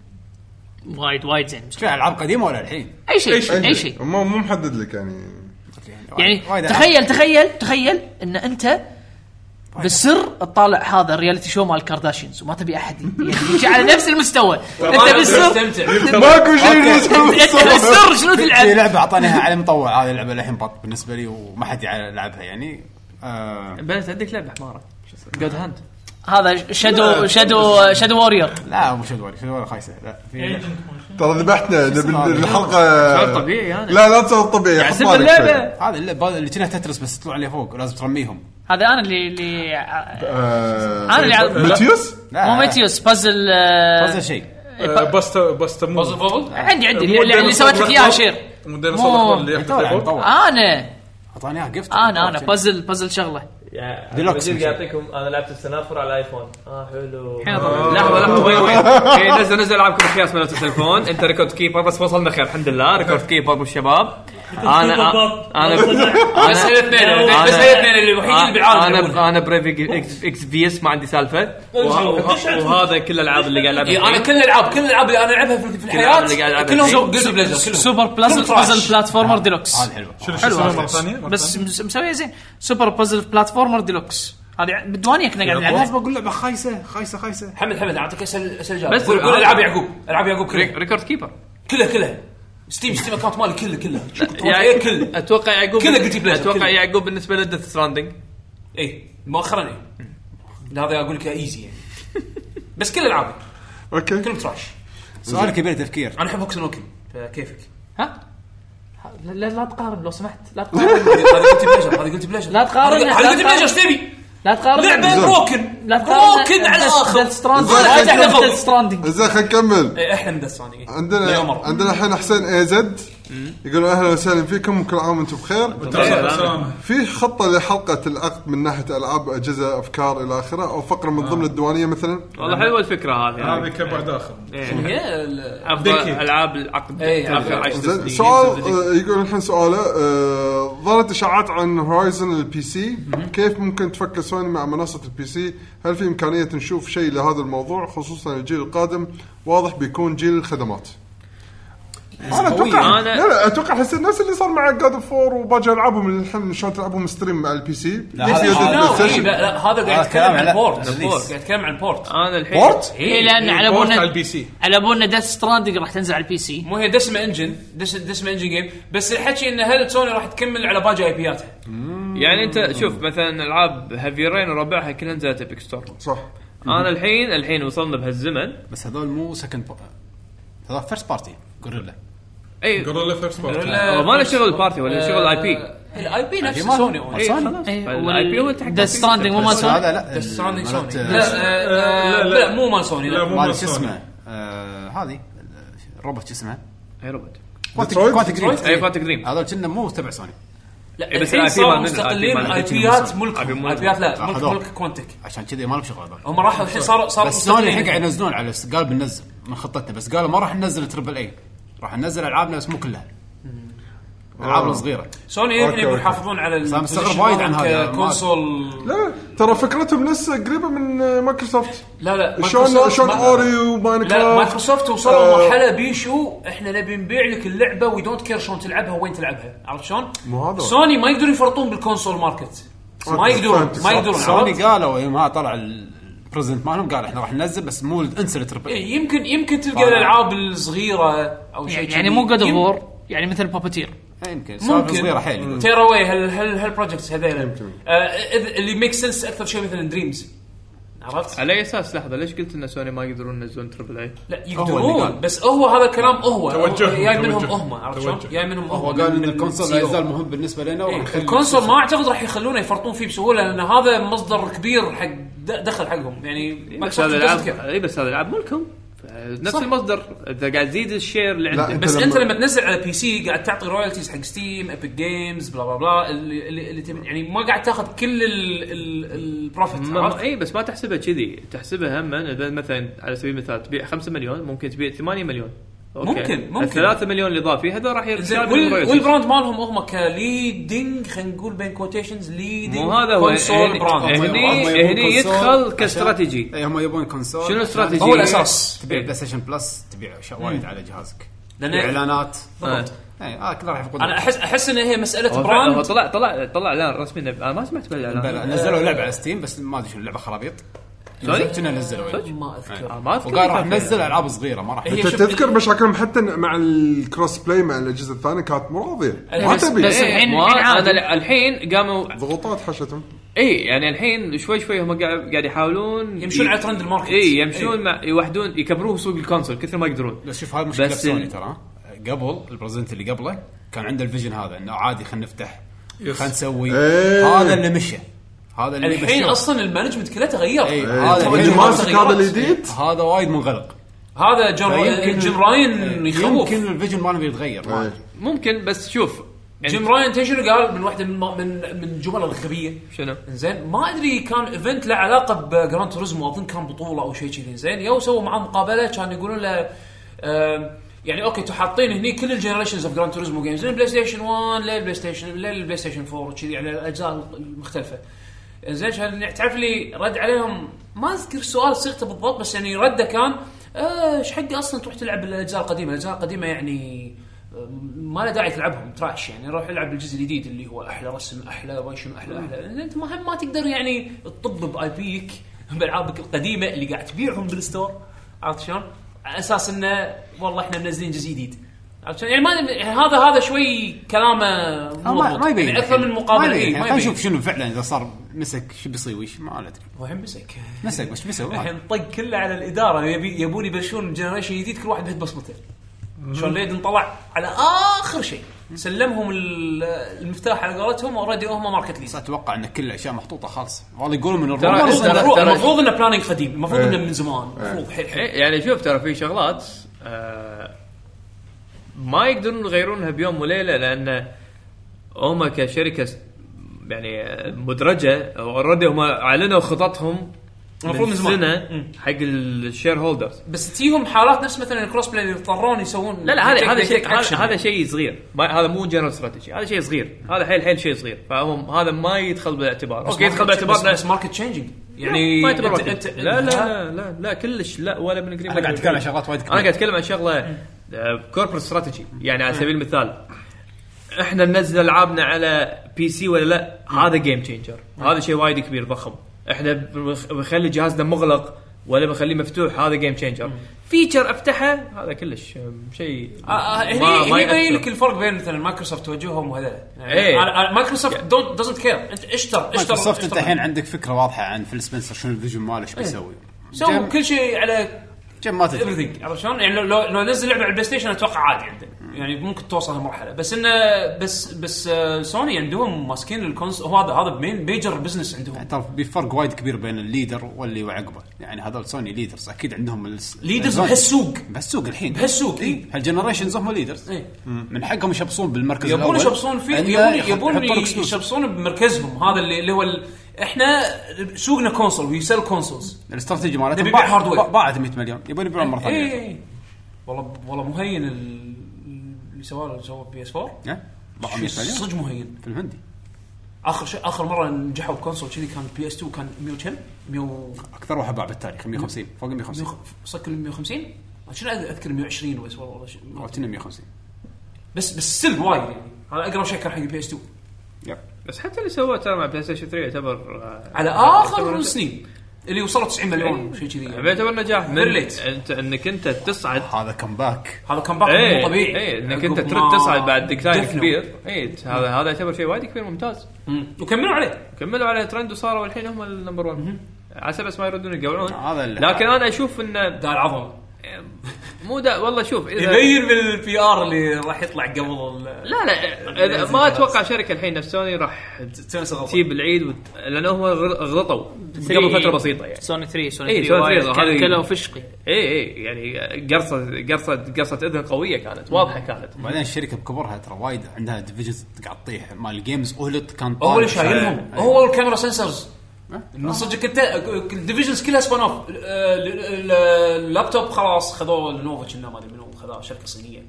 وايد وايد زين مسوي. شو العاب قديمه ولا الحين؟ اي شيء اي شيء مو مو محدد لك يعني يعني وايد ألعاب. تخيل تخيل تخيل ان انت بالسر تطالع هذا الرياليتي شو مال كارداشينز وما تبي احد يعني يجي على نفس المستوى انت بالسر ماكو شيء انت بالسر شنو في تلعب لعبه اعطانيها على مطوع هذه اللعبه الحين بط بالنسبه لي وما حد يلعبها يعني آه بس عندك لعبه حماره جود هاند هذا شادو شادو شادو وورير لا مو شدوري شدوري خايسه لا في ترى ذبحتنا نبي هذا؟ الحلقه شعور طبيعي انا لا لا تصير طبيعي يعني حط سب بالك اللعبه شوي. هذا اللعبه اللي كأنها تترس بس تطلع عليه فوق ولازم ترميهم هذا انا اللي اللي آه، انا اللي ماتيوس مو ماتيوس بازل هذا شيء باستا باستا مو عندي عندي اللي, اللي سويت لك اياه شير مو ديناصور اللي ياخذ طبعا الفوق. طبعا انا اعطاني اياها جفت انا انا بازل بازل شغله ديلوكس بدي مشي. يعطيكم انا لعبت السنافر على ايفون اه حلو الحين طبعاً. لحظه لحظه وين وين إيه، نزل نزل العابكم الخياس مالت التليفون انت ريكورد كيبر بس وصلنا خير الحمد لله ريكورد كيبر بالشباب انا انا بس هي اثنين بس هي اثنين اللي الوحيدين اللي بالعالم يلعبونها. انا انا بريفي اكس اكس في اس ما عندي سالفه وه- وه- وهذا كل الالعاب اللي قاعد العبها إيه، انا كل الالعاب كل الالعاب اللي انا العبها في في الألعاب اللي قاعد الحياه ألعبها كلهم فيه. سو جلد بليزر كلهم سوبر بلازل كلهم تراش. بازل بلاتفورمر ديلوكس هذا حلو شنو شو اسمه مره ثانيه بس مس- مسويه زين سوبر بازل بلاتفورمر ديلوكس هذه بالديوانيه كنا قاعد لازم نلعبها اقول لعبه خايسه خايسه خايسه حمد حمد اعطيك اسال اسال جاب بس قول قول العاب يعقوب العاب يعقوب كلها ريكورد كيبر كلها كلها ستيم ستيم اكونت مالي كله كله يعني كله اتوقع يعقوب كله قلت بليزر، اتوقع كله. يعقوب بالنسبه لديث ستراندنج اي مؤخرا اي هذا اقول لك ايزي يعني بس كل العابي اوكي كلهم تراش سؤال كبير تفكير انا احب هوكسن وكن فكيفك ها لا لا لا تقارن لو سمحت لا تقارن هذا قلت بليزر هذا قلت بليزر لا تقارن، هذا لا قلت تقارن. بليزر ايش تبي لا تقارن لعبه بروكن لا تقارن بروكن على الاخر ديث ستراندنج زين، لا خلينا ديث ستراندنج زين خلينا نكمل إيه، احلى من ذا ثاني عندنا عندنا الحين حسين اي زد يقولون اهلا وسهلا فيكم وكل عام وانتم بخير. في خطه لحلقه العقد من ناحيه العاب اجهزه افكار الى اخره او فقره من ضمن الديوانيه مثلا؟ والله حلوه الفكره هذه هذه كبعد اخر هي افضل العاب العقد اخر عشر سنين. سؤال يقول الحين سؤاله ظهرت اشاعات عن هورايزن البي سي، كيف ممكن تفكر سوني مع منصه البي سي؟ هل في امكانيه نشوف شيء لهذا الموضوع خصوصا الجيل القادم واضح بيكون جيل الخدمات؟ انا اتوقع لا لا اتوقع حس الناس اللي صار مع جاد فور وباجي العابهم الحين شلون تلعبهم ستريم مع البي سي. لا هذا قاعد يتكلم عن البورت، قاعد يتكلم عن البورت. انا الحين بورت اي لان على على ابونا البي سي على ابونا ديث ستراندنج راح تنزل على البي سي. مو هي دسمه انجن دس دسمه انجن جيم، بس الحكي ان هل سوني راح تكمل على باقي اي بياتها. يعني انت شوف مثلا العاب هافي رين وربعها كلها نزلت ابيك ستور صح. انا الحين الحين وصلنا بهالزمن بس هذول مو سكند بو... هذول فيرست بارتي غوريلا. اي غوريلا فيرست بارتي ما له شغل بارتي ولا شغل اي بي. الاي بي نفس سوني. اي خلاص الاي بي هو تحت ديث ستراندنج مو مال سوني. هذا لا ديث ستراندنج سوني. لا لا مو مال سوني. لا مو مال مال شو سوني. اسمه هذه الروبوت شو اسمه اي روبوت كوانتك دريم. اي كوانتك دريم هذول كنا مو تبع سوني. لا بس الحين صاروا مستقلين اي بيات ملك اي بيات لا ملك ملك كوانتك عشان كذا ما لهم شغل هذول. هم راحوا الحين صاروا صاروا بس سوني الحين قاعد ينزلون على قال بننزل من خطتنا، بس قالوا ما راح ننزل تربل اي، راح ننزل العابنا بس مو كلها العاب صغيره. سوني يمكن يبون يحافظون على المستقبل وايد عن هذا كونسول. لا ترى فكرتهم لسه قريبه من مايكروسوفت. لا لا شلون شلون اوري وماينكرافت. لا مايكروسوفت وصلوا مرحله بيشو احنا نبي نبيع لك اللعبه وي دونت كير شلون تلعبها وين تلعبها. عرفت شلون؟ سوني ما يقدرون يفرطون بالكونسول ماركت، ما يقدرون ما يقدرون. سوني قالوا يوم طلع البريزنت مالهم قال احنا راح ننزل بس مو انسل تربل. يمكن يمكن تلقى الالعاب الصغيره او شيء يعني مو جود اوف وور، يعني مثل بابتير يمكن سالفه صغيره حيل. تيراوي هل هل هالبروجكتس هذول اللي ميك سنس اكثر شيء مثلا دريمز. عرفت على اي اساس؟ لحظه ليش قلت ان سوني ما يقدرون ينزلون تربل اي؟ لا يقدرون بس هو هذا الكلام هو جاي منهم هم. عرفت شلون جاي منهم هو قال ان الكونسول لا يزال مهم بالنسبه لنا ونخلي الكونسول ما اعتقد راح يخلونه يفرطون فيه بسهوله لان هذا مصدر كبير حق دخل حقهم. يعني بس هذا العاب اي بس هذا العاب ملكهم نفس صح. المصدر انت قاعد تزيد الشير اللي عندك. بس انت لما تنزل على بي سي قاعد تعطي رويالتيز حق ستيم ايبك جيمز بلا بلا بلا اللي, اللي يعني ما قاعد تاخذ كل البروفيت. اي بس ما تحسبها كذي، تحسبها هم اذا مثلا على سبيل المثال تبيع خمسة مليون ممكن تبيع ثمانية مليون. أوكي. ممكن ممكن ثلاثة مليون الاضافي هذا راح يرجع وال... والبراند مالهم هم كليدنج خلينا نقول بين كوتيشنز ليدنج. مو هذا هو هني هني يدخل كاستراتيجي. اي هم يبون كونسول. شنو الاستراتيجي؟ هو الاساس تبيع بلاي ستيشن بلس تبيع وايد على جهازك اعلانات. اي اه كله راح يفقدون. انا احس احس ان هي مساله براند. طلع طلع طلع اعلان رسمي انا ما سمعت بالاعلان. نزلوا لعبه على ستيم بس ما ادري شو اللعبه خرابيط. كنا نزلوا ما اذكر ما اذكر وقال راح ننزل العاب صغيره ما راح. انت تذكر مشاكلهم حتى مع الكروس بلاي مع الاجهزه الثانيه كانت مو راضيه ما تبي. بس الحين انا الحين قاموا ضغوطات حشتهم. اي يعني الحين شوي شوي هم قاعد قاعد يحاولون يمشون على ترند الماركت. اي يمشون مع يوحدون يكبروه سوق الكونسول كثر ما يقدرون. بس شوف هذا مشكله سوني ترى قبل البرزنت اللي قبله كان عنده الفيجن هذا انه عادي خلينا نفتح خلينا نسوي هذا اللي مشى. هذا اللي الحين اصلا المانجمنت كله تغير. هذا هذا الجديد هذا وايد منغلق. هذا جيم راين يخوف. يمكن الفيجن ماله بيتغير ممكن بس شوف يعني جيم راين تشير قال من واحده من من من جمل الغبيه شنو زين ما ادري كان ايفنت له علاقه بجراند توريزمو اظن كان بطوله او شيء كذي زين يو سووا معاه مقابله كان يقولون له آه يعني اوكي انتوا حاطين هني كل الجنريشنز اوف جراند توريزمو جيمز من بلاي ستيشن واحد للبلاي ستيشن للبلاي ستيشن أربعة كذي على الاجزاء المختلفه زين شال تعرف لي رد عليهم ما اذكر السؤال صيغته بالضبط بس يعني رده كان ايش حقي اصلا تروح تلعب الاجزاء القديمه الاجزاء القديمه يعني ما له داعي تلعبهم تراش يعني روح العب الجزء الجديد اللي هو احلى رسم احلى وشم احلى احلى انت ما ما تقدر يعني تطب باي بيك بالعابك القديمه اللي قاعد تبيعهم بالستور عرفت شلون على اساس انه والله احنا منزلين جزء جديد عرفت يعني ما يعني هذا هذا شوي كلامه ما ما يبين يعني اكثر من مقابله اي ما نشوف شنو فعلا اذا صار مسك شو بيصير وش ما ادري هو الحين مسك مسك بس بيسوي الحين طق كله على الاداره يبي يبون يبلشون جنريشن جديد كل واحد بهد بصمته شلون ليدن طلع على اخر شيء سلمهم المفتاح على قولتهم اوريدي هم ماركت ليز اتوقع ان كل الاشياء محطوطه خالص والله يقولوا من المفروض المفروض انه بلانينج قديم المفروض انه من زمان المفروض يعني شوف ترى في شغلات آه ما يقدرون يغيرونها بيوم وليله لان هم كشركه يعني مدرجه اوريدي هم اعلنوا خططهم المفروض من زمان سنه حق الشير هولدرز. بس تجيهم حالات نفس مثلا الكروس بلاي اللي يضطرون يسوون. لا لا هذا هذا شيء هذا شيء صغير، هذا مو جنرال استراتيجي، هذا شيء صغير، هذا حيل حيل شيء صغير، فهم هذا ما يدخل بالاعتبار. اوكي يدخل باعتبار بس ماركت تشينجينج يعني ما يعتبر انت انت لا, لا لا لا لا كلش لا ولا من قريب. انا قاعد اتكلم عن شغلات وايد كبيرة. انا قاعد اتكلم عن شغله كوربريت استراتيجي. يعني على سبيل المثال احنا ننزل العابنا على بي سي ولا لا، هذا جيم تشينجر، هذا شيء وايد كبير ضخم. احنا بنخلي جهازنا مغلق ولا بنخليه مفتوح، هذا جيم تشينجر. فيتشر افتحه هذا كلش شيء. هني هني يبين لك الفرق بين مثلا مايكروسوفت توجههم وهذا. يعني مايكروسوفت دونت دازنت كير، انت اشتر اشتر مايكروسوفت انت الحين عندك فكره واضحه عن فيل سبنسر شنو الفيجن ماله ايش بيسوي. سووا كل شيء على جم ما تدري everything. عرفت شلون؟ يعني لو لو نزل لعبه على البلاي ستيشن اتوقع عادي عنده، يعني ممكن توصل هالمرحله. بس انه بس بس سوني عندهم ماسكين الكونس، هذا هذا مين ميجر بزنس عندهم. ترى بفرق وايد كبير بين الليدر واللي وعقبه. يعني هذول سوني ليدرز اكيد عندهم ليدرز بهالسوق بهالسوق الحين بهالسوق اي هالجنريشنز هم ليدرز. إيه؟ من حقهم يشبصون بالمركز يبون الاول، يشبصون فيه، يبون يبون يشبصون بمركزهم. هذا اللي اللي هو احنا سوقنا كونسول ويسل كونسولز. الاستراتيجي مالتهم باع هاردوير باعت مية مليون يبون يبيعون مره ثانيه. اي والله والله مهين اللي سواه سوى بي اس فور. ها باعوا مية مليون صدق مهين في الهندي. اخر شيء اخر مره نجحوا بكونسول كذي كان بي اس تو، كان مية وكم مية اكثر واحد باع بالتاريخ مية وخمسين فوق مية وخمسين صك مية وخمسين. شنو اذكر مية وعشرين بس والله او مية وخمسين بس بس سل وايد. يعني هذا اقرب شيء كان حق بي اس تو. بس حتى اللي سواه ترى مع بلاي ستيشن ثري يعتبر على اخر السنين اللي وصلت تسعين مليون شيء كذي، يعتبر نجاح. من انت انك انت تصعد، هذا كمباك هذا كمباك ايه مو طبيعي. ايه انك انت ترد تصعد بعد ديكلاين كبير. ايه هذا هذا يعتبر شيء وايد كبير ممتاز. وكملوا عليه كملوا عليه ترند وصاروا الحين هم النمبر واحد على اساس ما يردون يقولون. لكن انا اشوف انه دار عظمه مو دا والله. شوف اذا يبين بالبي ار اللي راح يطلع قبل لا لا ما اتوقع شركه الحين نفس سوني راح تجيب العيد وت... لانه هم غلطوا قبل فتره بسيطه. يعني سوني ثري سوني إيه ثري كانوا فشقي. اي اي يعني قرصه قرصه قرصه اذن قويه كانت واضحه كانت. بعدين الشركه بكبرها ترى وايد عندها ديفيجنز قاعد تطيح مال الجيمز. اولت كان هو اللي شايلهم، هو الكاميرا سنسرز من صدق. انت الديفيجنز كلها سبان اوف. اللابتوب خلاص خذوه لنوفا كنا ما ادري منو خذاه، شركه صينيه.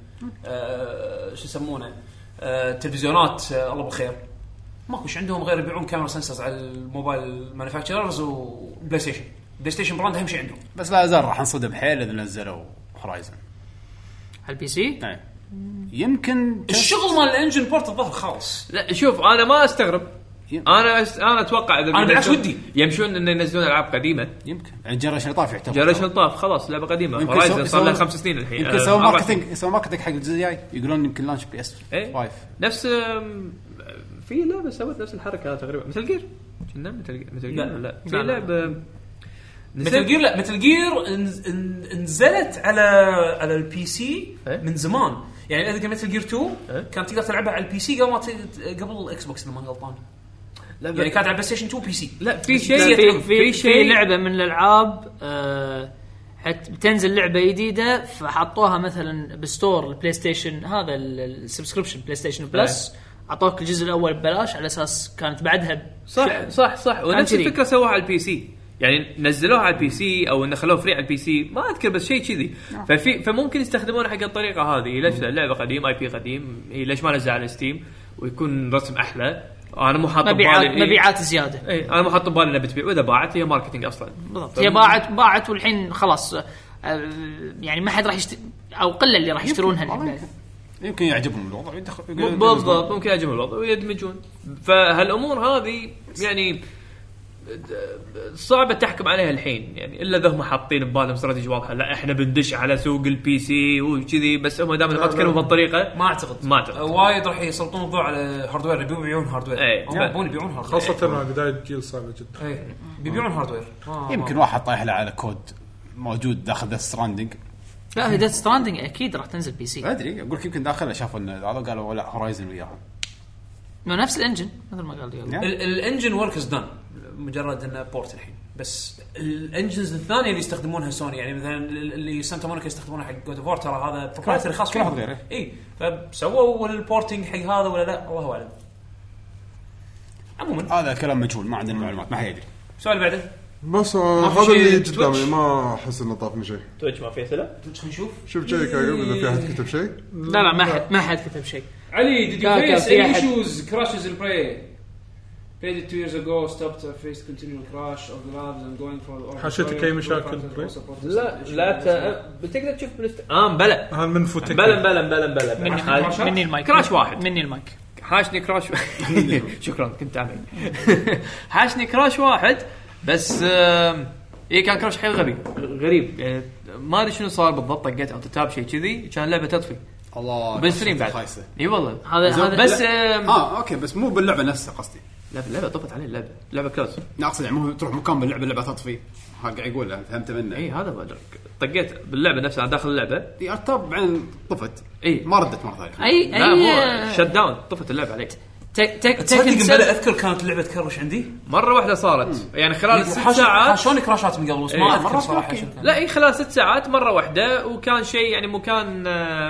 شو يسمونه تلفزيونات الله بالخير ماكوش عندهم غير يبيعون كاميرا سنسرز على الموبايل مانيفاكتشررز وبلاي ستيشن. بلاي ستيشن براند اهم شيء عندهم. بس لا زال راح نصدم حيل اذا نزلوا هورايزن على البي سي. نعم يمكن الشغل مال الانجن بورت الظهر خالص. لا شوف انا ما استغرب. انا انا اتوقع اذا انا بالعكس ودي يمشون ان ينزلون العاب قديمه. يمكن يعني جنريشن طاف يعتبر جنريشن طاف خلاص لعبه قديمه. هورايزن صار لها خمس سنين الحين. يمكن سووا ماركتينج يسووا ماركتينج حق الجزء الجاي يقولون يمكن لانش بي اس خمسة. نفس في لعبه سوت نفس الحركه تقريبا مثل جير. كنا مثل مثل جير لا في لعبه مثل جير. لا مثل جير نزلت على على البي سي من زمان. يعني اذا مثل جير تو كانت تقدر تلعبها على البي سي قبل ما قبل الاكس بوكس لما غلطان. يعني كانت على بلاي ستيشن تو بي سي. لا في شيء في, في, في لعبه من الالعاب آه حتى بتنزل لعبه جديده فحطوها مثلا بستور البلاي ستيشن هذا السبسكريبشن بلاي ستيشن بلس. اعطوك الجزء الاول ببلاش على اساس كانت بعدها صح صح صح. ونفس الفكره سووها على البي سي. يعني نزلوها على البي سي او نخلوه فري على البي سي ما اذكر بس شيء كذي. ففي فممكن يستخدمونه حق الطريقه هذه. ليش اللعبه قديم اي بي قديم ليش ما نزل على ستيم ويكون رسم احلى. انا مو حاط بالي مبيعات زياده. اي انا مو حاط بالي انها بتبيع واذا باعت هي ماركتينج اصلا. بالضبط هي باعت باعت والحين خلاص يعني ما حد راح يشت... او قله اللي راح يشترونها. يمكن يعجبهم الوضع ويدخل بالضبط ممكن يعجبهم الوضع ويدمجون. فهالامور هذه يعني صعبة تحكم عليها الحين. يعني إلا ذا هم حاطين ببالهم استراتيجية واضحة. لا إحنا بندش على سوق البي سي وكذي. بس هم دائما ما تكلموا بهالطريقة. ما أعتقد ما أعتقد وايد راح يسلطون الضوء على هاردوير. يبيعون هاردوير. هم يبون يبيعون هاردوير خاصة مع بداية جيل صعبة جدا. أي بيبيعون هاردوير. يمكن واحد طايح له على كود موجود داخل ذا ستراندنج. لا هي ديث ستراندنج أكيد راح تنزل بي سي. أدري أقولك يمكن داخله شافوا إن هذا قالوا لا هورايزن وياها. نفس الانجن مثل ما قال ديال. الانجن ورك از دان مجرد انه بورت الحين بس الانجنز الثانيه اللي يستخدمونها سوني يعني مثلا اللي سانتا مونيكا يستخدمونها حق جود اوف وور ترى هذا بروبرايتري خاص كل واحد غيره. اي فسووا البورتنج حق هذا ولا لا الله اعلم. عموما هذا كلام مجهول ما عندنا معلومات ما حد يدري. السؤال اللي بعده بس هذا اللي قدامي ما احس انه طاف من شيء. تويتش ما فيه سلا نشوف شوف شيء قبل اذا في احد كتب شيء. لا لا ما حد ما حد كتب شيء. علي did you كان- كان face في any أحد. issues crashes in play played it two years ago stopped I faced continual crash of the labs and going for حاشتك أي مشاكل play؟ لا لا ت... بتقدر تشوف بلست... اه بلا هذا من فوتك بلا بلا بلا بلا مني بلا مني المايك كراش واحد. مني المايك. حاشني كراش شكرا كنت عامل حاشني كراش واحد بس آم، ايه كان كراش حيل غبي غريب يعني ما ادري شنو صار بالضبط طقيت اوتو تاب شيء كذي كان اللعبه تطفي الله بالستريم بعد خايسه. اي والله هذا هذا بس آم، اه اوكي بس مو باللعبه نفسها قصدي. لا اللعبه طفت عليه اللعبه لعبه كلوز لا اقصد يعني مو تروح مكان باللعبه اللعبه تطفي. ها قاعد يقول له فهمت منه. اي هذا هو. طقيت باللعبه نفسها داخل اللعبه دي ارتاب بعدين طفت. اي ما ردت مره ثانيه. اي لا مو اي شت داون طفت اللعبه عليك تك تك تصدق تك بلا اذكر كانت اللعبه تكرش عندي مره واحده صارت يعني خلال ست حاش- ساعات حاشوني كراشات من قبل بس ما إيه. اذكر صراحه شو كان. لا اي خلال ست ساعات مره واحده وكان شيء يعني مكان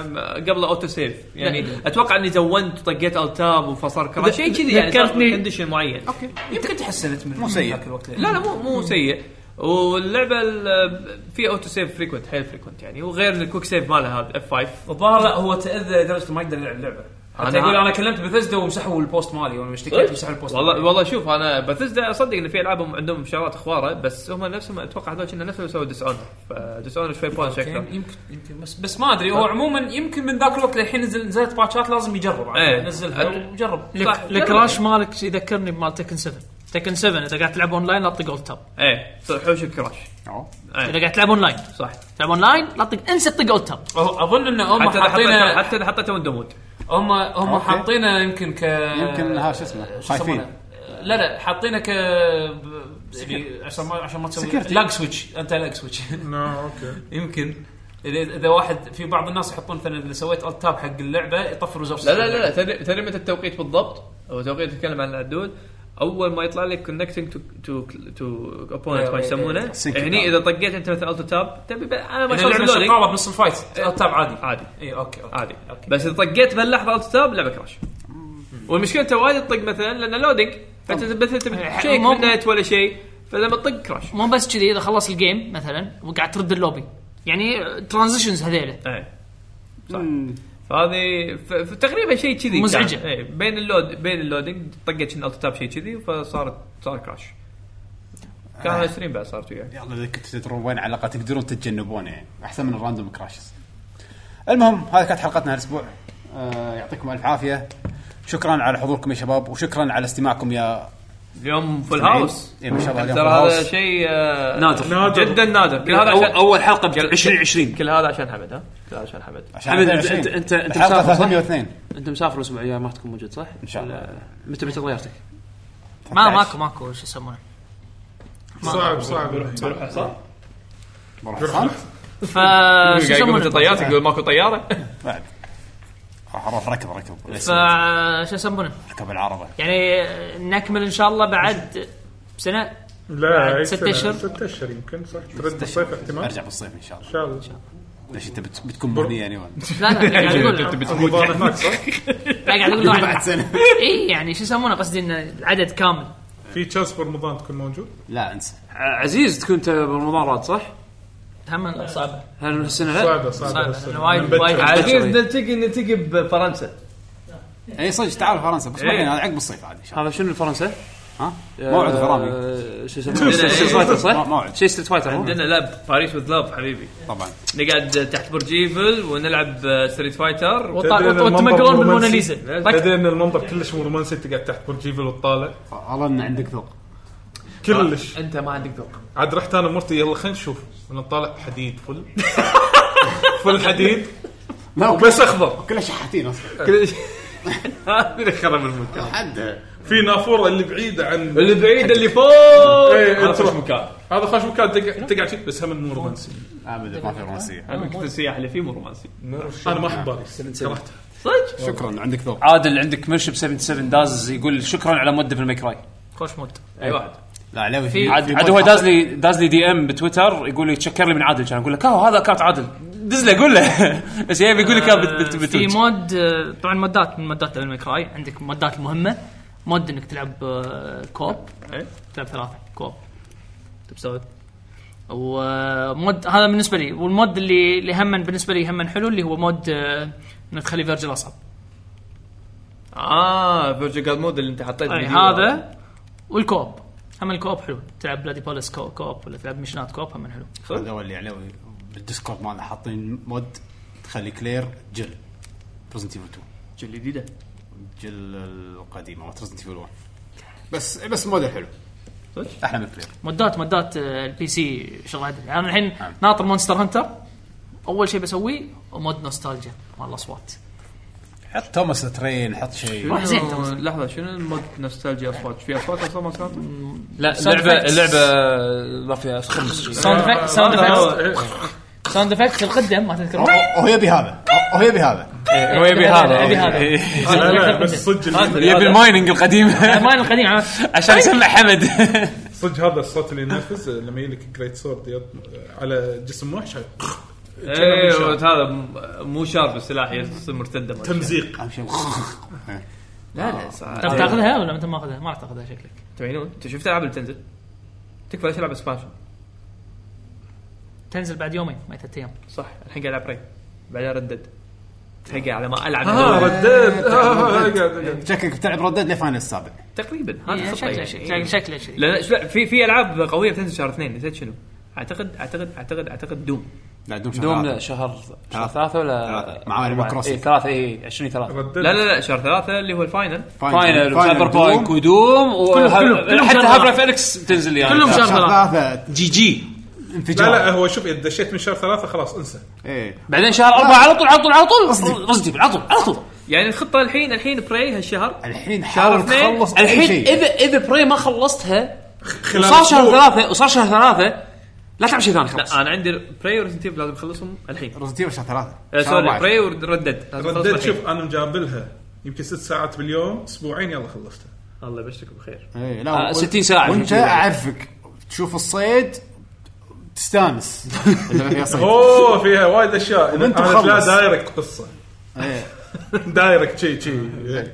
قبل اوتو سيف يعني اتوقع اني زونت وطقيت التاب وفصل كراش شيء كذي يعني ذكرتني- كونديشن معين اوكي يمكن تحسنت من مو سيء. ذاك الوقت لا لا مو مو سيء واللعبه ال- في اوتو سيف فريكوينت حيل فريكوينت يعني وغير الكويك سيف مالها هذا اف خمسة الظاهر لا هو تاذى لدرجه ما يقدر يلعب اللعبه حتى أنا- يقول انا كلمت بثزدا ومسحوا البوست مالي وانا اشتكيت مسحوا البوست والله مالي. والله شوف انا بثزدا اصدق ان في العابهم عندهم شغلات اخواره بس هم نفسهم اتوقع هذول كنا نفسهم يسووا ديس اونر فديس اونر شوي بولش اكثر يمكن يمكن بس بس ما ادري هو عموما يمكن من ذاك الوقت للحين نزل نزلت باتشات لازم يجرب إيه. نزلها وجرب صح. الكراش مالك يذكرني بمال تكن سبعة. تكن سبعة اذا قاعد تلعب اونلاين لا تطق اولت تاب. ايه صح حوش الكراش اذا قاعد تلعب اونلاين صح تلعب اونلاين لا تطق انسى تطق اولت تاب. اظن ان هم حتى حاطينه حتى حتى حطيته ويندو مود هم هم أوكي. حاطينه يمكن ك يمكن ها شو اسمه خايفين. لا لا حاطينه ك يعني عشان ما عشان ما تسوي Security. لاج سويتش انت لاج سويتش اوكي يمكن اذا اذا واحد في بعض الناس يحطون مثلا اذا سويت الت تاب حق اللعبه يطفي الريزورس لا لا لا, لا. تدري تدري متى التوقيت بالضبط او توقيت تتكلم عن العدول اول ما يطلع لك كونكتنج تو تو تو اوبوننت ما يسمونه هني اذا طقيت انت مثلا التو تاب تبي ب- انا ما اللعبه خلص شغاله بنص الفايت الت تاب عادي عادي اي اوكي اوكي عادي أوكي. بس اذا طقيت بهاللحظه التو تاب لعبه كراش والمشكله انت وايد تطق مثلا لان لودينج فانت مثلا تبي تشيك مو- من نت ولا شيء فلما تطق كراش مو بس كذي اذا خلص الجيم مثلا وقاعد ترد اللوبي يعني ترانزيشنز هذيله ايه صح فهذه ف- ف- تقريبا شيء كذي مزعجة. كان. ايه بين اللود بين اللودينج طقت شن التو تاب شيء كذي فصارت صار كراش كان على ستريم بعد صارت وياه يلا اذا كنتوا تدرون وين على الاقل تقدرون تتجنبونه يعني احسن من الراندوم كراشز. المهم هذه كانت حلقتنا هالاسبوع. آه يعطيكم الف عافيه. شكرا على حضوركم يا شباب وشكرا على استماعكم يا اليوم فول هاوس إيه ما شاء الله اليوم ترى فول هذا هاوس. شيء آه، نادر. نادر. جدا نادر كل هذا أول, عشان اول حلقه ب ألفين وعشرين كل هذا عشان حمد ها كل هذا عشان حمد عشان حمد، اثنين وعشرين. أنت- أنت- أنت الحلقه مسافر، صح؟ ثلاثمية واثنين انت مسافر الاسبوع الجاي ما تكون موجود صح ان شاء الله. متى بتغ غيرتك ما ماكو ماكو شو يسمونه صعب صعب بروح حصان بروح حصان ف شو قاعد يقول يسمونه متى طيارتك يقول ماكو طياره بعد راح اروح ركب ركب ف شو يسمونه ركب العربه يعني نكمل ان شاء الله بعد سنه لا بعد ست أشهر. ست اشهر يمكن صح ترد بالصيف احتمال ارجع بالصيف ان شاء الله. ان شاء الله ليش انت بت- بتكون مهنيه يعني وين؟ لا لا قاعد اقول رمضان هناك صح لا قاعد اقول بعد له سنه اي يعني شو يسمونه قصدي ان العدد كامل في تشانس برمضان تكون موجود لا انسى عزيز تكون انت برمضان راد صح؟ هم صعبه هل السنه لا؟ صعبه صعبه صعبه هالسنة. أنا وايد نبكر. وايد عزيز نلتقي نلتقي بفرنسا اي صدق تعال فرنسا بس إيه. بعدين هذا عقب الصيف عادي ان شاء هذا شنو فرنسا؟ الله. ها موعد غرامي آه، شو يسمونه؟ عندنا- ستريت فايتر صح؟ موعد. شيء ستريت فايتر مو؟ عندنا لعب باريس وذ لاف حبيبي طبعا. نقعد تحت برج ايفل ونلعب ستريت فايتر وتمقلون بالموناليزا تدري ان المنظر كلش مو رومانسي تقعد تحت برج ايفل وتطالع والله ان عندك ذوق. كلش انت ما عندك ذوق عاد رحت انا مرتي يلا خلينا نشوف ونطالع حديد فل فل حديد لا وبس اخضر كله شحاتين اصلا. هذا اللي خرب المكان حد في نافوره اللي بعيده عن اللي بعيد اللي فوق إيه، هذا تروح. خوش مكان هذا خوش مكان تقعد تقعد فيه بس هم مو رومانسي ابدا ما في رومانسيه. انا كنت السياح اللي فيه مو رومانسي انا ما احب باريس كرهتها صدق شكرا عندك ذوق. عادل عندك مرشب سبعة وسبعين داز يقول شكرا على مده في الميكراي خوش مود اي واحد لا علاوي في- عاد عاد هو داز لي داز لي دي ام بتويتر يقول لي تشكر لي من عادل كان اقول لك اه هذا كانت عادل دز له قول له بس يبي يقول لك في بتويتر مود آه، طبعا مودات من مودات ديفل ماي كراي عندك مودات المهمه مود انك تلعب آه، كوب تلعب ثلاثه كوب تبسوي ومود هذا بالنسبه لي والمود اللي اللي هم بالنسبه لي هم حلو اللي هو مود آه، انك تخلي فيرجل اصعب اه فيرجن مود اللي انت حطيت أي فيديو. هذا والكوب هم الكوب حلو تلعب بلادي بوليس كوب, كوب ولا تلعب ميشنات كوب هم حلو هذا هو اللي علاوي بالديسكورد مالنا حاطين مود تخلي كلير جل ريزنت ايفل تو جل جديده جل القديمه ما ريزنت ايفل واحد بس بس مود حلو احلى من كلير مودات مودات آه، البي سي شغله عدل. انا الحين ناطر مونستر هانتر اول شيء بسويه مود نوستالجيا مال الاصوات حط توماس ترين حط شيء واحد زين شنو- توماس. لحظه شنو المود نوستالجيا اصوات في اصوات اصلا ما صارت لا Sound اللعبه effects. اللعبه ما فيها خمس ساوند افكت ساوند افكت ساوند افكت في القدم ما تذكر هو يبي هذا هو يبي هذا هو يبي هذا يبي هذا لا لا بس صدق اللي- يبي المايننج القديم مال القديم عشان يسمع حمد صدق هذا الصوت اللي ينفذ لما يجيك جريت سورد على جسم وحش ايه هذا م- مو شارب السلاح يصير مرتده ما تمزيق لا لا صح. طب تاخذها ولا انت ما اخذها ما راح تاخذها شكلك تعينون انت شفت العاب اللي تنزل تكفى ليش العب سباشن تنزل بعد يومين ما ثلاث ايام صح الحين قاعد العب ري بعدين ردد تلقى على ما العب اه هذول. رديت آه، قاعد- قاعد. شكلك بتلعب ردد لفاينل السابع تقريبا هذا هذا خطة شكله يعني. شكله شكله شيء لا لا شو- في في العاب قويه بتنزل شهر اثنين نسيت شنو اعتقد اعتقد اعتقد اعتقد دوم لا دوم دوم شهر شهر شهر ثلاثة ولا ثلاثة. مع أنيمال أربعة. كروسنج. إيه ثلاثة إيه عشرين ثلاثة رديت. لا لا لا شهر ثلاثة اللي هو الفاينل فاينل وسايبر بايك ودوم كلهم وحتى شهر هابرا فينيكس تنزل يعني كلهم شهر ثلاثة ثلاثة جي جي لا انفجار لا هو شوف اذا دشيت من شهر ثلاثة خلاص انسى ايه بعدين شهر أربعة على طول على طول على طول رزدي على طول على طول يعني الخطه الحين الحين بري هالشهر الحين شهر حاول اثنين. تخلص اي الحين شيء إذا إذا بري ما خلصتها خلال وصار شهر أسبوع. ثلاثة وصار شهر ثلاثة لا تعمل شيء ثاني خلاص لا انا عندي بري وريزنت لازم اخلصهم الحين رزنتيف شهر ثلاثة آه، شهر سوري أربعة. بري وردد لازم أخلصهم رديت الحين. شوف انا مجابلها يمكن ست ساعات باليوم اسبوعين يلا خلصتها الله يبشرك بخير ايه لا آه، ستين ساعة. وانت اعرفك تشوف الصيد تستانس اللعبة فيها صيد اوه فيها وايد اشياء وأنت انا لا مخلص. دايركت قصه ايه دايركت شيء شيء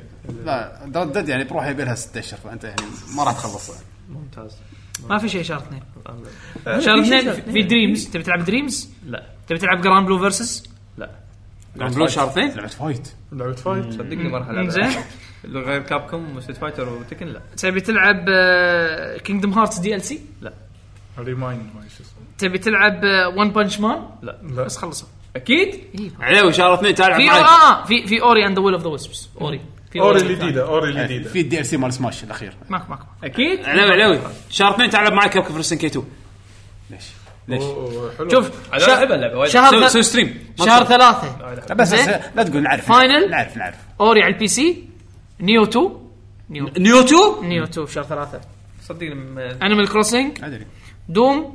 لا ردد يعني بروح يبي لها ست اشهر فانت يعني ما راح تخلصها ممتاز ما في شيء شهر اثنين شهر اثنين في دريمز تبي تلعب دريمز لا تبي تلعب جراند بلو فيرسز لا بلو شهر اثنين لعبة فايت لعبه فايت صدقني ما راح العب زين اللي غير كابكوم وستريت فايتر وتكن لا تبي تلعب كينجدم هارتس دي ال سي ريمايند ما شو اسمه تبي تلعب ون بانش مان لا بس خلصوا اكيد عليوي شهر اثنين تعال في معي اه في في اوري اند ذا ويل اوف ذا ويسبس اوري في اوري ثاني. الجديده اوري الجديده في الدي ال سي مال سماش الاخير ماكو ماكو اكيد عليوي عليوي شهر اثنين تعال معي كاب كفرسن كي تو ليش ليش أوه، حلو. شوف انا شهر- احب اللعبه وايد. شهر سوي ث- سوي ستريم شهر ثلاثة لا بس زين. بس لا تقول نعرف فاينل. نعرف نعرف اوري على البي سي نيو تو نيو نيو تو نيو تو شهر ثلاثة صدقني م- انيمال كروسنج ادري دوم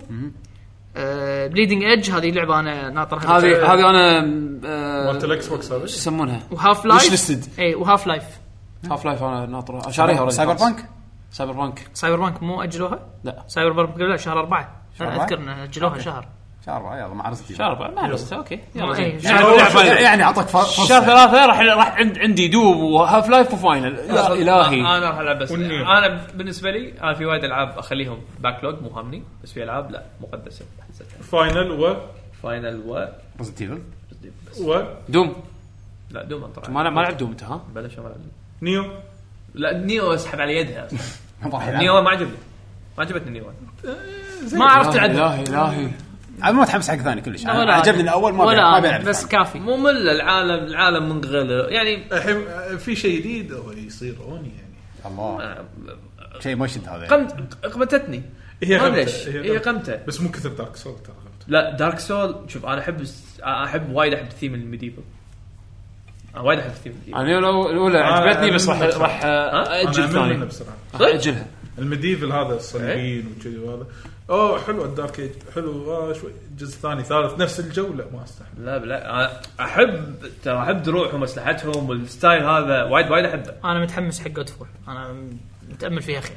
بليدنج ايدج هذه لعبه انا ناطرها هذه هذه انا مالت الاكس بوكس هذا شو يسمونها وهاف وش لايف ليستد اي وهاف لايف هاف لايف انا ناطره شاريها سايبر بانك سايبر بانك سايبر بانك مو اجلوها لا سايبر بانك لا شهر أربعة شهر انا أربعة؟ اذكر ان اجلوها شهر شهر أربعة يلا ما عرفت شهر أربعة ما عرفت اوكي يلا إيه، زين. شهر يعني فاينل. يعني اعطاك فرصه شهر ثلاثة راح راح عند عندي دوب وهاف لايف وفاينل يا الهي انا راح العب بس والنيو. انا بالنسبه لي انا في وايد العاب اخليهم باكلوج مو هامني بس في العاب لا مقدسه فاينل و فاينل و ريزنت ايفل و دوم لا دوم انطر ما ما لعب دوم انت ها بلاش ما ألعب. نيو لا نيو اسحب على يدها ما راح يلعب. نيو ما عجبني ما عجبتني نيو ما عرفت العب الهي الهي انا ما متحمس حق ثاني كلش أنا ولا عجبني الاول ما ولا ما أنا، بيلعب بس الثاني. كافي ممل العالم العالم منغلق يعني الحين في شيء جديد هو يصير اوني يعني الله شيء ما يشد هذا قمت قمتتني هي ما أدري غمتة، ليش هي هي غمتة. قمته بس مو كثر دارك سول ترى غمتة. لا دارك سول شوف انا احب احب وايد احب الثيم الميديفل انا وايد احب الثيم الميديفل انا لو الاولى عجبتني بس راح راح اجل أنا أمل منه ثاني بصراحه راح اجلها الميديفل هذا الصليبيين وكذي وهذا اوه حلو الدارك ايج حلو آه شوي جزء ثاني ثالث نفس الجو لا ما استحمل لا لا انا احب ترى احب دروعهم واسلحتهم والستايل هذا وايد وايد احبه انا متحمس حق جود فور انا متامل فيها خير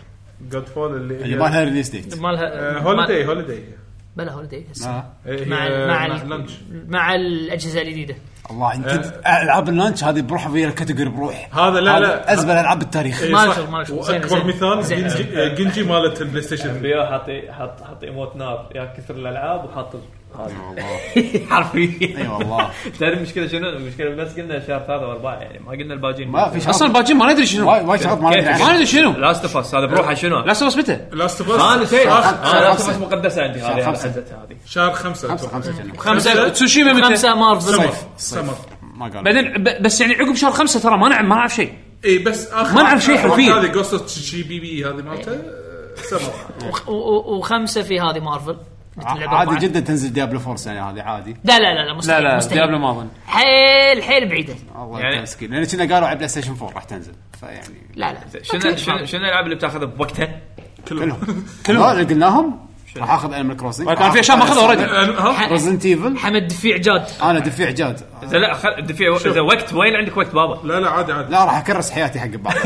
جود فول اللي اللي ما لها ريليس ديت مالها هوليداي هوليداي بلا هوليداي آه. مع ال مع ال مع الاجهزه الجديده. الله يمكن العاب اللانش هذه بروحها فيها الكاتيجوري بروح. هذا لا لا ازبل العاب التاريخ. ما شاء ما شاء الله. اكبر مثال جنجي, جنجي مالت البلاي ستيشن. بيا حاطي حط حط ايموت نار يا كثر الالعاب وحاط والله حرفيا. اي والله. تعرف المشكله شنو؟ المشكله بس قلنا شهر ثلاثة واربعة يعني ما قلنا الباجين. ما في اصلا الباجين ما ندري شنو. وايد شغلات ما ندري ما ندري شنو. لاست اوف اس هذا بروحه شنو؟ لاست اوف اس متى؟ لاست اوف اس انا شيء لاست اوف خمسة. اس مقدسه عندي هذه خمسة. حزتها هذه شهر خمسة خمسة خمسة جنة. خمسة تسوشيما متى؟ خمسة مارفل سمر ما قال بعدين ب- بس يعني عقب شهر خمسة ترى ما نعرف ما نعرف شيء. اي بس اخر ما نعرف شيء حرفيا. هذه قصه شي بي بي هذه مالته سمر وخمسة في هذه مارفل. عادي جدا تنزل ديابلو فورس يعني هذه عادي. لا لا لا لا مستحيل. لا لا مستحيل. ديابلو ما اظن. حيل حيل بعيده. الله يعني- مسكين لان كنا قالوا على بلاي ستيشن فور راح تنزل فيعني لا لا شنو شنو شنو الالعاب اللي بتاخذ بوقتها؟ كلهم كلهم اللي قلناهم راح اخذ انيمال كروسنج. كان في اشياء ما اخذها اوريدي. ريزنت ايفل. حمد دفيع جاد. انا دفيع جاد. اذا لا خل... دفيع اذا وقت وين عندك وقت بابا؟ لا لا عادي عادي لا راح اكرس حياتي حق بعض.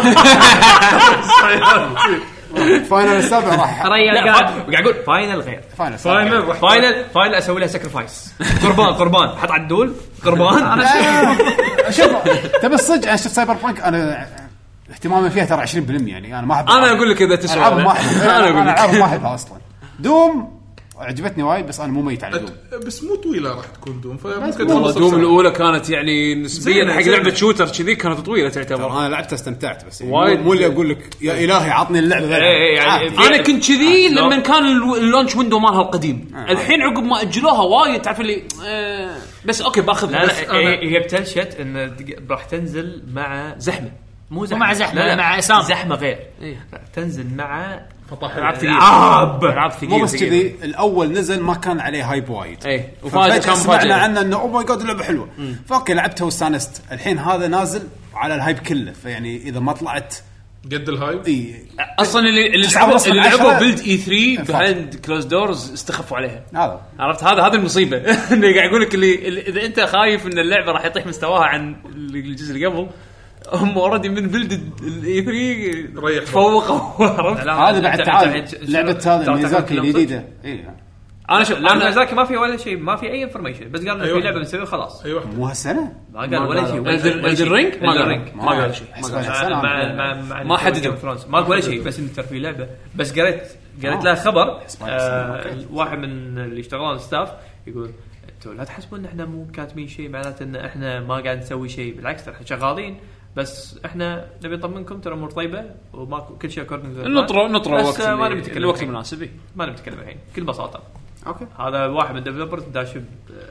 فاينل السابع راح ريال لا قاعد قاعد اقول فاينل غير فاينل فاينل راح فاينل فاينل اسوي لها ساكرفايس قربان قربان حط عدول قربان انا شوف تبي الصدق انا شفت سايبر بانك انا اهتمامي فيها ترى عشرين بالمية يعني انا ما احب انا اقول لك اذا تسوى العاب ما احب انا اقول انا لك العاب ما احبها اصلا. دوم عجبتني وايد بس انا مو ميت على دوم. بس مو طويله راح تكون دوم فممكن والله تخلص دوم بسرعة. الاولى كانت يعني نسبيا زينة، حق زينة. لعبه شوتر كذي كانت طويله تعتبر. انا لعبت استمتعت بس يعني وايد. مو- مو اللي اقول لك يا الهي عطني اللعبه إيه، يعني عادي. في- انا كنت كذي لا. لما كان الو- اللونش ويندو مالها القديم. آه. الحين عقب ما اجلوها وايد تعرف اللي آه بس اوكي باخذ لا بس لا هي هي بتلشت ان دق- راح تنزل مع زحمه مو زحمه مع زحمة، لا لا مع أسامي. زحمه غير إيه. راح تنزل مع العاب ثقيله العاب العاب ثقيله مو بس كذي الاول نزل ما كان عليه هايب وايد. اي وفاجأ ففجأة كان سمعنا فاجأ. عنه انه اوه ماي جاد لعبه حلوه فاوكي لعبتها واستانست. الحين هذا نازل على الهايب كله فيعني اذا ما طلعت قد الهايب اي اصلا اللي اللي تسعة لعبوا ونص من اللي لعبوا عشرة. بيلد اي ثري فرق. بيهايند كلوز دورز استخفوا عليها. هذا عرفت هذا هذا المصيبه انه قاعد يقول لك اللي, اللي اذا انت خايف ان اللعبه راح يطيح مستواها عن الجزء اللي قبل هم اوريدي من بيلد الاي ثري ريح. تفوقوا. عرفت هذا بعد تعال لعبه هذا ميزاكي الجديده اي انا شوف انا انا ميزاكي ما في ولا شيء ما في اي انفورميشن بس قال انه في أيوة. لعبه بنسويها خلاص ايوه مو هالسنه ما قال ولا شيء الرينج ما قال الرينج ما قال شيء حسب مع سنة. مع مع مع ما حددوا. ما قال ولا شيء بس انه ترى في لعبه بس قريت قريت لها خبر اسمع، آه، اسمع، أوكي. واحد من اللي يشتغلون ستاف يقول انتوا لا تحسبون ان احنا مو كاتبين شيء معناته ان احنا ما قاعد نسوي شيء بالعكس ترى احنا شغالين بس احنا نبي نطمنكم ترى امور طيبه وماكو كل شيء اكوردنج نطروا نطروا الوقت ما اللي- نبي نتكلم الوقت الحين. المناسب إيه. ما نبي نتكلم الحين بكل بساطه اوكي هذا واحد من الديفلوبرز داش ب-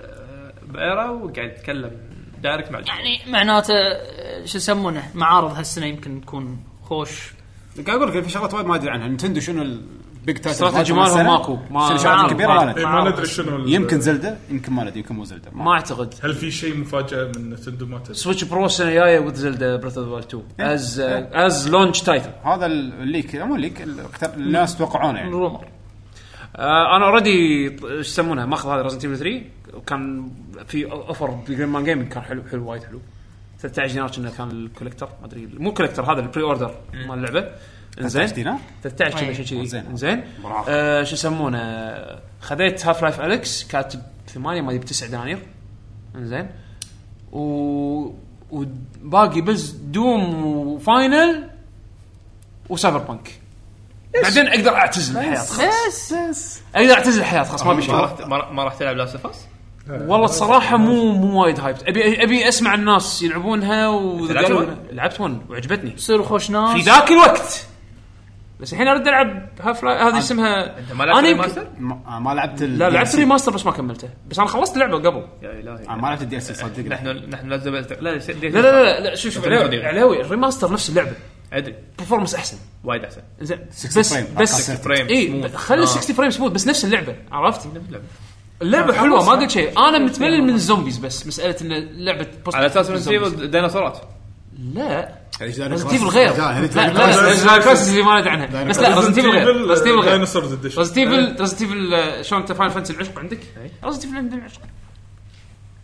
بايرا وقاعد يتكلم دايركت مع الجمهور. يعني معناته آه، شو يسمونه معارض هالسنه يمكن تكون خوش. قاعد اقول لك في شغلات وايد ما ادري عنها. نينتندو شنو البيج تايتل استراتيجي مالهم ماكو. ما- شنو شغلات ما- كبيره ما إيه، ندري. ما ندري شنو ال- يمكن زلدة يمكن ما ندري يمكن مو زلدة ما اعتقد هل في شيء مفاجاه من نتندو ما تدري سويتش برو السنه الجايه وذ زلدا بريث اوف تو از از لونش تايتل. هذا الليك مو الليك الاكثر الناس توقعونه يعني الرومر آه انا اوريدي ايش يسمونها ماخذ هذا ريزنت ايفل ثري وكان في اوفر بجرين مان جيمنج كان حلو حلو وايد حلو ثلاثة عشر دينار كنا كان الكوليكتر ما ادري مو الكوليكتر هذا البري اوردر مال اللعبه انزين دينار ثلاثة عشر كذا شيء زين. كذي انزين برافو. آه شو يسمونه خذيت هاف لايف اليكس كاتب ثمانية ما ادري بتسع دنانير انزين و وباقي بس دوم وفاينل وسايبر بانك بعدين اقدر اعتزل الحياه خلاص بس اقدر اعتزل الحياه خلاص ما ابي ما شيء راح ما ما راح تلعب لاست اوف اس والله الصراحه مو مو وايد هايبت ابي ابي اسمع الناس يلعبونها لعبت وقالوا ون؟ لعبت ون وعجبتني يصير خوش في ناس. ذاك الوقت بس الحين ارد العب هاف هذه اسمها انت ما لعبت أنا يمكن- ريماستر؟ ما ما لعبت ال لا لعبت دي إل سي. ريماستر بس ما كملته بس انا خلصت اللعبه قبل يا الهي انا ما لعبت الدي ال سي صدقني. نحن نحن نزل لا لا لا لا, لا شوف شوف أنت علاوي, مقدم. علاوي الريماستر نفس اللعبه ادري برفورمانس احسن وايد احسن زين ستين بس فريم. بس ستين فريم. اي سموث. خلي آه. ستين فريم سموث بس نفس اللعبه عرفت اللعبه حلوه ما قلت شيء انا متملل من الزومبيز بس مساله ان لعبه بوست على اساس ان ديناصورات لا هذه ريزنت ايفل غير لا هذه لا لا كلاس اللي ما ندري عنها بس لا ريزنت ايفل غير ريزنت ايفل غير داينوسورز اديشن ريزنت ايفل ريزنت ايفل شلون انت فاين فانتسي العشق عندك ريزنت ايفل عندنا العشق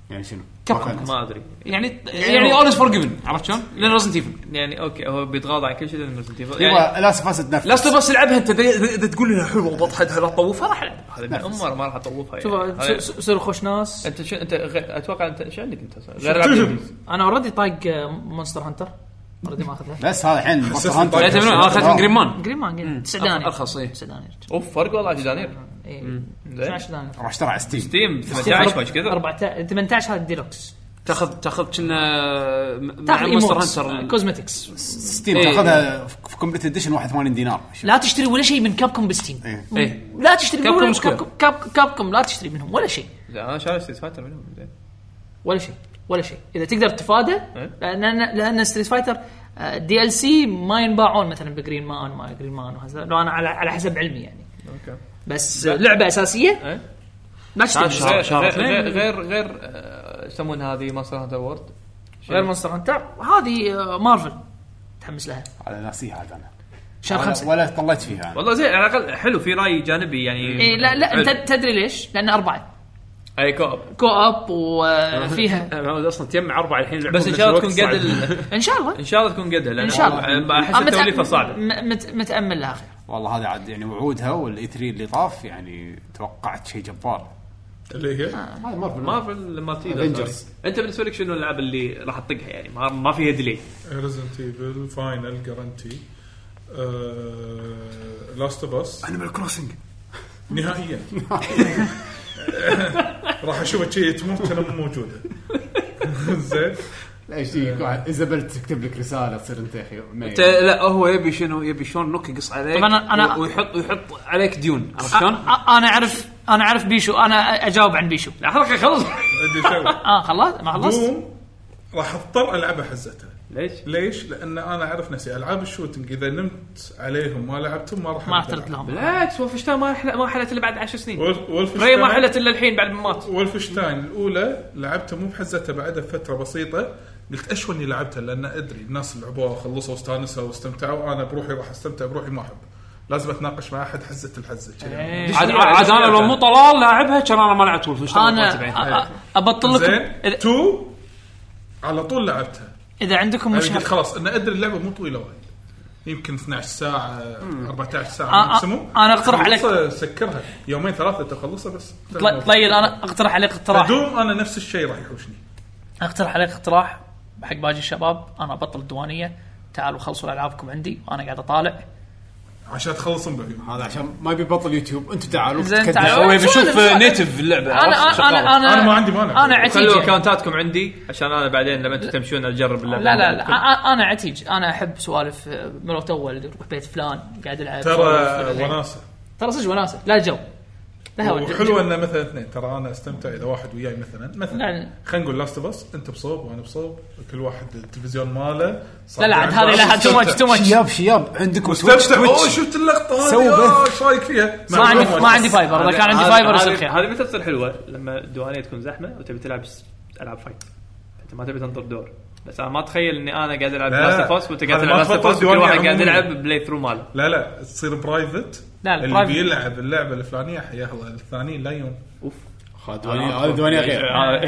يعني شنو؟ كابكم ما ادري يعني يعني اولز فورجيفن عرفت شلون؟ لان ريزنت ايفل يعني اوكي هو بيتغاضى عن كل شيء لان ريزنت ايفل يبغى لاست فاست نفس لاست بس العبها انت اذا تقول لي حلوه وبطحتها لا تطوفها راح العب هذا من عمر ما راح اطوفها شوف يعني. صير خوش ناس. انت شو انت غ... اتوقع انت ايش عندك انت غير العاب انا اوريدي طايق مونستر هانتر اوريدي ما اخذها بس هذا الحين مونستر هانتر انا اخذت من جرين مان جرين مان تسع دنانير ارخص اي تسع دنانير اوف فرق والله دنانير اي اثناشر دنانير راح اشتري على ستيم ستيم ثمانية عشر مش كذا أربعة ثمانية عشر هذا ديلوكس تاخذ تاخذ كنا مع مونستر هانتر كوزمتكس ستيم تاخذها في كومبليت اديشن واحد وثمانين دينار لا تشتري ولا شيء من كابكوم بستيم ايه لا تشتري كابكوم ولا مشكلة. كابكوم كاب كابكوم لا تشتري منهم ولا شيء لا انا شاري ستريت فايتر منهم زين ولا شيء ولا شيء اذا تقدر تفادى لان لان ستريت فايتر دي ال سي ما ينباعون مثلا بجرين مان ما جرين مان وهذا لو انا على على حسب علمي يعني اوكي بس لعبه اساسيه ما تشتري غير غير غير, غير يسمون هذه مونستر هانتر وورد غير مونستر هانتر هذه مارفل تحمس لها على ناسيها عاد انا شهر خمسة ولا طلعت فيها والله زين على الاقل حلو في راي جانبي يعني إيه لا لا انت تدري ليش لان اربعه اي كوب كو اب وفيها اصلا تجمع اربعه الحين بس ان شاء الله تكون قد ان شاء الله ان شاء الله تكون قدها لان ان شاء الله احس التوليفه صعبه مت متامل لها خير والله هذا عاد يعني وعودها والاي ثري اللي طاف يعني توقعت شيء جبار اللي هي هذا مارفل مارفل مالتي انت بالنسبه لك شنو الالعاب اللي راح تطقها يعني ما, ما فيها ديلي ريزنت ايفل فاينل جارانتي لاست اوف اس انيمال كروسنج نهائيا راح اشوف شيء تموت انا مو موجوده زين لا شيء ايزابيل تكتب لك رساله تصير انت يا اخي انت لا هو يبي شنو يبي شلون نوك يقص عليك طبعا انا ويحط ويحط عليك ديون عرفت شلون انا اعرف انا اعرف بيشو انا اجاوب عن بيشو لا خلاص خلص اه خلاص ما خلصت دوم راح اضطر العبها حزتها ليش ليش لان انا اعرف نفسي العاب الشوتنج اذا نمت عليهم ما لعبتهم ما راح ما احترت لهم بالعكس وولفشتاين ما حل... ما حلت الا بعد عشر سنين ري ما حلت الا الحين بعد ما مات وولفشتاين الاولى لعبتها مو بحزتها بعدها فتره بسيطه قلت اشو اني لعبتها لان ادري الناس اللي لعبوها وخلصوا واستانسوا واستمتعوا انا بروحي راح استمتع بروحي ما احب لازم اتناقش مع احد حزه الحزه كذا عاد عاد انا لو مو طلال لاعبها كان انا ما لعبت وولفشتاين انا ابطل لكم تو على طول لعبتها اذا عندكم مش خلاص انا ادري اللعبه مو طويله وايد يمكن اثناشر ساعه أربعة عشر ساعه آه ماكسيموم انا اقترح عليك سكرها يومين ثلاثه تخلصها بس طيب انا اقترح عليك اقتراح دوم انا نفس الشيء راح يحوشني اقترح عليك اقتراح حق باقي الشباب انا ابطل الديوانيه تعالوا خلصوا العابكم عندي وانا قاعد اطالع عشان تخلصون بعيون هذا عشان ما بيبطل يوتيوب انتم تعالوا هو بيشوف نيتف اللعبه انا انا انا انا ما عندي مانع انا عتيج خلوا اكونتاتكم عندي عشان انا بعدين لما انتم تمشون اجرب اللعبه لا لا لا انا عتيج انا احب سوالف مرات اول روح بيت فلان قاعد العب ترى وناسه ترى صدق وناسه لا جو وحلو انه مثلا اثنين ترى انا استمتع اذا واحد وياي مثلا مثلا خلينا نقول لاست بس انت بصوب وانا بصوب كل واحد التلفزيون ماله لا لا هذه لا تو ماتش تو ماتش شياب شياب عندكم تويتش اوه شفت اللقطه هذه ايش رايك فيها ما عندي ما عندي فايبر اذا كان عندي فايبر يصير خير هذه متى تصير حلوه لما الديوانيه تكون زحمه وتبي تلعب العاب فايت انت ما تبي تنطر دور بس انا ما اتخيل اني انا قاعد العب لاست فاس وانت قاعد تلعب لاست فاس وكل واحد قاعد يلعب بلاي ثرو ماله لا لا تصير برايفت اللي بيلعب اللعبه الفلانيه حياه الله الثانيين لا يون اوف هذه الديوانيه غير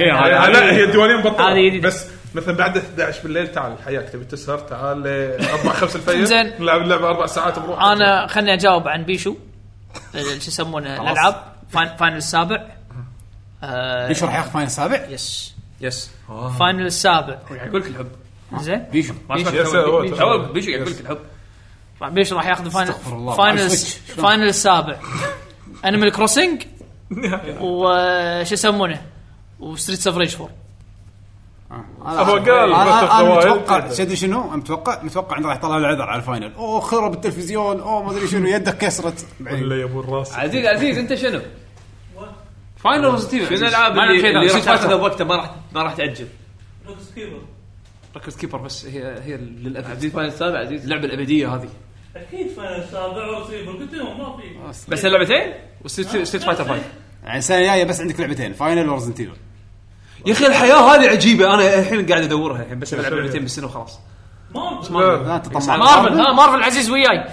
لا هي الديوانيه مبطله بس مثلا بعد احد عشر بالليل تعال حياك تبي تسهر تعال أربعة خمسة الفجر نلعب اللعبه اربع ساعات بروح انا خلني اجاوب عن بيشو شو يسمونه الالعاب فاينل السابع بيشو راح ياخذ فاينل السابع يس يس فاينل السابع يقول لك الحب زين بيشو بيشو بيشو يقول لك الحب بيشو راح ياخذ فاينل فاينل فاينل السابع انيمال كروسنج وش يسمونه وستريت اوف ريج فور هو قال انا متوقع تدري شنو متوقع متوقع انه راح يطلع العذر على الفاينل اوه خرب التلفزيون اوه ما ادري شنو يدك كسرت ولا يا ابو الراس عزيز عزيز انت شنو فاينل روزتيف شنو الالعاب اللي اللي راح تاخذ وقتها ما راح ما راح تاجل روكس كيبر ركز كيبر بس هي هي للابد عزيز فاينل السابع عزيز اللعبه الابديه هذه اكيد فاينل السابع ورسيفر قلت لهم ما في بس اللعبتين وستريت فايتر فايف يعني السنه الجايه بس عندك لعبتين فاينل ورزنت ايفل يا اخي الحياه هذه عجيبه انا الحين قاعد ادورها الحين بس العب لعبتين بالسنه وخلاص مارفل لا تطمع مارفل ها مارفل عزيز وياي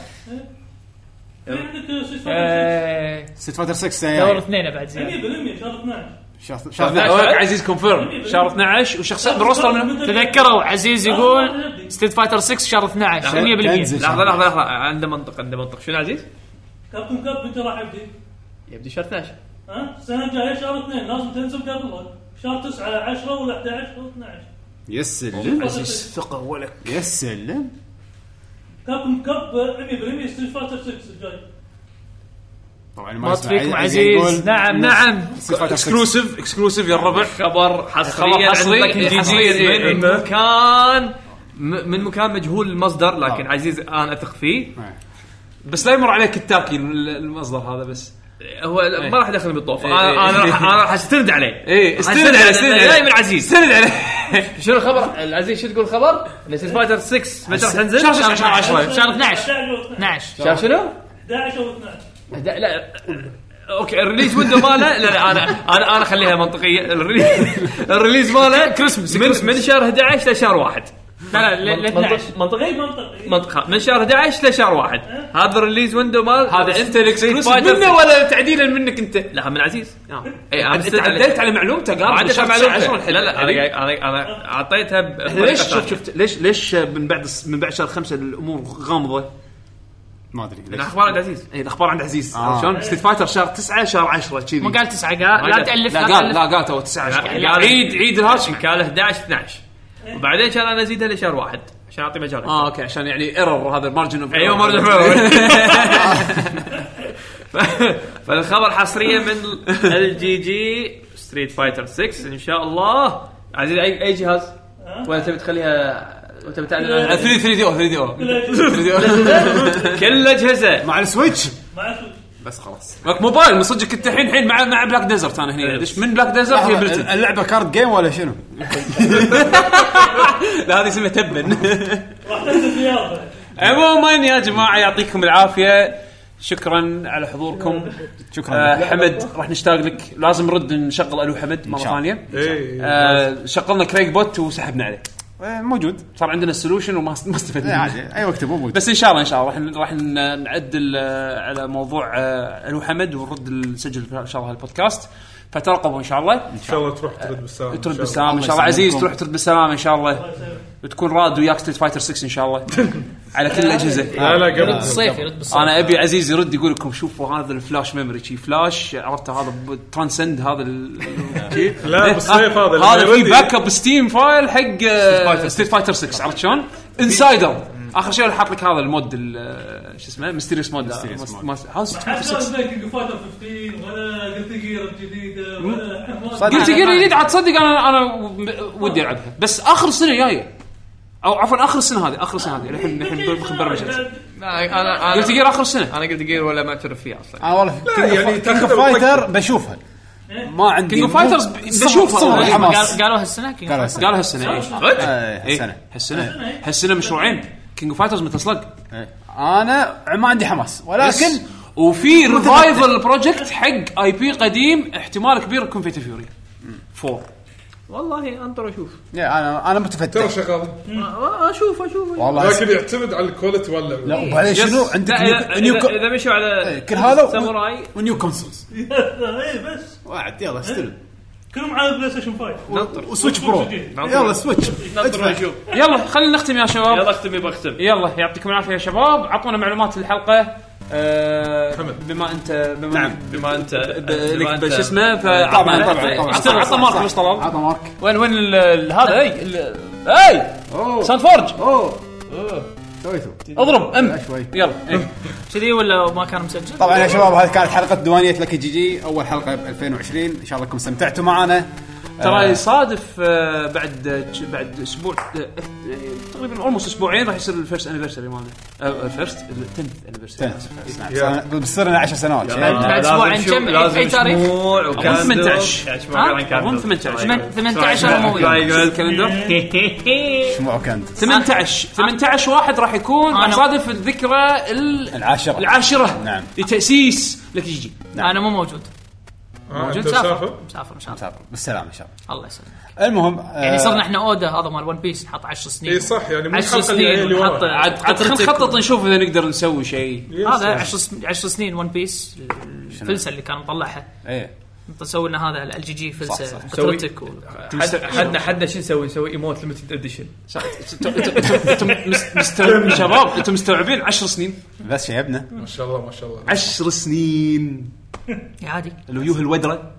عندك ستريت فايتر ستة دور اثنين بعد زين مية بالمية شهر اثناشر شهر شهر عزيز كونفيرم شهر اثناشر وشخصيات بالروستر منهم. تذكروا عزيز يقول ستريت فايتر ستة شهر اثناشر مية بالمية. لحظه لحظه لحظه عنده منطق عنده منطق. شنو عزيز؟ كابتن كاب انت راح يبدي يبدي شهر اثناشر. ها السنه الجايه شهر اثنين لازم تنزل قبلها شهر تسعة عشرة ولا احد عشر ولا اثناشر. يسلم عزيز ثقه ولك يسلم. كابتن كاب مية بالمية ستريت فايتر ستة الجاي. طبعا ما تفيكم عزيز. نعم نعم اكسكلوسيف اكسكلوسيف يا الربع. خبر حصريا حصري حصري من مكان من مكان مجهول المصدر لكن آه. عزيز انا اثق فيه آه. بس لا يمر عليك التاكي المصدر هذا بس هو ايه. ما راح يدخل بالطوف ايه انا انا راح انا راح استند عليه. ايه استند عليه استند عليه من عزيز استند عليه. شنو الخبر العزيز؟ شو تقول خبر؟ ستريت فايتر ستة متى راح تنزل؟ شهر عشرة شهر اثناشر اثناشر شهر شنو؟ احد عشر و اثناشر. لا اوكي الريليز ويندو ماله لا لا انا انا انا اخليها منطقيه. الريليز ماله كريسمس من, من شهر احد عشر لشهر واحد. لا لا ل اثناشر منطقي منطقه من شهر احد عشر لشهر واحد. هذا الريليز ويندو مال هذا انت الاكسكلوسيف منه ولا تعديلا منك انت؟ لا من عزيز. اي انا عدلت على معلومته قال عدلت على معلومته. لا لا انا انا انا اعطيتها ليش شفت شفت ليش ليش من بعد من بعد شهر خمسة الامور غامضه ما ادري ليش. الاخبار عند عزيز. اي الاخبار عند عزيز آه. شلون ستريت فايتر شهر تسعة شهر عشرة كذي. ما قال تسعة قال لا تالف لا قال لا قال تو تسعة عيد عيد الهاشم قال احد عشر اثناشر وبعدين كان انا ازيدها لشهر واحد عشان اعطي مجال. اه اوكي عشان يعني ايرور هذا مارجن اوف ايوه مارجن اوف فالخبر حصريا من الجي جي ستريت فايتر ستة ان شاء الله. عزيز اي اي جهاز ولا تبي تخليها وتبي تعلن ثلاثة دي او ثلاثة دي او كل الاجهزه مع السويتش مع السويتش بس خلاص لك موبايل من صدقك انت الحين الحين مع مع بلاك ديزرت. انا هنا ليش من بلاك ديزرت هي بلتن اللعبه كارد جيم ولا شنو؟ لا هذه اسمها تبن. راح تنزل زياده. عموما يا جماعه يعطيكم العافيه شكرا على حضوركم. شكرا آه حمد راح نشتاق لك لازم نرد نشغل الو حمد مره ثانيه. آه شغلنا كريك بوت وسحبنا عليه موجود صار عندنا السولوشن وما ما استفدنا. اي وقت موجود بس ان شاء الله ان شاء الله راح راح نعدل على موضوع الو حمد ونرد نسجل ان شاء الله البودكاست. فترقبوا ان شاء الله. ان شاء الله تروح ترد بالسلامه. ترد بالسلامه ان شاء الله. عزيز تروح ترد بالسلامه ان شاء الله. وتكون راد وياك ستريت فايتر ستة ان شاء الله على كل الاجهزه. لا لا قبل الصيف يرد بالصيف. انا ابي عزيز يرد يقول لكم شوفوا هذا الفلاش ميموري شي فلاش عرفت هذا ترانسند هذا لا بالصيف هذا هذا في باك اب ستيم فايل حق ستريت فايتر ستة عرفت شلون انسايدر. اخر شيء راح احط لك هذا المود شو اسمه ميستيريوس مود هذا كينج فايتر خمستاشر ولا قلت جير الجديده ولا قلت جير الجديد عاد تصدق انا انا ودي العبها بس اخر السنه جايه او عفوا اخر السنه هذه اخر السنه هذه الحين الحين بخبر مجلس. انا قلت جير اخر السنه. انا قلت جير ولا ما اعترف فيها اصلا. اه والله يعني كينج فايتر بشوفها ما عندي كينج فايترز بشوفها قالوا هالسنه قالوا هالسنه هالسنه هالسنه هالسنه مشروعين كينج فايترز متسلق. انا ما عندي حماس ولكن وفي ريفايفل بروجكت حق اي بي قديم احتمال كبير يكون في فيوري فور. والله انطر اشوف. يا انا انا متفتح ترى شغال اشوف اشوف والله لكن يعتمد على الكواليتي ولا لا وبعدين شنو عندك نيو اذا مشوا على كل هذا ساموراي ونيو كونسولز اي بس واحد يلا استلم كلهم على بلاي ستيشن خمسة نطر وسويتش برو يلا سويتش نطر نشوف. يلا خلينا نختم يا شباب. يلا اختمي بختم. يلا يعطيكم العافيه يا شباب. عطونا معلومات الحلقه أه بما انت بما نعم بما انت لك شو اسمه طبعا طبعا اشتغل عطى مارك مش طلال عطى مارك وين وين هذا اي اي ساوند فورج اوه سويته اضرب ام شوي يلا كذي ولا ما كان مسجل. طبعا يا شباب هذه كانت حلقه ديوانيه لكي جي جي اول حلقه ب ألفين وعشرين ان شاء الله انكم استمتعتوا معنا. ترى يصادف بعد بعد اسبوع تقريبا اولموست اسبوعين راح يصير الفيرست انيفرساري مالنا الفيرست التنث انيفرساري بصير لنا عشر سنوات بعد اسبوعين كم اي تاريخ ثمانية عشر ثمانية عشر مو الكالندر شموع كاند ثمانية عشر ثمانية عشر واحد راح يكون يصادف الذكرى العاشرة العاشرة نعم لتأسيس لكي جي. انا مو موجود موجود مسافر مسافر ان شاء الله بالسلامه ان شاء الله الله يسلمك. المهم يعني صرنا احنا اودا هذا مال ون بيس نحط عشر سنين اي صح يعني عشر سنين نحط عاد نخطط نشوف اذا نقدر نسوي شيء. هذا عشر عشر سنين ون بيس الفلسه اللي كان مطلعها ايه نسوي لنا هذا الجي جي فلسه نسوي بترتك حدنا حدنا شو نسوي نسوي ايموت ليمتد اديشن انتم شباب انتم مستوعبين عشر سنين بس شيبنا ما شاء الله ما شاء الله عشر سنين عادي الويوه الودره.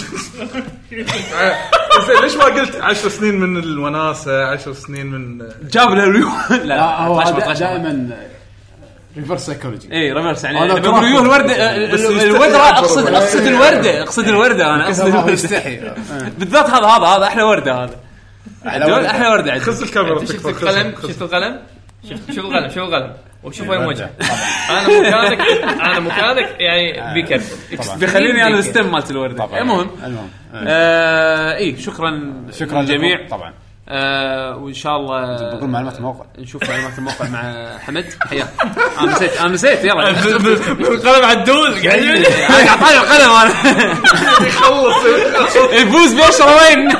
زين ليش ما قلت عشر سنين من الوناسه عشر سنين من جاب له الويوه؟ لا هو دائما ريفرس سايكولوجي. اي ريفرس يعني الويوه الورده الودره اقصد اقصد الورده اقصد الورده انا اقصد هو يستحي بالذات هذا هذا هذا احلى ورده هذا احلى ورده. خذ الكاميرا شفت القلم شفت القلم شوف شوف القلم شوف القلم وشوف وين وجهه. انا مكانك انا مكانك يعني بيكرب بيخليني انا الستم مالت الورده. المهم المهم اي شكرا شكرا للجميع طبعا. آه وان شاء الله بقول معلومات الموقع نشوف معلومات الموقع مع حمد. حياك. انا نسيت انا نسيت يلا القلم عدول قاعد اعطاني القلم انا يخلص يفوز بعشرة وين.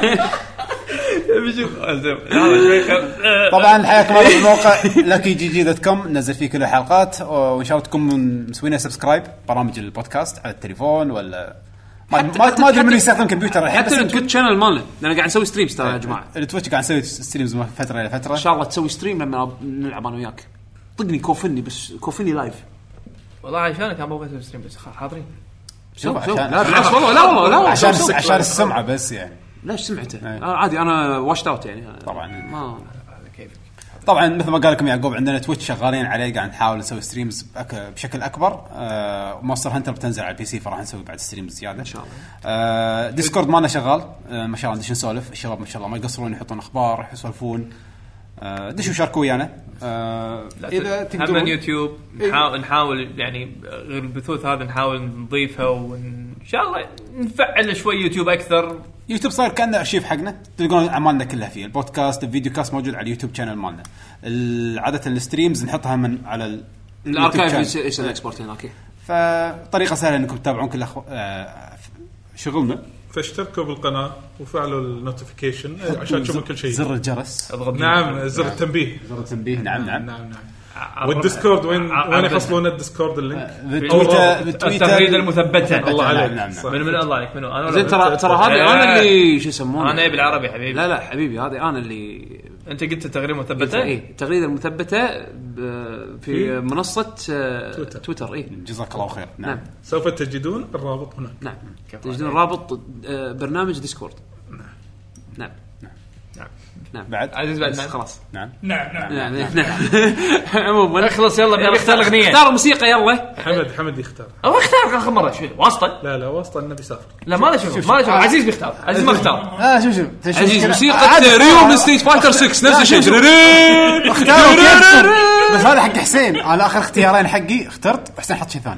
طبعا حياكم الله بالموقع لكي جي جي دوت كوم نزل فيه كل الحلقات وان شاء الله تكونوا مسوينا سبسكرايب برامج البودكاست على التليفون ولا ما ما ادري من يستخدم كمبيوتر الحين. حتى الكوت شانل مالنا لان قاعد نسوي ستريمز ترى يا جماعه. التويتش قاعد نسوي ستريمز من فتره الى فتره. ان شاء الله تسوي ستريم لما نلعب انا وياك. طقني كوفني بس كوفني لايف والله عشانك انا بغيت اسوي ستريم بس حاضرين. شوف لا بالعكس والله لا والله لا عشان عشان السمعه بس يعني. ليش سمعته؟ آه عادي انا واشت اوت يعني طبعا ما كيفك. طبعا مثل ما قال لكم يعقوب عندنا تويتش شغالين عليه قاعد نحاول نسوي ستريمز بشكل اكبر. آه مونستر هانتر بتنزل على البي سي فراح نسوي بعد ستريمز زياده ان شاء الله. آه ديسكورد مالنا شغال آه ما شاء الله ندش نسولف الشباب ما شاء الله ما يقصرون يحطون اخبار يسولفون. آه دشوا شاركوا ويانا. آه اذا تقدرون يوتيوب نحاول نحاول يعني غير البثوث هذا نحاول نضيفها وان شاء الله نفعل شوي يوتيوب اكثر. يوتيوب صار كأنه أرشيف حقنا تلقون أعمالنا كلها فيه. البودكاست الفيديو كاست موجود على اليوتيوب شانل مالنا. عادة الستريمز نحطها من على الاركايف يصير اكسبورت هناك. فطريقة سهلة انكم تتابعون كل أخو... آه شغلنا. فاشتركوا بالقناة وفعلوا النوتيفيكيشن عشان تشوفون كل شيء. زر الجرس. نعم زر التنبيه. زر التنبيه نعم نعم نعم نعم. والديسكورد وين وين يحصلون الديسكورد اللينك؟ بالتويتر بالتويتر التغريده المثبته. الله عليك. من من الله عليك منو انا زين ترى ترى هذه انا اللي شو يسمونه انا بالعربي حبيبي. لا لا حبيبي هذه انا اللي انت قلت التغريده المثبته. اي التغريده المثبته في منصه تويتر, تويتر. اي جزاك الله خير. نعم سوف تجدون الرابط هنا. نعم تجدون الرابط برنامج ديسكورد. نعم نعم نعم بعد عزيز بعد خلاص. نعم نعم نعم نعم عموما اخلص يلا نختار الاغنيه. اختار موسيقى يلا. حمد حمد يختار. او اختار اخر مره شو واسطه. لا لا واسطه النبي سافر. لا ما له شوف ما له شوف عزيز بيختار. عزيز ما اختار. اه شوف شوف عزيز موسيقى ريو من ستريت فايتر ستة نفس الشيء. اختار بس هذا حق حسين. انا اخر اختيارين حقي اخترت حسين حط شيء ثاني.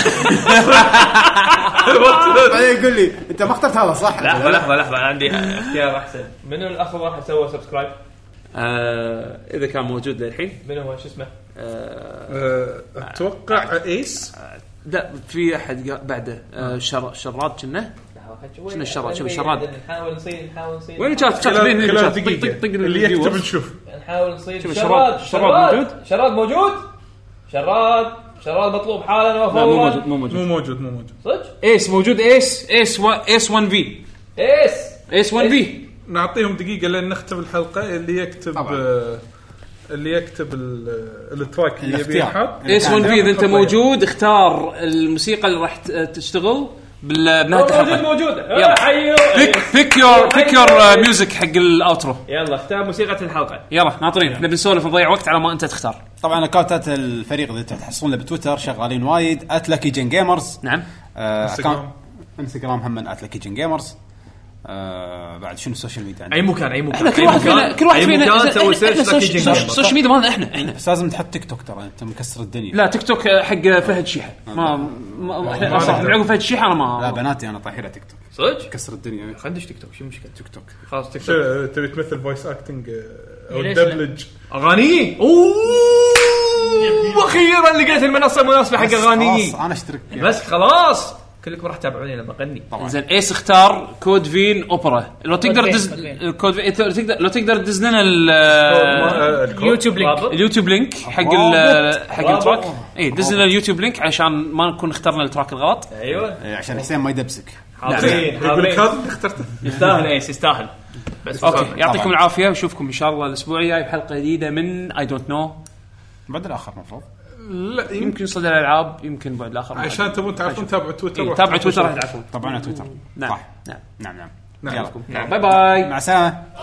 بعدين يقول لي انت ما اخترت هذا صح. لحظه لحظه لحظه عندي اختيار احسن. منو الاخ راح سوى سبسكرايب؟ آه اذا كان موجود للحين. من هو شو اسمه؟ آه اتوقع آه ايس. آه لا في احد بعده. آه شر شراد كنا شنو الشراد شنو الشراد. نحاول نصير نحاول نصير وين شات شات بين خلال دقيقه اللي يكتب نشوف. نحاول نصير شراد شراد موجود شراد موجود شراد شراد مطلوب حالا وفورا. مو موجود مو موجود مو موجود مو موجود صدق. ايس موجود ايس ايس ايس واحد في ايس ايس واحد في. نعطيهم دقيقة لين نختم الحلقة. اللي يكتب آه اللي يكتب التراك اللي يبي يحط ايس واحد في. اذا انت موجود اختار الموسيقى اللي راح تشتغل بنهاية الحلقة. موجود يلا بيك بيك يور بيك يور ميوزك حق الاوترو. يلا اختار موسيقى الحلقة. يلا ناطرين نبي نسولف نضيع وقت على ما انت تختار. طبعا اكونتات الفريق اللي تحصلونه بتويتر شغالين وايد @lucky gen gamers. نعم انستغرام انستغرام هم @lucky gen gamers. آه بعد شنو السوشيال ميديا عندنا؟ اي مكان اي مكان كل واحد فينا كل واحد فينا تسوي سيرش السوشيال ميديا مالنا احنا احنا بس لازم تحط تيك توك ترى انت مكسر الدنيا. لا تيك توك حق فهد شيحه ما احنا صح نعرف فهد شيحه انا ما لا بناتي انا طايحه تيك توك صدق مكسر الدنيا. خلينا تيك توك شو المشكله تيك توك خلاص تيك توك. تبي تمثل فويس اكتنج او دبلج اغاني. اوه واخيرا لقيت المنصه المناسبه حق اغاني. انا اشترك بس خلاص كلكم راح تتابعوني لما اغني. زين ايس اختار كود فين اوبرا. لو تقدر تدز الكود تقدر لو تقدر تدز لنا اليوتيوب لينك اليوتيوب لينك حق حق التراك. اي دز لنا اليوتيوب لينك عشان ما نكون اخترنا التراك الغلط. ايوه عشان حسين ما يدبسك. حاضرين يقول لك حاضرين هذا اللي اخترته. يستاهل ايس يستاهل بس اوكي يعطيكم العافيه واشوفكم ان شاء الله الاسبوع الجاي بحلقه جديده من اي دونت نو. بعد الاخر المفروض لا يمكن صدى الالعاب يمكن بعد الاخر عشان تبون تعرفون تابعوا تويتر إيه تابعوا تويتر راح تعرفون طبعا تويتر نعم صح نعم نعم نعم نعم. يلا باي باي مع السلامه.